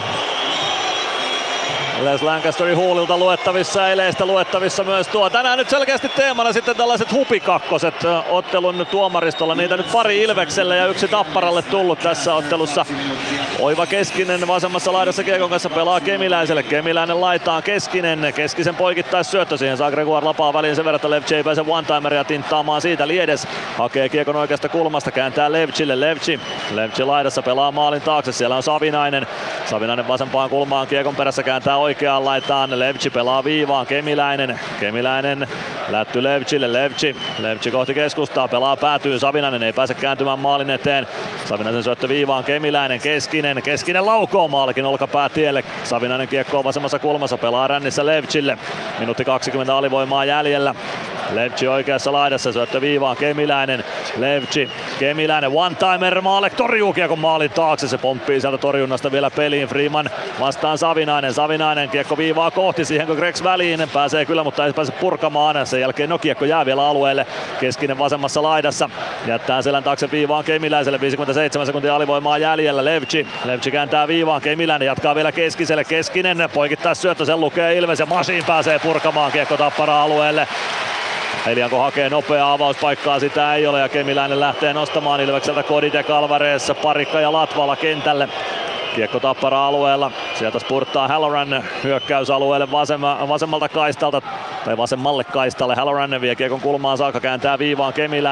Les Lancasterin huulilta luettavissa, eileistä luettavissa myös tuo. Tänään nyt selkeästi teemana sitten tällaiset hupikakkoset ottelun tuomaristolla. Niitä nyt pari Ilvekselle ja yksi Tapparalle tullut tässä ottelussa. Oiva Keskinen vasemmassa laidassa kiekon kanssa pelaa Kemiläiselle. Kemiläinen laitaan Keskisen poikittais syöttö. Siihen saa Gregoire lapaa väliin sen verran, että Levchi ei pääse one-timeria tinttaamaan siitä. Liedes hakee kiekon oikeasta kulmasta, kääntää Levchille. Levchi laidassa pelaa maalin taakse. Siellä on Savinainen. Savinainen vasempaan kulmaan kiekon perässä kääntää oikeaan laitaan. Levchi pelaa viivaan. Kemiläinen lätty Levchille. Levchi kohti keskustaa. Pelaa päätyy. Savinainen ei pääse kääntymään maalin eteen. Savinaisen syöttö viivaan. Keskinen laukoo Maalikin olkapää tielle. Savinainen kiekko vasemmassa kulmassa. Pelaa rännissä Levchille. Minuutti 20 alivoimaa jäljellä. Levchi oikeassa laidassa, syöttö viivaan Kemiläinen. Kemiläinen one-timer, Maalek torjuu kiekon maalin taakse. Se pomppii sieltä torjunnasta vielä peliin. Freeman vastaan Savinainen kiekko viivaa kohti, siihen kun Gregs väliin. Pääsee kyllä, mutta ei pääse purkamaan. Sen jälkeen kiekko jää vielä alueelle. Keskinen vasemmassa laidassa. Jättää selän taakse viivaan Kemiläiselle. 57 sekuntia alivoimaa jäljellä. Levchi kääntää viivaan. Kemiläinen jatkaa vielä Keskiselle. Keskinen poikittais syöttö, sen lukee Ilves ja Masin pääsee purkamaan kiekko Tappara alueelle. Elianko hakee nopeaa avauspaikkaa, sitä ei ole ja Kemiläinen lähtee nostamaan Ilvekseltä Koditek, Alvarez, Parikka ja Latvala kentälle. Kiekko Tappara alueella, sieltä spurttaa Halloran hyökkäysalueelle vasemmalta kaistalta tai vasemmalle kaistalle. Halloran vie kiekon kulmaan saakka, kääntää viivaan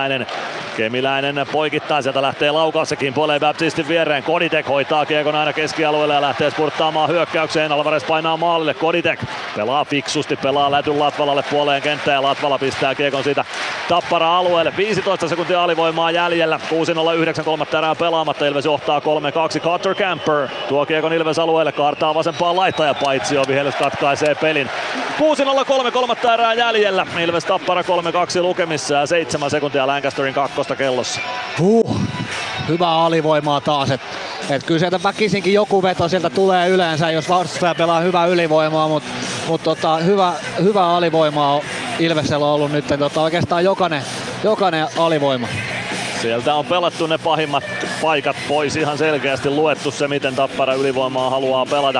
Kemiläinen poikittaa, sieltä lähtee laukaussakin, Pole Baptistin viereen. Koditek hoitaa kiekon aina keskialueelle ja lähtee spurttaamaan hyökkäykseen. Alvarez painaa maalille, Koditek pelaa fiksusti, pelaa lätyn Latvalalle puoleen kenttään ja Latvala pistää kiekon siitä Tappara alueelle. 15 sekuntia alivoimaa jäljellä, 6.09 kolmatta erää pelaamatta, Ilves johtaa 3-2. Carter Camper tuo kiekon Ilves alueelle, kaartaa vasempaan laittaa ja paitsio vihellys katkaisee pelin. 6.03 kolmatta erää jäljellä, Ilves Tappara 3-2 lukemissa ja 7 sekuntia Lancasterin kakkosta kellossa. Hyvää alivoimaa taas, et kyllä sieltä väkisinkin joku veto sieltä tulee yleensä, jos vastustaja pelaa hyvää ylivoimaa, mutta hyvää alivoimaa Ilveksellä on ollut nyt, oikeastaan jokainen alivoima. Sieltä on pelattu ne pahimmat paikat pois, ihan selkeästi luettu se, miten Tappara ylivoimaa haluaa pelata.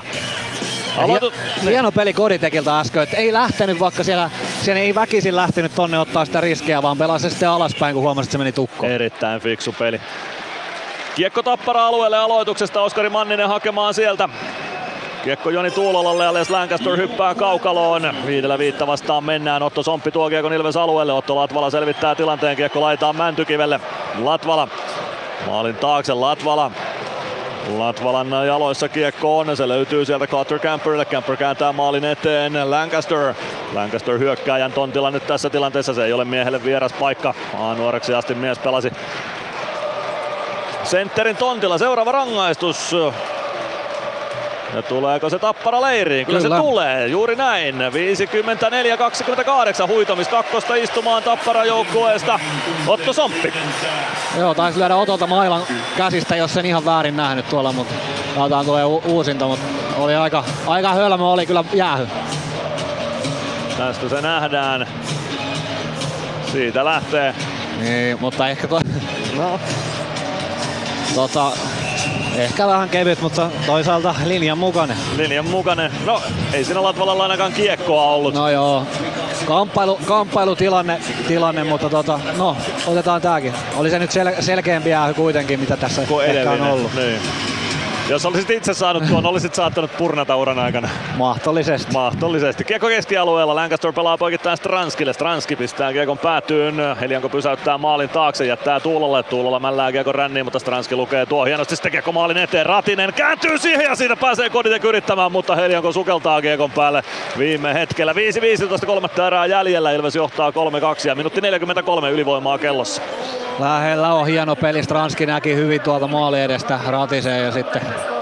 Hieno peli Koditekilta äsken, että ei lähtenyt, vaikka siellä ei väkisin lähtenyt tonne ottaa sitä riskiä, vaan pelasi sitten alaspäin, kun huomasi, että se meni tukkoon. Erittäin fiksu peli. Kiekko Tappara alueelle aloituksesta, Oskari Manninen hakemaan sieltä Kiekko Joni Tuulolalle ja Les Lancaster hyppää kaukaloon. 5-5 vastaan mennään. Otto Somppi tuo kiekon Ilves alueelle. Otto Latvala selvittää tilanteen. Kiekko laitaan Mäntykivelle. Latvala. Maalin taakse Latvala. Latvalan jaloissa kiekko on. Se löytyy sieltä Carter Camperille. Camper kääntää maalin eteen. Lancaster hyökkääjän tontilla nyt tässä tilanteessa. Se ei ole miehelle vieras paikka. Nuoreksi asti mies pelasi sentterin tontilla. Seuraava rangaistus. Ja tuleeko se Tappara leiriin? Kyllä se tulee, juuri näin. 54-28 huitomis kakkosta istumaan Tappara joukkueesta Otto Somppi. Joo, taisi lyödä Otolta mailan käsistä, jos en ihan väärin nähnyt tuolla, mutta katsotaan tulee uusinta, mutta oli aika hölmö, oli kyllä jäähy. Tästä se nähdään. Siitä lähtee. Niin, mutta ehkä ehkä vähän kevyt, mutta toisaalta linjan mukainen. No, ei siinä Latvalalla ainakaan kiekkoa ollut. No joo. Kamppailutilanne, mutta otetaan tääkin. Oli se nyt selkeämpi jäähy kuitenkin, mitä tässä ehkä on ollut. Niin. Jos olisit itse saanut tuon, olisit saattanut purnata uran aikana. Mahdollisesti. Kiekko keskialueella. Lancaster pelaa poikittain Stranskille. Stranski pistää kiekon päätyyn. Helianko pysäyttää maalin taakse, jättää Tuulolle. Tuulolla mällää kiekon ränniin, mutta Stranski lukee tuo hienosti. Sitten kiekko maalin eteen. Ratinen kääntyy siihen ja siitä pääsee Koditek yrittämään, mutta Helianko sukeltaa kiekon päälle viime hetkellä. 5-15 kolmatta erää jäljellä. Ilves johtaa 3-2 ja minuutti 43 ylivoimaa kellossa. Lähellä on hieno peli. Stranski näki hyvin tuolta maali edestä Ratiseen ja sitten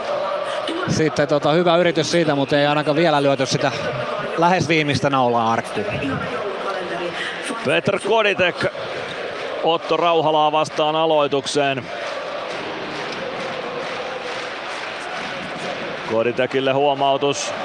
hyvä yritys siitä, mutta ei ainakaan vielä lyöty sitä lähes viimeistä naulaa arkkuun. Petr Koditek Otto Rauhalaa vastaan aloitukseen. Koditekille huomautus.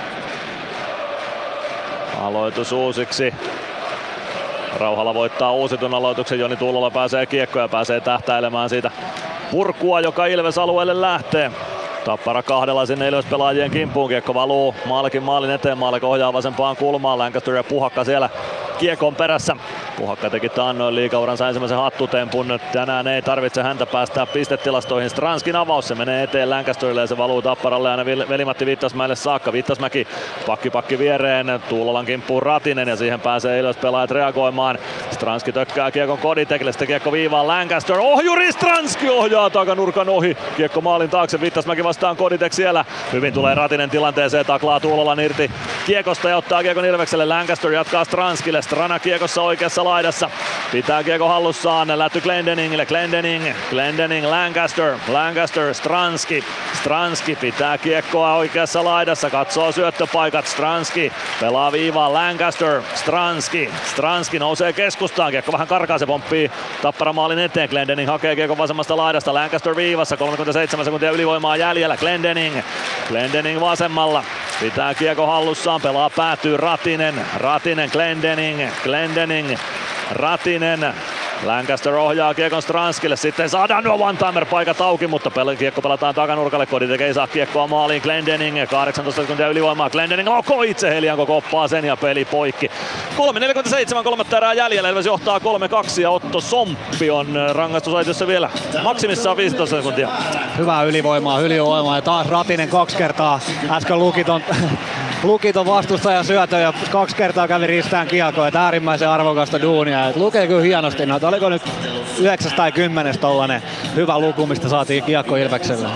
Aloitus uusiksi. Rauhala voittaa uusitun aloituksen. Joni Tuulola pääsee kiekkoon ja pääsee tähtäilemään siitä purkua, joka Ilves alueelle lähtee. Tappara kahdella sinne Ilves pelaajien kimppuun. Kiekko valuu Maalekin maalin eteen. Maalek ohjaa vasempaan kulmaan. Lancaster ja Puhakka siellä kiekon perässä. Puhakka teki taannoin liigauransa ensimmäisen hattutempun. Tänään ei tarvitse häntä päästää pistetilastoihin. Stranskin avaus, se menee eteen Lancasterille ja se valuu Tapparalle aina Veli-Matti Viittasmäelle saakka. Viittasmäki pakki viereen. Tuulolan kimppuun Ratinen ja siihen pääsee Ilves pelaajat reagoimaan. Stranski tökkää kiekon Koditekille, sitten kiekko viivaan Lancaster. Ohjuri Stranski ohjaa takanurkan ohi. Kiekko maalin taakse, Viittasmäki vastaan Koditek siellä. Hyvin tulee Ratinen tilanteeseen, taklaa Tuulolan irti kiekosta ja ottaa kiekon Ilvekselle. Lancaster jatkaa Stranskille. Strana kiekossa oikeassa laidassa. Pitää kiekko hallussaan. Lätty Glendeningille. Glendening Lancaster. Stranski pitää kiekkoa oikeassa laidassa. Katsoo syöttöpaikat. Stranski pelaa viivaan. Lancaster. Stranski nousee keskustaan. Kiekko vähän karkaa. Se pomppii Tappara maalin eteen. Glendening hakee kiekon vasemmasta laidasta. Lancaster viivassa. 37 sekuntia ylivoimaa jäljellä. Glendening vasemmalla. Pitää kiekko hallussaan. Pelaa päätyy Ratinen. Glendening. Lancaster ohjaa kiekon Stranskille, sitten saadaan nuo one-timer paikat auki, mutta kiekko pelataan takanurkalle, Koditek ei saa kiekkoa maaliin, Glendening, 18 sekuntia ylivoimaa, Glendening itse Helianko koppaa sen ja peli poikki. 3.47 kolmatta erää jäljellä, Ilves johtaa 3-2 ja Otto Somppi on rangaistusaitiossa vielä maksimissaan 15 sekuntia. Hyvää ylivoimaa ja taas Ratinen 2 kertaa, äsken lukiton vastustaja syötö ja 2 kertaa kävi ristään kiekkoa, että äärimmäisen arvokasta duunia. Et lukee kyllä hienosti noita. Oliko nyt 9 tai 10 tollanen hyvä luku, mistä saatiin kiekko Ilvekselle?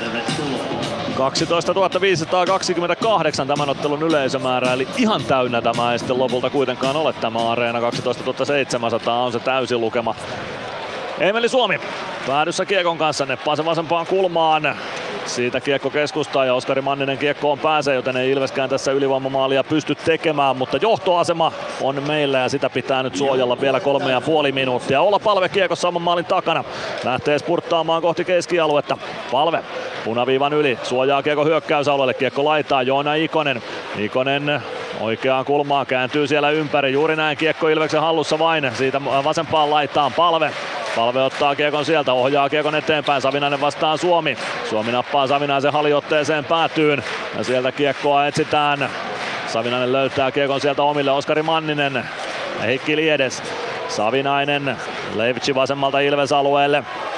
12 528 tämän ottelun yleisömäärä, eli ihan täynnä tämä ei sitten lopulta kuitenkaan ole tämä areena. 12 700 on se täysi lukema. Eemeli Suomi päädyssä kiekon kanssa, neppaa sen vasempaan kulmaan. Siitä kiekko keskustaa ja Oskari Manninen kiekkoon pääsee, joten ei Ilveskään tässä ylivoimamaalia pysty tekemään, mutta johtoasema on meillä ja sitä pitää nyt suojella vielä 3,5 minuuttia. Olla Palve kiekossa oman maalin takana. Lähtee spurttaamaan kohti keskialuetta. Palve punaviivan yli, suojaa kiekko hyökkäysalueelle, kiekko laitaa Joona Ikonen oikeaan kulmaan, kääntyy siellä ympäri, juuri näin kiekko Ilveksen hallussa vain, siitä vasempaan laitaan Palve ottaa kiekon sieltä, ohjaa kiekon eteenpäin, Savinainen vastaan Suomi nappaa Savinaisen haliotteeseen päätyyn ja sieltä kiekkoa etsitään. Savinainen löytää kiekon sieltä omille, Oskari Manninen ja Heikki Liedes. Savinainen, Leivitsi vasemmalta Ilves alueelle.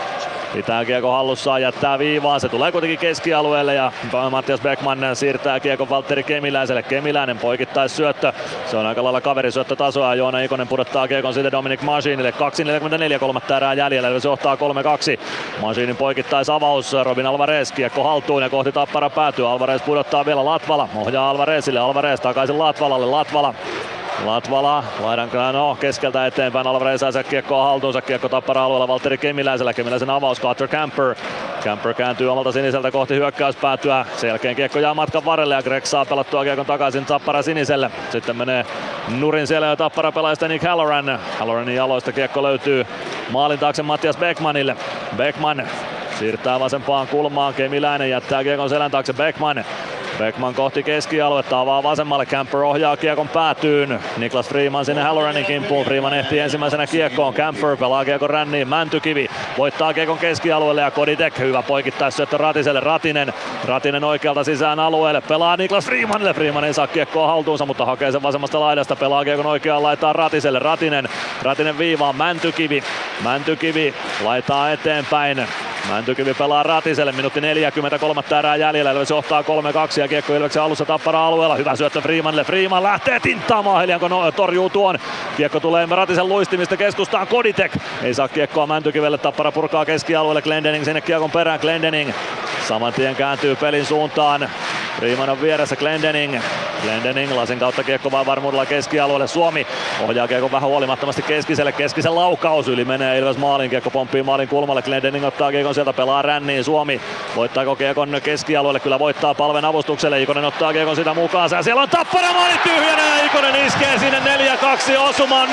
Pitää kiekko hallussaan, jättää viivaan, se tulee kuitenkin keskialueelle ja Mattias Beckman siirtää kiekon Valtteri Kemiläiselle. Kemiläinen poikittais syöttö, se on aika lailla kaverisyöttötasoa. Joona Ikonen pudottaa kiekon siitä Dominic Masinille. 2.44 kolmatta erää jäljellä, se johtaa 3-2. Masinin poikittais avaus, Robin Alvarez kiekko haltuun ja kohti Tappara päätyy. Alvarez pudottaa vielä Latvala, ohjaa Alvarezille, Alvarez takaisin Latvalalle, Latvala, laidan keskeltä eteenpäin, Alvarez saa kiekkoa haltuunsa, kiekko Tappara alueella Valtteri Kemiläisellä, Kemiläisen avaus, Carter Camper kääntyy omalta siniseltä kohti hyökkäyspäätyä, sen jälkeen kiekko jää matkan varrelle ja Greg saa pelattua kiekon takaisin Tappara siniselle, sitten menee nurin siellä jo Tappara pelaajista Nick Halloranin jaloista kiekko löytyy maalin taakse Mattias Beckmanille, Beckman siirtää vasempaan kulmaan, Kemiläinen jättää kiekon selän taakse Beckman kohti keskialuetta, avaa vasemmalle, Camper ohjaa kiekon päätyyn. Niklas Freeman sinne Halloranin kimppuun, Freeman ehtii ensimmäisenä kiekkoon, Camper pelaa kiekon ränniin, Mäntykivi voittaa kiekon keskialueelle ja Koditek hyvä poikittaisyöttö Ratiselle, Ratinen oikealta sisään alueelle, pelaa Niklas Freemanille, Freeman ei saa kiekkoa haltuunsa, mutta hakee sen vasemmasta laidasta, pelaa kiekon oikeaan laitaan Ratiselle, Ratinen viivaan, Mäntykivi laitaa eteenpäin. Mäntykivi pelaa Ratiselle, minuutti 43 erää jäljellä, Ilves johtaa 3-2 ja kiekko Ilveksen alussa Tappara alueella. Hyvä syöttö Freemanille, Freeman lähtee tinttaamaan, Helianko torjuu tuon. Kiekko tulee Ratisen luistimista keskustaan, Koditek ei saa kiekkoa Mäntykivelle, Tappara purkaa keskialueelle, Glendening sinne kiekon perään, Glendening saman tien kääntyy pelin suuntaan. Freeman on vieressä, Glendening lasin kautta kiekko vaan varmuudella keskialueelle, Suomi ohjaa kiekko vähän huolimattomasti keskisen laukaus, yli menee Ilves maalin, kiekko pomppii maalin kulmalle, Glendening ottaa kiekon sieltä, pelaa ränniin, Suomi voittaako kiekon keskialueelle, kyllä voittaa palven avustukselle, Ikonen ottaa kiekon sitä mukaansa ja siellä on Tappara maali tyhjänä ja Ikonen iskee sinne 4-2 osuman,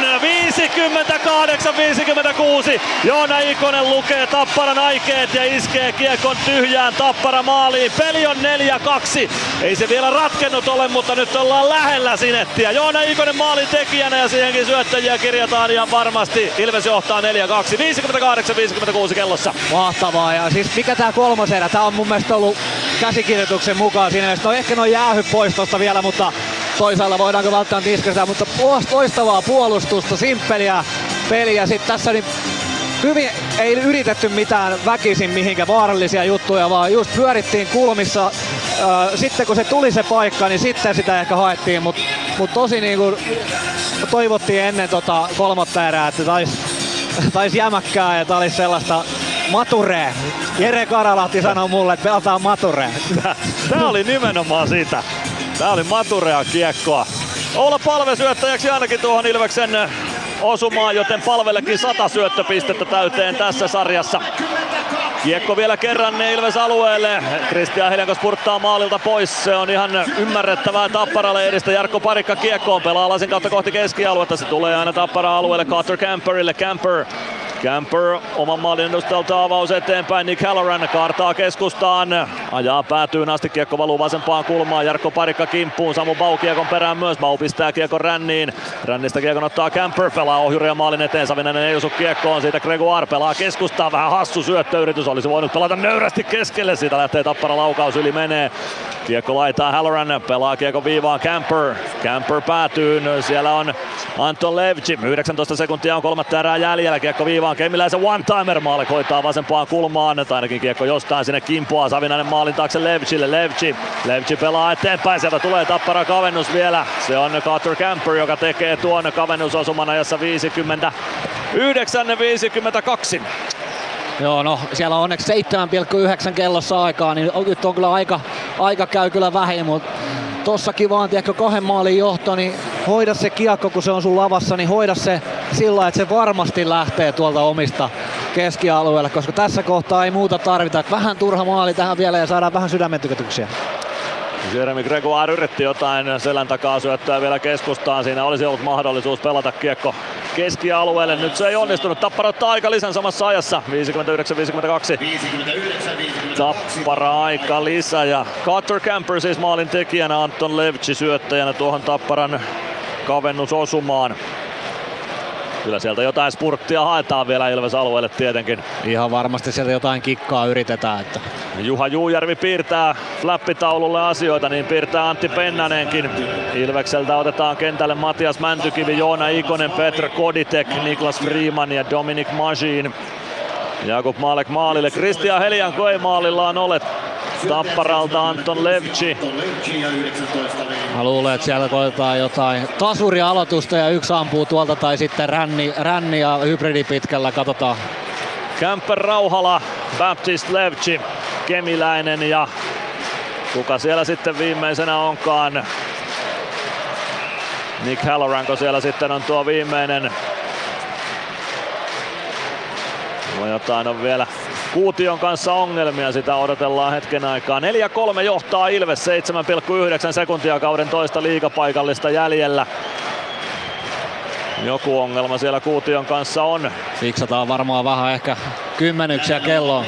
58-56, Joona Ikonen lukee Tapparan aikeet ja iskee kiekon tyhjään Tappara maaliin, peli on 4-2, ei se vielä ratkennut ole, mutta nyt ollaan lähellä sinettiä. Joona Ikonen maalin tekijänä ja siihenkin syöttäjiä kirjataan ihan varmasti. Ilves johtaa 4-2, 58-56 kellossa. Mahtavaa, ja siis mikä tää kolmoserä? Tää on mun mielestä ollut käsikirjoituksen mukaan siinä mielessä. No ehkä noin jäähy pois tosta vielä, mutta toisaalla voidaanko välttämättä iskeä, mutta loistavaa puolustusta, simppeliä peliä. Sitten tässä niin hyvin ei yritetty mitään väkisin mihinkä vaarallisia juttuja, vaan just pyörittiin kulmissa. Sitten kun se tuli se paikka, niin sitten sitä ehkä haettiin, mutta tosi niinku toivottiin ennen kolmatta erää, että tais jämäkkää ja tää olisi sellaista maturee. Jere Karalahti sanoi mulle, että pelataan maturee. Tää oli nimenomaan sitä. Tää oli maturea kiekkoa. Oula Palve syöttäjäksi ainakin tuohon Ilveksen osumaan, joten Palvellekin 100 syöttöpistettä täyteen tässä sarjassa. Kiekko vielä kerran Ilves alueelle. Kristian Helianko spurttaa maalilta pois. Se on ihan ymmärrettävää Tapparalle edestä. Jarkko Parikka kiekkoon, pelaa lasin kautta kohti keskialuetta. Se tulee aina Tappara alueelle Carter Camperille. Camper oman maalin edustalta avaus eteenpäin. Nick Halloran kaartaa keskustaan. Ajaa päätyyn asti. Kiekko valuu vasempaan kulmaan. Jarkko Parikka kimppuun. Samu Bau kiekon perään myös. Bau pistää kiekon ränniin. Rännistä kiekon ottaa Camper. Pelaa ohjuria maalin eteen. Savinainen ei osu kiekkoon. Siitä Gregoire pelaa keskustaan. Vähän hassu syöttöyritys. Olisi voinut pelata nöyrästi keskelle. Siitä lähtee Tappara laukaus. Yli menee. Kiekko laitaa Halloran. Pelaa kiekon viivaan Camper päätyyn. Siellä on Anton Levci. 19 sekuntia on kolmatta erää jäljellä. Kiekko viivaan. Kemiläisen one-timer maali koittaa vasempaan kulmaan. Ainakin kiekko jostain sinne kimpoaa. Savinainen maalin taakse Levcille. Levci pelaa eteenpäin. Sieltä tulee Tappara kavennus vielä. Se on Carter Camper, joka tekee tuon kavennusosuman ajassa 59-52. Joo, no siellä on onneksi 7,9 kellossa aikaa, niin nyt on kyllä aika käy kyllä vähin, mutta tossakin vaan tiedätkö 2 maalin johto, niin hoida se kiekko kun se on sun lavassa, niin hoida se sillä että se varmasti lähtee tuolta omista keskialueelle, koska tässä kohtaa ei muuta tarvita. Vähän turha maali tähän vielä ja saadaan vähän sydämentykytyksiä. Jeremy Gregoire yritti jotain selän takaa syöttöä vielä keskustaan. Siinä olisi ollut mahdollisuus pelata kiekko keskialueelle. Nyt se ei onnistunut. Tappara ottaa aika lisän samassa ajassa. 59-52. Tappara aika lisä ja Carter Camper siis maalin tekijänä, Anton Levci syöttäjänä tuohon Tapparan kavennusosumaan. Kyllä sieltä jotain spurttia haetaan vielä Ilves alueelle tietenkin. Ihan varmasti sieltä jotain kikkaa yritetään. Että. Juha Juujärvi piirtää flappitaululle asioita, niin piirtää Antti Pennanenkin. Ilvekseltä otetaan kentälle Matias Mäntykivi, Joona Ikonen, Petr Koditek, Niklas Freeman ja Dominic Masin. Jakub Maalek maalille. Christian Helianko ei maalillaan ole. Tapparalta Anton Levci. Mä luulen, että siellä koetaan jotain tasurialoitusta ja yksi ampuu tuolta tai sitten ränni ja hybridi pitkällä, katsotaan. Kämper Rauhala, Baptist Levci, Kemiläinen ja kuka siellä sitten viimeisenä onkaan. Nick Halloranko siellä sitten on tuo viimeinen. No jotain on vielä Kuution kanssa ongelmia, sitä odotellaan hetken aikaa. 4-3 johtaa Ilves, 7,9 sekuntia kauden toista liigapaikallista jäljellä. Joku ongelma siellä Kuution kanssa on. Fiksataan varmaan vähän ehkä kymmenyksiä kelloon.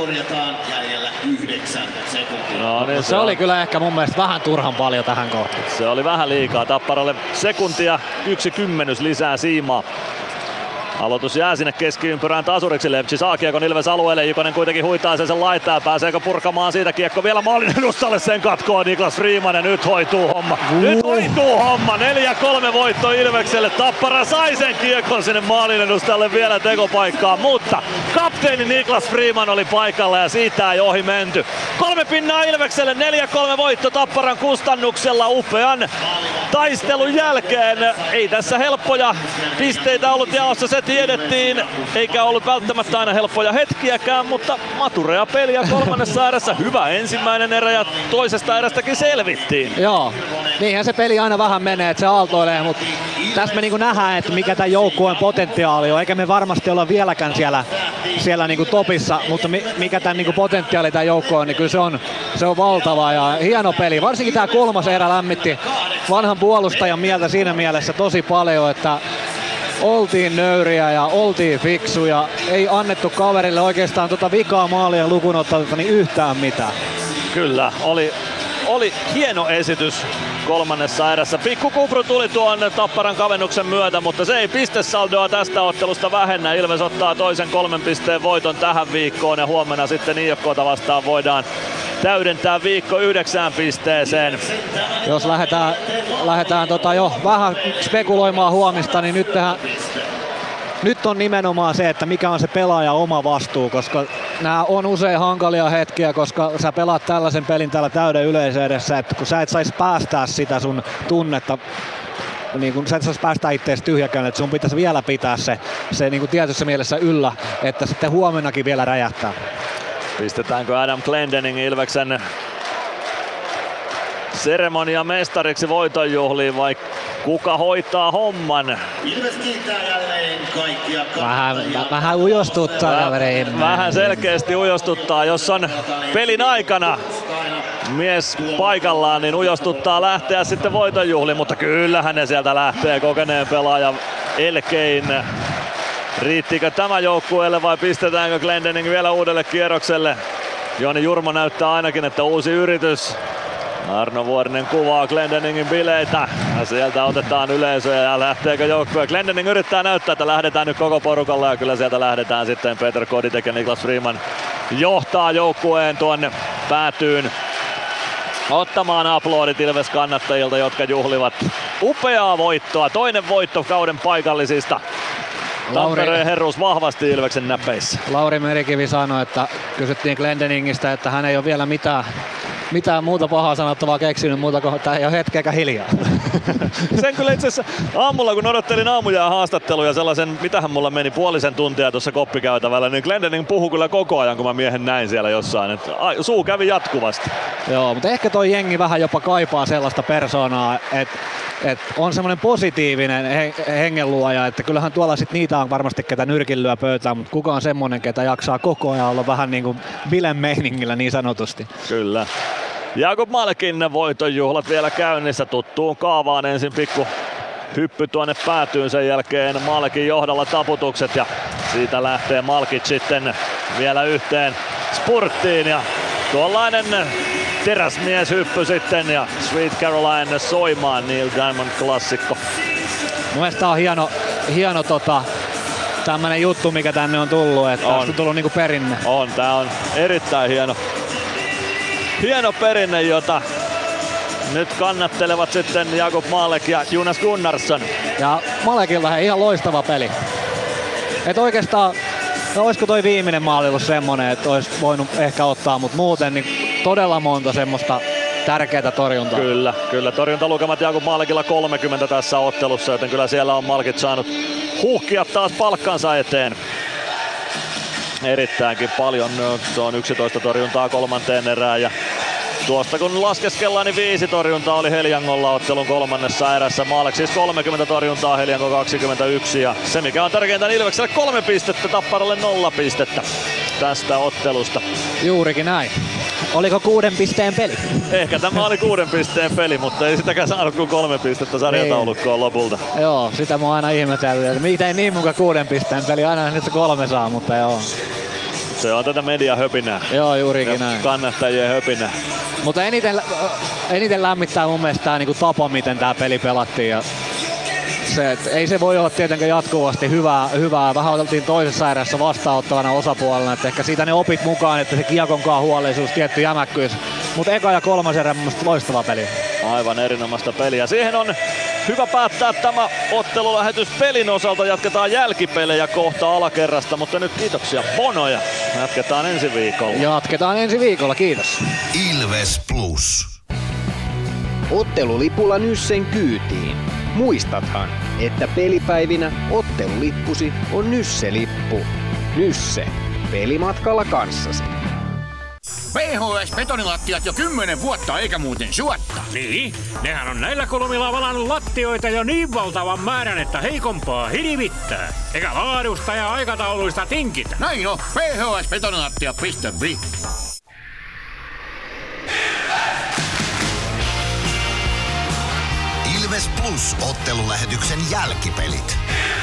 No, niin se oli kyllä ehkä mun mielestä vähän turhan paljon tähän kohtaan. Se oli vähän liikaa. Tapparalle sekuntia 1/10 lisää siimaa. Aloitus jää sinne keskiympyrään tasuriksi. Levci saa kiekon Ilves alueelle. Jukonen kuitenkin huitaa sen laittaa. Pääseekö purkamaan siitä kiekko vielä maalin edustalle? Sen katkoo Niklas Freeman ja nyt hoituu homma. Nyt hoituu homma. 4-3 voitto Ilvekselle. Tappara sai sen kiekon sinne maalin edustalle vielä tekopaikkaan. Mutta kapteeni Niklas Freeman oli paikalla ja siitä ei ohi menty. 3 pinnaa Ilvekselle. 4-3 voitto Tapparan kustannuksella. Upean taistelun jälkeen. Ei tässä helppoja pisteitä ollut jaossa, se tiedettiin, eikä ollut välttämättä aina helppoja hetkiäkään, mutta maturea peliä kolmannessa erässä. Hyvä ensimmäinen erä ja toisesta erästäkin selvittiin. Joo, niinhän se peli aina vähän menee, että se aaltoilee, mutta tässä me niinku nähdään, että mikä tämän joukkueen potentiaali on, eikä me varmasti olla vieläkään siellä niinku topissa, mutta mikä tämän niinku potentiaali tämän joukkueen on, niin kyllä se on valtava ja hieno peli. Varsinkin tämä kolmas erä lämmitti vanhan puolustajan mieltä siinä mielessä tosi paljon, että oltiin nöyriä ja oltiin fiksuja, ei annettu kaverille oikeastaan vikaa maalia lukuun ottamatta niin yhtään mitään. Kyllä, oli hieno esitys kolmannessa erässä. Pikku kupru tuli tuon Tapparan kavennuksen myötä, mutta se ei pistesaldoa tästä ottelusta vähennä. Ilves ottaa toisen 3 pisteen voiton tähän viikkoon ja huomenna sitten IFK:ta vastaan voidaan täydentää viikko 9 pisteeseen. Jos lähdetään jo vähän spekuloimaan huomista, niin nyt on nimenomaan se, että mikä on se pelaajan oma vastuu, koska nämä on usein hankalia hetkiä, koska sä pelaat tällaisen pelin täällä täyden yleisön edessä, että kun sä et saisi päästää sitä sun tunnetta, niin kun sä et saisi päästää itteesi tyhjäkään, että sun pitäisi vielä pitää se niin kuin tietyssä mielessä yllä, että sitten huomennakin vielä räjähtää. Pistetäänkö Adam Glendening Ilveksen seremonia mestariksi voitonjuhliin vai kuka hoitaa homman? Ilves kiittää jälleen kaikkia. Vähän ujostuttaa. Vähän selkeästi ujostuttaa. Jos on pelin aikana mies paikallaan, niin ujostuttaa lähteä sitten voitonjuhliin, mutta kyllähän ne sieltä lähtee kokeneen pelaaja Elkein. Riittikö tämä joukkueelle vai pistetäänkö Glendening vielä uudelle kierrokselle? Joni Jurmo näyttää ainakin, että uusi yritys. Arno Vuorinen kuvaa Glendeningin bileitä ja sieltä otetaan yleisöä ja lähteekö joukkue. Glendening yrittää näyttää, että lähdetään nyt koko porukalla ja kyllä sieltä lähdetään sitten. Peter Koditek ja Niklas Freeman johtaa joukkueen tuonne päätyyn ottamaan aplodit Ilves kannattajilta, jotka juhlivat upeaa voittoa. Toinen voitto kauden paikallisista. Tampereen herruus vahvasti Ilveksen näpeissä. Lauri Merikivi sanoi, että kysyttiin Glendeningistä, että hän ei ole vielä mitään muuta pahaa sanottavaa keksinyt muuta kuin, että ei ole hetkeäkään hiljaa. Sen kyllä itse asiassa aamulla, kun odottelin aamujaan haastatteluja sellaisen, mitähän mulla meni puolisen tuntia tuossa koppikäytävällä, niin Glendening puhui kyllä koko ajan, kun mä miehen näin siellä jossain. Että suu kävi jatkuvasti. Joo, mutta ehkä toi jengi vähän jopa kaipaa sellaista persoonaa, että on semmoinen positiivinen hengenluoja, että kyllähän tuolla sit niitä on varmasti, ketä nyrkin lyö pöytään, mutta kuka on semmonen, ketä jaksaa koko ajan olla vähän niin kuin bilen meiningillä niin sanotusti. Kyllä. Jakub Malkin voitonjuhlat vielä käynnissä tuttuun kaavaan. Ensin pikku hyppy tuonne päätyyn, sen jälkeen Malkin johdolla taputukset ja siitä lähtee Malkic sitten vielä yhteen spurttiin ja tuollainen teräsmieshyppy sitten ja Sweet Caroline soimaan Neil Diamond -klassikko. Mun mielestä on hieno tämmönen juttu, mikä tänne on tullut, että on tullut niinku perinne. Tää on erittäin hieno perinne, jota nyt kannattelevat sitten Jakub Malek ja Jonas Gunnarsson. Ja Malekilta ihan loistava peli. Et oikeastaan No olisiko toi viimeinen maali ollut semmonen, että olisi voinut ehkä ottaa, mutta muuten niin todella monta semmoista tärkeää torjuntaa. Kyllä. Torjuntalukemat Jakub Malkilla 30 tässä ottelussa, joten kyllä siellä on Malkit saanut huuhkia taas palkkansa eteen. Erittäinkin paljon, se on 11 torjuntaa kolmanteen erään ja tuosta kun laskeskellaan, niin 5 torjuntaa oli Heliangolla ottelun kolmannessa erässä. Maalek siis 30 torjuntaa, Heliango 21 ja se mikä on tärkeintä Ilvekselle 3 pistettä, Tapparalle 0 pistettä tästä ottelusta. Juurikin näin. Oliko 6 pisteen peli? Ehkä tämä oli 6 pisteen peli, mutta ei sitäkään saanut kuin 3 pistettä sarjataulukkoon lopulta. Joo, sitä mä oon aina ihmetellyt, että miten niin mukaan 6 pisteen peli, aina nyt se 3 saa, mutta joo. Se on tätä mediahöpinää. Joo, juurikin näin. Kannattajien höpinää. Mutta eniten lämmittää mun mielestä tää niinku tapa, miten tää peli pelattiin. Ja se, ei se voi olla tietenkään jatkuvasti hyvää. Vähän oteltiin toisessa erässä vastaanottavana osapuolella, että ehkä siitä ne opit mukaan, että se kiekonkaan huolellisuus, tietty jämäkkyys. Mutta eka ja kolmas erä mun mielestä loistava peli. Aivan erinomaista peliä. Siihen on hyvä päättää tämä ottelulähetys pelin osalta. Jatketaan jälkipelejä kohta alakerrasta, mutta nyt kiitoksia Bonoja. Jatketaan ensi viikolla. Kiitos. Ilves Plus. Ottelulipulla Nyssen kyytiin. Muistathan, että pelipäivinä ottelulippusi on Nysse-lippu. Nysse. Pelimatkalla kanssasi. PHS-betonilattiat jo 10 vuotta eikä muuten suotta. Niin, nehän on näillä kolmilla valannut lattioita jo niin valtavan määrän, että heikompaa hirvittää. Eikä laadusta ja aikatauluista tinkitä. Näin on, phsbetonilattia.fi. Ilves Plus -ottelulähetyksen jälkipelit.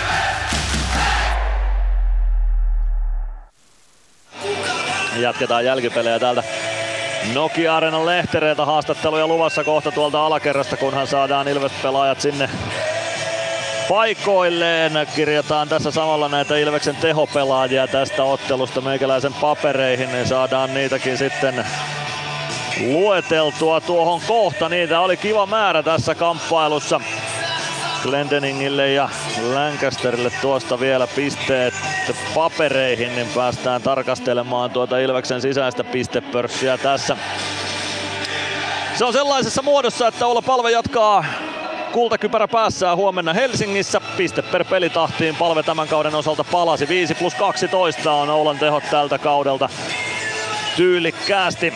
Jatketaan jälkipelejä täältä Nokia-areenan lehtereiltä. Haastatteluja luvassa kohta tuolta alakerrasta, kunhan saadaan Ilves-pelaajat sinne paikoilleen. Kirjataan tässä samalla näitä Ilveksen tehopelaajia tästä ottelusta meikäläisen papereihin, niin saadaan niitäkin sitten lueteltua tuohon kohta. Niitä oli kiva määrä tässä kamppailussa. Glendeningille ja Lancasterille tuosta vielä pisteet papereihin, niin päästään tarkastelemaan tuota Ilveksen sisäistä pistepörssiä tässä. Se on sellaisessa muodossa, että Olla Palve jatkaa kultakypärä päässään huomenna Helsingissä. Piste per pelitahtiin Palve tämän kauden osalta palasi. 5+12 on Oulan tehot tältä kaudelta tyylikkäästi.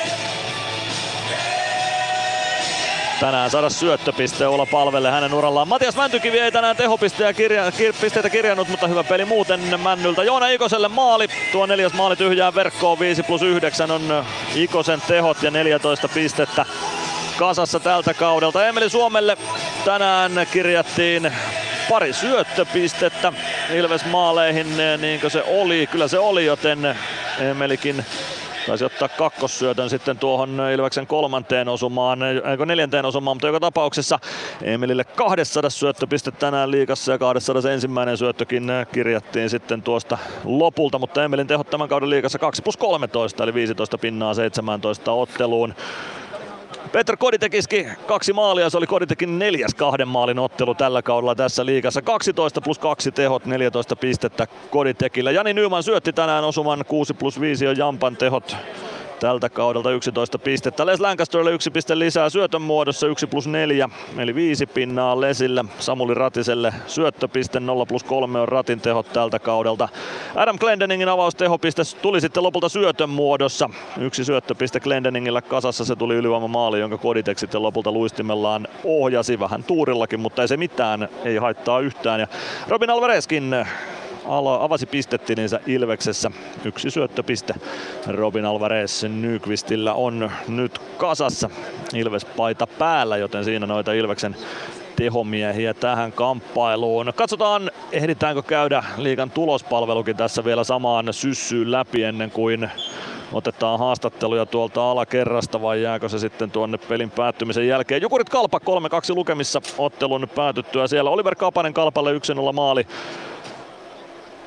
Tänään saada syöttöpiste Olla Palvelle hänen urallaan. Matias Mäntykivi ei tänään tehopisteitä kirjannut, mutta hyvä peli muuten Männyltä. Joona Ikoselle maali. Tuo 4. maali tyhjään verkkoon. 5+9 on Ikosen tehot ja 14 pistettä kasassa tältä kaudelta. Emeli Suomelle tänään kirjattiin pari syöttöpistettä Ilves maaleihin, niin kuin se oli. Kyllä se oli, joten Emelikin taisi ottaa kakkossyötön sitten tuohon Ilveksen 3. osumaan, eikö 4. osumaan, mutta joka tapauksessa Emilille 200 syöttöpiste tänään liigassa ja 201. syöttökin kirjattiin sitten tuosta lopulta, mutta Emilin tehot tämän kauden liigassa 2+13 eli 15 pinnaa 17 otteluun. Petr Koditekski 2 maalia, se oli Koditekin 4. 2 maalin ottelu tällä kaudella tässä liigassa. 12+2 tehot, 14 pistettä Koditekillä. Jani Nyman syötti tänään osuman, 6+5 on Jampan tehot tältä kaudelta 11 pistettä. Les Lancasterille 1 piste lisää syötön muodossa 1+4 eli 5 pinnaa Lesille. Samuli Ratiselle syöttöpiste 0+3 on Ratin tehot tältä kaudelta. Adam Glendeningin avaustehopiste tuli sitten lopulta syötön muodossa. 1 syöttöpiste Glendeningillä kasassa, se tuli ylivoimamaali, jonka Koditek sitten lopulta luistimellaan ohjasi vähän tuurillakin, mutta ei se mitään, ei haittaa yhtään. Ja Robin Alvarezkin avasi pistetilinsä Ilveksessä. 1 syöttöpiste Robin Alvarez Nyqvistillä on nyt kasassa. Ilves-paita päällä, joten siinä noita Ilveksen tehomiehiä tähän kamppailuun. Katsotaan, ehditäänkö käydä liigan tulospalvelukin tässä vielä samaan syssyyn läpi ennen kuin otetaan haastatteluja tuolta alakerrasta, vai jääkö se sitten tuonne pelin päättymisen jälkeen. Jukurit Kalpa 3-2 lukemissa ottelun päätyttyä. Siellä Oliver Kapanen Kalpalle 1-0 maali.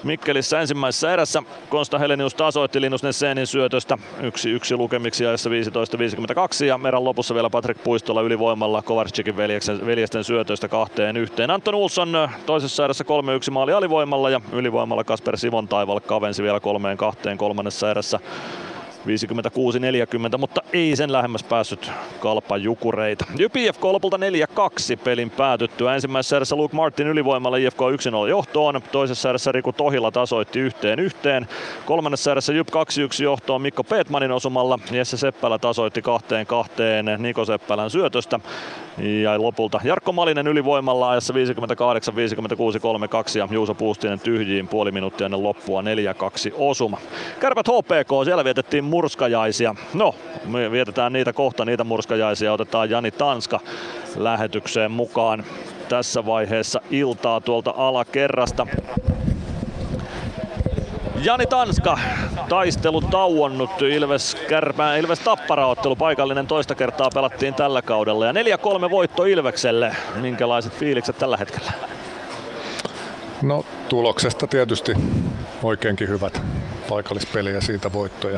Mikkelissä ensimmäisessä erässä Konsta Helenius tasoitti Linus Nessenin syötöstä 1-1 lukemiksi ajassa 15.52 ja erän lopussa vielä Patrik Puistola ylivoimalla Kovarczykin veljesten syötöistä 2-1. Anton Olsson toisessa erässä 3-1 maali alivoimalla ja ylivoimalla Kasper Sivontaival kavensi vielä 3-2 kolmannessa erässä 56-40, mutta ei sen lähemmäs päässyt Kalpan Jukureita. Jyp IFK lopulta 4-2 pelin päätyttyä. Ensimmäisessä erässä Luke Martin ylivoimalla IFK 1-0 johtoon. Toisessa erässä Riku Tohila tasoitti 1-1. Kolmannessa erässä Jyp 2-1 johtoon Mikko Peetmanin osumalla. Jesse Seppälä tasoitti 2-2 Niko Seppälän syötöstä. Ja lopulta Jarkko Malinen ylivoimalla ajassa 58-56-32 ja Juuso Puustinen tyhjiin puoli minuuttia ennen loppua 4-2 osuma. Kärpät HPK, siellä vietettiin murskajaisia. No, me vietetään niitä kohta, niitä murskajaisia. Otetaan Jani Tanska lähetykseen mukaan tässä vaiheessa iltaa tuolta alakerrasta. Jani Tanska, taistelu tauonnut, Ilves Tappara-ottelu, paikallinen toista kertaa pelattiin tällä kaudella ja 4-3 voitto Ilvekselle. Minkälaiset fiilikset tällä hetkellä? No tuloksesta tietysti oikeinkin hyvät, paikallispeli ja siitä voittoja.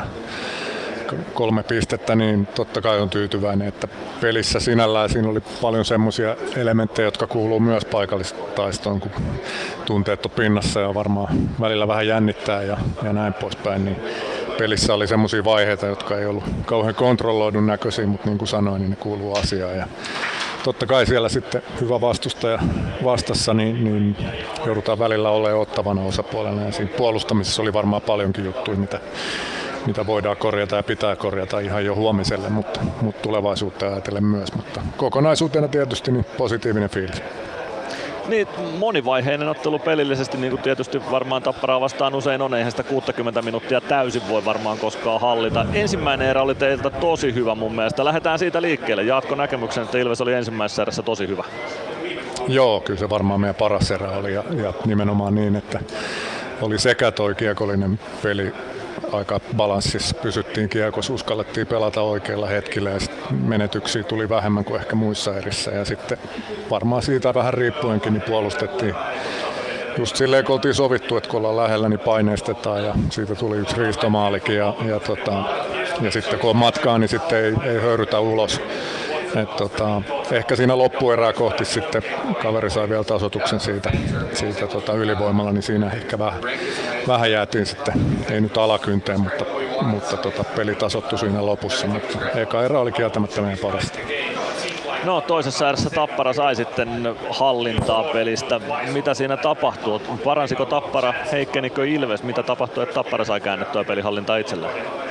3 pistettä, niin totta kai on tyytyväinen, että pelissä sinällään siinä oli paljon semmoisia elementtejä, jotka kuuluu myös paikallistaistoon, kun tunteet on pinnassa ja varmaan välillä vähän jännittää ja näin poispäin, niin pelissä oli semmoisia vaiheita, jotka ei ollut kauhean kontrolloidun näköisiä, mutta niin kuin sanoin, niin ne kuuluu asiaan. Ja totta kai siellä sitten hyvä vastustaja vastassa, niin joudutaan välillä olemaan ottavana osapuolena ja siinä puolustamisessa oli varmaan paljonkin juttuja, mitä voidaan korjata ja pitää korjata ihan jo huomiselle, mutta tulevaisuutta ajatellen myös. Mutta kokonaisuutena tietysti niin positiivinen fiilis. Niin, monivaiheinen ottelu pelillisesti, niin kuin tietysti varmaan Tapparaa vastaan usein on, eihän sitä 60 minuuttia täysin voi varmaan koskaan hallita. Ensimmäinen erä oli teiltä tosi hyvä mun mielestä. Lähdetään siitä liikkeelle. Jaatko näkemyksen, että Ilves oli ensimmäisessä erässä tosi hyvä? Joo, kyllä se varmaan meidän paras erä oli ja nimenomaan niin, että oli sekä toi kiekollinen peli aika balanssissa, pysyttiin kiekossa, uskallettiin pelata oikeilla hetkillä ja menetyksiä tuli vähemmän kuin ehkä muissa erissä ja sitten varmaan siitä vähän riippuenkin niin puolustettiin just silleen, kun oltiin sovittu, että kun ollaan lähellä, niin paineistetaan ja siitä tuli yksi riistomaalikin ja sitten kun on matkaa, niin sitten ei höyrytä ulos. Ehkä siinä loppuerää kohti sitten kaveri sai vielä tasoituksen siitä ylivoimalla, niin siinä ehkä vähän jäätiin sitten, ei nyt alakynteen, mutta peli tasoittui siinä lopussa, mutta eka erä oli kieltämättä meidän parasta. No toisessa erässä Tappara sai sitten hallintaa pelistä. Mitä siinä tapahtui? Paransiko Tappara, heikkenikö Ilves? Mitä tapahtui, että Tappara sai käännettyä pelihallintaa itselleen?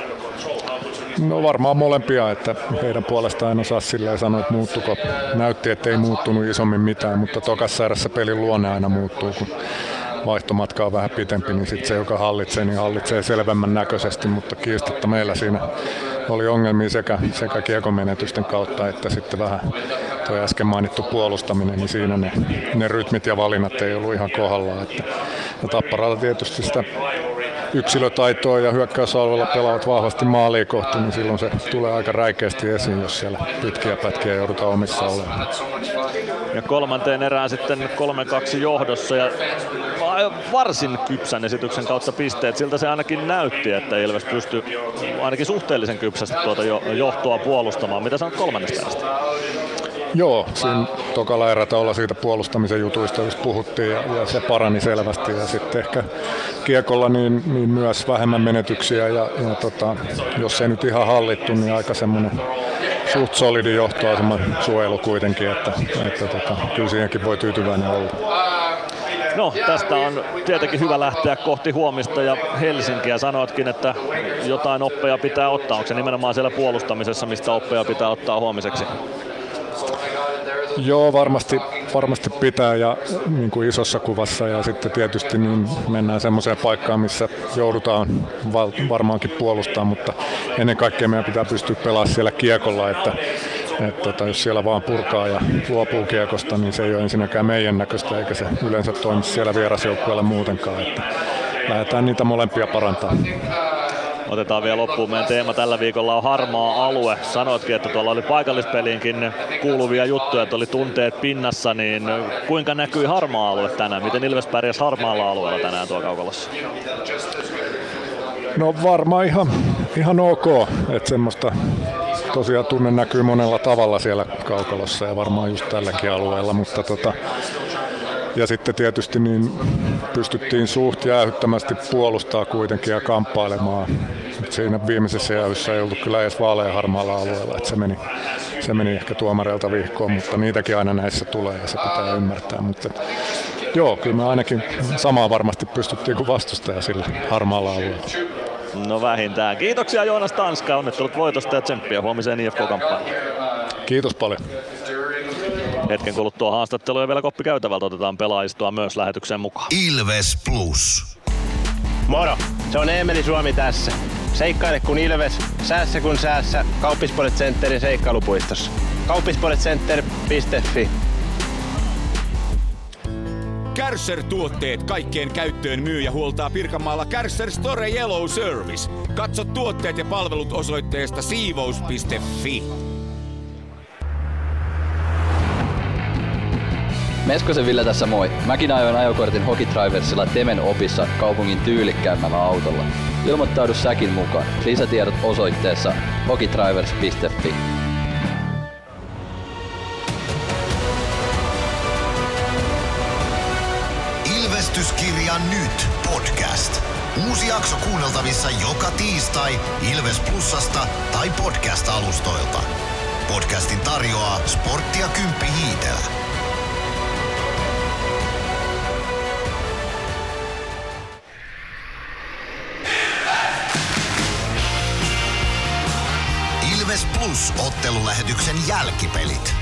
No varmaan molempia, että heidän puolestaan en osaa silleen sanoa, että muuttuko. Näytti, että ei muuttunut isommin mitään, mutta tokassa erässä pelin luonne aina muuttuu, kun vaihtomatka on vähän pitempi, niin sitten se, joka hallitsee, niin hallitsee selvemmän näköisesti, mutta kiistatta meillä siinä oli ongelmia sekä kiekonmenetysten kautta, että sitten vähän tuo äsken mainittu puolustaminen, niin siinä ne rytmit ja valinnat ei ollut ihan kohdallaan. Ja Tapparalla tietysti sitä yksilötaitoa ja hyökkäysalueella pelaavat vahvasti maalia kohti, niin silloin se tulee aika räikeästi esiin, jos siellä pitkiä pätkiä joudutaan omissa olemaan. Ja kolmanteen erään sitten 3-2 johdossa ja varsin kypsän esityksen kautta pisteet. Siltä se ainakin näytti, että Ilves pystyi ainakin suhteellisen kypsästi tuota johtoa puolustamaan. Mitä sanot kolmannesta erästä? Joo, siinä tokalla erätaolla siitä puolustamisen jutuista just puhuttiin ja se parani selvästi ja sitten ehkä kiekolla niin myös vähemmän menetyksiä ja jos ei nyt ihan hallittu, niin aika semmoinen suht solidi johtoasema suojelu kuitenkin, että kyllä siihenkin voi tyytyväinen olla. No, tästä on tietenkin hyvä lähteä kohti huomista ja Helsinkiä. Sanoitkin, että jotain oppeja pitää ottaa. Onko se nimenomaan siellä puolustamisessa, mistä oppeja pitää ottaa huomiseksi? Joo, varmasti pitää ja niin kuin isossa kuvassa ja sitten tietysti niin mennään semmoiseen paikkaan, missä joudutaan varmaankin puolustamaan, mutta ennen kaikkea meidän pitää pystyä pelaamaan siellä kiekolla, että jos siellä vaan purkaa ja luopuu kiekosta, niin se ei ole ensinnäkään meidän näköistä eikä se yleensä toimi siellä vierasjoukkueella muutenkaan, että lähdetään niitä molempia parantamaan. Otetaan vielä loppuun. Meidän teema tällä viikolla on harmaa alue. Sanoitkin, että tuolla oli paikallispeliinkin kuuluvia juttuja, että oli tunteet pinnassa, niin kuinka näkyi harmaa alue tänään? Miten Ilves pärjäsi harmaalla alueella tänään tuo kaukalossa? No varmaan ihan ok, että semmoista tosiaan tunne näkyy monella tavalla siellä kaukalossa ja varmaan just tälläkin alueella, mutta ja sitten tietysti niin pystyttiin suht jäähyttämästi puolustaa kuitenkin ja kamppailemaan. Siinä viimeisessä jäähyssä ei ollut kyllä edes vaaleanharmaalla alueella, että se meni ehkä tuomareilta vihkoon, mutta niitäkin aina näissä tulee ja se pitää ymmärtää. Mutta joo, kyllä me ainakin samaa varmasti pystyttiin kuin vastustaja sillä harmaalla alueella. No vähintään. Kiitoksia Joonas Tanska, onnittelut voitosta ja tsemppiä huomiseen IFK-kamppailuun. Kiitos paljon. Hetken kuluttua haastattelu ja vielä koppi käytävältä otetaan pelaajistoa myös lähetykseen mukaan. Ilves Plus. Moro, se on Eemeli Suomi tässä. Seikkaile kun Ilves, säässä kun säässä. Kauppisports Centerin seikkailupuistossa. Kauppisportscenter.fi. Kärcher-tuotteet kaikkeen käyttöön myy ja huoltaa Pirkanmaalla Kärcher Store Yellow Service. Katso tuotteet ja palvelut osoitteesta siivous.fi. Meskosen Ville tässä moi. Mäkin ajoin ajokortin Hokitriversilla Temen opissa kaupungin tyylikkäämmällä autolla. Ilmoittaudu säkin mukaan. Lisätiedot osoitteessa hokitrivers.fi. Ilvestyskirja nyt podcast. Uusi jakso kuunneltavissa joka tiistai Ilves Plusasta tai podcast-alustoilta. Podcastin tarjoaa Sportti ja Kymppi Hiitelä. Ilves Plus -ottelulähetyksen jälkipelit.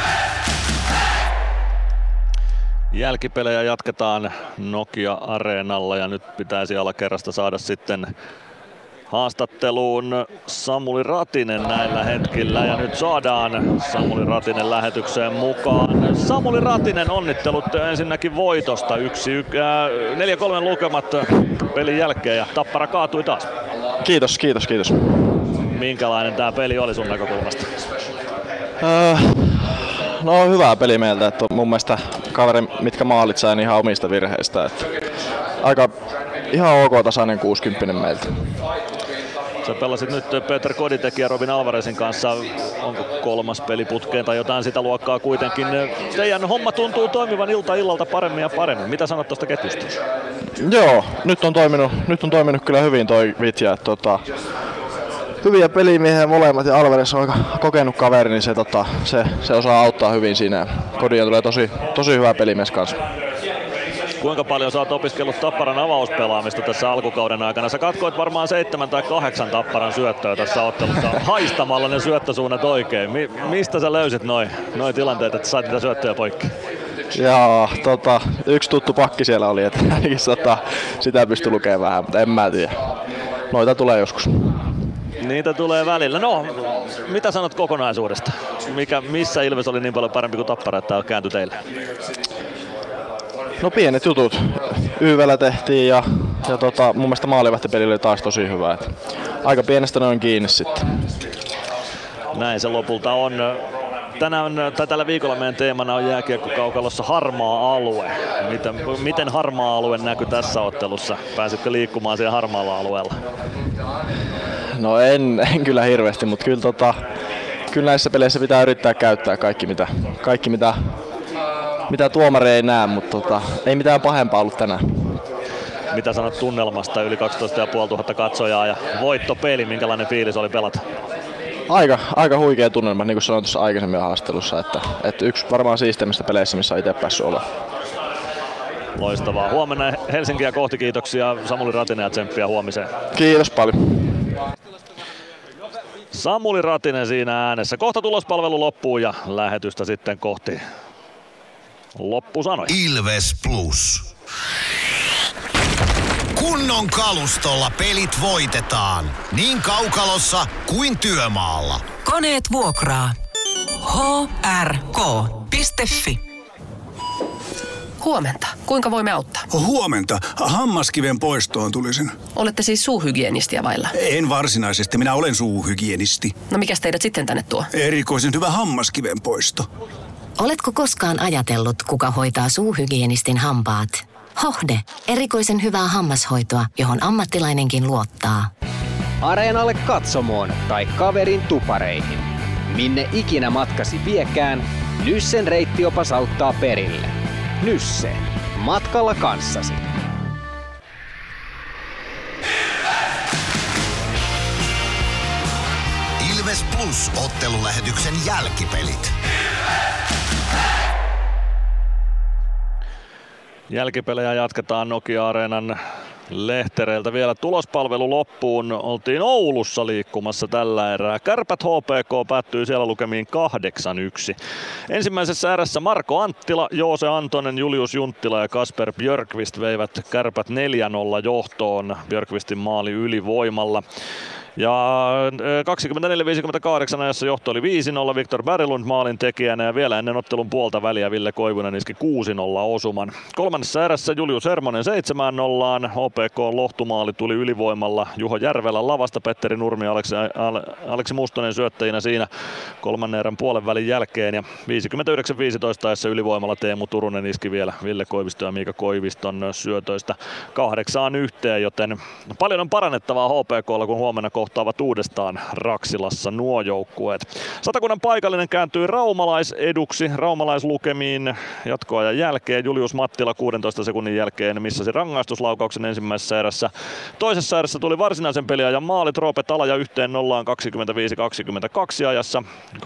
Jälkipelejä jatketaan Nokia-areenalla ja nyt pitäisi alakerrasta saada sitten haastatteluun Samuli Ratinen näillä hetkillä ja nyt saadaan Samuli Ratinen lähetykseen mukaan. Samuli Ratinen, onnittelut ensinnäkin voitosta 4-3 lukemat pelin jälkeen ja Tappara kaatui taas. Kiitos. Minkälainen tää peli oli sun näkökulmasta? No hyvää peli meiltä, että mun mielestä kaveri, mitkä maalit sai niin ihan omista virheistä. Että aika ihan ok tasainen 60 meiltä. Sä pelasit nyt Peter Koditek ja Robin Alvarezin kanssa, onko 3. peli putkeen tai jotain sitä luokkaa kuitenkin. Teidän homma tuntuu toimivan illalta paremmin ja paremmin. Mitä sanot tuosta ketjusta? Joo, nyt on toiminut kyllä hyvin toi Vitja. Hyviä pelimiehiä molemmat ja Alvarez on aika kokenut kaveri, niin se osaa auttaa hyvin siinä. Kodien tulee tosi hyvä pelimies kanssa. Kuinka paljon sä oot opiskellut Tapparan avauspelaamista tässä alkukauden aikana? Sä katkoit varmaan 7 tai 8 Tapparan syöttöä tässä ottelussa haistamalla ne syöttösuunnat oikein. Mistä sä löysit noi tilanteet, että sait niitä syöttöjä poikki? Jaa, yksi tuttu pakki siellä oli, että sitä pystyi lukemaan vähän, mutta en mä tiedä. Noita tulee joskus. Niitä tulee välillä. No, mitä sanot kokonaisuudesta? Missä Ilves oli niin paljon parempi kuin Tappara, että kääntyi teille? No pienet jutut. YV:llä tehtiin ja mun mielestä maalivahtipeli oli taas tosi hyvä. Aika pienestä noin kiinni sitten. Näin se lopulta on. Tällä viikolla meidän teemana on jääkiekkokaukalossa harmaa alue. Miten harmaa alue näkyi tässä ottelussa? Pääsitkö liikkumaan siellä harmaalla alueella? No en kyllä hirveästi, mutta kyllä näissä peleissä pitää yrittää käyttää kaikki mitä tuomari ei näe, mutta ei mitään pahempaa ollut tänään. Mitä sanot tunnelmasta? Yli 12 500 katsojaa ja voittopeli, minkälainen fiilis oli pelata? Aika huikea tunnelma, niin kuin sanoin tuossa aikaisemmin haastattelussa, että yksi varmaan siisteimmistä peleissä, missä on itse päässyt olla. Loistavaa. Huomenna Helsinkiä kohti, kiitoksia Samuli Ratinen ja tsemppiä huomiseen. Kiitos paljon. Samuli Ratinen siinä äänessä. Kohta tulospalvelu loppuu ja lähetystä sitten kohti loppusanoja. Ilves Plus. Kunnon kalustolla pelit voitetaan. Niin kaukalossa kuin työmaalla. Koneet vuokraa. hrk.fi. Huomenta. Kuinka voimme auttaa? Huomenta. Hammaskiven poistoon tulisin. Olette siis suuhygienistiä vailla? En varsinaisesti. Minä olen suuhygienisti. No mikäs teidät sitten tänne tuo? Erikoisen hyvä hammaskiven poisto. Oletko koskaan ajatellut, kuka hoitaa suuhygienistin hampaat? Hohde. Erikoisen hyvää hammashoitoa, johon ammattilainenkin luottaa. Areenalle, katsomoon tai kaverin tupareihin. Minne ikinä matkasi viekään, Nyssen reittiopas auttaa perille. Nysse. Matkalla kanssasi. Ilves Plus -ottelulähetyksen jälkipelit. Jälkipelejä jatketaan Nokia-areenan lehtereiltä vielä tulospalvelu loppuun. Oltiin Oulussa liikkumassa tällä erää. Kärpät HPK päättyi siellä lukemiin 8-1. Ensimmäisessä erässä Marko Anttila, Joose Antonen, Julius Junttila ja Kasper Björkvist veivät Kärpät 4-0 johtoon Björkvistin maali ylivoimalla. Ja 24-58 ajassa johto oli 5-0 Viktor Berglund maalin tekijänä ja vielä ennen ottelun puolta väliä Ville Koivunen iski 6-0 osuman. Kolmannessa erässä Julius Hermonen 7-0. HPK lohtumaali tuli ylivoimalla Juho Järvelän lavasta, Petteri Nurmi ja Aleksi Mustonen syöttäjinä siinä kolmannen erän puolen välin jälkeen. Ja 59-15 ajassa ylivoimalla Teemu Turunen iski vielä Ville Koiviston ja Miika Koiviston syötöistä 8-1, joten paljon on parannettavaa HPK:lla, kun huomenna kohtaavat uudestaan Raksilassa nuo joukkueet. Satakunnan paikallinen kääntyi raumalaiseduksi raumalaislukemiin jatkoajan jälkeen. Julius Mattila 16 sekunnin jälkeen missasi rangaistuslaukauksen ensimmäisessä erässä. Toisessa erässä tuli varsinaisen peliajan maalit. Roope Talaja 1-0 25-22 ajassa.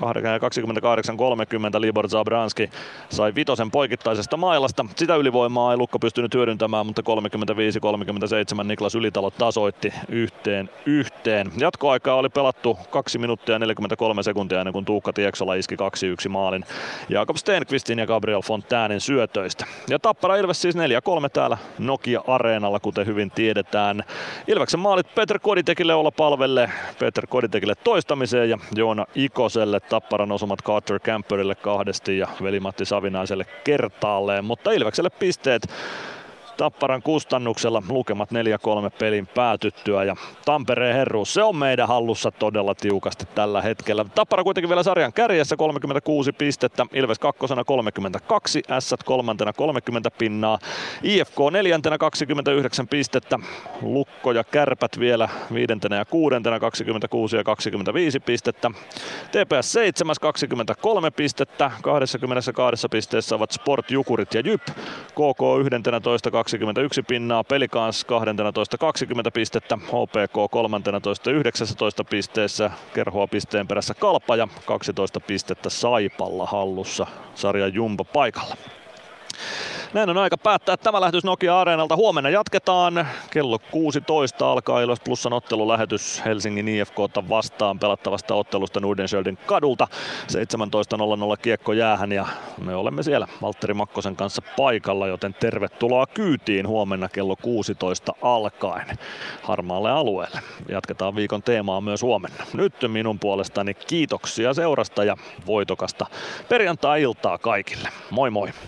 28-30 Libor Zabranski sai vitosen poikittaisesta mailasta. Sitä ylivoimaa ei Lukko pystynyt hyödyntämään, mutta 35-37 Niklas Ylitalo tasoitti 1-1. Jatkoaikaa oli pelattu 2 minuuttia ja 43 sekuntia ennen kuin Tuukka Tieksola iski 2-1 maalin Jakob Stenqvistin ja Gabriel Fontäänin syötöistä. Ja Tappara Ilves siis 4-3 täällä Nokia-areenalla, kuten hyvin tiedetään. Ilveksen maalit Petr Koditekille, Olla Palvelle, Petr Koditekille toistamiseen ja Joona Ikoselle. Tapparan osumat Carter Camperille 2 ja Veli-Matti Savinaiselle kertaalleen, mutta Ilvekselle pisteet Tapparan kustannuksella, lukemat 4-3 pelin päätyttyä ja Tampereen herruus, se on meidän hallussa todella tiukasti tällä hetkellä. Tappara kuitenkin vielä sarjan kärjessä 36 pistettä, Ilves 2 32, Ässät 3 30 pinnaa, IFK 4 29 pistettä, Lukko ja Kärpät vielä 5 ja 6 26 ja 25 pistettä, TPS 7 23 pistettä, 22 pisteessä ovat Sport, Jukurit ja Jyp, KK 11 21 pinnaa, Pelikans 12 20 pistettä, HPK 13 19 pisteessä, kerhoa pisteen perässä Kalpa ja 12 pistettä Saipalla hallussa sarjan jumbo paikalla. Näin on aika päättää tämä lähetys Nokia-areenalta. Huomenna jatketaan. Kello 16 alkaa Ilves Plusan ottelulähetys Helsingin IFK:ta vastaan pelattavasta ottelusta Nordenskjöldin kadulta. 17.00 kiekko jäähän ja me olemme siellä Valtteri Makkosen kanssa paikalla, joten tervetuloa kyytiin huomenna kello 16 alkaen harmaalle alueelle. Jatketaan viikon teemaa myös huomenna. Nyt minun puolestani kiitoksia seurasta ja voitokasta perjantai-iltaa kaikille. Moi moi!